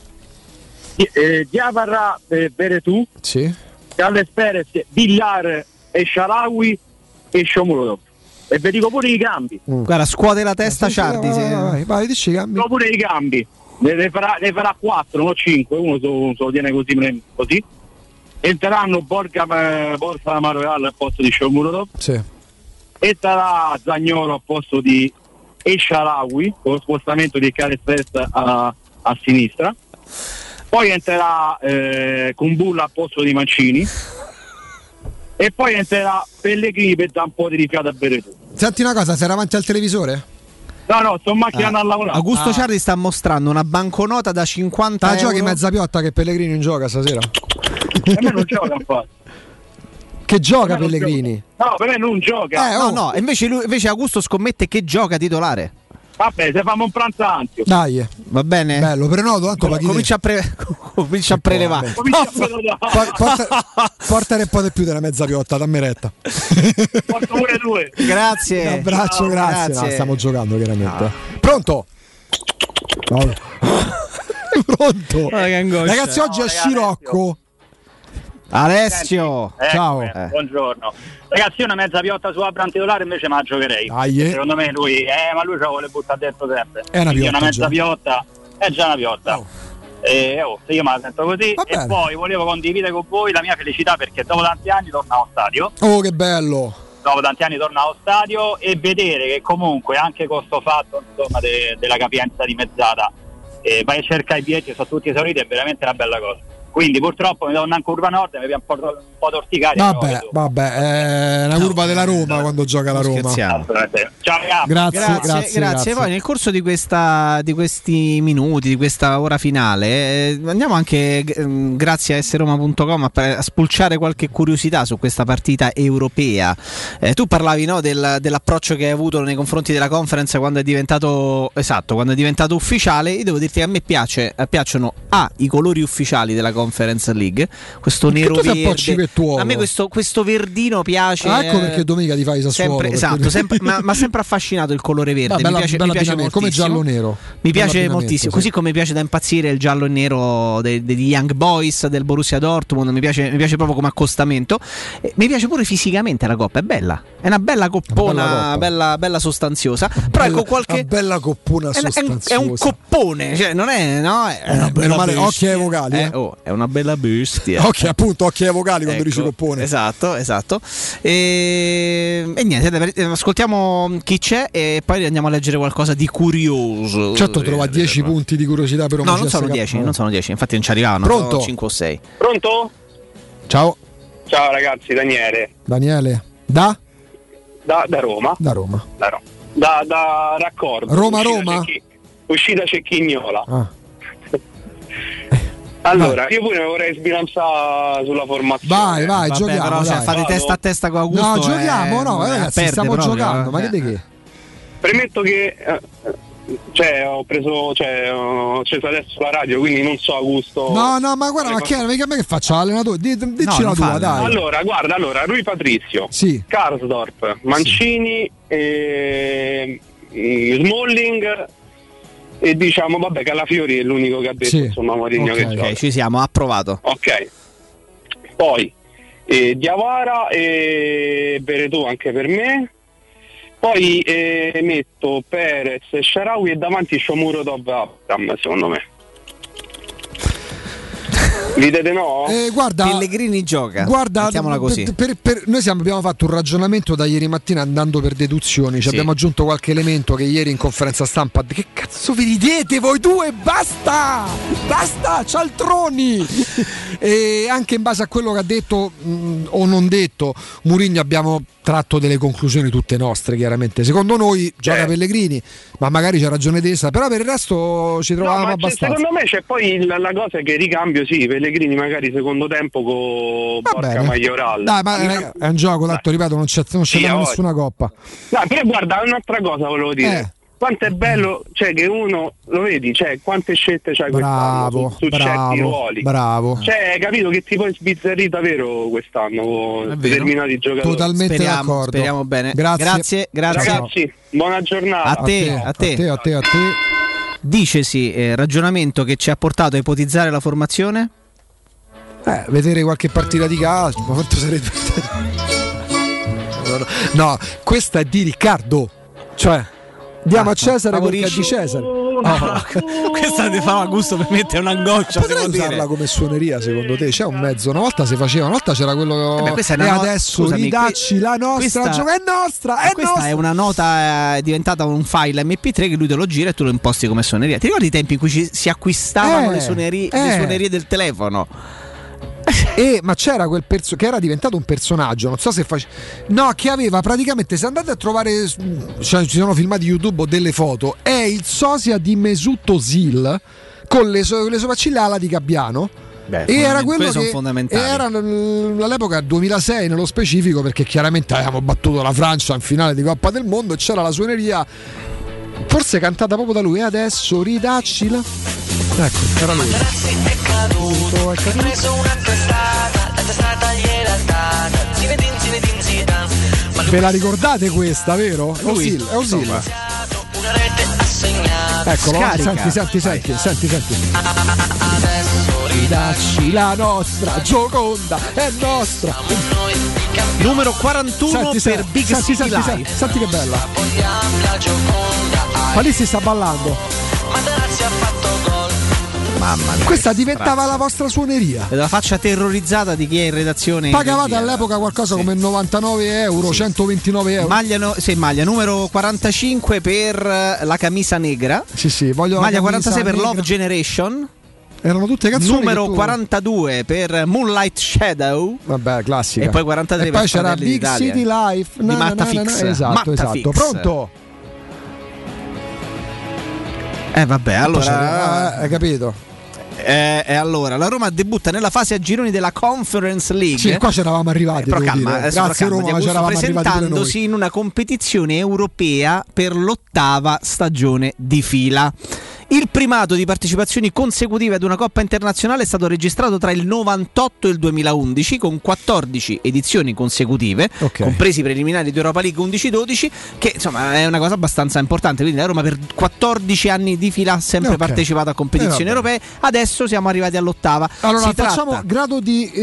[SPEAKER 2] Diawara, Veretù.
[SPEAKER 15] Sì.
[SPEAKER 2] Carles Perez, Villar, El Shaarawy e Shomurodov. E vi dico pure i cambi.
[SPEAKER 4] Guarda, scuote la testa Ciardi.
[SPEAKER 15] Vai, dici i cambi.
[SPEAKER 2] Dico pure i cambi. Ne farà 4, non 5. Uno se lo tiene così. Entreranno Borja Mayoral al posto di Shomurodov.
[SPEAKER 15] Sì.
[SPEAKER 2] Entrerà Zaniolo al posto di El Shaarawy con lo spostamento di Carles Perez a sinistra. Poi entrerà Kumbulla al posto di Mancini. E poi entrerà Pellegrini per dare un po' di rifiato a Veretù.
[SPEAKER 15] Senti una cosa, sei davanti al televisore?
[SPEAKER 2] No, sto macchinando a lavorare.
[SPEAKER 4] Augusto Ciardi sta mostrando una banconota da 50 euro.
[SPEAKER 15] Giochi mezza piotta che Pellegrini non gioca stasera.
[SPEAKER 2] Per me non gioca infatti.
[SPEAKER 15] Che gioca Pellegrini?
[SPEAKER 2] No, per me non gioca.
[SPEAKER 4] No, invece Augusto scommette che gioca titolare.
[SPEAKER 2] Vabbè, se famo un pranzo anzi.
[SPEAKER 15] Dai,
[SPEAKER 4] va bene.
[SPEAKER 15] Bello, prenoto, tanto paghi.
[SPEAKER 4] Comincia a prelevare.
[SPEAKER 15] Portare un po' di più della mezza piotta, dammi retta.
[SPEAKER 2] Porto pure due.
[SPEAKER 4] Grazie.
[SPEAKER 15] Un abbraccio, grazie. No, stiamo giocando chiaramente. Pronto? No. Pronto? Ragazzi, oggi è Scirocco.
[SPEAKER 4] Alessio,
[SPEAKER 15] ciao.
[SPEAKER 2] Buongiorno. Ragazzi, io una mezza piotta su Abraham titolare invece me la giocherei.
[SPEAKER 15] Secondo
[SPEAKER 2] me lui, ma lui ce la vuole buttare dentro sempre.
[SPEAKER 15] È una piotta.
[SPEAKER 2] Una mezza piotta è già una piotta. Se io me la sento così. E poi volevo condividere con voi la mia felicità perché dopo tanti anni torno allo stadio.
[SPEAKER 15] Oh, che bello!
[SPEAKER 2] Dopo tanti anni torno allo stadio e vedere che comunque anche con sto fatto insomma della capienza dimezzata vai a cercare i biglietti, sono tutti esauriti, è veramente una bella cosa.
[SPEAKER 9] quindi purtroppo mi do una curva nord e mi abbiamo un po' torticati.
[SPEAKER 15] Vabbè, è una curva della Roma quando gioca la Roma.
[SPEAKER 9] Ciao
[SPEAKER 15] Grazie.
[SPEAKER 4] Poi nel corso di questi minuti, di questa ora finale, andiamo anche grazie a sroma.com a spulciare qualche curiosità su questa partita europea. Tu parlavi, no, dell'approccio che hai avuto nei confronti della Conference quando è diventato ufficiale. Io devo dirti che a me piacciono i colori ufficiali della Conference League, questo nero verde. A me questo verdino piace.
[SPEAKER 15] Ecco perché domenica ti fai Sassuolo.
[SPEAKER 4] Sempre sempre affascinato il colore verde. Mi piace moltissimo.
[SPEAKER 15] Come giallo-nero.
[SPEAKER 4] Mi piace moltissimo, così come mi piace da impazzire il giallo e nero degli Young Boys, del Borussia Dortmund. Mi piace proprio come accostamento. Mi piace pure fisicamente la coppa, è bella. È una bella coppona, bella sostanziosa. Però ecco
[SPEAKER 15] una bella coppona sostanziosa.
[SPEAKER 4] È un coppone, cioè non è, no? È una bella bestia.
[SPEAKER 15] Occhi ai vocali.
[SPEAKER 4] È una bella bestia.
[SPEAKER 15] Occhi ai vocali quando dici coppone.
[SPEAKER 4] Esatto. E niente, ascoltiamo chi c'è e poi andiamo a leggere qualcosa di curioso.
[SPEAKER 15] Certo, trova 10 punti di curiosità per un
[SPEAKER 4] No, non sono 10, infatti non ci arrivavano.
[SPEAKER 15] Pronto?
[SPEAKER 4] 5 o 6.
[SPEAKER 2] Pronto?
[SPEAKER 15] Ciao
[SPEAKER 2] ragazzi,
[SPEAKER 15] Daniele. Da
[SPEAKER 2] Roma.
[SPEAKER 15] Da
[SPEAKER 2] Raccordo.
[SPEAKER 15] Roma.
[SPEAKER 2] Uscita Cecchignola.
[SPEAKER 15] Allora,
[SPEAKER 2] io pure vorrei sbilanciare sulla formazione.
[SPEAKER 15] Vai, giochiamo.
[SPEAKER 4] Però fate testa a testa con Augusto.
[SPEAKER 15] No, giochiamo, ragazzi, stiamo giocando. Ma che?
[SPEAKER 2] Premetto che ho acceso adesso la radio, quindi non so Augusto.
[SPEAKER 15] No, ma guarda, ma a me che faccio? Allenatore? Dici la tua, dai.
[SPEAKER 2] Allora, Rui Patrizio,
[SPEAKER 15] sì.
[SPEAKER 2] Karsdorp, Mancini, Smalling. E diciamo Calafiori è l'unico che ha detto, insomma, Mourinho che gioca.
[SPEAKER 4] Ok, ci siamo, approvato.
[SPEAKER 2] Ok. Poi Diawara e Veretù anche per me. Poi metto Perez e Shaarawy e davanti Shomurodov Abram, secondo me. Dite no?
[SPEAKER 15] Guarda,
[SPEAKER 4] Pellegrini gioca.
[SPEAKER 15] Guarda,
[SPEAKER 4] mettiamola così.
[SPEAKER 15] Noi abbiamo fatto un ragionamento da ieri mattina andando per deduzioni. Ci abbiamo aggiunto qualche elemento che ieri in conferenza stampa. Che cazzo vi ridete voi due? Basta, cialtroni. E anche in base a quello che ha detto o non detto Mourinho abbiamo tratto delle conclusioni tutte nostre, chiaramente. Secondo noi gioca Pellegrini, ma magari c'ha ragione Tessa, però per il resto ci trovavamo abbastanza.
[SPEAKER 2] Secondo me c'è poi la cosa che ricambio, Pellegrini magari secondo tempo con Borca Majoral.
[SPEAKER 15] Dai, ma è un gioco, tanto ripeto, non c'è nessuna coppa.
[SPEAKER 2] Dai, però guarda, un'altra cosa volevo dire. Quanto è bello, che uno lo vedi, quante scelte c'hai quest'anno su certi ruoli.
[SPEAKER 15] Bravo.
[SPEAKER 2] Capito che ti puoi sbizzarrire davvero quest'anno con determinati giocatori.
[SPEAKER 15] Totalmente d'accordo.
[SPEAKER 4] Speriamo bene.
[SPEAKER 15] Grazie.
[SPEAKER 2] Ragazzi, buona giornata.
[SPEAKER 15] A te.
[SPEAKER 4] Dicesi, ragionamento che ci ha portato a ipotizzare la formazione?
[SPEAKER 15] Vedere qualche partita di calcio, ma quanto sarebbe? No, questa è di Riccardo. Diamo a Cesare quel che è di Cesare.
[SPEAKER 4] Questa ti fa Augusto per mettere un'angoscia.
[SPEAKER 15] Potrei usarla come suoneria, secondo te? C'è un mezzo. Una volta si faceva, una volta c'era quello. Adesso ridacci la nostra. È nostra.
[SPEAKER 4] Questa è una nota, è diventata un file MP3 che lui te lo gira e tu lo imposti come suoneria. Ti ricordi i tempi in cui si acquistavano le suonerie del telefono?
[SPEAKER 15] Ma c'era quel che era diventato un personaggio, non so se che aveva praticamente, se andate a trovare, ci sono filmati YouTube o delle foto, è il sosia di Mesut Özil con le sopracciglia ala di Gabbiano. E era quello che era all'epoca 2006 nello specifico, perché chiaramente avevamo battuto la Francia in finale di Coppa del Mondo e c'era la suoneria forse cantata proprio da lui. Adesso ridaccila. Ecco, era lui. Ve la ricordate questa, vero? È Özil. Eccolo, senti. Adesso ridacci la nostra Gioconda, è nostra.
[SPEAKER 4] Numero 41 per Big City Live.
[SPEAKER 15] Senti che bella. Ma lì si sta ballando.
[SPEAKER 4] Mamma mia,
[SPEAKER 15] questa diventava la vostra suoneria.
[SPEAKER 4] La faccia terrorizzata di chi è in redazione.
[SPEAKER 15] Pagavate all'epoca qualcosa come 99 euro, 129 euro.
[SPEAKER 4] Maglia numero 45 per la camisa negra.
[SPEAKER 15] Voglio
[SPEAKER 4] maglia 46 per Love Generation.
[SPEAKER 15] Erano tutte canzoni
[SPEAKER 4] numero 42 per Moonlight Shadow.
[SPEAKER 15] Vabbè, classica.
[SPEAKER 4] E poi 43
[SPEAKER 15] e
[SPEAKER 4] per
[SPEAKER 15] poi c'era
[SPEAKER 4] Fratelli
[SPEAKER 15] Big
[SPEAKER 4] d'Italia.
[SPEAKER 15] City Life
[SPEAKER 4] di Matta Fix.
[SPEAKER 15] Esatto.
[SPEAKER 4] Fix.
[SPEAKER 15] Pronto?
[SPEAKER 4] Vabbè, allora
[SPEAKER 15] hai capito.
[SPEAKER 4] Allora la Roma debutta nella fase a gironi della Conference League.
[SPEAKER 15] Sì, qua c'eravamo arrivati.
[SPEAKER 4] Però calma,
[SPEAKER 15] dire. Grazie Roma, ma c'eravamo
[SPEAKER 4] presentandosi in una competizione europea per l'8ª stagione di fila. Il primato di partecipazioni consecutive ad una Coppa internazionale è stato registrato tra il 98 e il 2011 con 14 edizioni consecutive, compresi i preliminari di Europa League 11-12, che insomma è una cosa abbastanza importante. Quindi la Roma per 14 anni di fila ha sempre partecipato a competizioni europee. Adesso siamo arrivati all'8ª.
[SPEAKER 15] Allora facciamo grado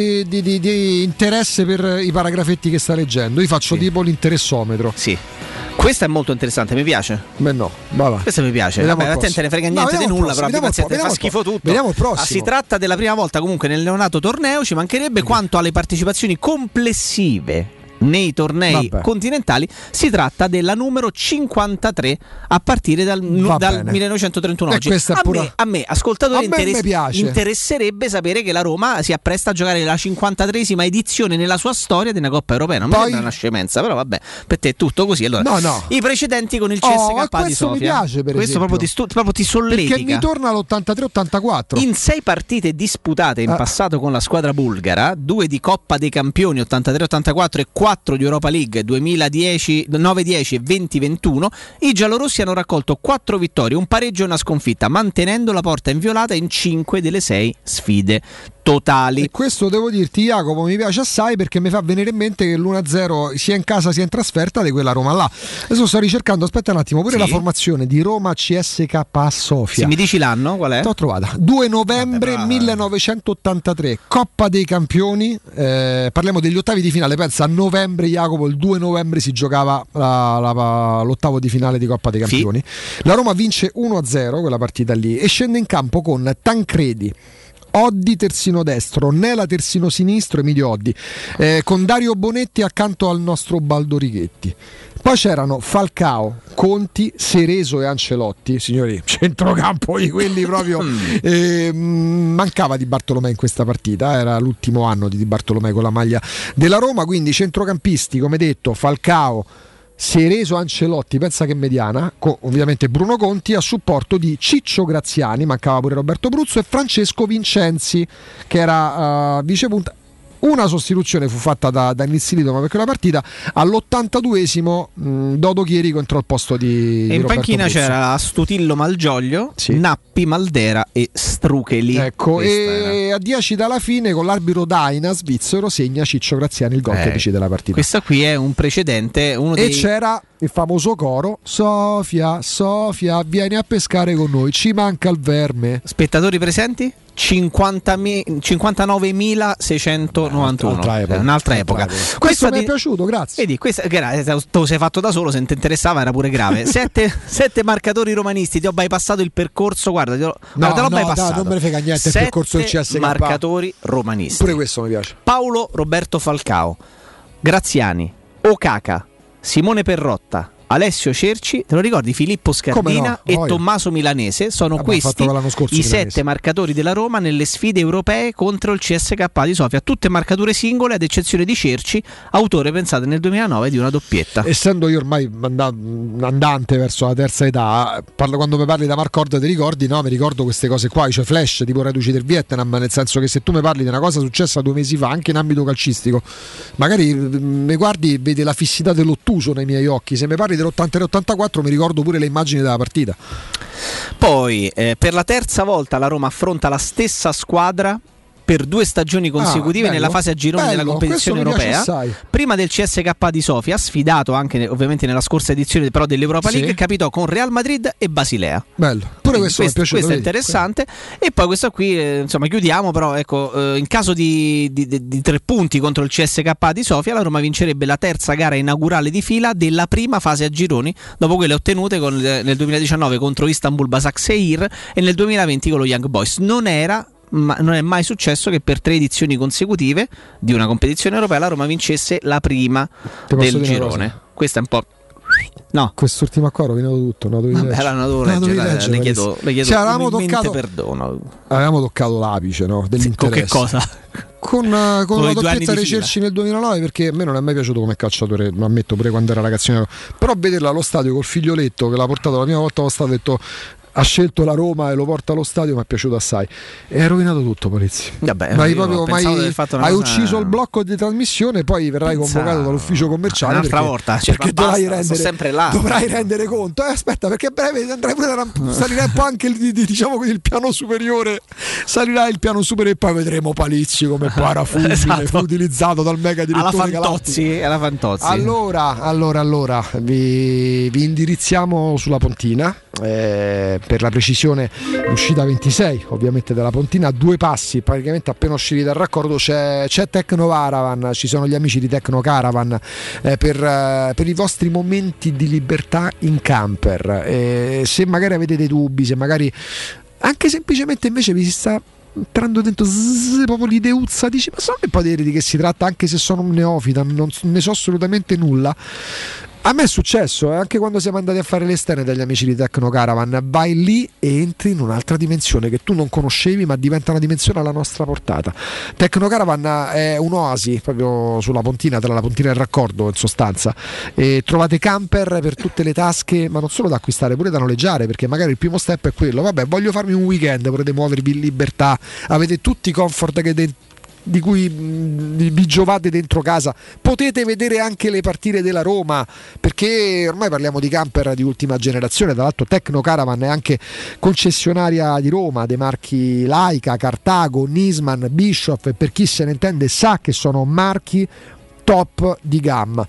[SPEAKER 15] di interesse per i paragrafetti che sta leggendo. Io faccio tipo l'interessometro.
[SPEAKER 4] Sì. Questa è molto interessante, mi piace.
[SPEAKER 15] Beh no, va.
[SPEAKER 4] Questa mi piace. Vabbè, a te ne frega niente di nulla, però fa schifo tutto.
[SPEAKER 15] Vediamo il prossimo.
[SPEAKER 4] Si tratta della prima volta comunque nel neonato torneo, ci mancherebbe. Quanto alle partecipazioni complessive nei tornei continentali, si tratta della numero 53 a partire dal 1931 oggi. A me ascoltatori interesserebbe sapere che la Roma si appresta a giocare la 53esima edizione nella sua storia di una Coppa Europea. Non mi sembra una scemenza, però vabbè, per te è tutto così. Allora, i precedenti con il CSKA di Sofia.
[SPEAKER 15] Mi piace,
[SPEAKER 4] questo proprio ti solletica.
[SPEAKER 15] Perché mi torna all'83-84.
[SPEAKER 4] In 6 partite disputate in passato con la squadra bulgara, 2 di Coppa dei Campioni 83-84 e 4 di Europa League 2010, 9-10 e 20-21, i giallorossi hanno raccolto 4 vittorie, un pareggio e una sconfitta, mantenendo la porta inviolata in 5 delle 6 sfide totali.
[SPEAKER 15] E questo devo dirti, Jacopo, mi piace assai perché mi fa venire in mente che l'1-0 sia in casa sia in trasferta di quella Roma là. Adesso sto ricercando, aspetta un attimo, pure la formazione di Roma CSKA Sofia.
[SPEAKER 4] Se mi dici l'anno qual è?
[SPEAKER 15] L'ho trovata, 2 novembre 1983, Coppa dei Campioni, parliamo degli ottavi di finale. Pensa, a novembre, Jacopo, il 2 novembre si giocava l'ottavo di finale di Coppa dei Campioni. La Roma vince 1-0 quella partita lì e scende in campo con Tancredi, Oddi terzino destro, Nela terzino sinistro, Emilio Oddi, con Dario Bonetti accanto al nostro Baldo Righetti. Poi c'erano Falcao, Conti, Cereso e Ancelotti, signori, centrocampo di quelli proprio. Mancava Di Bartolomei in questa partita, era l'ultimo anno di Di Bartolomei con la maglia della Roma, quindi centrocampisti, come detto, Falcao, Cereso, Ancelotti, pensa che mediana, ovviamente Bruno Conti a supporto di Ciccio Graziani, mancava pure Roberto Bruzzo, e Francesco Vincenzi che era vicepunta. Una sostituzione fu fatta da Nilsilito, ma perché la partita all'82esimo Dodo Chierico entrò al posto di
[SPEAKER 4] in
[SPEAKER 15] Roberto
[SPEAKER 4] panchina
[SPEAKER 15] Bruzzo.
[SPEAKER 4] C'era Stutillo Malgioglio, Nappi, Maldera e Strucheli.
[SPEAKER 15] Ecco, e a 10 dalla fine con l'arbitro Daina svizzero segna Ciccio Graziani il gol che decide la partita.
[SPEAKER 4] Questa qui è un precedente,
[SPEAKER 15] e c'era il famoso coro Sofia, Sofia, vieni a pescare con noi, ci manca il verme.
[SPEAKER 4] Spettatori presenti? 59.691. Un'altra epoca.
[SPEAKER 15] Questo mi è piaciuto, grazie.
[SPEAKER 4] Vedi, te lo sei fatto da solo, se non ti interessava era pure grave. Sette marcatori romanisti, ti ho bypassato il percorso, guarda, te l'ho bypassato.
[SPEAKER 15] Non me ne frega niente il percorso del CSKA.
[SPEAKER 4] Marcatori romanisti.
[SPEAKER 15] Pure questo mi piace.
[SPEAKER 4] Paolo Roberto Falcao, Graziani, Okaka, Simone Perrotta, Alessio Cerci, te lo ricordi? Filippo Scardina e Tommaso Milanese sono questi i 7 marcatori della Roma nelle sfide europee contro il CSKA di Sofia, tutte marcature singole ad eccezione di Cerci, autore, pensate, nel 2009 di una doppietta.
[SPEAKER 15] Essendo io ormai andante verso la terza età, quando mi parli da Marcord ti ricordi? No, mi ricordo queste cose qua, cioè flash tipo Reduci del Vietnam, nel senso che se tu mi parli di una cosa successa 2 mesi fa anche in ambito calcistico, magari mi guardi e vedi la fissità dell'ottuso nei miei occhi. Se mi parli dell'83-84 mi ricordo pure le immagini della partita.
[SPEAKER 4] Poi per la terza volta la Roma affronta la stessa squadra per 2 stagioni consecutive nella fase a gironi della competizione europea, prima del CSKA di Sofia, sfidato anche ovviamente nella scorsa edizione però dell'Europa League, capitò con Real Madrid e Basilea.
[SPEAKER 15] Bello, pure questo mi è piaciuto.
[SPEAKER 4] Questo è interessante. E poi questa qui insomma chiudiamo, però ecco, in caso di 3 punti contro il CSKA di Sofia, la Roma vincerebbe la terza gara inaugurale di fila della prima fase a gironi, dopo quelle ottenute nel 2019 contro Istanbul Başakşehir e nel 2020 con lo Young Boys. Non è mai successo che per 3 edizioni consecutive di una competizione europea la Roma vincesse la prima del girone. Questa è un po' No.
[SPEAKER 15] Quest'ultima qua ha rovinato tutto. No,
[SPEAKER 4] le chiedo perdono.
[SPEAKER 15] Avevamo toccato l'apice, no, dell'interesse.
[SPEAKER 4] Con che cosa?
[SPEAKER 15] Con la doppietta dei Cerci nel 2009, perché a me non è mai piaciuto come calciatore, lo ammetto, pure quando era ragazzino, però vederla allo stadio col figlioletto che l'ha portato la prima volta allo stadio, ha detto ha scelto la Roma e lo porta allo stadio, mi è piaciuto assai. E hai rovinato tutto, Polizzi. Hai ucciso il blocco di trasmissione, poi verrai convocato dall'ufficio commerciale
[SPEAKER 4] un'altra volta,
[SPEAKER 15] perché
[SPEAKER 4] sempre là.
[SPEAKER 15] Dovrai rendere conto. Aspetta, perché a breve andrai pure salirà un po' anche il piano superiore. Salirà il piano superiore e poi vedremo Palizzi come parafulmine fu utilizzato dal mega direttore
[SPEAKER 4] alla Fantozzi.
[SPEAKER 15] Allora vi indirizziamo sulla Pontina. Per la precisione l'uscita 26 ovviamente della Pontina, a 2 passi praticamente appena usciti dal raccordo c'è Tecno Caravan, ci sono gli amici di Tecno Caravan per i vostri momenti di libertà in camper. Se magari avete dei dubbi, se magari anche semplicemente invece vi si sta entrando dentro proprio l'ideuzza, dici ma so che poi di che si tratta, anche se sono un neofita, non ne so assolutamente nulla. A me è successo, anche quando siamo andati a fare le esterne dagli amici di Tecno Caravan, vai lì e entri in un'altra dimensione che tu non conoscevi, ma diventa una dimensione alla nostra portata. Tecno Caravan è un'oasi proprio sulla Pontina, tra la Pontina e il raccordo in sostanza, e trovate camper per tutte le tasche, ma non solo da acquistare, pure da noleggiare, perché magari il primo step è quello, vabbè, voglio farmi un weekend, potete muovervi in libertà, avete tutti i comfort di cui vi giovate dentro casa, potete vedere anche le partite della Roma, perché ormai parliamo di camper di ultima generazione. Tra l'altro Tecno Caravan è anche concessionaria di Roma dei marchi Laika, Cartago, Nisman, Bischoff, e per chi se ne intende sa che sono marchi top di gamma.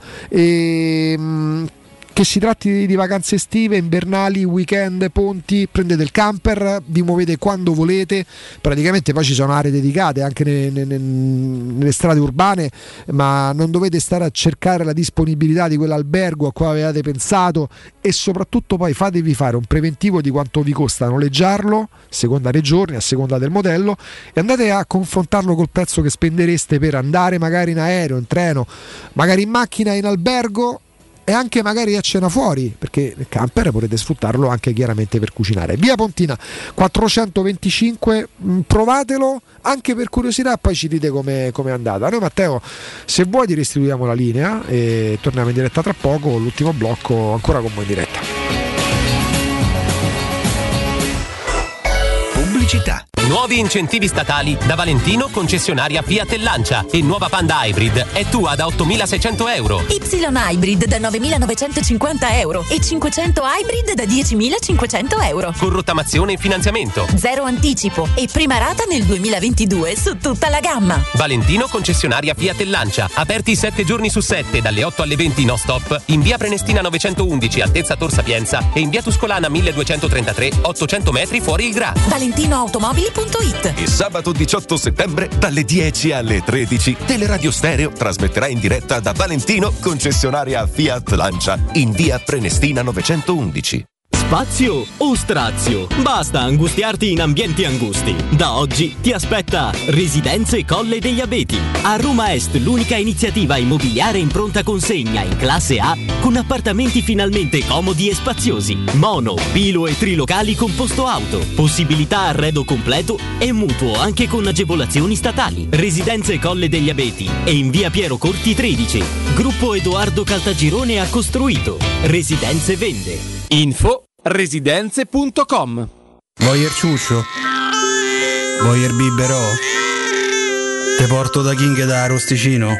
[SPEAKER 15] Che si tratti di vacanze estive, invernali, weekend, ponti, prendete il camper, vi muovete quando volete, praticamente poi ci sono aree dedicate anche nelle strade urbane, ma non dovete stare a cercare la disponibilità di quell'albergo a cui avevate pensato, e soprattutto poi fatevi fare un preventivo di quanto vi costa noleggiarlo, a seconda dei giorni, a seconda del modello, e andate a confrontarlo col prezzo che spendereste per andare magari in aereo, in treno, magari in macchina, in albergo, e anche magari a cena fuori, perché il camper potete sfruttarlo anche chiaramente per cucinare. Via Pontina 425, provatelo anche per curiosità, poi ci dite come è andata. Noi, Matteo, se vuoi ti restituiamo la linea e torniamo in diretta tra poco, l'ultimo blocco ancora con voi in diretta.
[SPEAKER 10] Pubblicità. Nuovi incentivi statali da Valentino, concessionaria Fiat e Lancia, e nuova Panda Hybrid è tua da 8.600 euro.
[SPEAKER 19] Y Hybrid da 9.950 euro e 500 Hybrid da 10.500 euro.
[SPEAKER 10] Con rottamazione e finanziamento.
[SPEAKER 19] Zero anticipo e prima rata nel 2022 su tutta la gamma.
[SPEAKER 10] Valentino, concessionaria Fiat e Lancia, aperti 7 giorni su 7 dalle 8 alle 20 no stop, in via Prenestina 911 altezza Tor Sapienza e in via Tuscolana 1233 800 metri fuori il Gra.
[SPEAKER 19] ValentinoAutomobili.it.
[SPEAKER 11] E sabato 18 settembre dalle 10 alle 13 Teleradio Stereo trasmetterà in diretta da Valentino, concessionaria Fiat Lancia, in via Prenestina 911.
[SPEAKER 14] Spazio o strazio? Basta angustiarti in ambienti angusti. Da oggi ti aspetta Residenze Colle degli Abeti. A Roma Est, l'unica iniziativa immobiliare in pronta consegna in classe A, con appartamenti finalmente comodi e spaziosi. Mono, bilo e trilocali con posto auto. Possibilità arredo completo e mutuo anche con agevolazioni statali. Residenze Colle degli Abeti e in via Piero Corti 13. Gruppo Edoardo Caltagirone ha costruito. Residenze vende. Info residenze.com.
[SPEAKER 16] Voyer ciuccio? Voyer biberò? Te porto da King da Arosticino?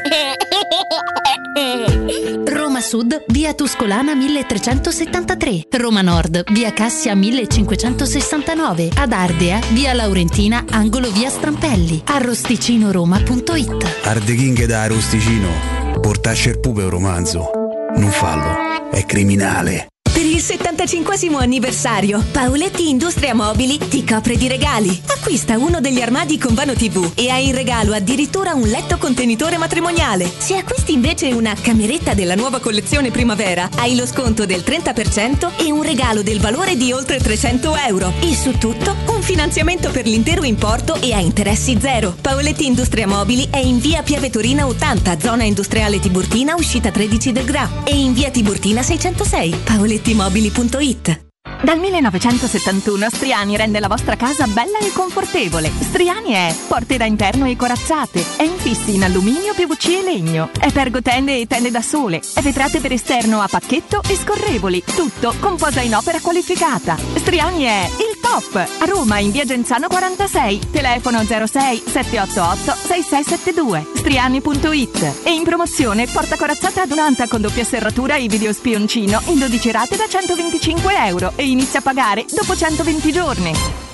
[SPEAKER 13] Roma Sud, via Tuscolana 1373. Roma Nord, via Cassia 1569. Ad Ardea, via Laurentina, angolo via Strampelli. Arrosticinoroma.it.
[SPEAKER 16] Arde King da Arosticino. Portasce il pupe un romanzo. Non fallo, è criminale.
[SPEAKER 13] Per il
[SPEAKER 19] il 75° anniversario. Paoletti Industria Mobili ti copre di regali. Acquista uno degli armadi con vano TV e hai in regalo addirittura un letto contenitore matrimoniale. Se acquisti invece una cameretta della nuova collezione primavera, hai lo sconto del 30% e un regalo del valore di oltre 300 euro. E su tutto un finanziamento per l'intero importo e a interessi zero. Paoletti Industria Mobili è in via Pieve Torina 80, zona industriale Tiburtina, uscita 13 del Gra, e in via Tiburtina 606. paolettimobili.it.
[SPEAKER 21] Dal 1971 Striani rende la vostra casa bella e confortevole. Striani è porte da interno e corazzate, è infissi in alluminio, PVC e legno, è pergotende e tende da sole, è vetrate per esterno a pacchetto e scorrevoli, tutto con posa in opera qualificata. Striani è il top! A Roma in via Genzano 46, telefono 06 788 6672, striani.it. E in promozione porta corazzata adunata con doppia serratura e video spioncino in 12 rate da 125 euro e inizia a pagare dopo 120 giorni.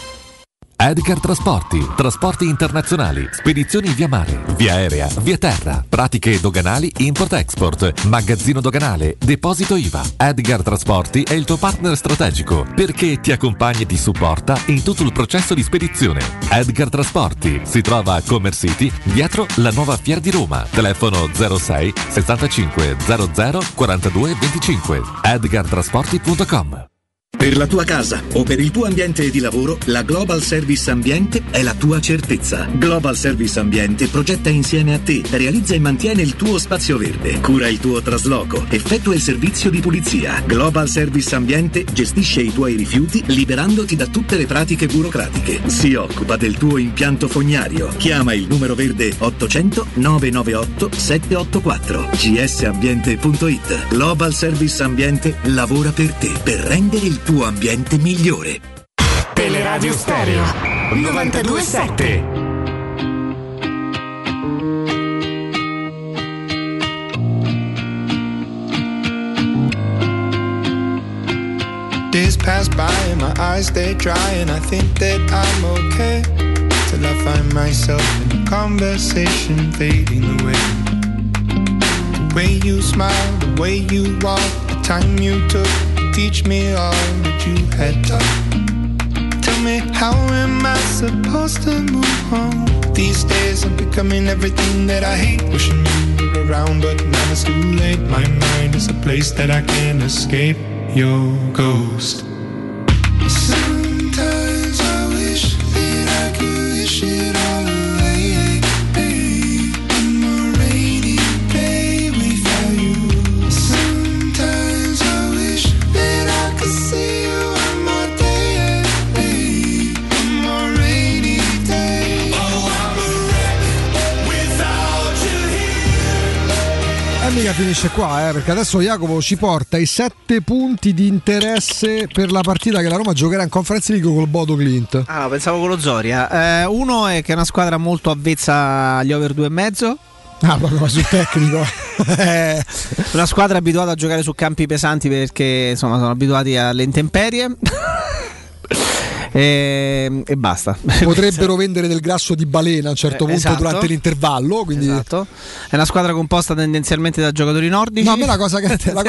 [SPEAKER 6] Edgar trasporti internazionali, spedizioni via mare, via aerea, via terra, pratiche doganali, import-export, magazzino doganale, deposito IVA. Edgar Trasporti è il tuo partner strategico perché ti accompagna e ti supporta in tutto il processo di spedizione. Edgar Trasporti si trova a Commerce City, dietro la nuova Fiera di Roma. Telefono 06 65 00 42 25. edgartrasporti.com.
[SPEAKER 12] Per la tua casa o per il tuo ambiente di lavoro, la Global Service Ambiente è la tua certezza. Global Service Ambiente progetta insieme a te, realizza e mantiene il tuo spazio verde, cura il tuo trasloco, effettua il servizio di pulizia. Global Service Ambiente gestisce i tuoi rifiuti liberandoti da tutte le pratiche burocratiche. Si occupa del tuo impianto fognario. Chiama il numero verde 800 998 784. gsambiente.it. Global Service Ambiente lavora per te, per rendere il tuo ambiente migliore.
[SPEAKER 17] Teleradio Stereo 92.7.
[SPEAKER 22] Days pass by and my eyes stay dry and I think that I'm okay till I find myself in a conversation fading away. The way you smile, the way you walk, the time you took teach me all that you had taught. Tell me, how am I supposed to move on? These days I'm becoming everything that I hate. Wishing you were around, but now it's too late. My mind is a place that I can't escape your ghost. Sometimes I wish that I could wish it all away. On a rainy day without you. Sometimes I wish that I could see you one more day. One more rainy day. Oh, I'm a wreck without you here.
[SPEAKER 15] E mica finisce qua, perché adesso Jacopo ci porta i 7 punti di interesse per la partita che la Roma giocherà in Conference League col Bodo Glimt.
[SPEAKER 4] Ah, no, pensavo con lo Zoria. Uno è che è una squadra molto avvezza agli over 2,5.
[SPEAKER 15] Ah, proprio sul tecnico.
[SPEAKER 4] Una squadra abituata a giocare su campi pesanti perché insomma sono abituati alle intemperie. E basta.
[SPEAKER 15] Potrebbero vendere del grasso di balena a un certo punto,
[SPEAKER 4] esatto,
[SPEAKER 15] durante l'intervallo, quindi
[SPEAKER 4] esatto. È una squadra composta tendenzialmente da giocatori nordici.
[SPEAKER 15] No, a me l'unica cosa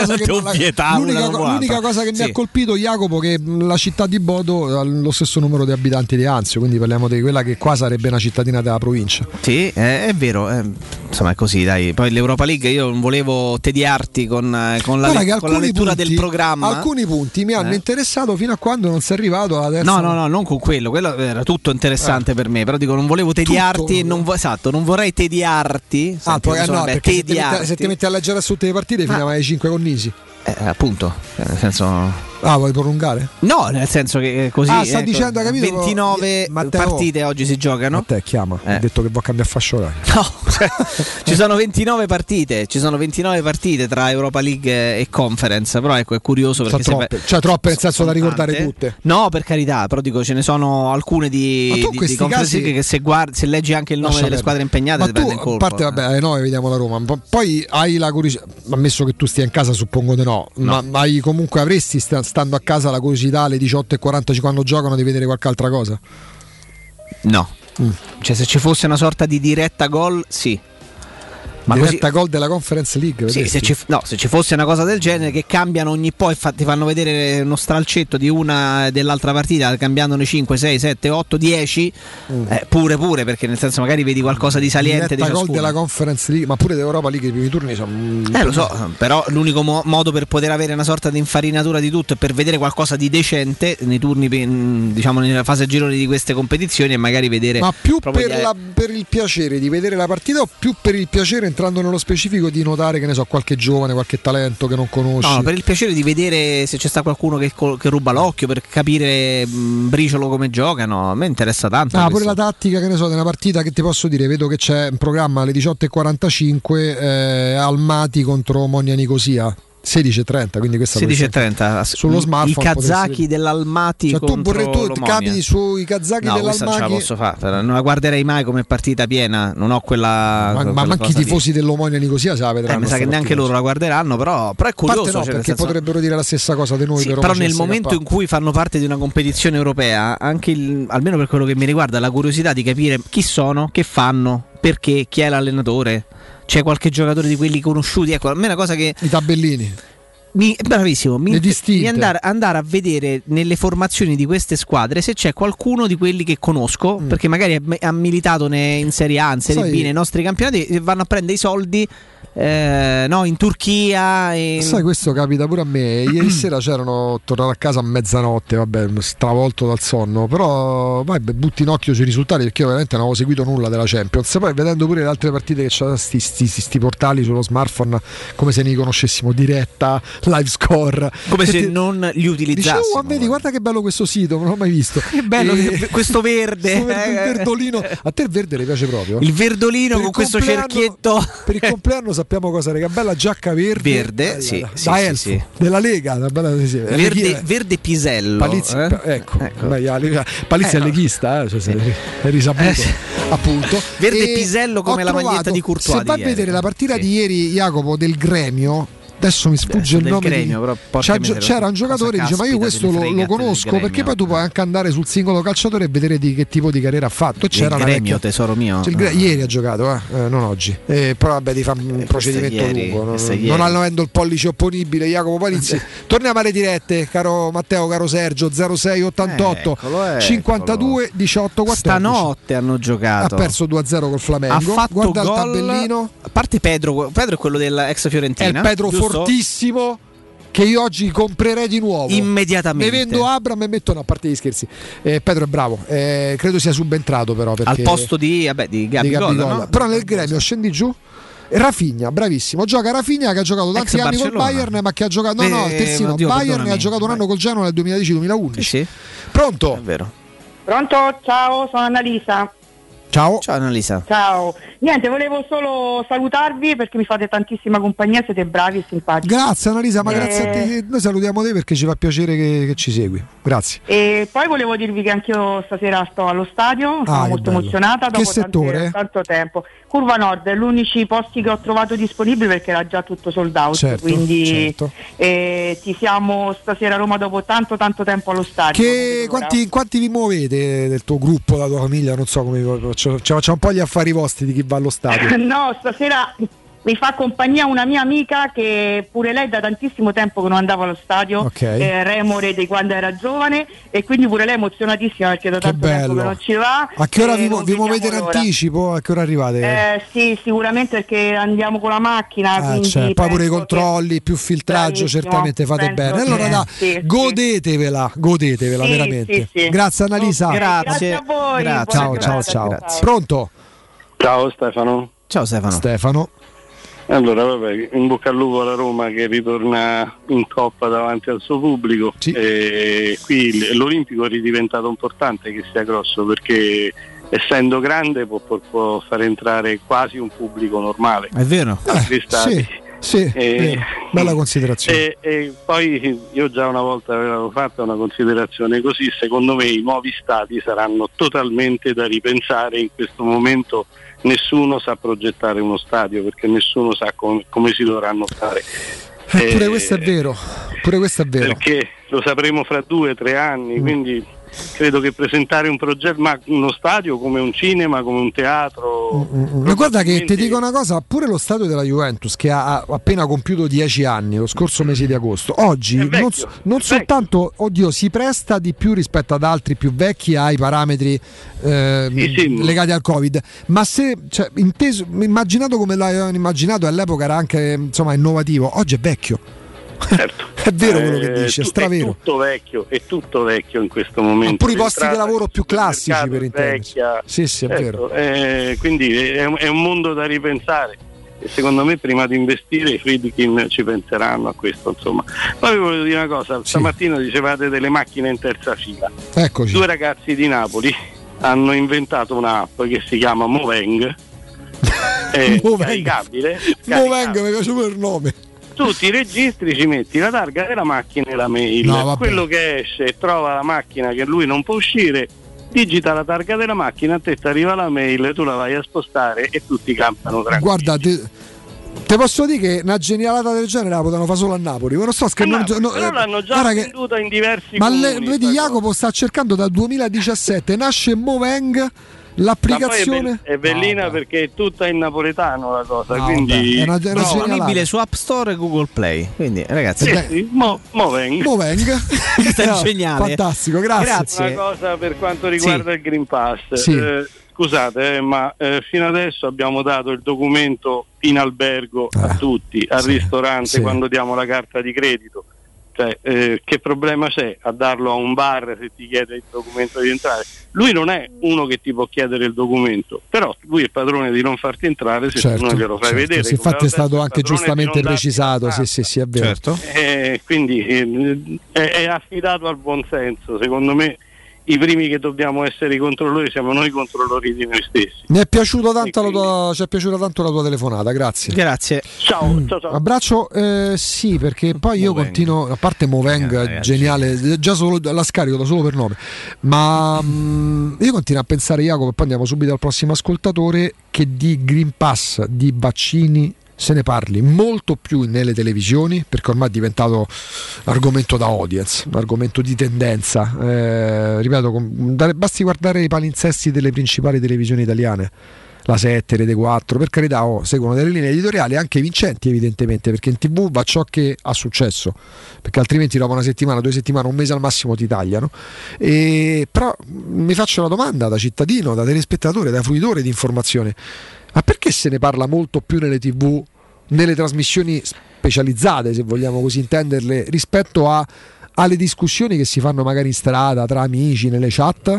[SPEAKER 15] che mi ha colpito, Jacopo, che la città di Bodo ha lo stesso numero di abitanti di Anzio, quindi parliamo di quella che qua sarebbe una cittadina della provincia.
[SPEAKER 4] Sì, è vero, insomma è così, dai. Poi l'Europa League io non volevo tediarti con la lettura del programma.
[SPEAKER 15] Alcuni punti mi hanno interessato fino a quando non sei arrivato alla terza.
[SPEAKER 4] No, non con quello era tutto interessante per me, però dico non volevo tediarti e non vorrei tediarti.
[SPEAKER 15] Perché se ti metti a leggere su tutte le partite finiamo ai 5 connisi.
[SPEAKER 4] Appunto, nel senso.
[SPEAKER 15] Ah, vuoi prolungare?
[SPEAKER 4] No, nel senso che così.
[SPEAKER 15] Sta dicendo, capito?
[SPEAKER 4] 29 partite oggi si giocano.
[SPEAKER 15] A te chiama. Ha detto che va a cambiare fascia oraria.
[SPEAKER 4] No, ci sono 29 partite. Ci sono 29 partite tra Europa League e Conference. Però ecco, è curioso perché
[SPEAKER 15] troppe nel senso da ricordare tutte.
[SPEAKER 4] No, per carità, però dico ce ne sono alcune di Conference League che se leggi anche il nome delle squadre impegnate ti prende in colpo.
[SPEAKER 15] A parte, vabbè, alle 9 vediamo la Roma. Poi hai la curiosità, ammesso che tu stia in casa, suppongo di no. Ma hai comunque avresti stando a casa la curiosità alle 18:40 quando giocano di vedere qualche altra cosa?
[SPEAKER 4] No. Cioè se ci fosse una sorta di diretta gol, sì. Ma
[SPEAKER 15] diretta gol della Conference League.
[SPEAKER 4] Sì, se ci fosse una cosa del genere che cambiano ogni po', infatti fanno vedere uno stralcetto di una e dell'altra partita cambiandone 5, 6, 7, 8, 10 pure perché nel senso magari vedi qualcosa di saliente
[SPEAKER 15] diretta
[SPEAKER 4] di
[SPEAKER 15] gol
[SPEAKER 4] ciascuna.
[SPEAKER 15] della Conference League, ma pure dell'Europa League, i primi turni sono
[SPEAKER 4] lo so, però l'unico modo per poter avere una sorta di infarinatura di tutto e per vedere qualcosa di decente nei turni, diciamo nella fase gironi di queste competizioni, e magari vedere,
[SPEAKER 15] ma più per il piacere di vedere la partita o più per il piacere, entrando nello specifico, di notare, che ne so, qualche giovane, qualche talento che non conosci?
[SPEAKER 4] No, per il piacere di vedere se c'è sta qualcuno che ruba l'occhio, per capire briciolo come giocano. A me interessa tanto.
[SPEAKER 15] Pure la tattica, che ne so, della partita, che ti posso dire, vedo che c'è in programma alle 18:45 Almaty contro Monia Nicosia. 16:30, quindi questa
[SPEAKER 4] 16:30
[SPEAKER 15] sullo smartphone.
[SPEAKER 4] I kazaki dell'Almaty,
[SPEAKER 15] cioè, tu capiti sui kazaki
[SPEAKER 4] dell'Almaty.
[SPEAKER 15] Non
[SPEAKER 4] ce la posso fare, non la guarderei mai come partita piena, non ho quella.
[SPEAKER 15] Ma anche i tifosi dell'Omonia Nicosia se la vedranno.
[SPEAKER 4] Mi sa che neanche loro la guarderanno, però è curioso.
[SPEAKER 15] No, perché potrebbero dire la stessa cosa di noi.
[SPEAKER 4] Sì, però nel momento in cui fanno parte di una competizione europea, anche almeno per quello che mi riguarda, la curiosità di capire chi sono, che fanno, perché, chi è l'allenatore. C'è qualche giocatore di quelli conosciuti? Ecco, a me è una cosa che.
[SPEAKER 15] I tabellini.
[SPEAKER 4] Bravissimo, mi andare a vedere nelle formazioni di queste squadre se c'è qualcuno di quelli che conosco, perché magari ha militato in Serie A, in Serie B, nei nostri campionati, e vanno a prendere i soldi in Turchia.
[SPEAKER 15] Sai, questo capita pure a me. Ieri sera tornato a casa a mezzanotte, vabbè, stravolto dal sonno, però butti in occhio sui risultati, perché io veramente non avevo seguito nulla della Champions. Poi vedendo pure le altre partite che c'erano sti portali sullo smartphone, come se ne conoscessimo, diretta, live score,
[SPEAKER 4] come se non li utilizzassimo.
[SPEAKER 15] Vedi, guarda che bello questo sito, non l'ho mai visto.
[SPEAKER 4] Che bello questo verde.
[SPEAKER 15] Il verdolino. A te il verde le piace proprio?
[SPEAKER 4] Il verdolino con questo cerchietto.
[SPEAKER 15] Per il compleanno sappiamo cosa, raga, bella giacca verde.
[SPEAKER 4] Sì,
[SPEAKER 15] della Lega,
[SPEAKER 4] verde pisello.
[SPEAKER 15] Palizzi, Palizzi è leghista, è risaputo, appunto.
[SPEAKER 4] Verde pisello come la maglietta di Courtois.
[SPEAKER 15] Se vai a vedere la partita di ieri, Jacopo, del Gremio, adesso mi sfugge il nome
[SPEAKER 4] Gremio,
[SPEAKER 15] c'era un giocatore che dice: ma io questo lo conosco, perché poi tu puoi anche andare sul singolo calciatore e vedere di che tipo di carriera ha fatto. C'era
[SPEAKER 4] il Gremio, tesoro mio.
[SPEAKER 15] Ieri ha giocato, non oggi, però vabbè, ti fa un procedimento lungo, non avendo il pollice opponibile. Jacopo Palizzi. Torniamo alle dirette, caro Matteo, caro Sergio. 0688 52 18 14.
[SPEAKER 4] Stanotte hanno giocato,
[SPEAKER 15] ha perso 2-0 col Flamengo,
[SPEAKER 4] ha fatto
[SPEAKER 15] guarda
[SPEAKER 4] gol,
[SPEAKER 15] il tabellino.
[SPEAKER 4] A parte Pedro è quello dell'ex Fiorentina,
[SPEAKER 15] è il Pedro fortissimo, che io oggi comprerei di nuovo
[SPEAKER 4] immediatamente.
[SPEAKER 15] Ne vendo Abram e metto a parte gli scherzi. Pedro è bravo, credo sia subentrato però, perché
[SPEAKER 4] al posto di Gabigol, no?
[SPEAKER 15] Però nel Gremio scendi giù. Rafinha, bravissimo, gioca Rafinha, che ha giocato tanti anni col Bayern, ma che ha giocato terzino Bayern, e ha giocato un anno col Genoa nel 2010-2011.
[SPEAKER 4] Sì.
[SPEAKER 15] Pronto?
[SPEAKER 4] È vero.
[SPEAKER 3] Pronto? Ciao, sono Annalisa.
[SPEAKER 15] Ciao
[SPEAKER 4] Annalisa.
[SPEAKER 3] Ciao. Niente, volevo solo salutarvi perché mi fate tantissima compagnia, siete bravi e simpatici.
[SPEAKER 15] Grazie Annalisa, ma grazie a te. Noi salutiamo te perché ci fa piacere che ci segui. Grazie.
[SPEAKER 3] E poi volevo dirvi che anch'io stasera sto allo stadio, sono molto emozionata dopo tanto tempo. Curva Nord, l'unici posti che ho trovato disponibili perché era già tutto sold out, quindi ci siamo stasera a Roma dopo tanto tempo allo stadio.
[SPEAKER 15] Quanti vi muovete del tuo gruppo, la tua famiglia? Non so come c'è un po' gli affari vostri di chi va allo stadio.
[SPEAKER 3] No, stasera mi fa compagnia una mia amica che pure lei da tantissimo tempo che non andava allo stadio, remore di quando era giovane, e quindi pure lei emozionatissima perché da tanto tempo che non ci va.
[SPEAKER 15] A che ora vi muovete in anticipo? A che ora arrivate?
[SPEAKER 3] Sì, sicuramente perché andiamo con la macchina, quindi
[SPEAKER 15] poi pure i controlli, più filtraggio, certamente fate bene. Allora godetevela veramente.
[SPEAKER 3] Sì.
[SPEAKER 15] Grazie Annalisa.
[SPEAKER 3] Grazie a voi.
[SPEAKER 15] Ciao. Pronto?
[SPEAKER 5] Ciao Stefano.
[SPEAKER 4] Ciao
[SPEAKER 15] Stefano.
[SPEAKER 5] Allora, vabbè, in bocca al lupo alla Roma che ritorna in Coppa davanti al suo pubblico. E qui l'Olimpico è ridiventato importante che sia grosso, perché essendo grande può far entrare quasi un pubblico normale.
[SPEAKER 4] È vero.
[SPEAKER 15] Bella considerazione.
[SPEAKER 5] E poi io già una volta avevo fatto una considerazione così: secondo me i nuovi stadi saranno totalmente da ripensare. In questo momento nessuno sa progettare uno stadio, perché nessuno sa come si dovranno fare.
[SPEAKER 15] Pure questo è vero.
[SPEAKER 5] Perché lo sapremo fra 2 o 3 anni, quindi credo che presentare un progetto, ma uno stadio come un cinema, come un teatro.
[SPEAKER 15] Ma guarda che ti dico una cosa, pure lo stadio della Juventus che ha appena compiuto 10 anni lo scorso mese di agosto, oggi non soltanto, oddio, si presta di più rispetto ad altri più vecchi ai parametri legati al Covid, ma se immaginato come l'avevano immaginato all'epoca era anche insomma innovativo, oggi è vecchio.
[SPEAKER 5] Certo.
[SPEAKER 15] È vero quello che dice, è stravero.
[SPEAKER 5] È tutto vecchio in questo momento.
[SPEAKER 15] Pure i posti di lavoro più classici per intenderci.
[SPEAKER 5] Sì,
[SPEAKER 15] certo,
[SPEAKER 5] è vero. Quindi è un mondo da ripensare. E secondo me prima di investire i Friedkin ci penseranno a questo, insomma. Poi vi volevo dire una cosa, stamattina dicevate delle macchine in terza fila.
[SPEAKER 15] Eccoci.
[SPEAKER 5] 2 ragazzi di Napoli hanno inventato un'app che si chiama Moveng. Caricabile.
[SPEAKER 15] Moveng, mi piace pure il nome.
[SPEAKER 5] Tu ti registri, ci metti la targa della macchina e la mail, quello che esce e trova la macchina che lui non può uscire, digita la targa della macchina, a te ti arriva la mail, tu la vai a spostare e tutti campano tranquilli.
[SPEAKER 15] Guarda, te posso dire che una genialata del genere la potevano fare solo a Napoli, ma non sto scherzando.
[SPEAKER 5] Però l'hanno già venduta in diversi comuni.
[SPEAKER 15] Vedi, Jacopo sta cercando dal 2017, nasce Moveng, l'applicazione
[SPEAKER 5] è bellina perché è tutta in napoletano la cosa, quindi
[SPEAKER 4] è disponibile su App Store e Google Play, quindi ragazzi
[SPEAKER 5] Moveng
[SPEAKER 4] è geniale,
[SPEAKER 15] fantastico, grazie.
[SPEAKER 5] Una cosa per quanto riguarda il Green Pass, scusate ma fino adesso abbiamo dato il documento in albergo a tutti, al ristorante quando diamo la carta di credito. Cioè, che problema c'è a darlo a un bar se ti chiede il documento di entrare? Lui non è uno che ti può chiedere il documento, però lui è padrone di non farti entrare se tu non glielo fai vedere.
[SPEAKER 15] Sì, infatti è stato anche giustamente precisato, sì, è vero.
[SPEAKER 5] Quindi è affidato al buon senso, secondo me. I primi che dobbiamo essere i controllori siamo noi controllori di noi stessi.
[SPEAKER 15] Mi è piaciuto tanto ci è piaciuta tanto la tua telefonata, grazie.
[SPEAKER 5] Ciao.
[SPEAKER 15] Abbraccio, sì, perché poi io continuo, a parte Moveng, geniale, già solo la scarico da solo per nome, ma io continuo a pensare, Jacopo, e poi andiamo subito al prossimo ascoltatore, che di Green Pass, di vaccini se ne parli molto più nelle televisioni, perché ormai è diventato argomento da audience, un argomento di tendenza, ripeto, basti guardare i palinsesti delle principali televisioni italiane, la 7, Rete 4, per carità, seguono delle linee editoriali anche vincenti evidentemente, perché in TV va ciò che ha successo, perché altrimenti dopo una settimana, 2 settimane, un mese al massimo ti tagliano. Però mi faccio la domanda da cittadino, da telespettatore, da fruitore di informazione: ma perché se ne parla molto più nelle TV, nelle trasmissioni specializzate, se vogliamo così intenderle, rispetto alle discussioni che si fanno magari in strada, tra amici, nelle chat?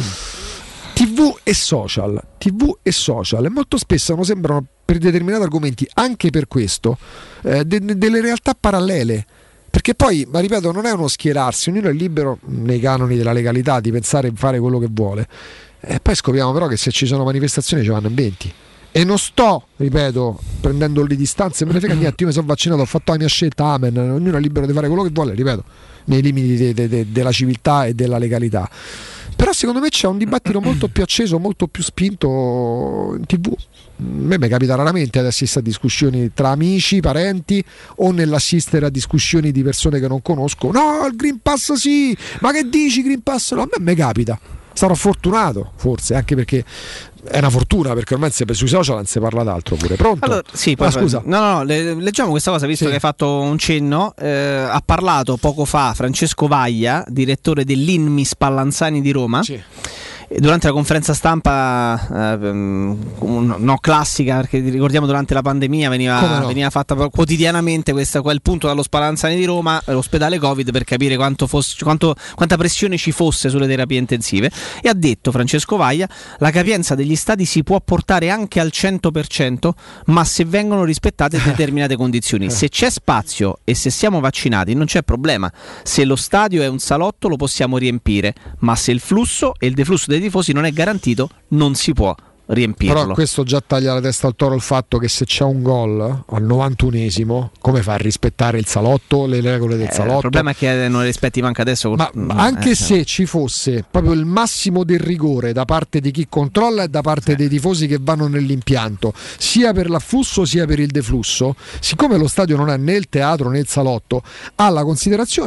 [SPEAKER 15] TV e social, e molto spesso non sembrano, per determinati argomenti, anche per questo, delle realtà parallele. Perché poi, ma ripeto, non è uno schierarsi, ognuno è libero nei canoni della legalità di pensare e fare quello che vuole. E poi scopriamo però che se ci sono manifestazioni ci vanno in 20. E non sto, ripeto, prendendo le distanze, me ne frega niente, io mi sono vaccinato, ho fatto la mia scelta, amen, ognuno è libero di fare quello che vuole, ripeto, nei limiti della civiltà e della legalità. Però secondo me c'è un dibattito molto più acceso, molto più spinto in TV. A me mi capita raramente ad assistere a discussioni tra amici, parenti, o nell'assistere a discussioni di persone che non conosco. No, il Green Pass sì, ma che dici Green Pass? No, a me mi capita. Sarò fortunato, forse, anche perché è una fortuna, perché ormai sui social non si parla d'altro pure. Pronto?
[SPEAKER 4] Allora, sì, poi,
[SPEAKER 15] scusa.
[SPEAKER 4] No, leggiamo questa cosa, visto che hai fatto un cenno. Ha parlato poco fa Francesco Vaglia, direttore dell'INMI Spallanzani di Roma. Sì. Durante la conferenza stampa no classica, perché ricordiamo durante la pandemia veniva fatta quotidianamente quel punto dallo Spallanzani di Roma, l'ospedale Covid, per capire quanta pressione ci fosse sulle terapie intensive, e ha detto Francesco Vaglia: la capienza degli stadi si può portare anche al 100%, ma se vengono rispettate determinate condizioni. Se c'è spazio e se siamo vaccinati non c'è problema. Se lo stadio è un salotto lo possiamo riempire, ma se il flusso e il deflusso dei tifosi non è garantito, non si può riempirlo.
[SPEAKER 15] Però questo già taglia la testa al toro il fatto che se c'è un gol al 91esimo, come fa a rispettare il salotto, le regole del salotto?
[SPEAKER 4] Il problema è che non le rispetti manca adesso.
[SPEAKER 15] Ma anche se ci fosse proprio il massimo del rigore da parte di chi controlla e da parte dei tifosi che vanno nell'impianto, sia per l'afflusso sia per il deflusso, siccome lo stadio non è né il teatro né il salotto, ha la considerazione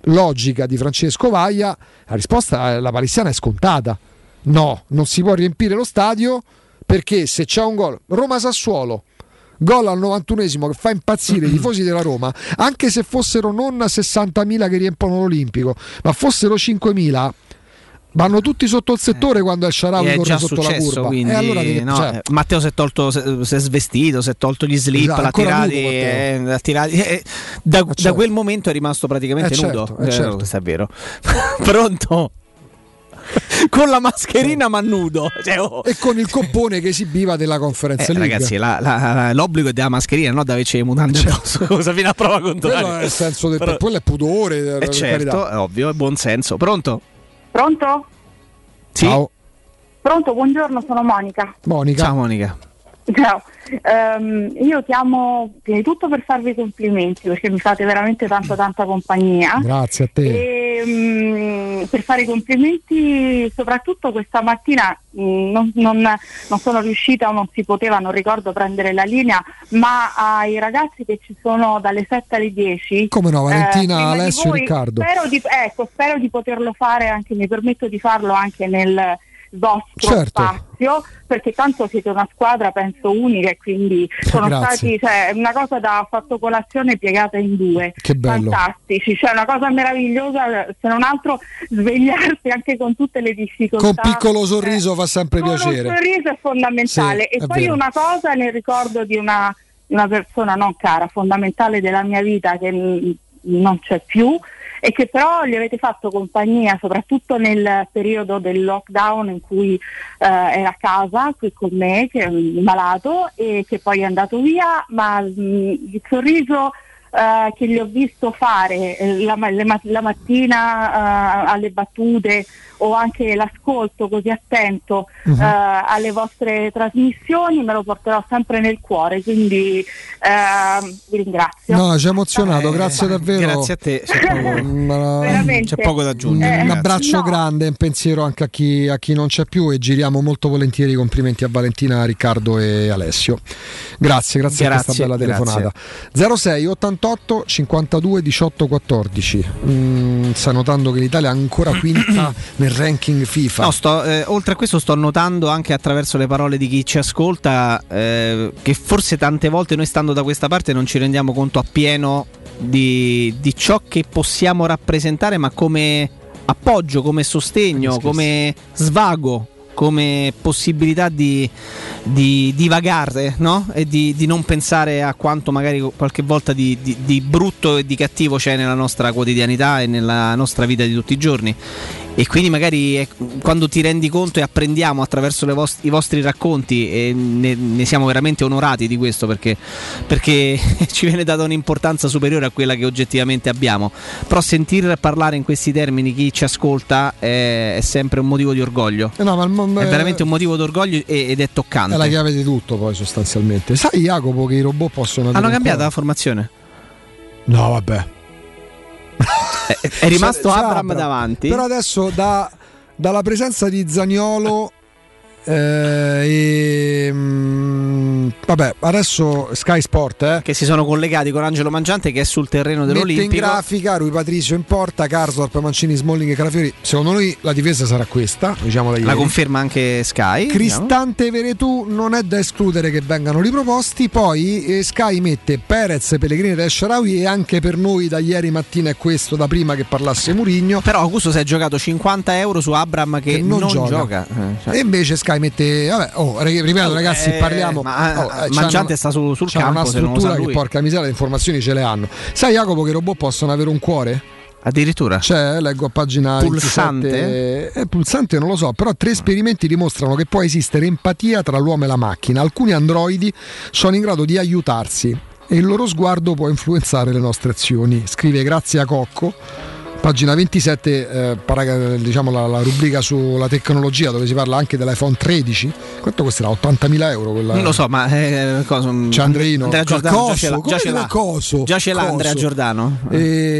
[SPEAKER 15] logica di Francesco Vaglia, la risposta la palissiana è scontata. No, non si può riempire lo stadio, perché se c'è un gol, Roma-Sassuolo, gol al 91esimo che fa impazzire i tifosi della Roma, anche se fossero non 60.000 che riempiono l'Olimpico, ma fossero 5.000, vanno tutti sotto il settore quando il Shaarawy corre sotto la curva.
[SPEAKER 4] Quindi,
[SPEAKER 15] allora
[SPEAKER 4] Matteo si è svestito, si è tolto gli slip,
[SPEAKER 15] esatto,
[SPEAKER 4] l'ha tirati. Da quel momento è rimasto praticamente nudo.
[SPEAKER 15] Certo.
[SPEAKER 4] Questo è vero. Pronto? Con la mascherina ma nudo,
[SPEAKER 15] e con il coppone che esibiva della Conference League.
[SPEAKER 4] Ragazzi, l'obbligo è della mascherina, no da averci le mutande addosso, cosa fino a prova contraria.
[SPEAKER 15] Quello è il senso quello è pudore,
[SPEAKER 4] certo, è ovvio, è buon senso. Pronto?
[SPEAKER 7] Pronto?
[SPEAKER 4] Sì.
[SPEAKER 15] Ciao.
[SPEAKER 7] Pronto, buongiorno, sono Monica.
[SPEAKER 4] Ciao Monica.
[SPEAKER 7] Ciao, io chiamo prima di tutto per farvi complimenti, perché mi fate veramente tanta compagnia.
[SPEAKER 15] Grazie a te.
[SPEAKER 7] E per fare i complimenti soprattutto questa mattina non sono riuscita o non si poteva, non ricordo, prendere la linea, ma ai ragazzi che ci sono dalle 7 alle 10.
[SPEAKER 15] Come no, Valentina, Alessio, Riccardo.
[SPEAKER 7] Spero di poterlo fare anche, mi permetto di farlo anche nel vostro spazio, perché tanto siete una squadra penso unica, e quindi sono stati, una cosa da fatto colazione piegata in due.
[SPEAKER 15] Che bello.
[SPEAKER 7] Fantastici, una cosa meravigliosa, se non altro svegliarsi anche con tutte le difficoltà,
[SPEAKER 15] con piccolo sorriso fa sempre piacere.
[SPEAKER 7] Un sorriso è fondamentale, e poi vero. Una cosa nel ricordo di una persona non cara, fondamentale della mia vita, che non c'è più, e che però gli avete fatto compagnia soprattutto nel periodo del lockdown in cui era a casa qui con me, che è malato e che poi è andato via, ma il sorriso che gli ho visto fare la mattina alle battute, o anche l'ascolto così attento alle vostre trasmissioni, me lo porterò sempre nel cuore, quindi vi ringrazio.
[SPEAKER 15] No, ci ha emozionato, grazie davvero.
[SPEAKER 4] Grazie a te, c'è poco da aggiungere.
[SPEAKER 15] Un abbraccio grande, un pensiero anche a chi non c'è più, e giriamo molto volentieri i complimenti a Valentina, Riccardo e Alessio. Grazie a questa bella telefonata. 06 88 52 18 14. Sta notando che l'Italia è ancora quinta nel ranking FIFA.
[SPEAKER 4] No, oltre a questo sto notando anche attraverso le parole di chi ci ascolta che forse tante volte noi, stando da questa parte, non ci rendiamo conto appieno di ciò che possiamo rappresentare, ma come appoggio, come sostegno, come svago, come possibilità di divagare, no? E di non pensare a quanto magari qualche volta di brutto e di cattivo c'è nella nostra quotidianità e nella nostra vita di tutti i giorni. E quindi magari quando ti rendi conto e apprendiamo attraverso i vostri racconti, e ne siamo veramente onorati di questo, perché ci viene data un'importanza superiore a quella che oggettivamente abbiamo. Però sentir parlare in questi termini chi ci ascolta è sempre un motivo di orgoglio. È veramente un motivo d'orgoglio ed è toccante.
[SPEAKER 15] È la chiave di tutto, poi, sostanzialmente. Sai, Jacopo, che i robot possono...
[SPEAKER 4] Hanno cambiato la formazione?
[SPEAKER 15] No, vabbè.
[SPEAKER 4] È rimasto Abram davanti.
[SPEAKER 15] Però adesso dalla presenza di Zaniolo vabbè, adesso Sky Sport
[SPEAKER 4] che si sono collegati con Angelo Mangiante, che è sul terreno dell'Olimpico.
[SPEAKER 15] Mette in grafica Rui Patricio in porta, Karsdorp, Mancini, Smalling e Calafiori. Secondo noi la difesa sarà questa, diciamo da ieri.
[SPEAKER 4] La conferma anche Sky.
[SPEAKER 15] Cristante e Veretù non è da escludere che vengano riproposti. Poi Sky mette Perez, Pellegrini e El Shaarawy, e anche per noi da ieri mattina è questo, da prima che parlasse Mourinho.
[SPEAKER 4] Però Augusto si è giocato 50 euro su Abram che non gioca.
[SPEAKER 15] E invece Sky mette, ripeto ragazzi, parliamo,
[SPEAKER 4] Mangiante sta sul campo,
[SPEAKER 15] una struttura che porca miseria, le informazioni ce le hanno. Sai, Jacopo, che i robot possono avere un cuore?
[SPEAKER 4] Addirittura
[SPEAKER 15] leggo a pagina
[SPEAKER 4] pulsante
[SPEAKER 15] 27, pulsante non lo so, però 3 esperimenti dimostrano che può esistere empatia tra l'uomo e la macchina. Alcuni androidi sono in grado di aiutarsi e il loro sguardo può influenzare le nostre azioni, scrive Grazia Cocco. Pagina 27, diciamo la rubrica sulla tecnologia, dove si parla anche dell'iPhone 13. Quanto costerà? 80.000 euro quella?
[SPEAKER 4] Non lo so, ma c'è
[SPEAKER 15] Andreino
[SPEAKER 4] Andrea Giordano già ce l'ha Andrea Giordano.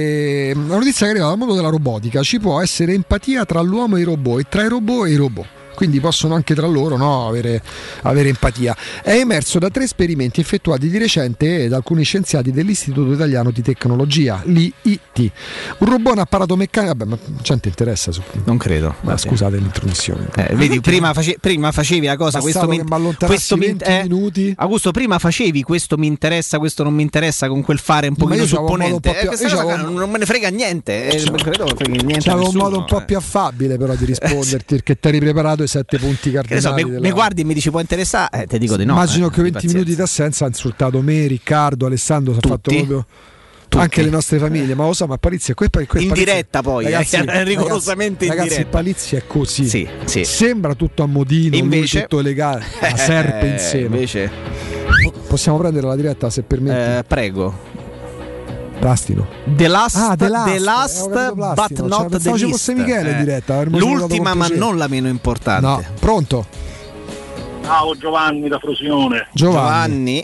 [SPEAKER 15] La notizia che arriva dal mondo della robotica: ci può essere empatia tra l'uomo e i robot, e tra i robot e i robot. quindi possono anche tra loro, no, avere empatia. È emerso da 3 esperimenti effettuati di recente da alcuni scienziati dell'Istituto Italiano di Tecnologia, l'IIT. Un robot, un apparato meccanico. Vabbè, ma gente interessa su...
[SPEAKER 4] Non credo.
[SPEAKER 15] Ma scusate l'introduzione.
[SPEAKER 4] Vedi, prima facevi la cosa, questo
[SPEAKER 15] minuti.
[SPEAKER 4] Augusto, prima facevi questo mi interessa, questo non mi interessa, con quel fare un pochino supponente. Non me ne frega niente. Credo non frega niente.
[SPEAKER 15] C'avevo un modo un po' più affabile però di risponderti, perché ti hai ripreparato i 7 punti cardinali.
[SPEAKER 4] Mi guardi e mi dici può interessare, ti dico di no.
[SPEAKER 15] Immagino che 20 minuti d'assenza ha insultato me, Riccardo, Alessandro, si è fatto proprio anche le nostre famiglie, ma lo so, ma Palizzi è
[SPEAKER 4] in diretta poi, ragazzi, rigorosamente in diretta.
[SPEAKER 15] Palizzi è così,
[SPEAKER 4] sì.
[SPEAKER 15] Sembra tutto a modino,
[SPEAKER 4] invece,
[SPEAKER 15] lui tutto legale, la serpe insieme.
[SPEAKER 4] Invece
[SPEAKER 15] possiamo prendere la diretta se permetti?
[SPEAKER 4] Prego.
[SPEAKER 15] Plastino.
[SPEAKER 4] The last but not the least.
[SPEAKER 15] Fosse Michele diretta.
[SPEAKER 4] L'ultima ma non la meno importante.
[SPEAKER 15] No. Pronto?
[SPEAKER 8] Ciao Giovanni da Frosione.
[SPEAKER 4] Giovanni,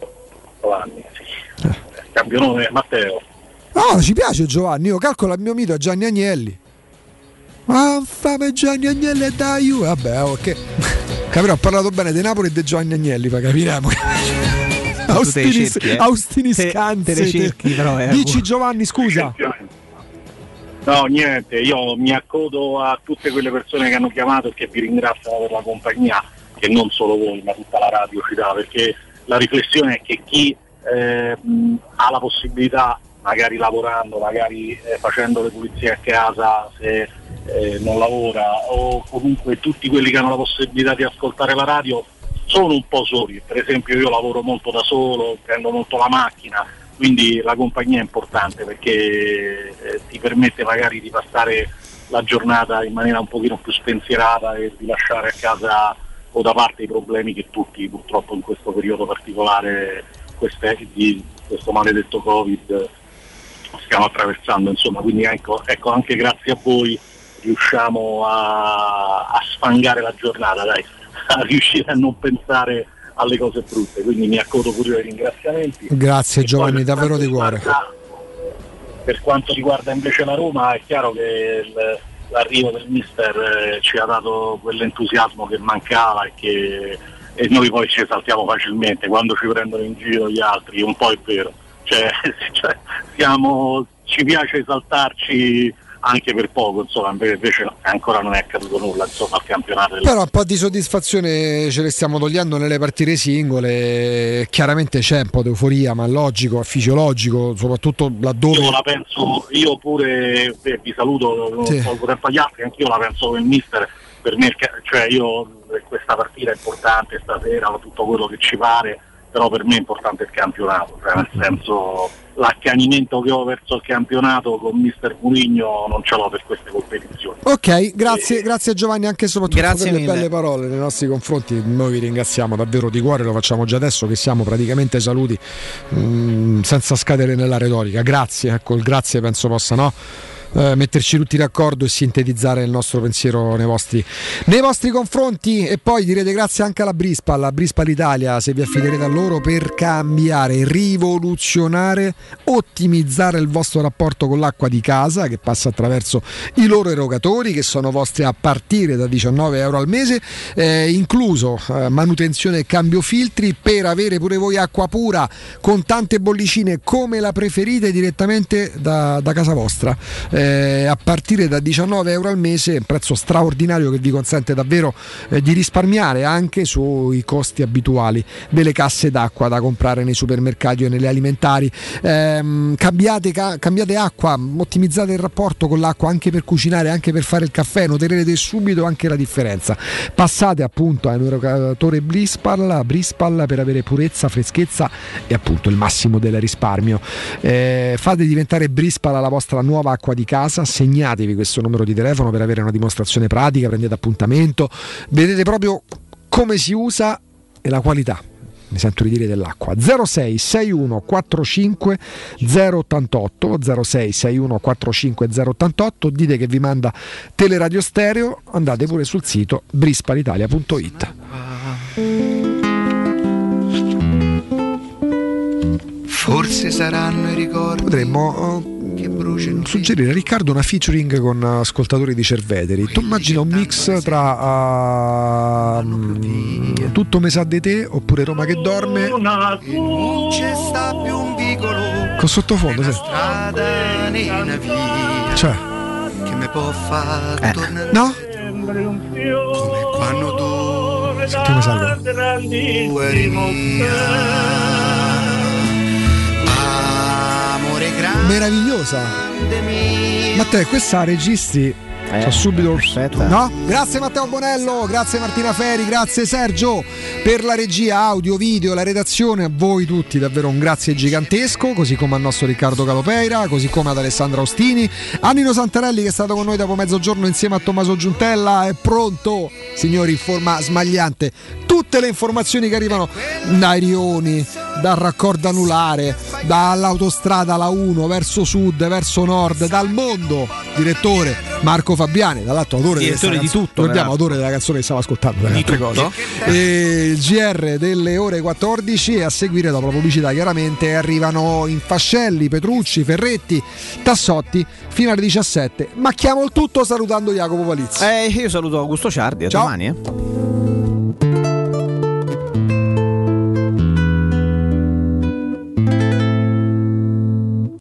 [SPEAKER 8] sì. Campionone Matteo.
[SPEAKER 15] No, ci piace Giovanni. Io calcolo il mio mito a Gianni Agnelli. Ma fame Gianni Agnelli e dai io. Vabbè, ok. Capirò, ho parlato bene di Napoli e di Gianni Agnelli, poi capiremo. Austini Scante. Dici Giovanni, scusa.
[SPEAKER 8] No, niente, io mi accodo a tutte quelle persone che hanno chiamato e che vi ringraziano per la compagnia, che non solo voi ma tutta la radio ci dà, perché la riflessione è che chi ha la possibilità, magari lavorando, magari facendo le pulizie a casa se non lavora, o comunque tutti quelli che hanno la possibilità di ascoltare la radio, sono un po' soli. Per esempio io lavoro molto da solo, prendo molto la macchina, quindi la compagnia è importante perché ti permette magari di passare la giornata in maniera un pochino più spensierata e di lasciare a casa o da parte i problemi che tutti purtroppo in questo periodo particolare di questo maledetto Covid stiamo attraversando, insomma. Quindi ecco anche grazie a voi riusciamo a sfangare la giornata, dai, a riuscire a non pensare alle cose brutte, quindi mi accodo pure ai ringraziamenti.
[SPEAKER 15] Grazie Giovanni, davvero di cuore.
[SPEAKER 8] Per quanto riguarda invece la Roma, è chiaro che l'arrivo del mister ci ha dato quell'entusiasmo che mancava e noi poi ci esaltiamo facilmente quando ci prendono in giro gli altri, un po' è vero, cioè ci piace esaltarci anche per poco, insomma, invece ancora non è accaduto nulla, insomma, al campionato.
[SPEAKER 15] Però un po' di soddisfazione ce le stiamo togliendo nelle partite singole, chiaramente c'è un po' di euforia, ma è logico, è fisiologico, soprattutto laddove...
[SPEAKER 8] Io la penso, io pure, vi saluto, sì. Un po' tempo agli altri, anch'io la penso come il mister, per me, cioè io questa partita è importante stasera, tutto quello che ci pare, però per me è importante il campionato, cioè nel senso l'accanimento che ho verso il campionato con mister Mourinho non ce l'ho per queste competizioni.
[SPEAKER 15] Ok, grazie Giovanni anche e soprattutto per le belle parole nei nostri confronti. Noi vi ringraziamo davvero di cuore, lo facciamo già adesso che siamo praticamente saluti, senza scadere nella retorica. Grazie, ecco, il grazie penso possa, no? Metterci tutti d'accordo e sintetizzare il nostro pensiero nei vostri confronti. E poi direte grazie anche alla Brispal Italia, se vi affiderete a loro per cambiare, rivoluzionare, ottimizzare il vostro rapporto con l'acqua di casa, che passa attraverso i loro erogatori che sono vostri a partire da €19 al mese, incluso manutenzione e cambio filtri, per avere pure voi acqua pura con tante bollicine come la preferite direttamente da casa vostra, a partire da €19 al mese, un prezzo straordinario che vi consente davvero di risparmiare anche sui costi abituali delle casse d'acqua da comprare nei supermercati o nelle alimentari. Cambiate acqua, ottimizzate il rapporto con l'acqua anche per cucinare, anche per fare il caffè, noterete subito anche la differenza. Passate appunto a un erogatore Brispal per avere purezza, freschezza e appunto il massimo del risparmio. Fate diventare Brispal la vostra nuova acqua di casa, segnatevi questo numero di telefono per avere una dimostrazione pratica, prendete appuntamento, vedete proprio come si usa e la qualità, mi sento di dire, dell'acqua. 06 61 45 088 06 61 45 088, dite che vi manda Teleradio Stereo, andate pure sul sito brispalitalia.it.
[SPEAKER 22] Forse saranno i ricordi.
[SPEAKER 15] Potremmo suggerire a Riccardo una featuring con ascoltatori di Cerveteri. Tu immagina un mix tra Tutto me sa di te oppure Roma che dorme.
[SPEAKER 22] Non c'è sta più un vicolo
[SPEAKER 15] con sottofondo, sì. Cioè,
[SPEAKER 22] che mi può far tornare.
[SPEAKER 15] No?
[SPEAKER 22] Come quando tu
[SPEAKER 15] Sentiamo salvo.
[SPEAKER 22] eri mia. Amore grande
[SPEAKER 15] Meravigliosa. Matteo, questa registri subito
[SPEAKER 4] perfetta.
[SPEAKER 15] No? Grazie Matteo Bonello, grazie Martina Feri, grazie Sergio per la regia audio, video, la redazione. A voi tutti davvero un grazie gigantesco, così come al nostro Riccardo Calopeira, così come ad Alessandra Ostini, a Nino Santarelli che è stato con noi dopo mezzogiorno insieme a Tommaso Giuntella. È pronto, signori, in forma smagliante tutte le informazioni che arrivano dai rioni, dal raccordo anulare, dall'autostrada la 1 verso sud, verso nord, dal mondo. Direttore Marco Fabiani, dall'altro autore
[SPEAKER 4] di tutto,
[SPEAKER 15] ricordiamo, autore della canzone che stavo ascoltando,
[SPEAKER 4] di tutto.
[SPEAKER 15] E il GR delle ore 14 e a seguire dopo la pubblicità chiaramente arrivano Infascelli, Petrucci, Ferretti, Tassotti fino alle 17. Ma chiamo il tutto salutando Jacopo Palizzi.
[SPEAKER 4] Io saluto Augusto Ciardi, a
[SPEAKER 15] ciao.
[SPEAKER 4] Domani.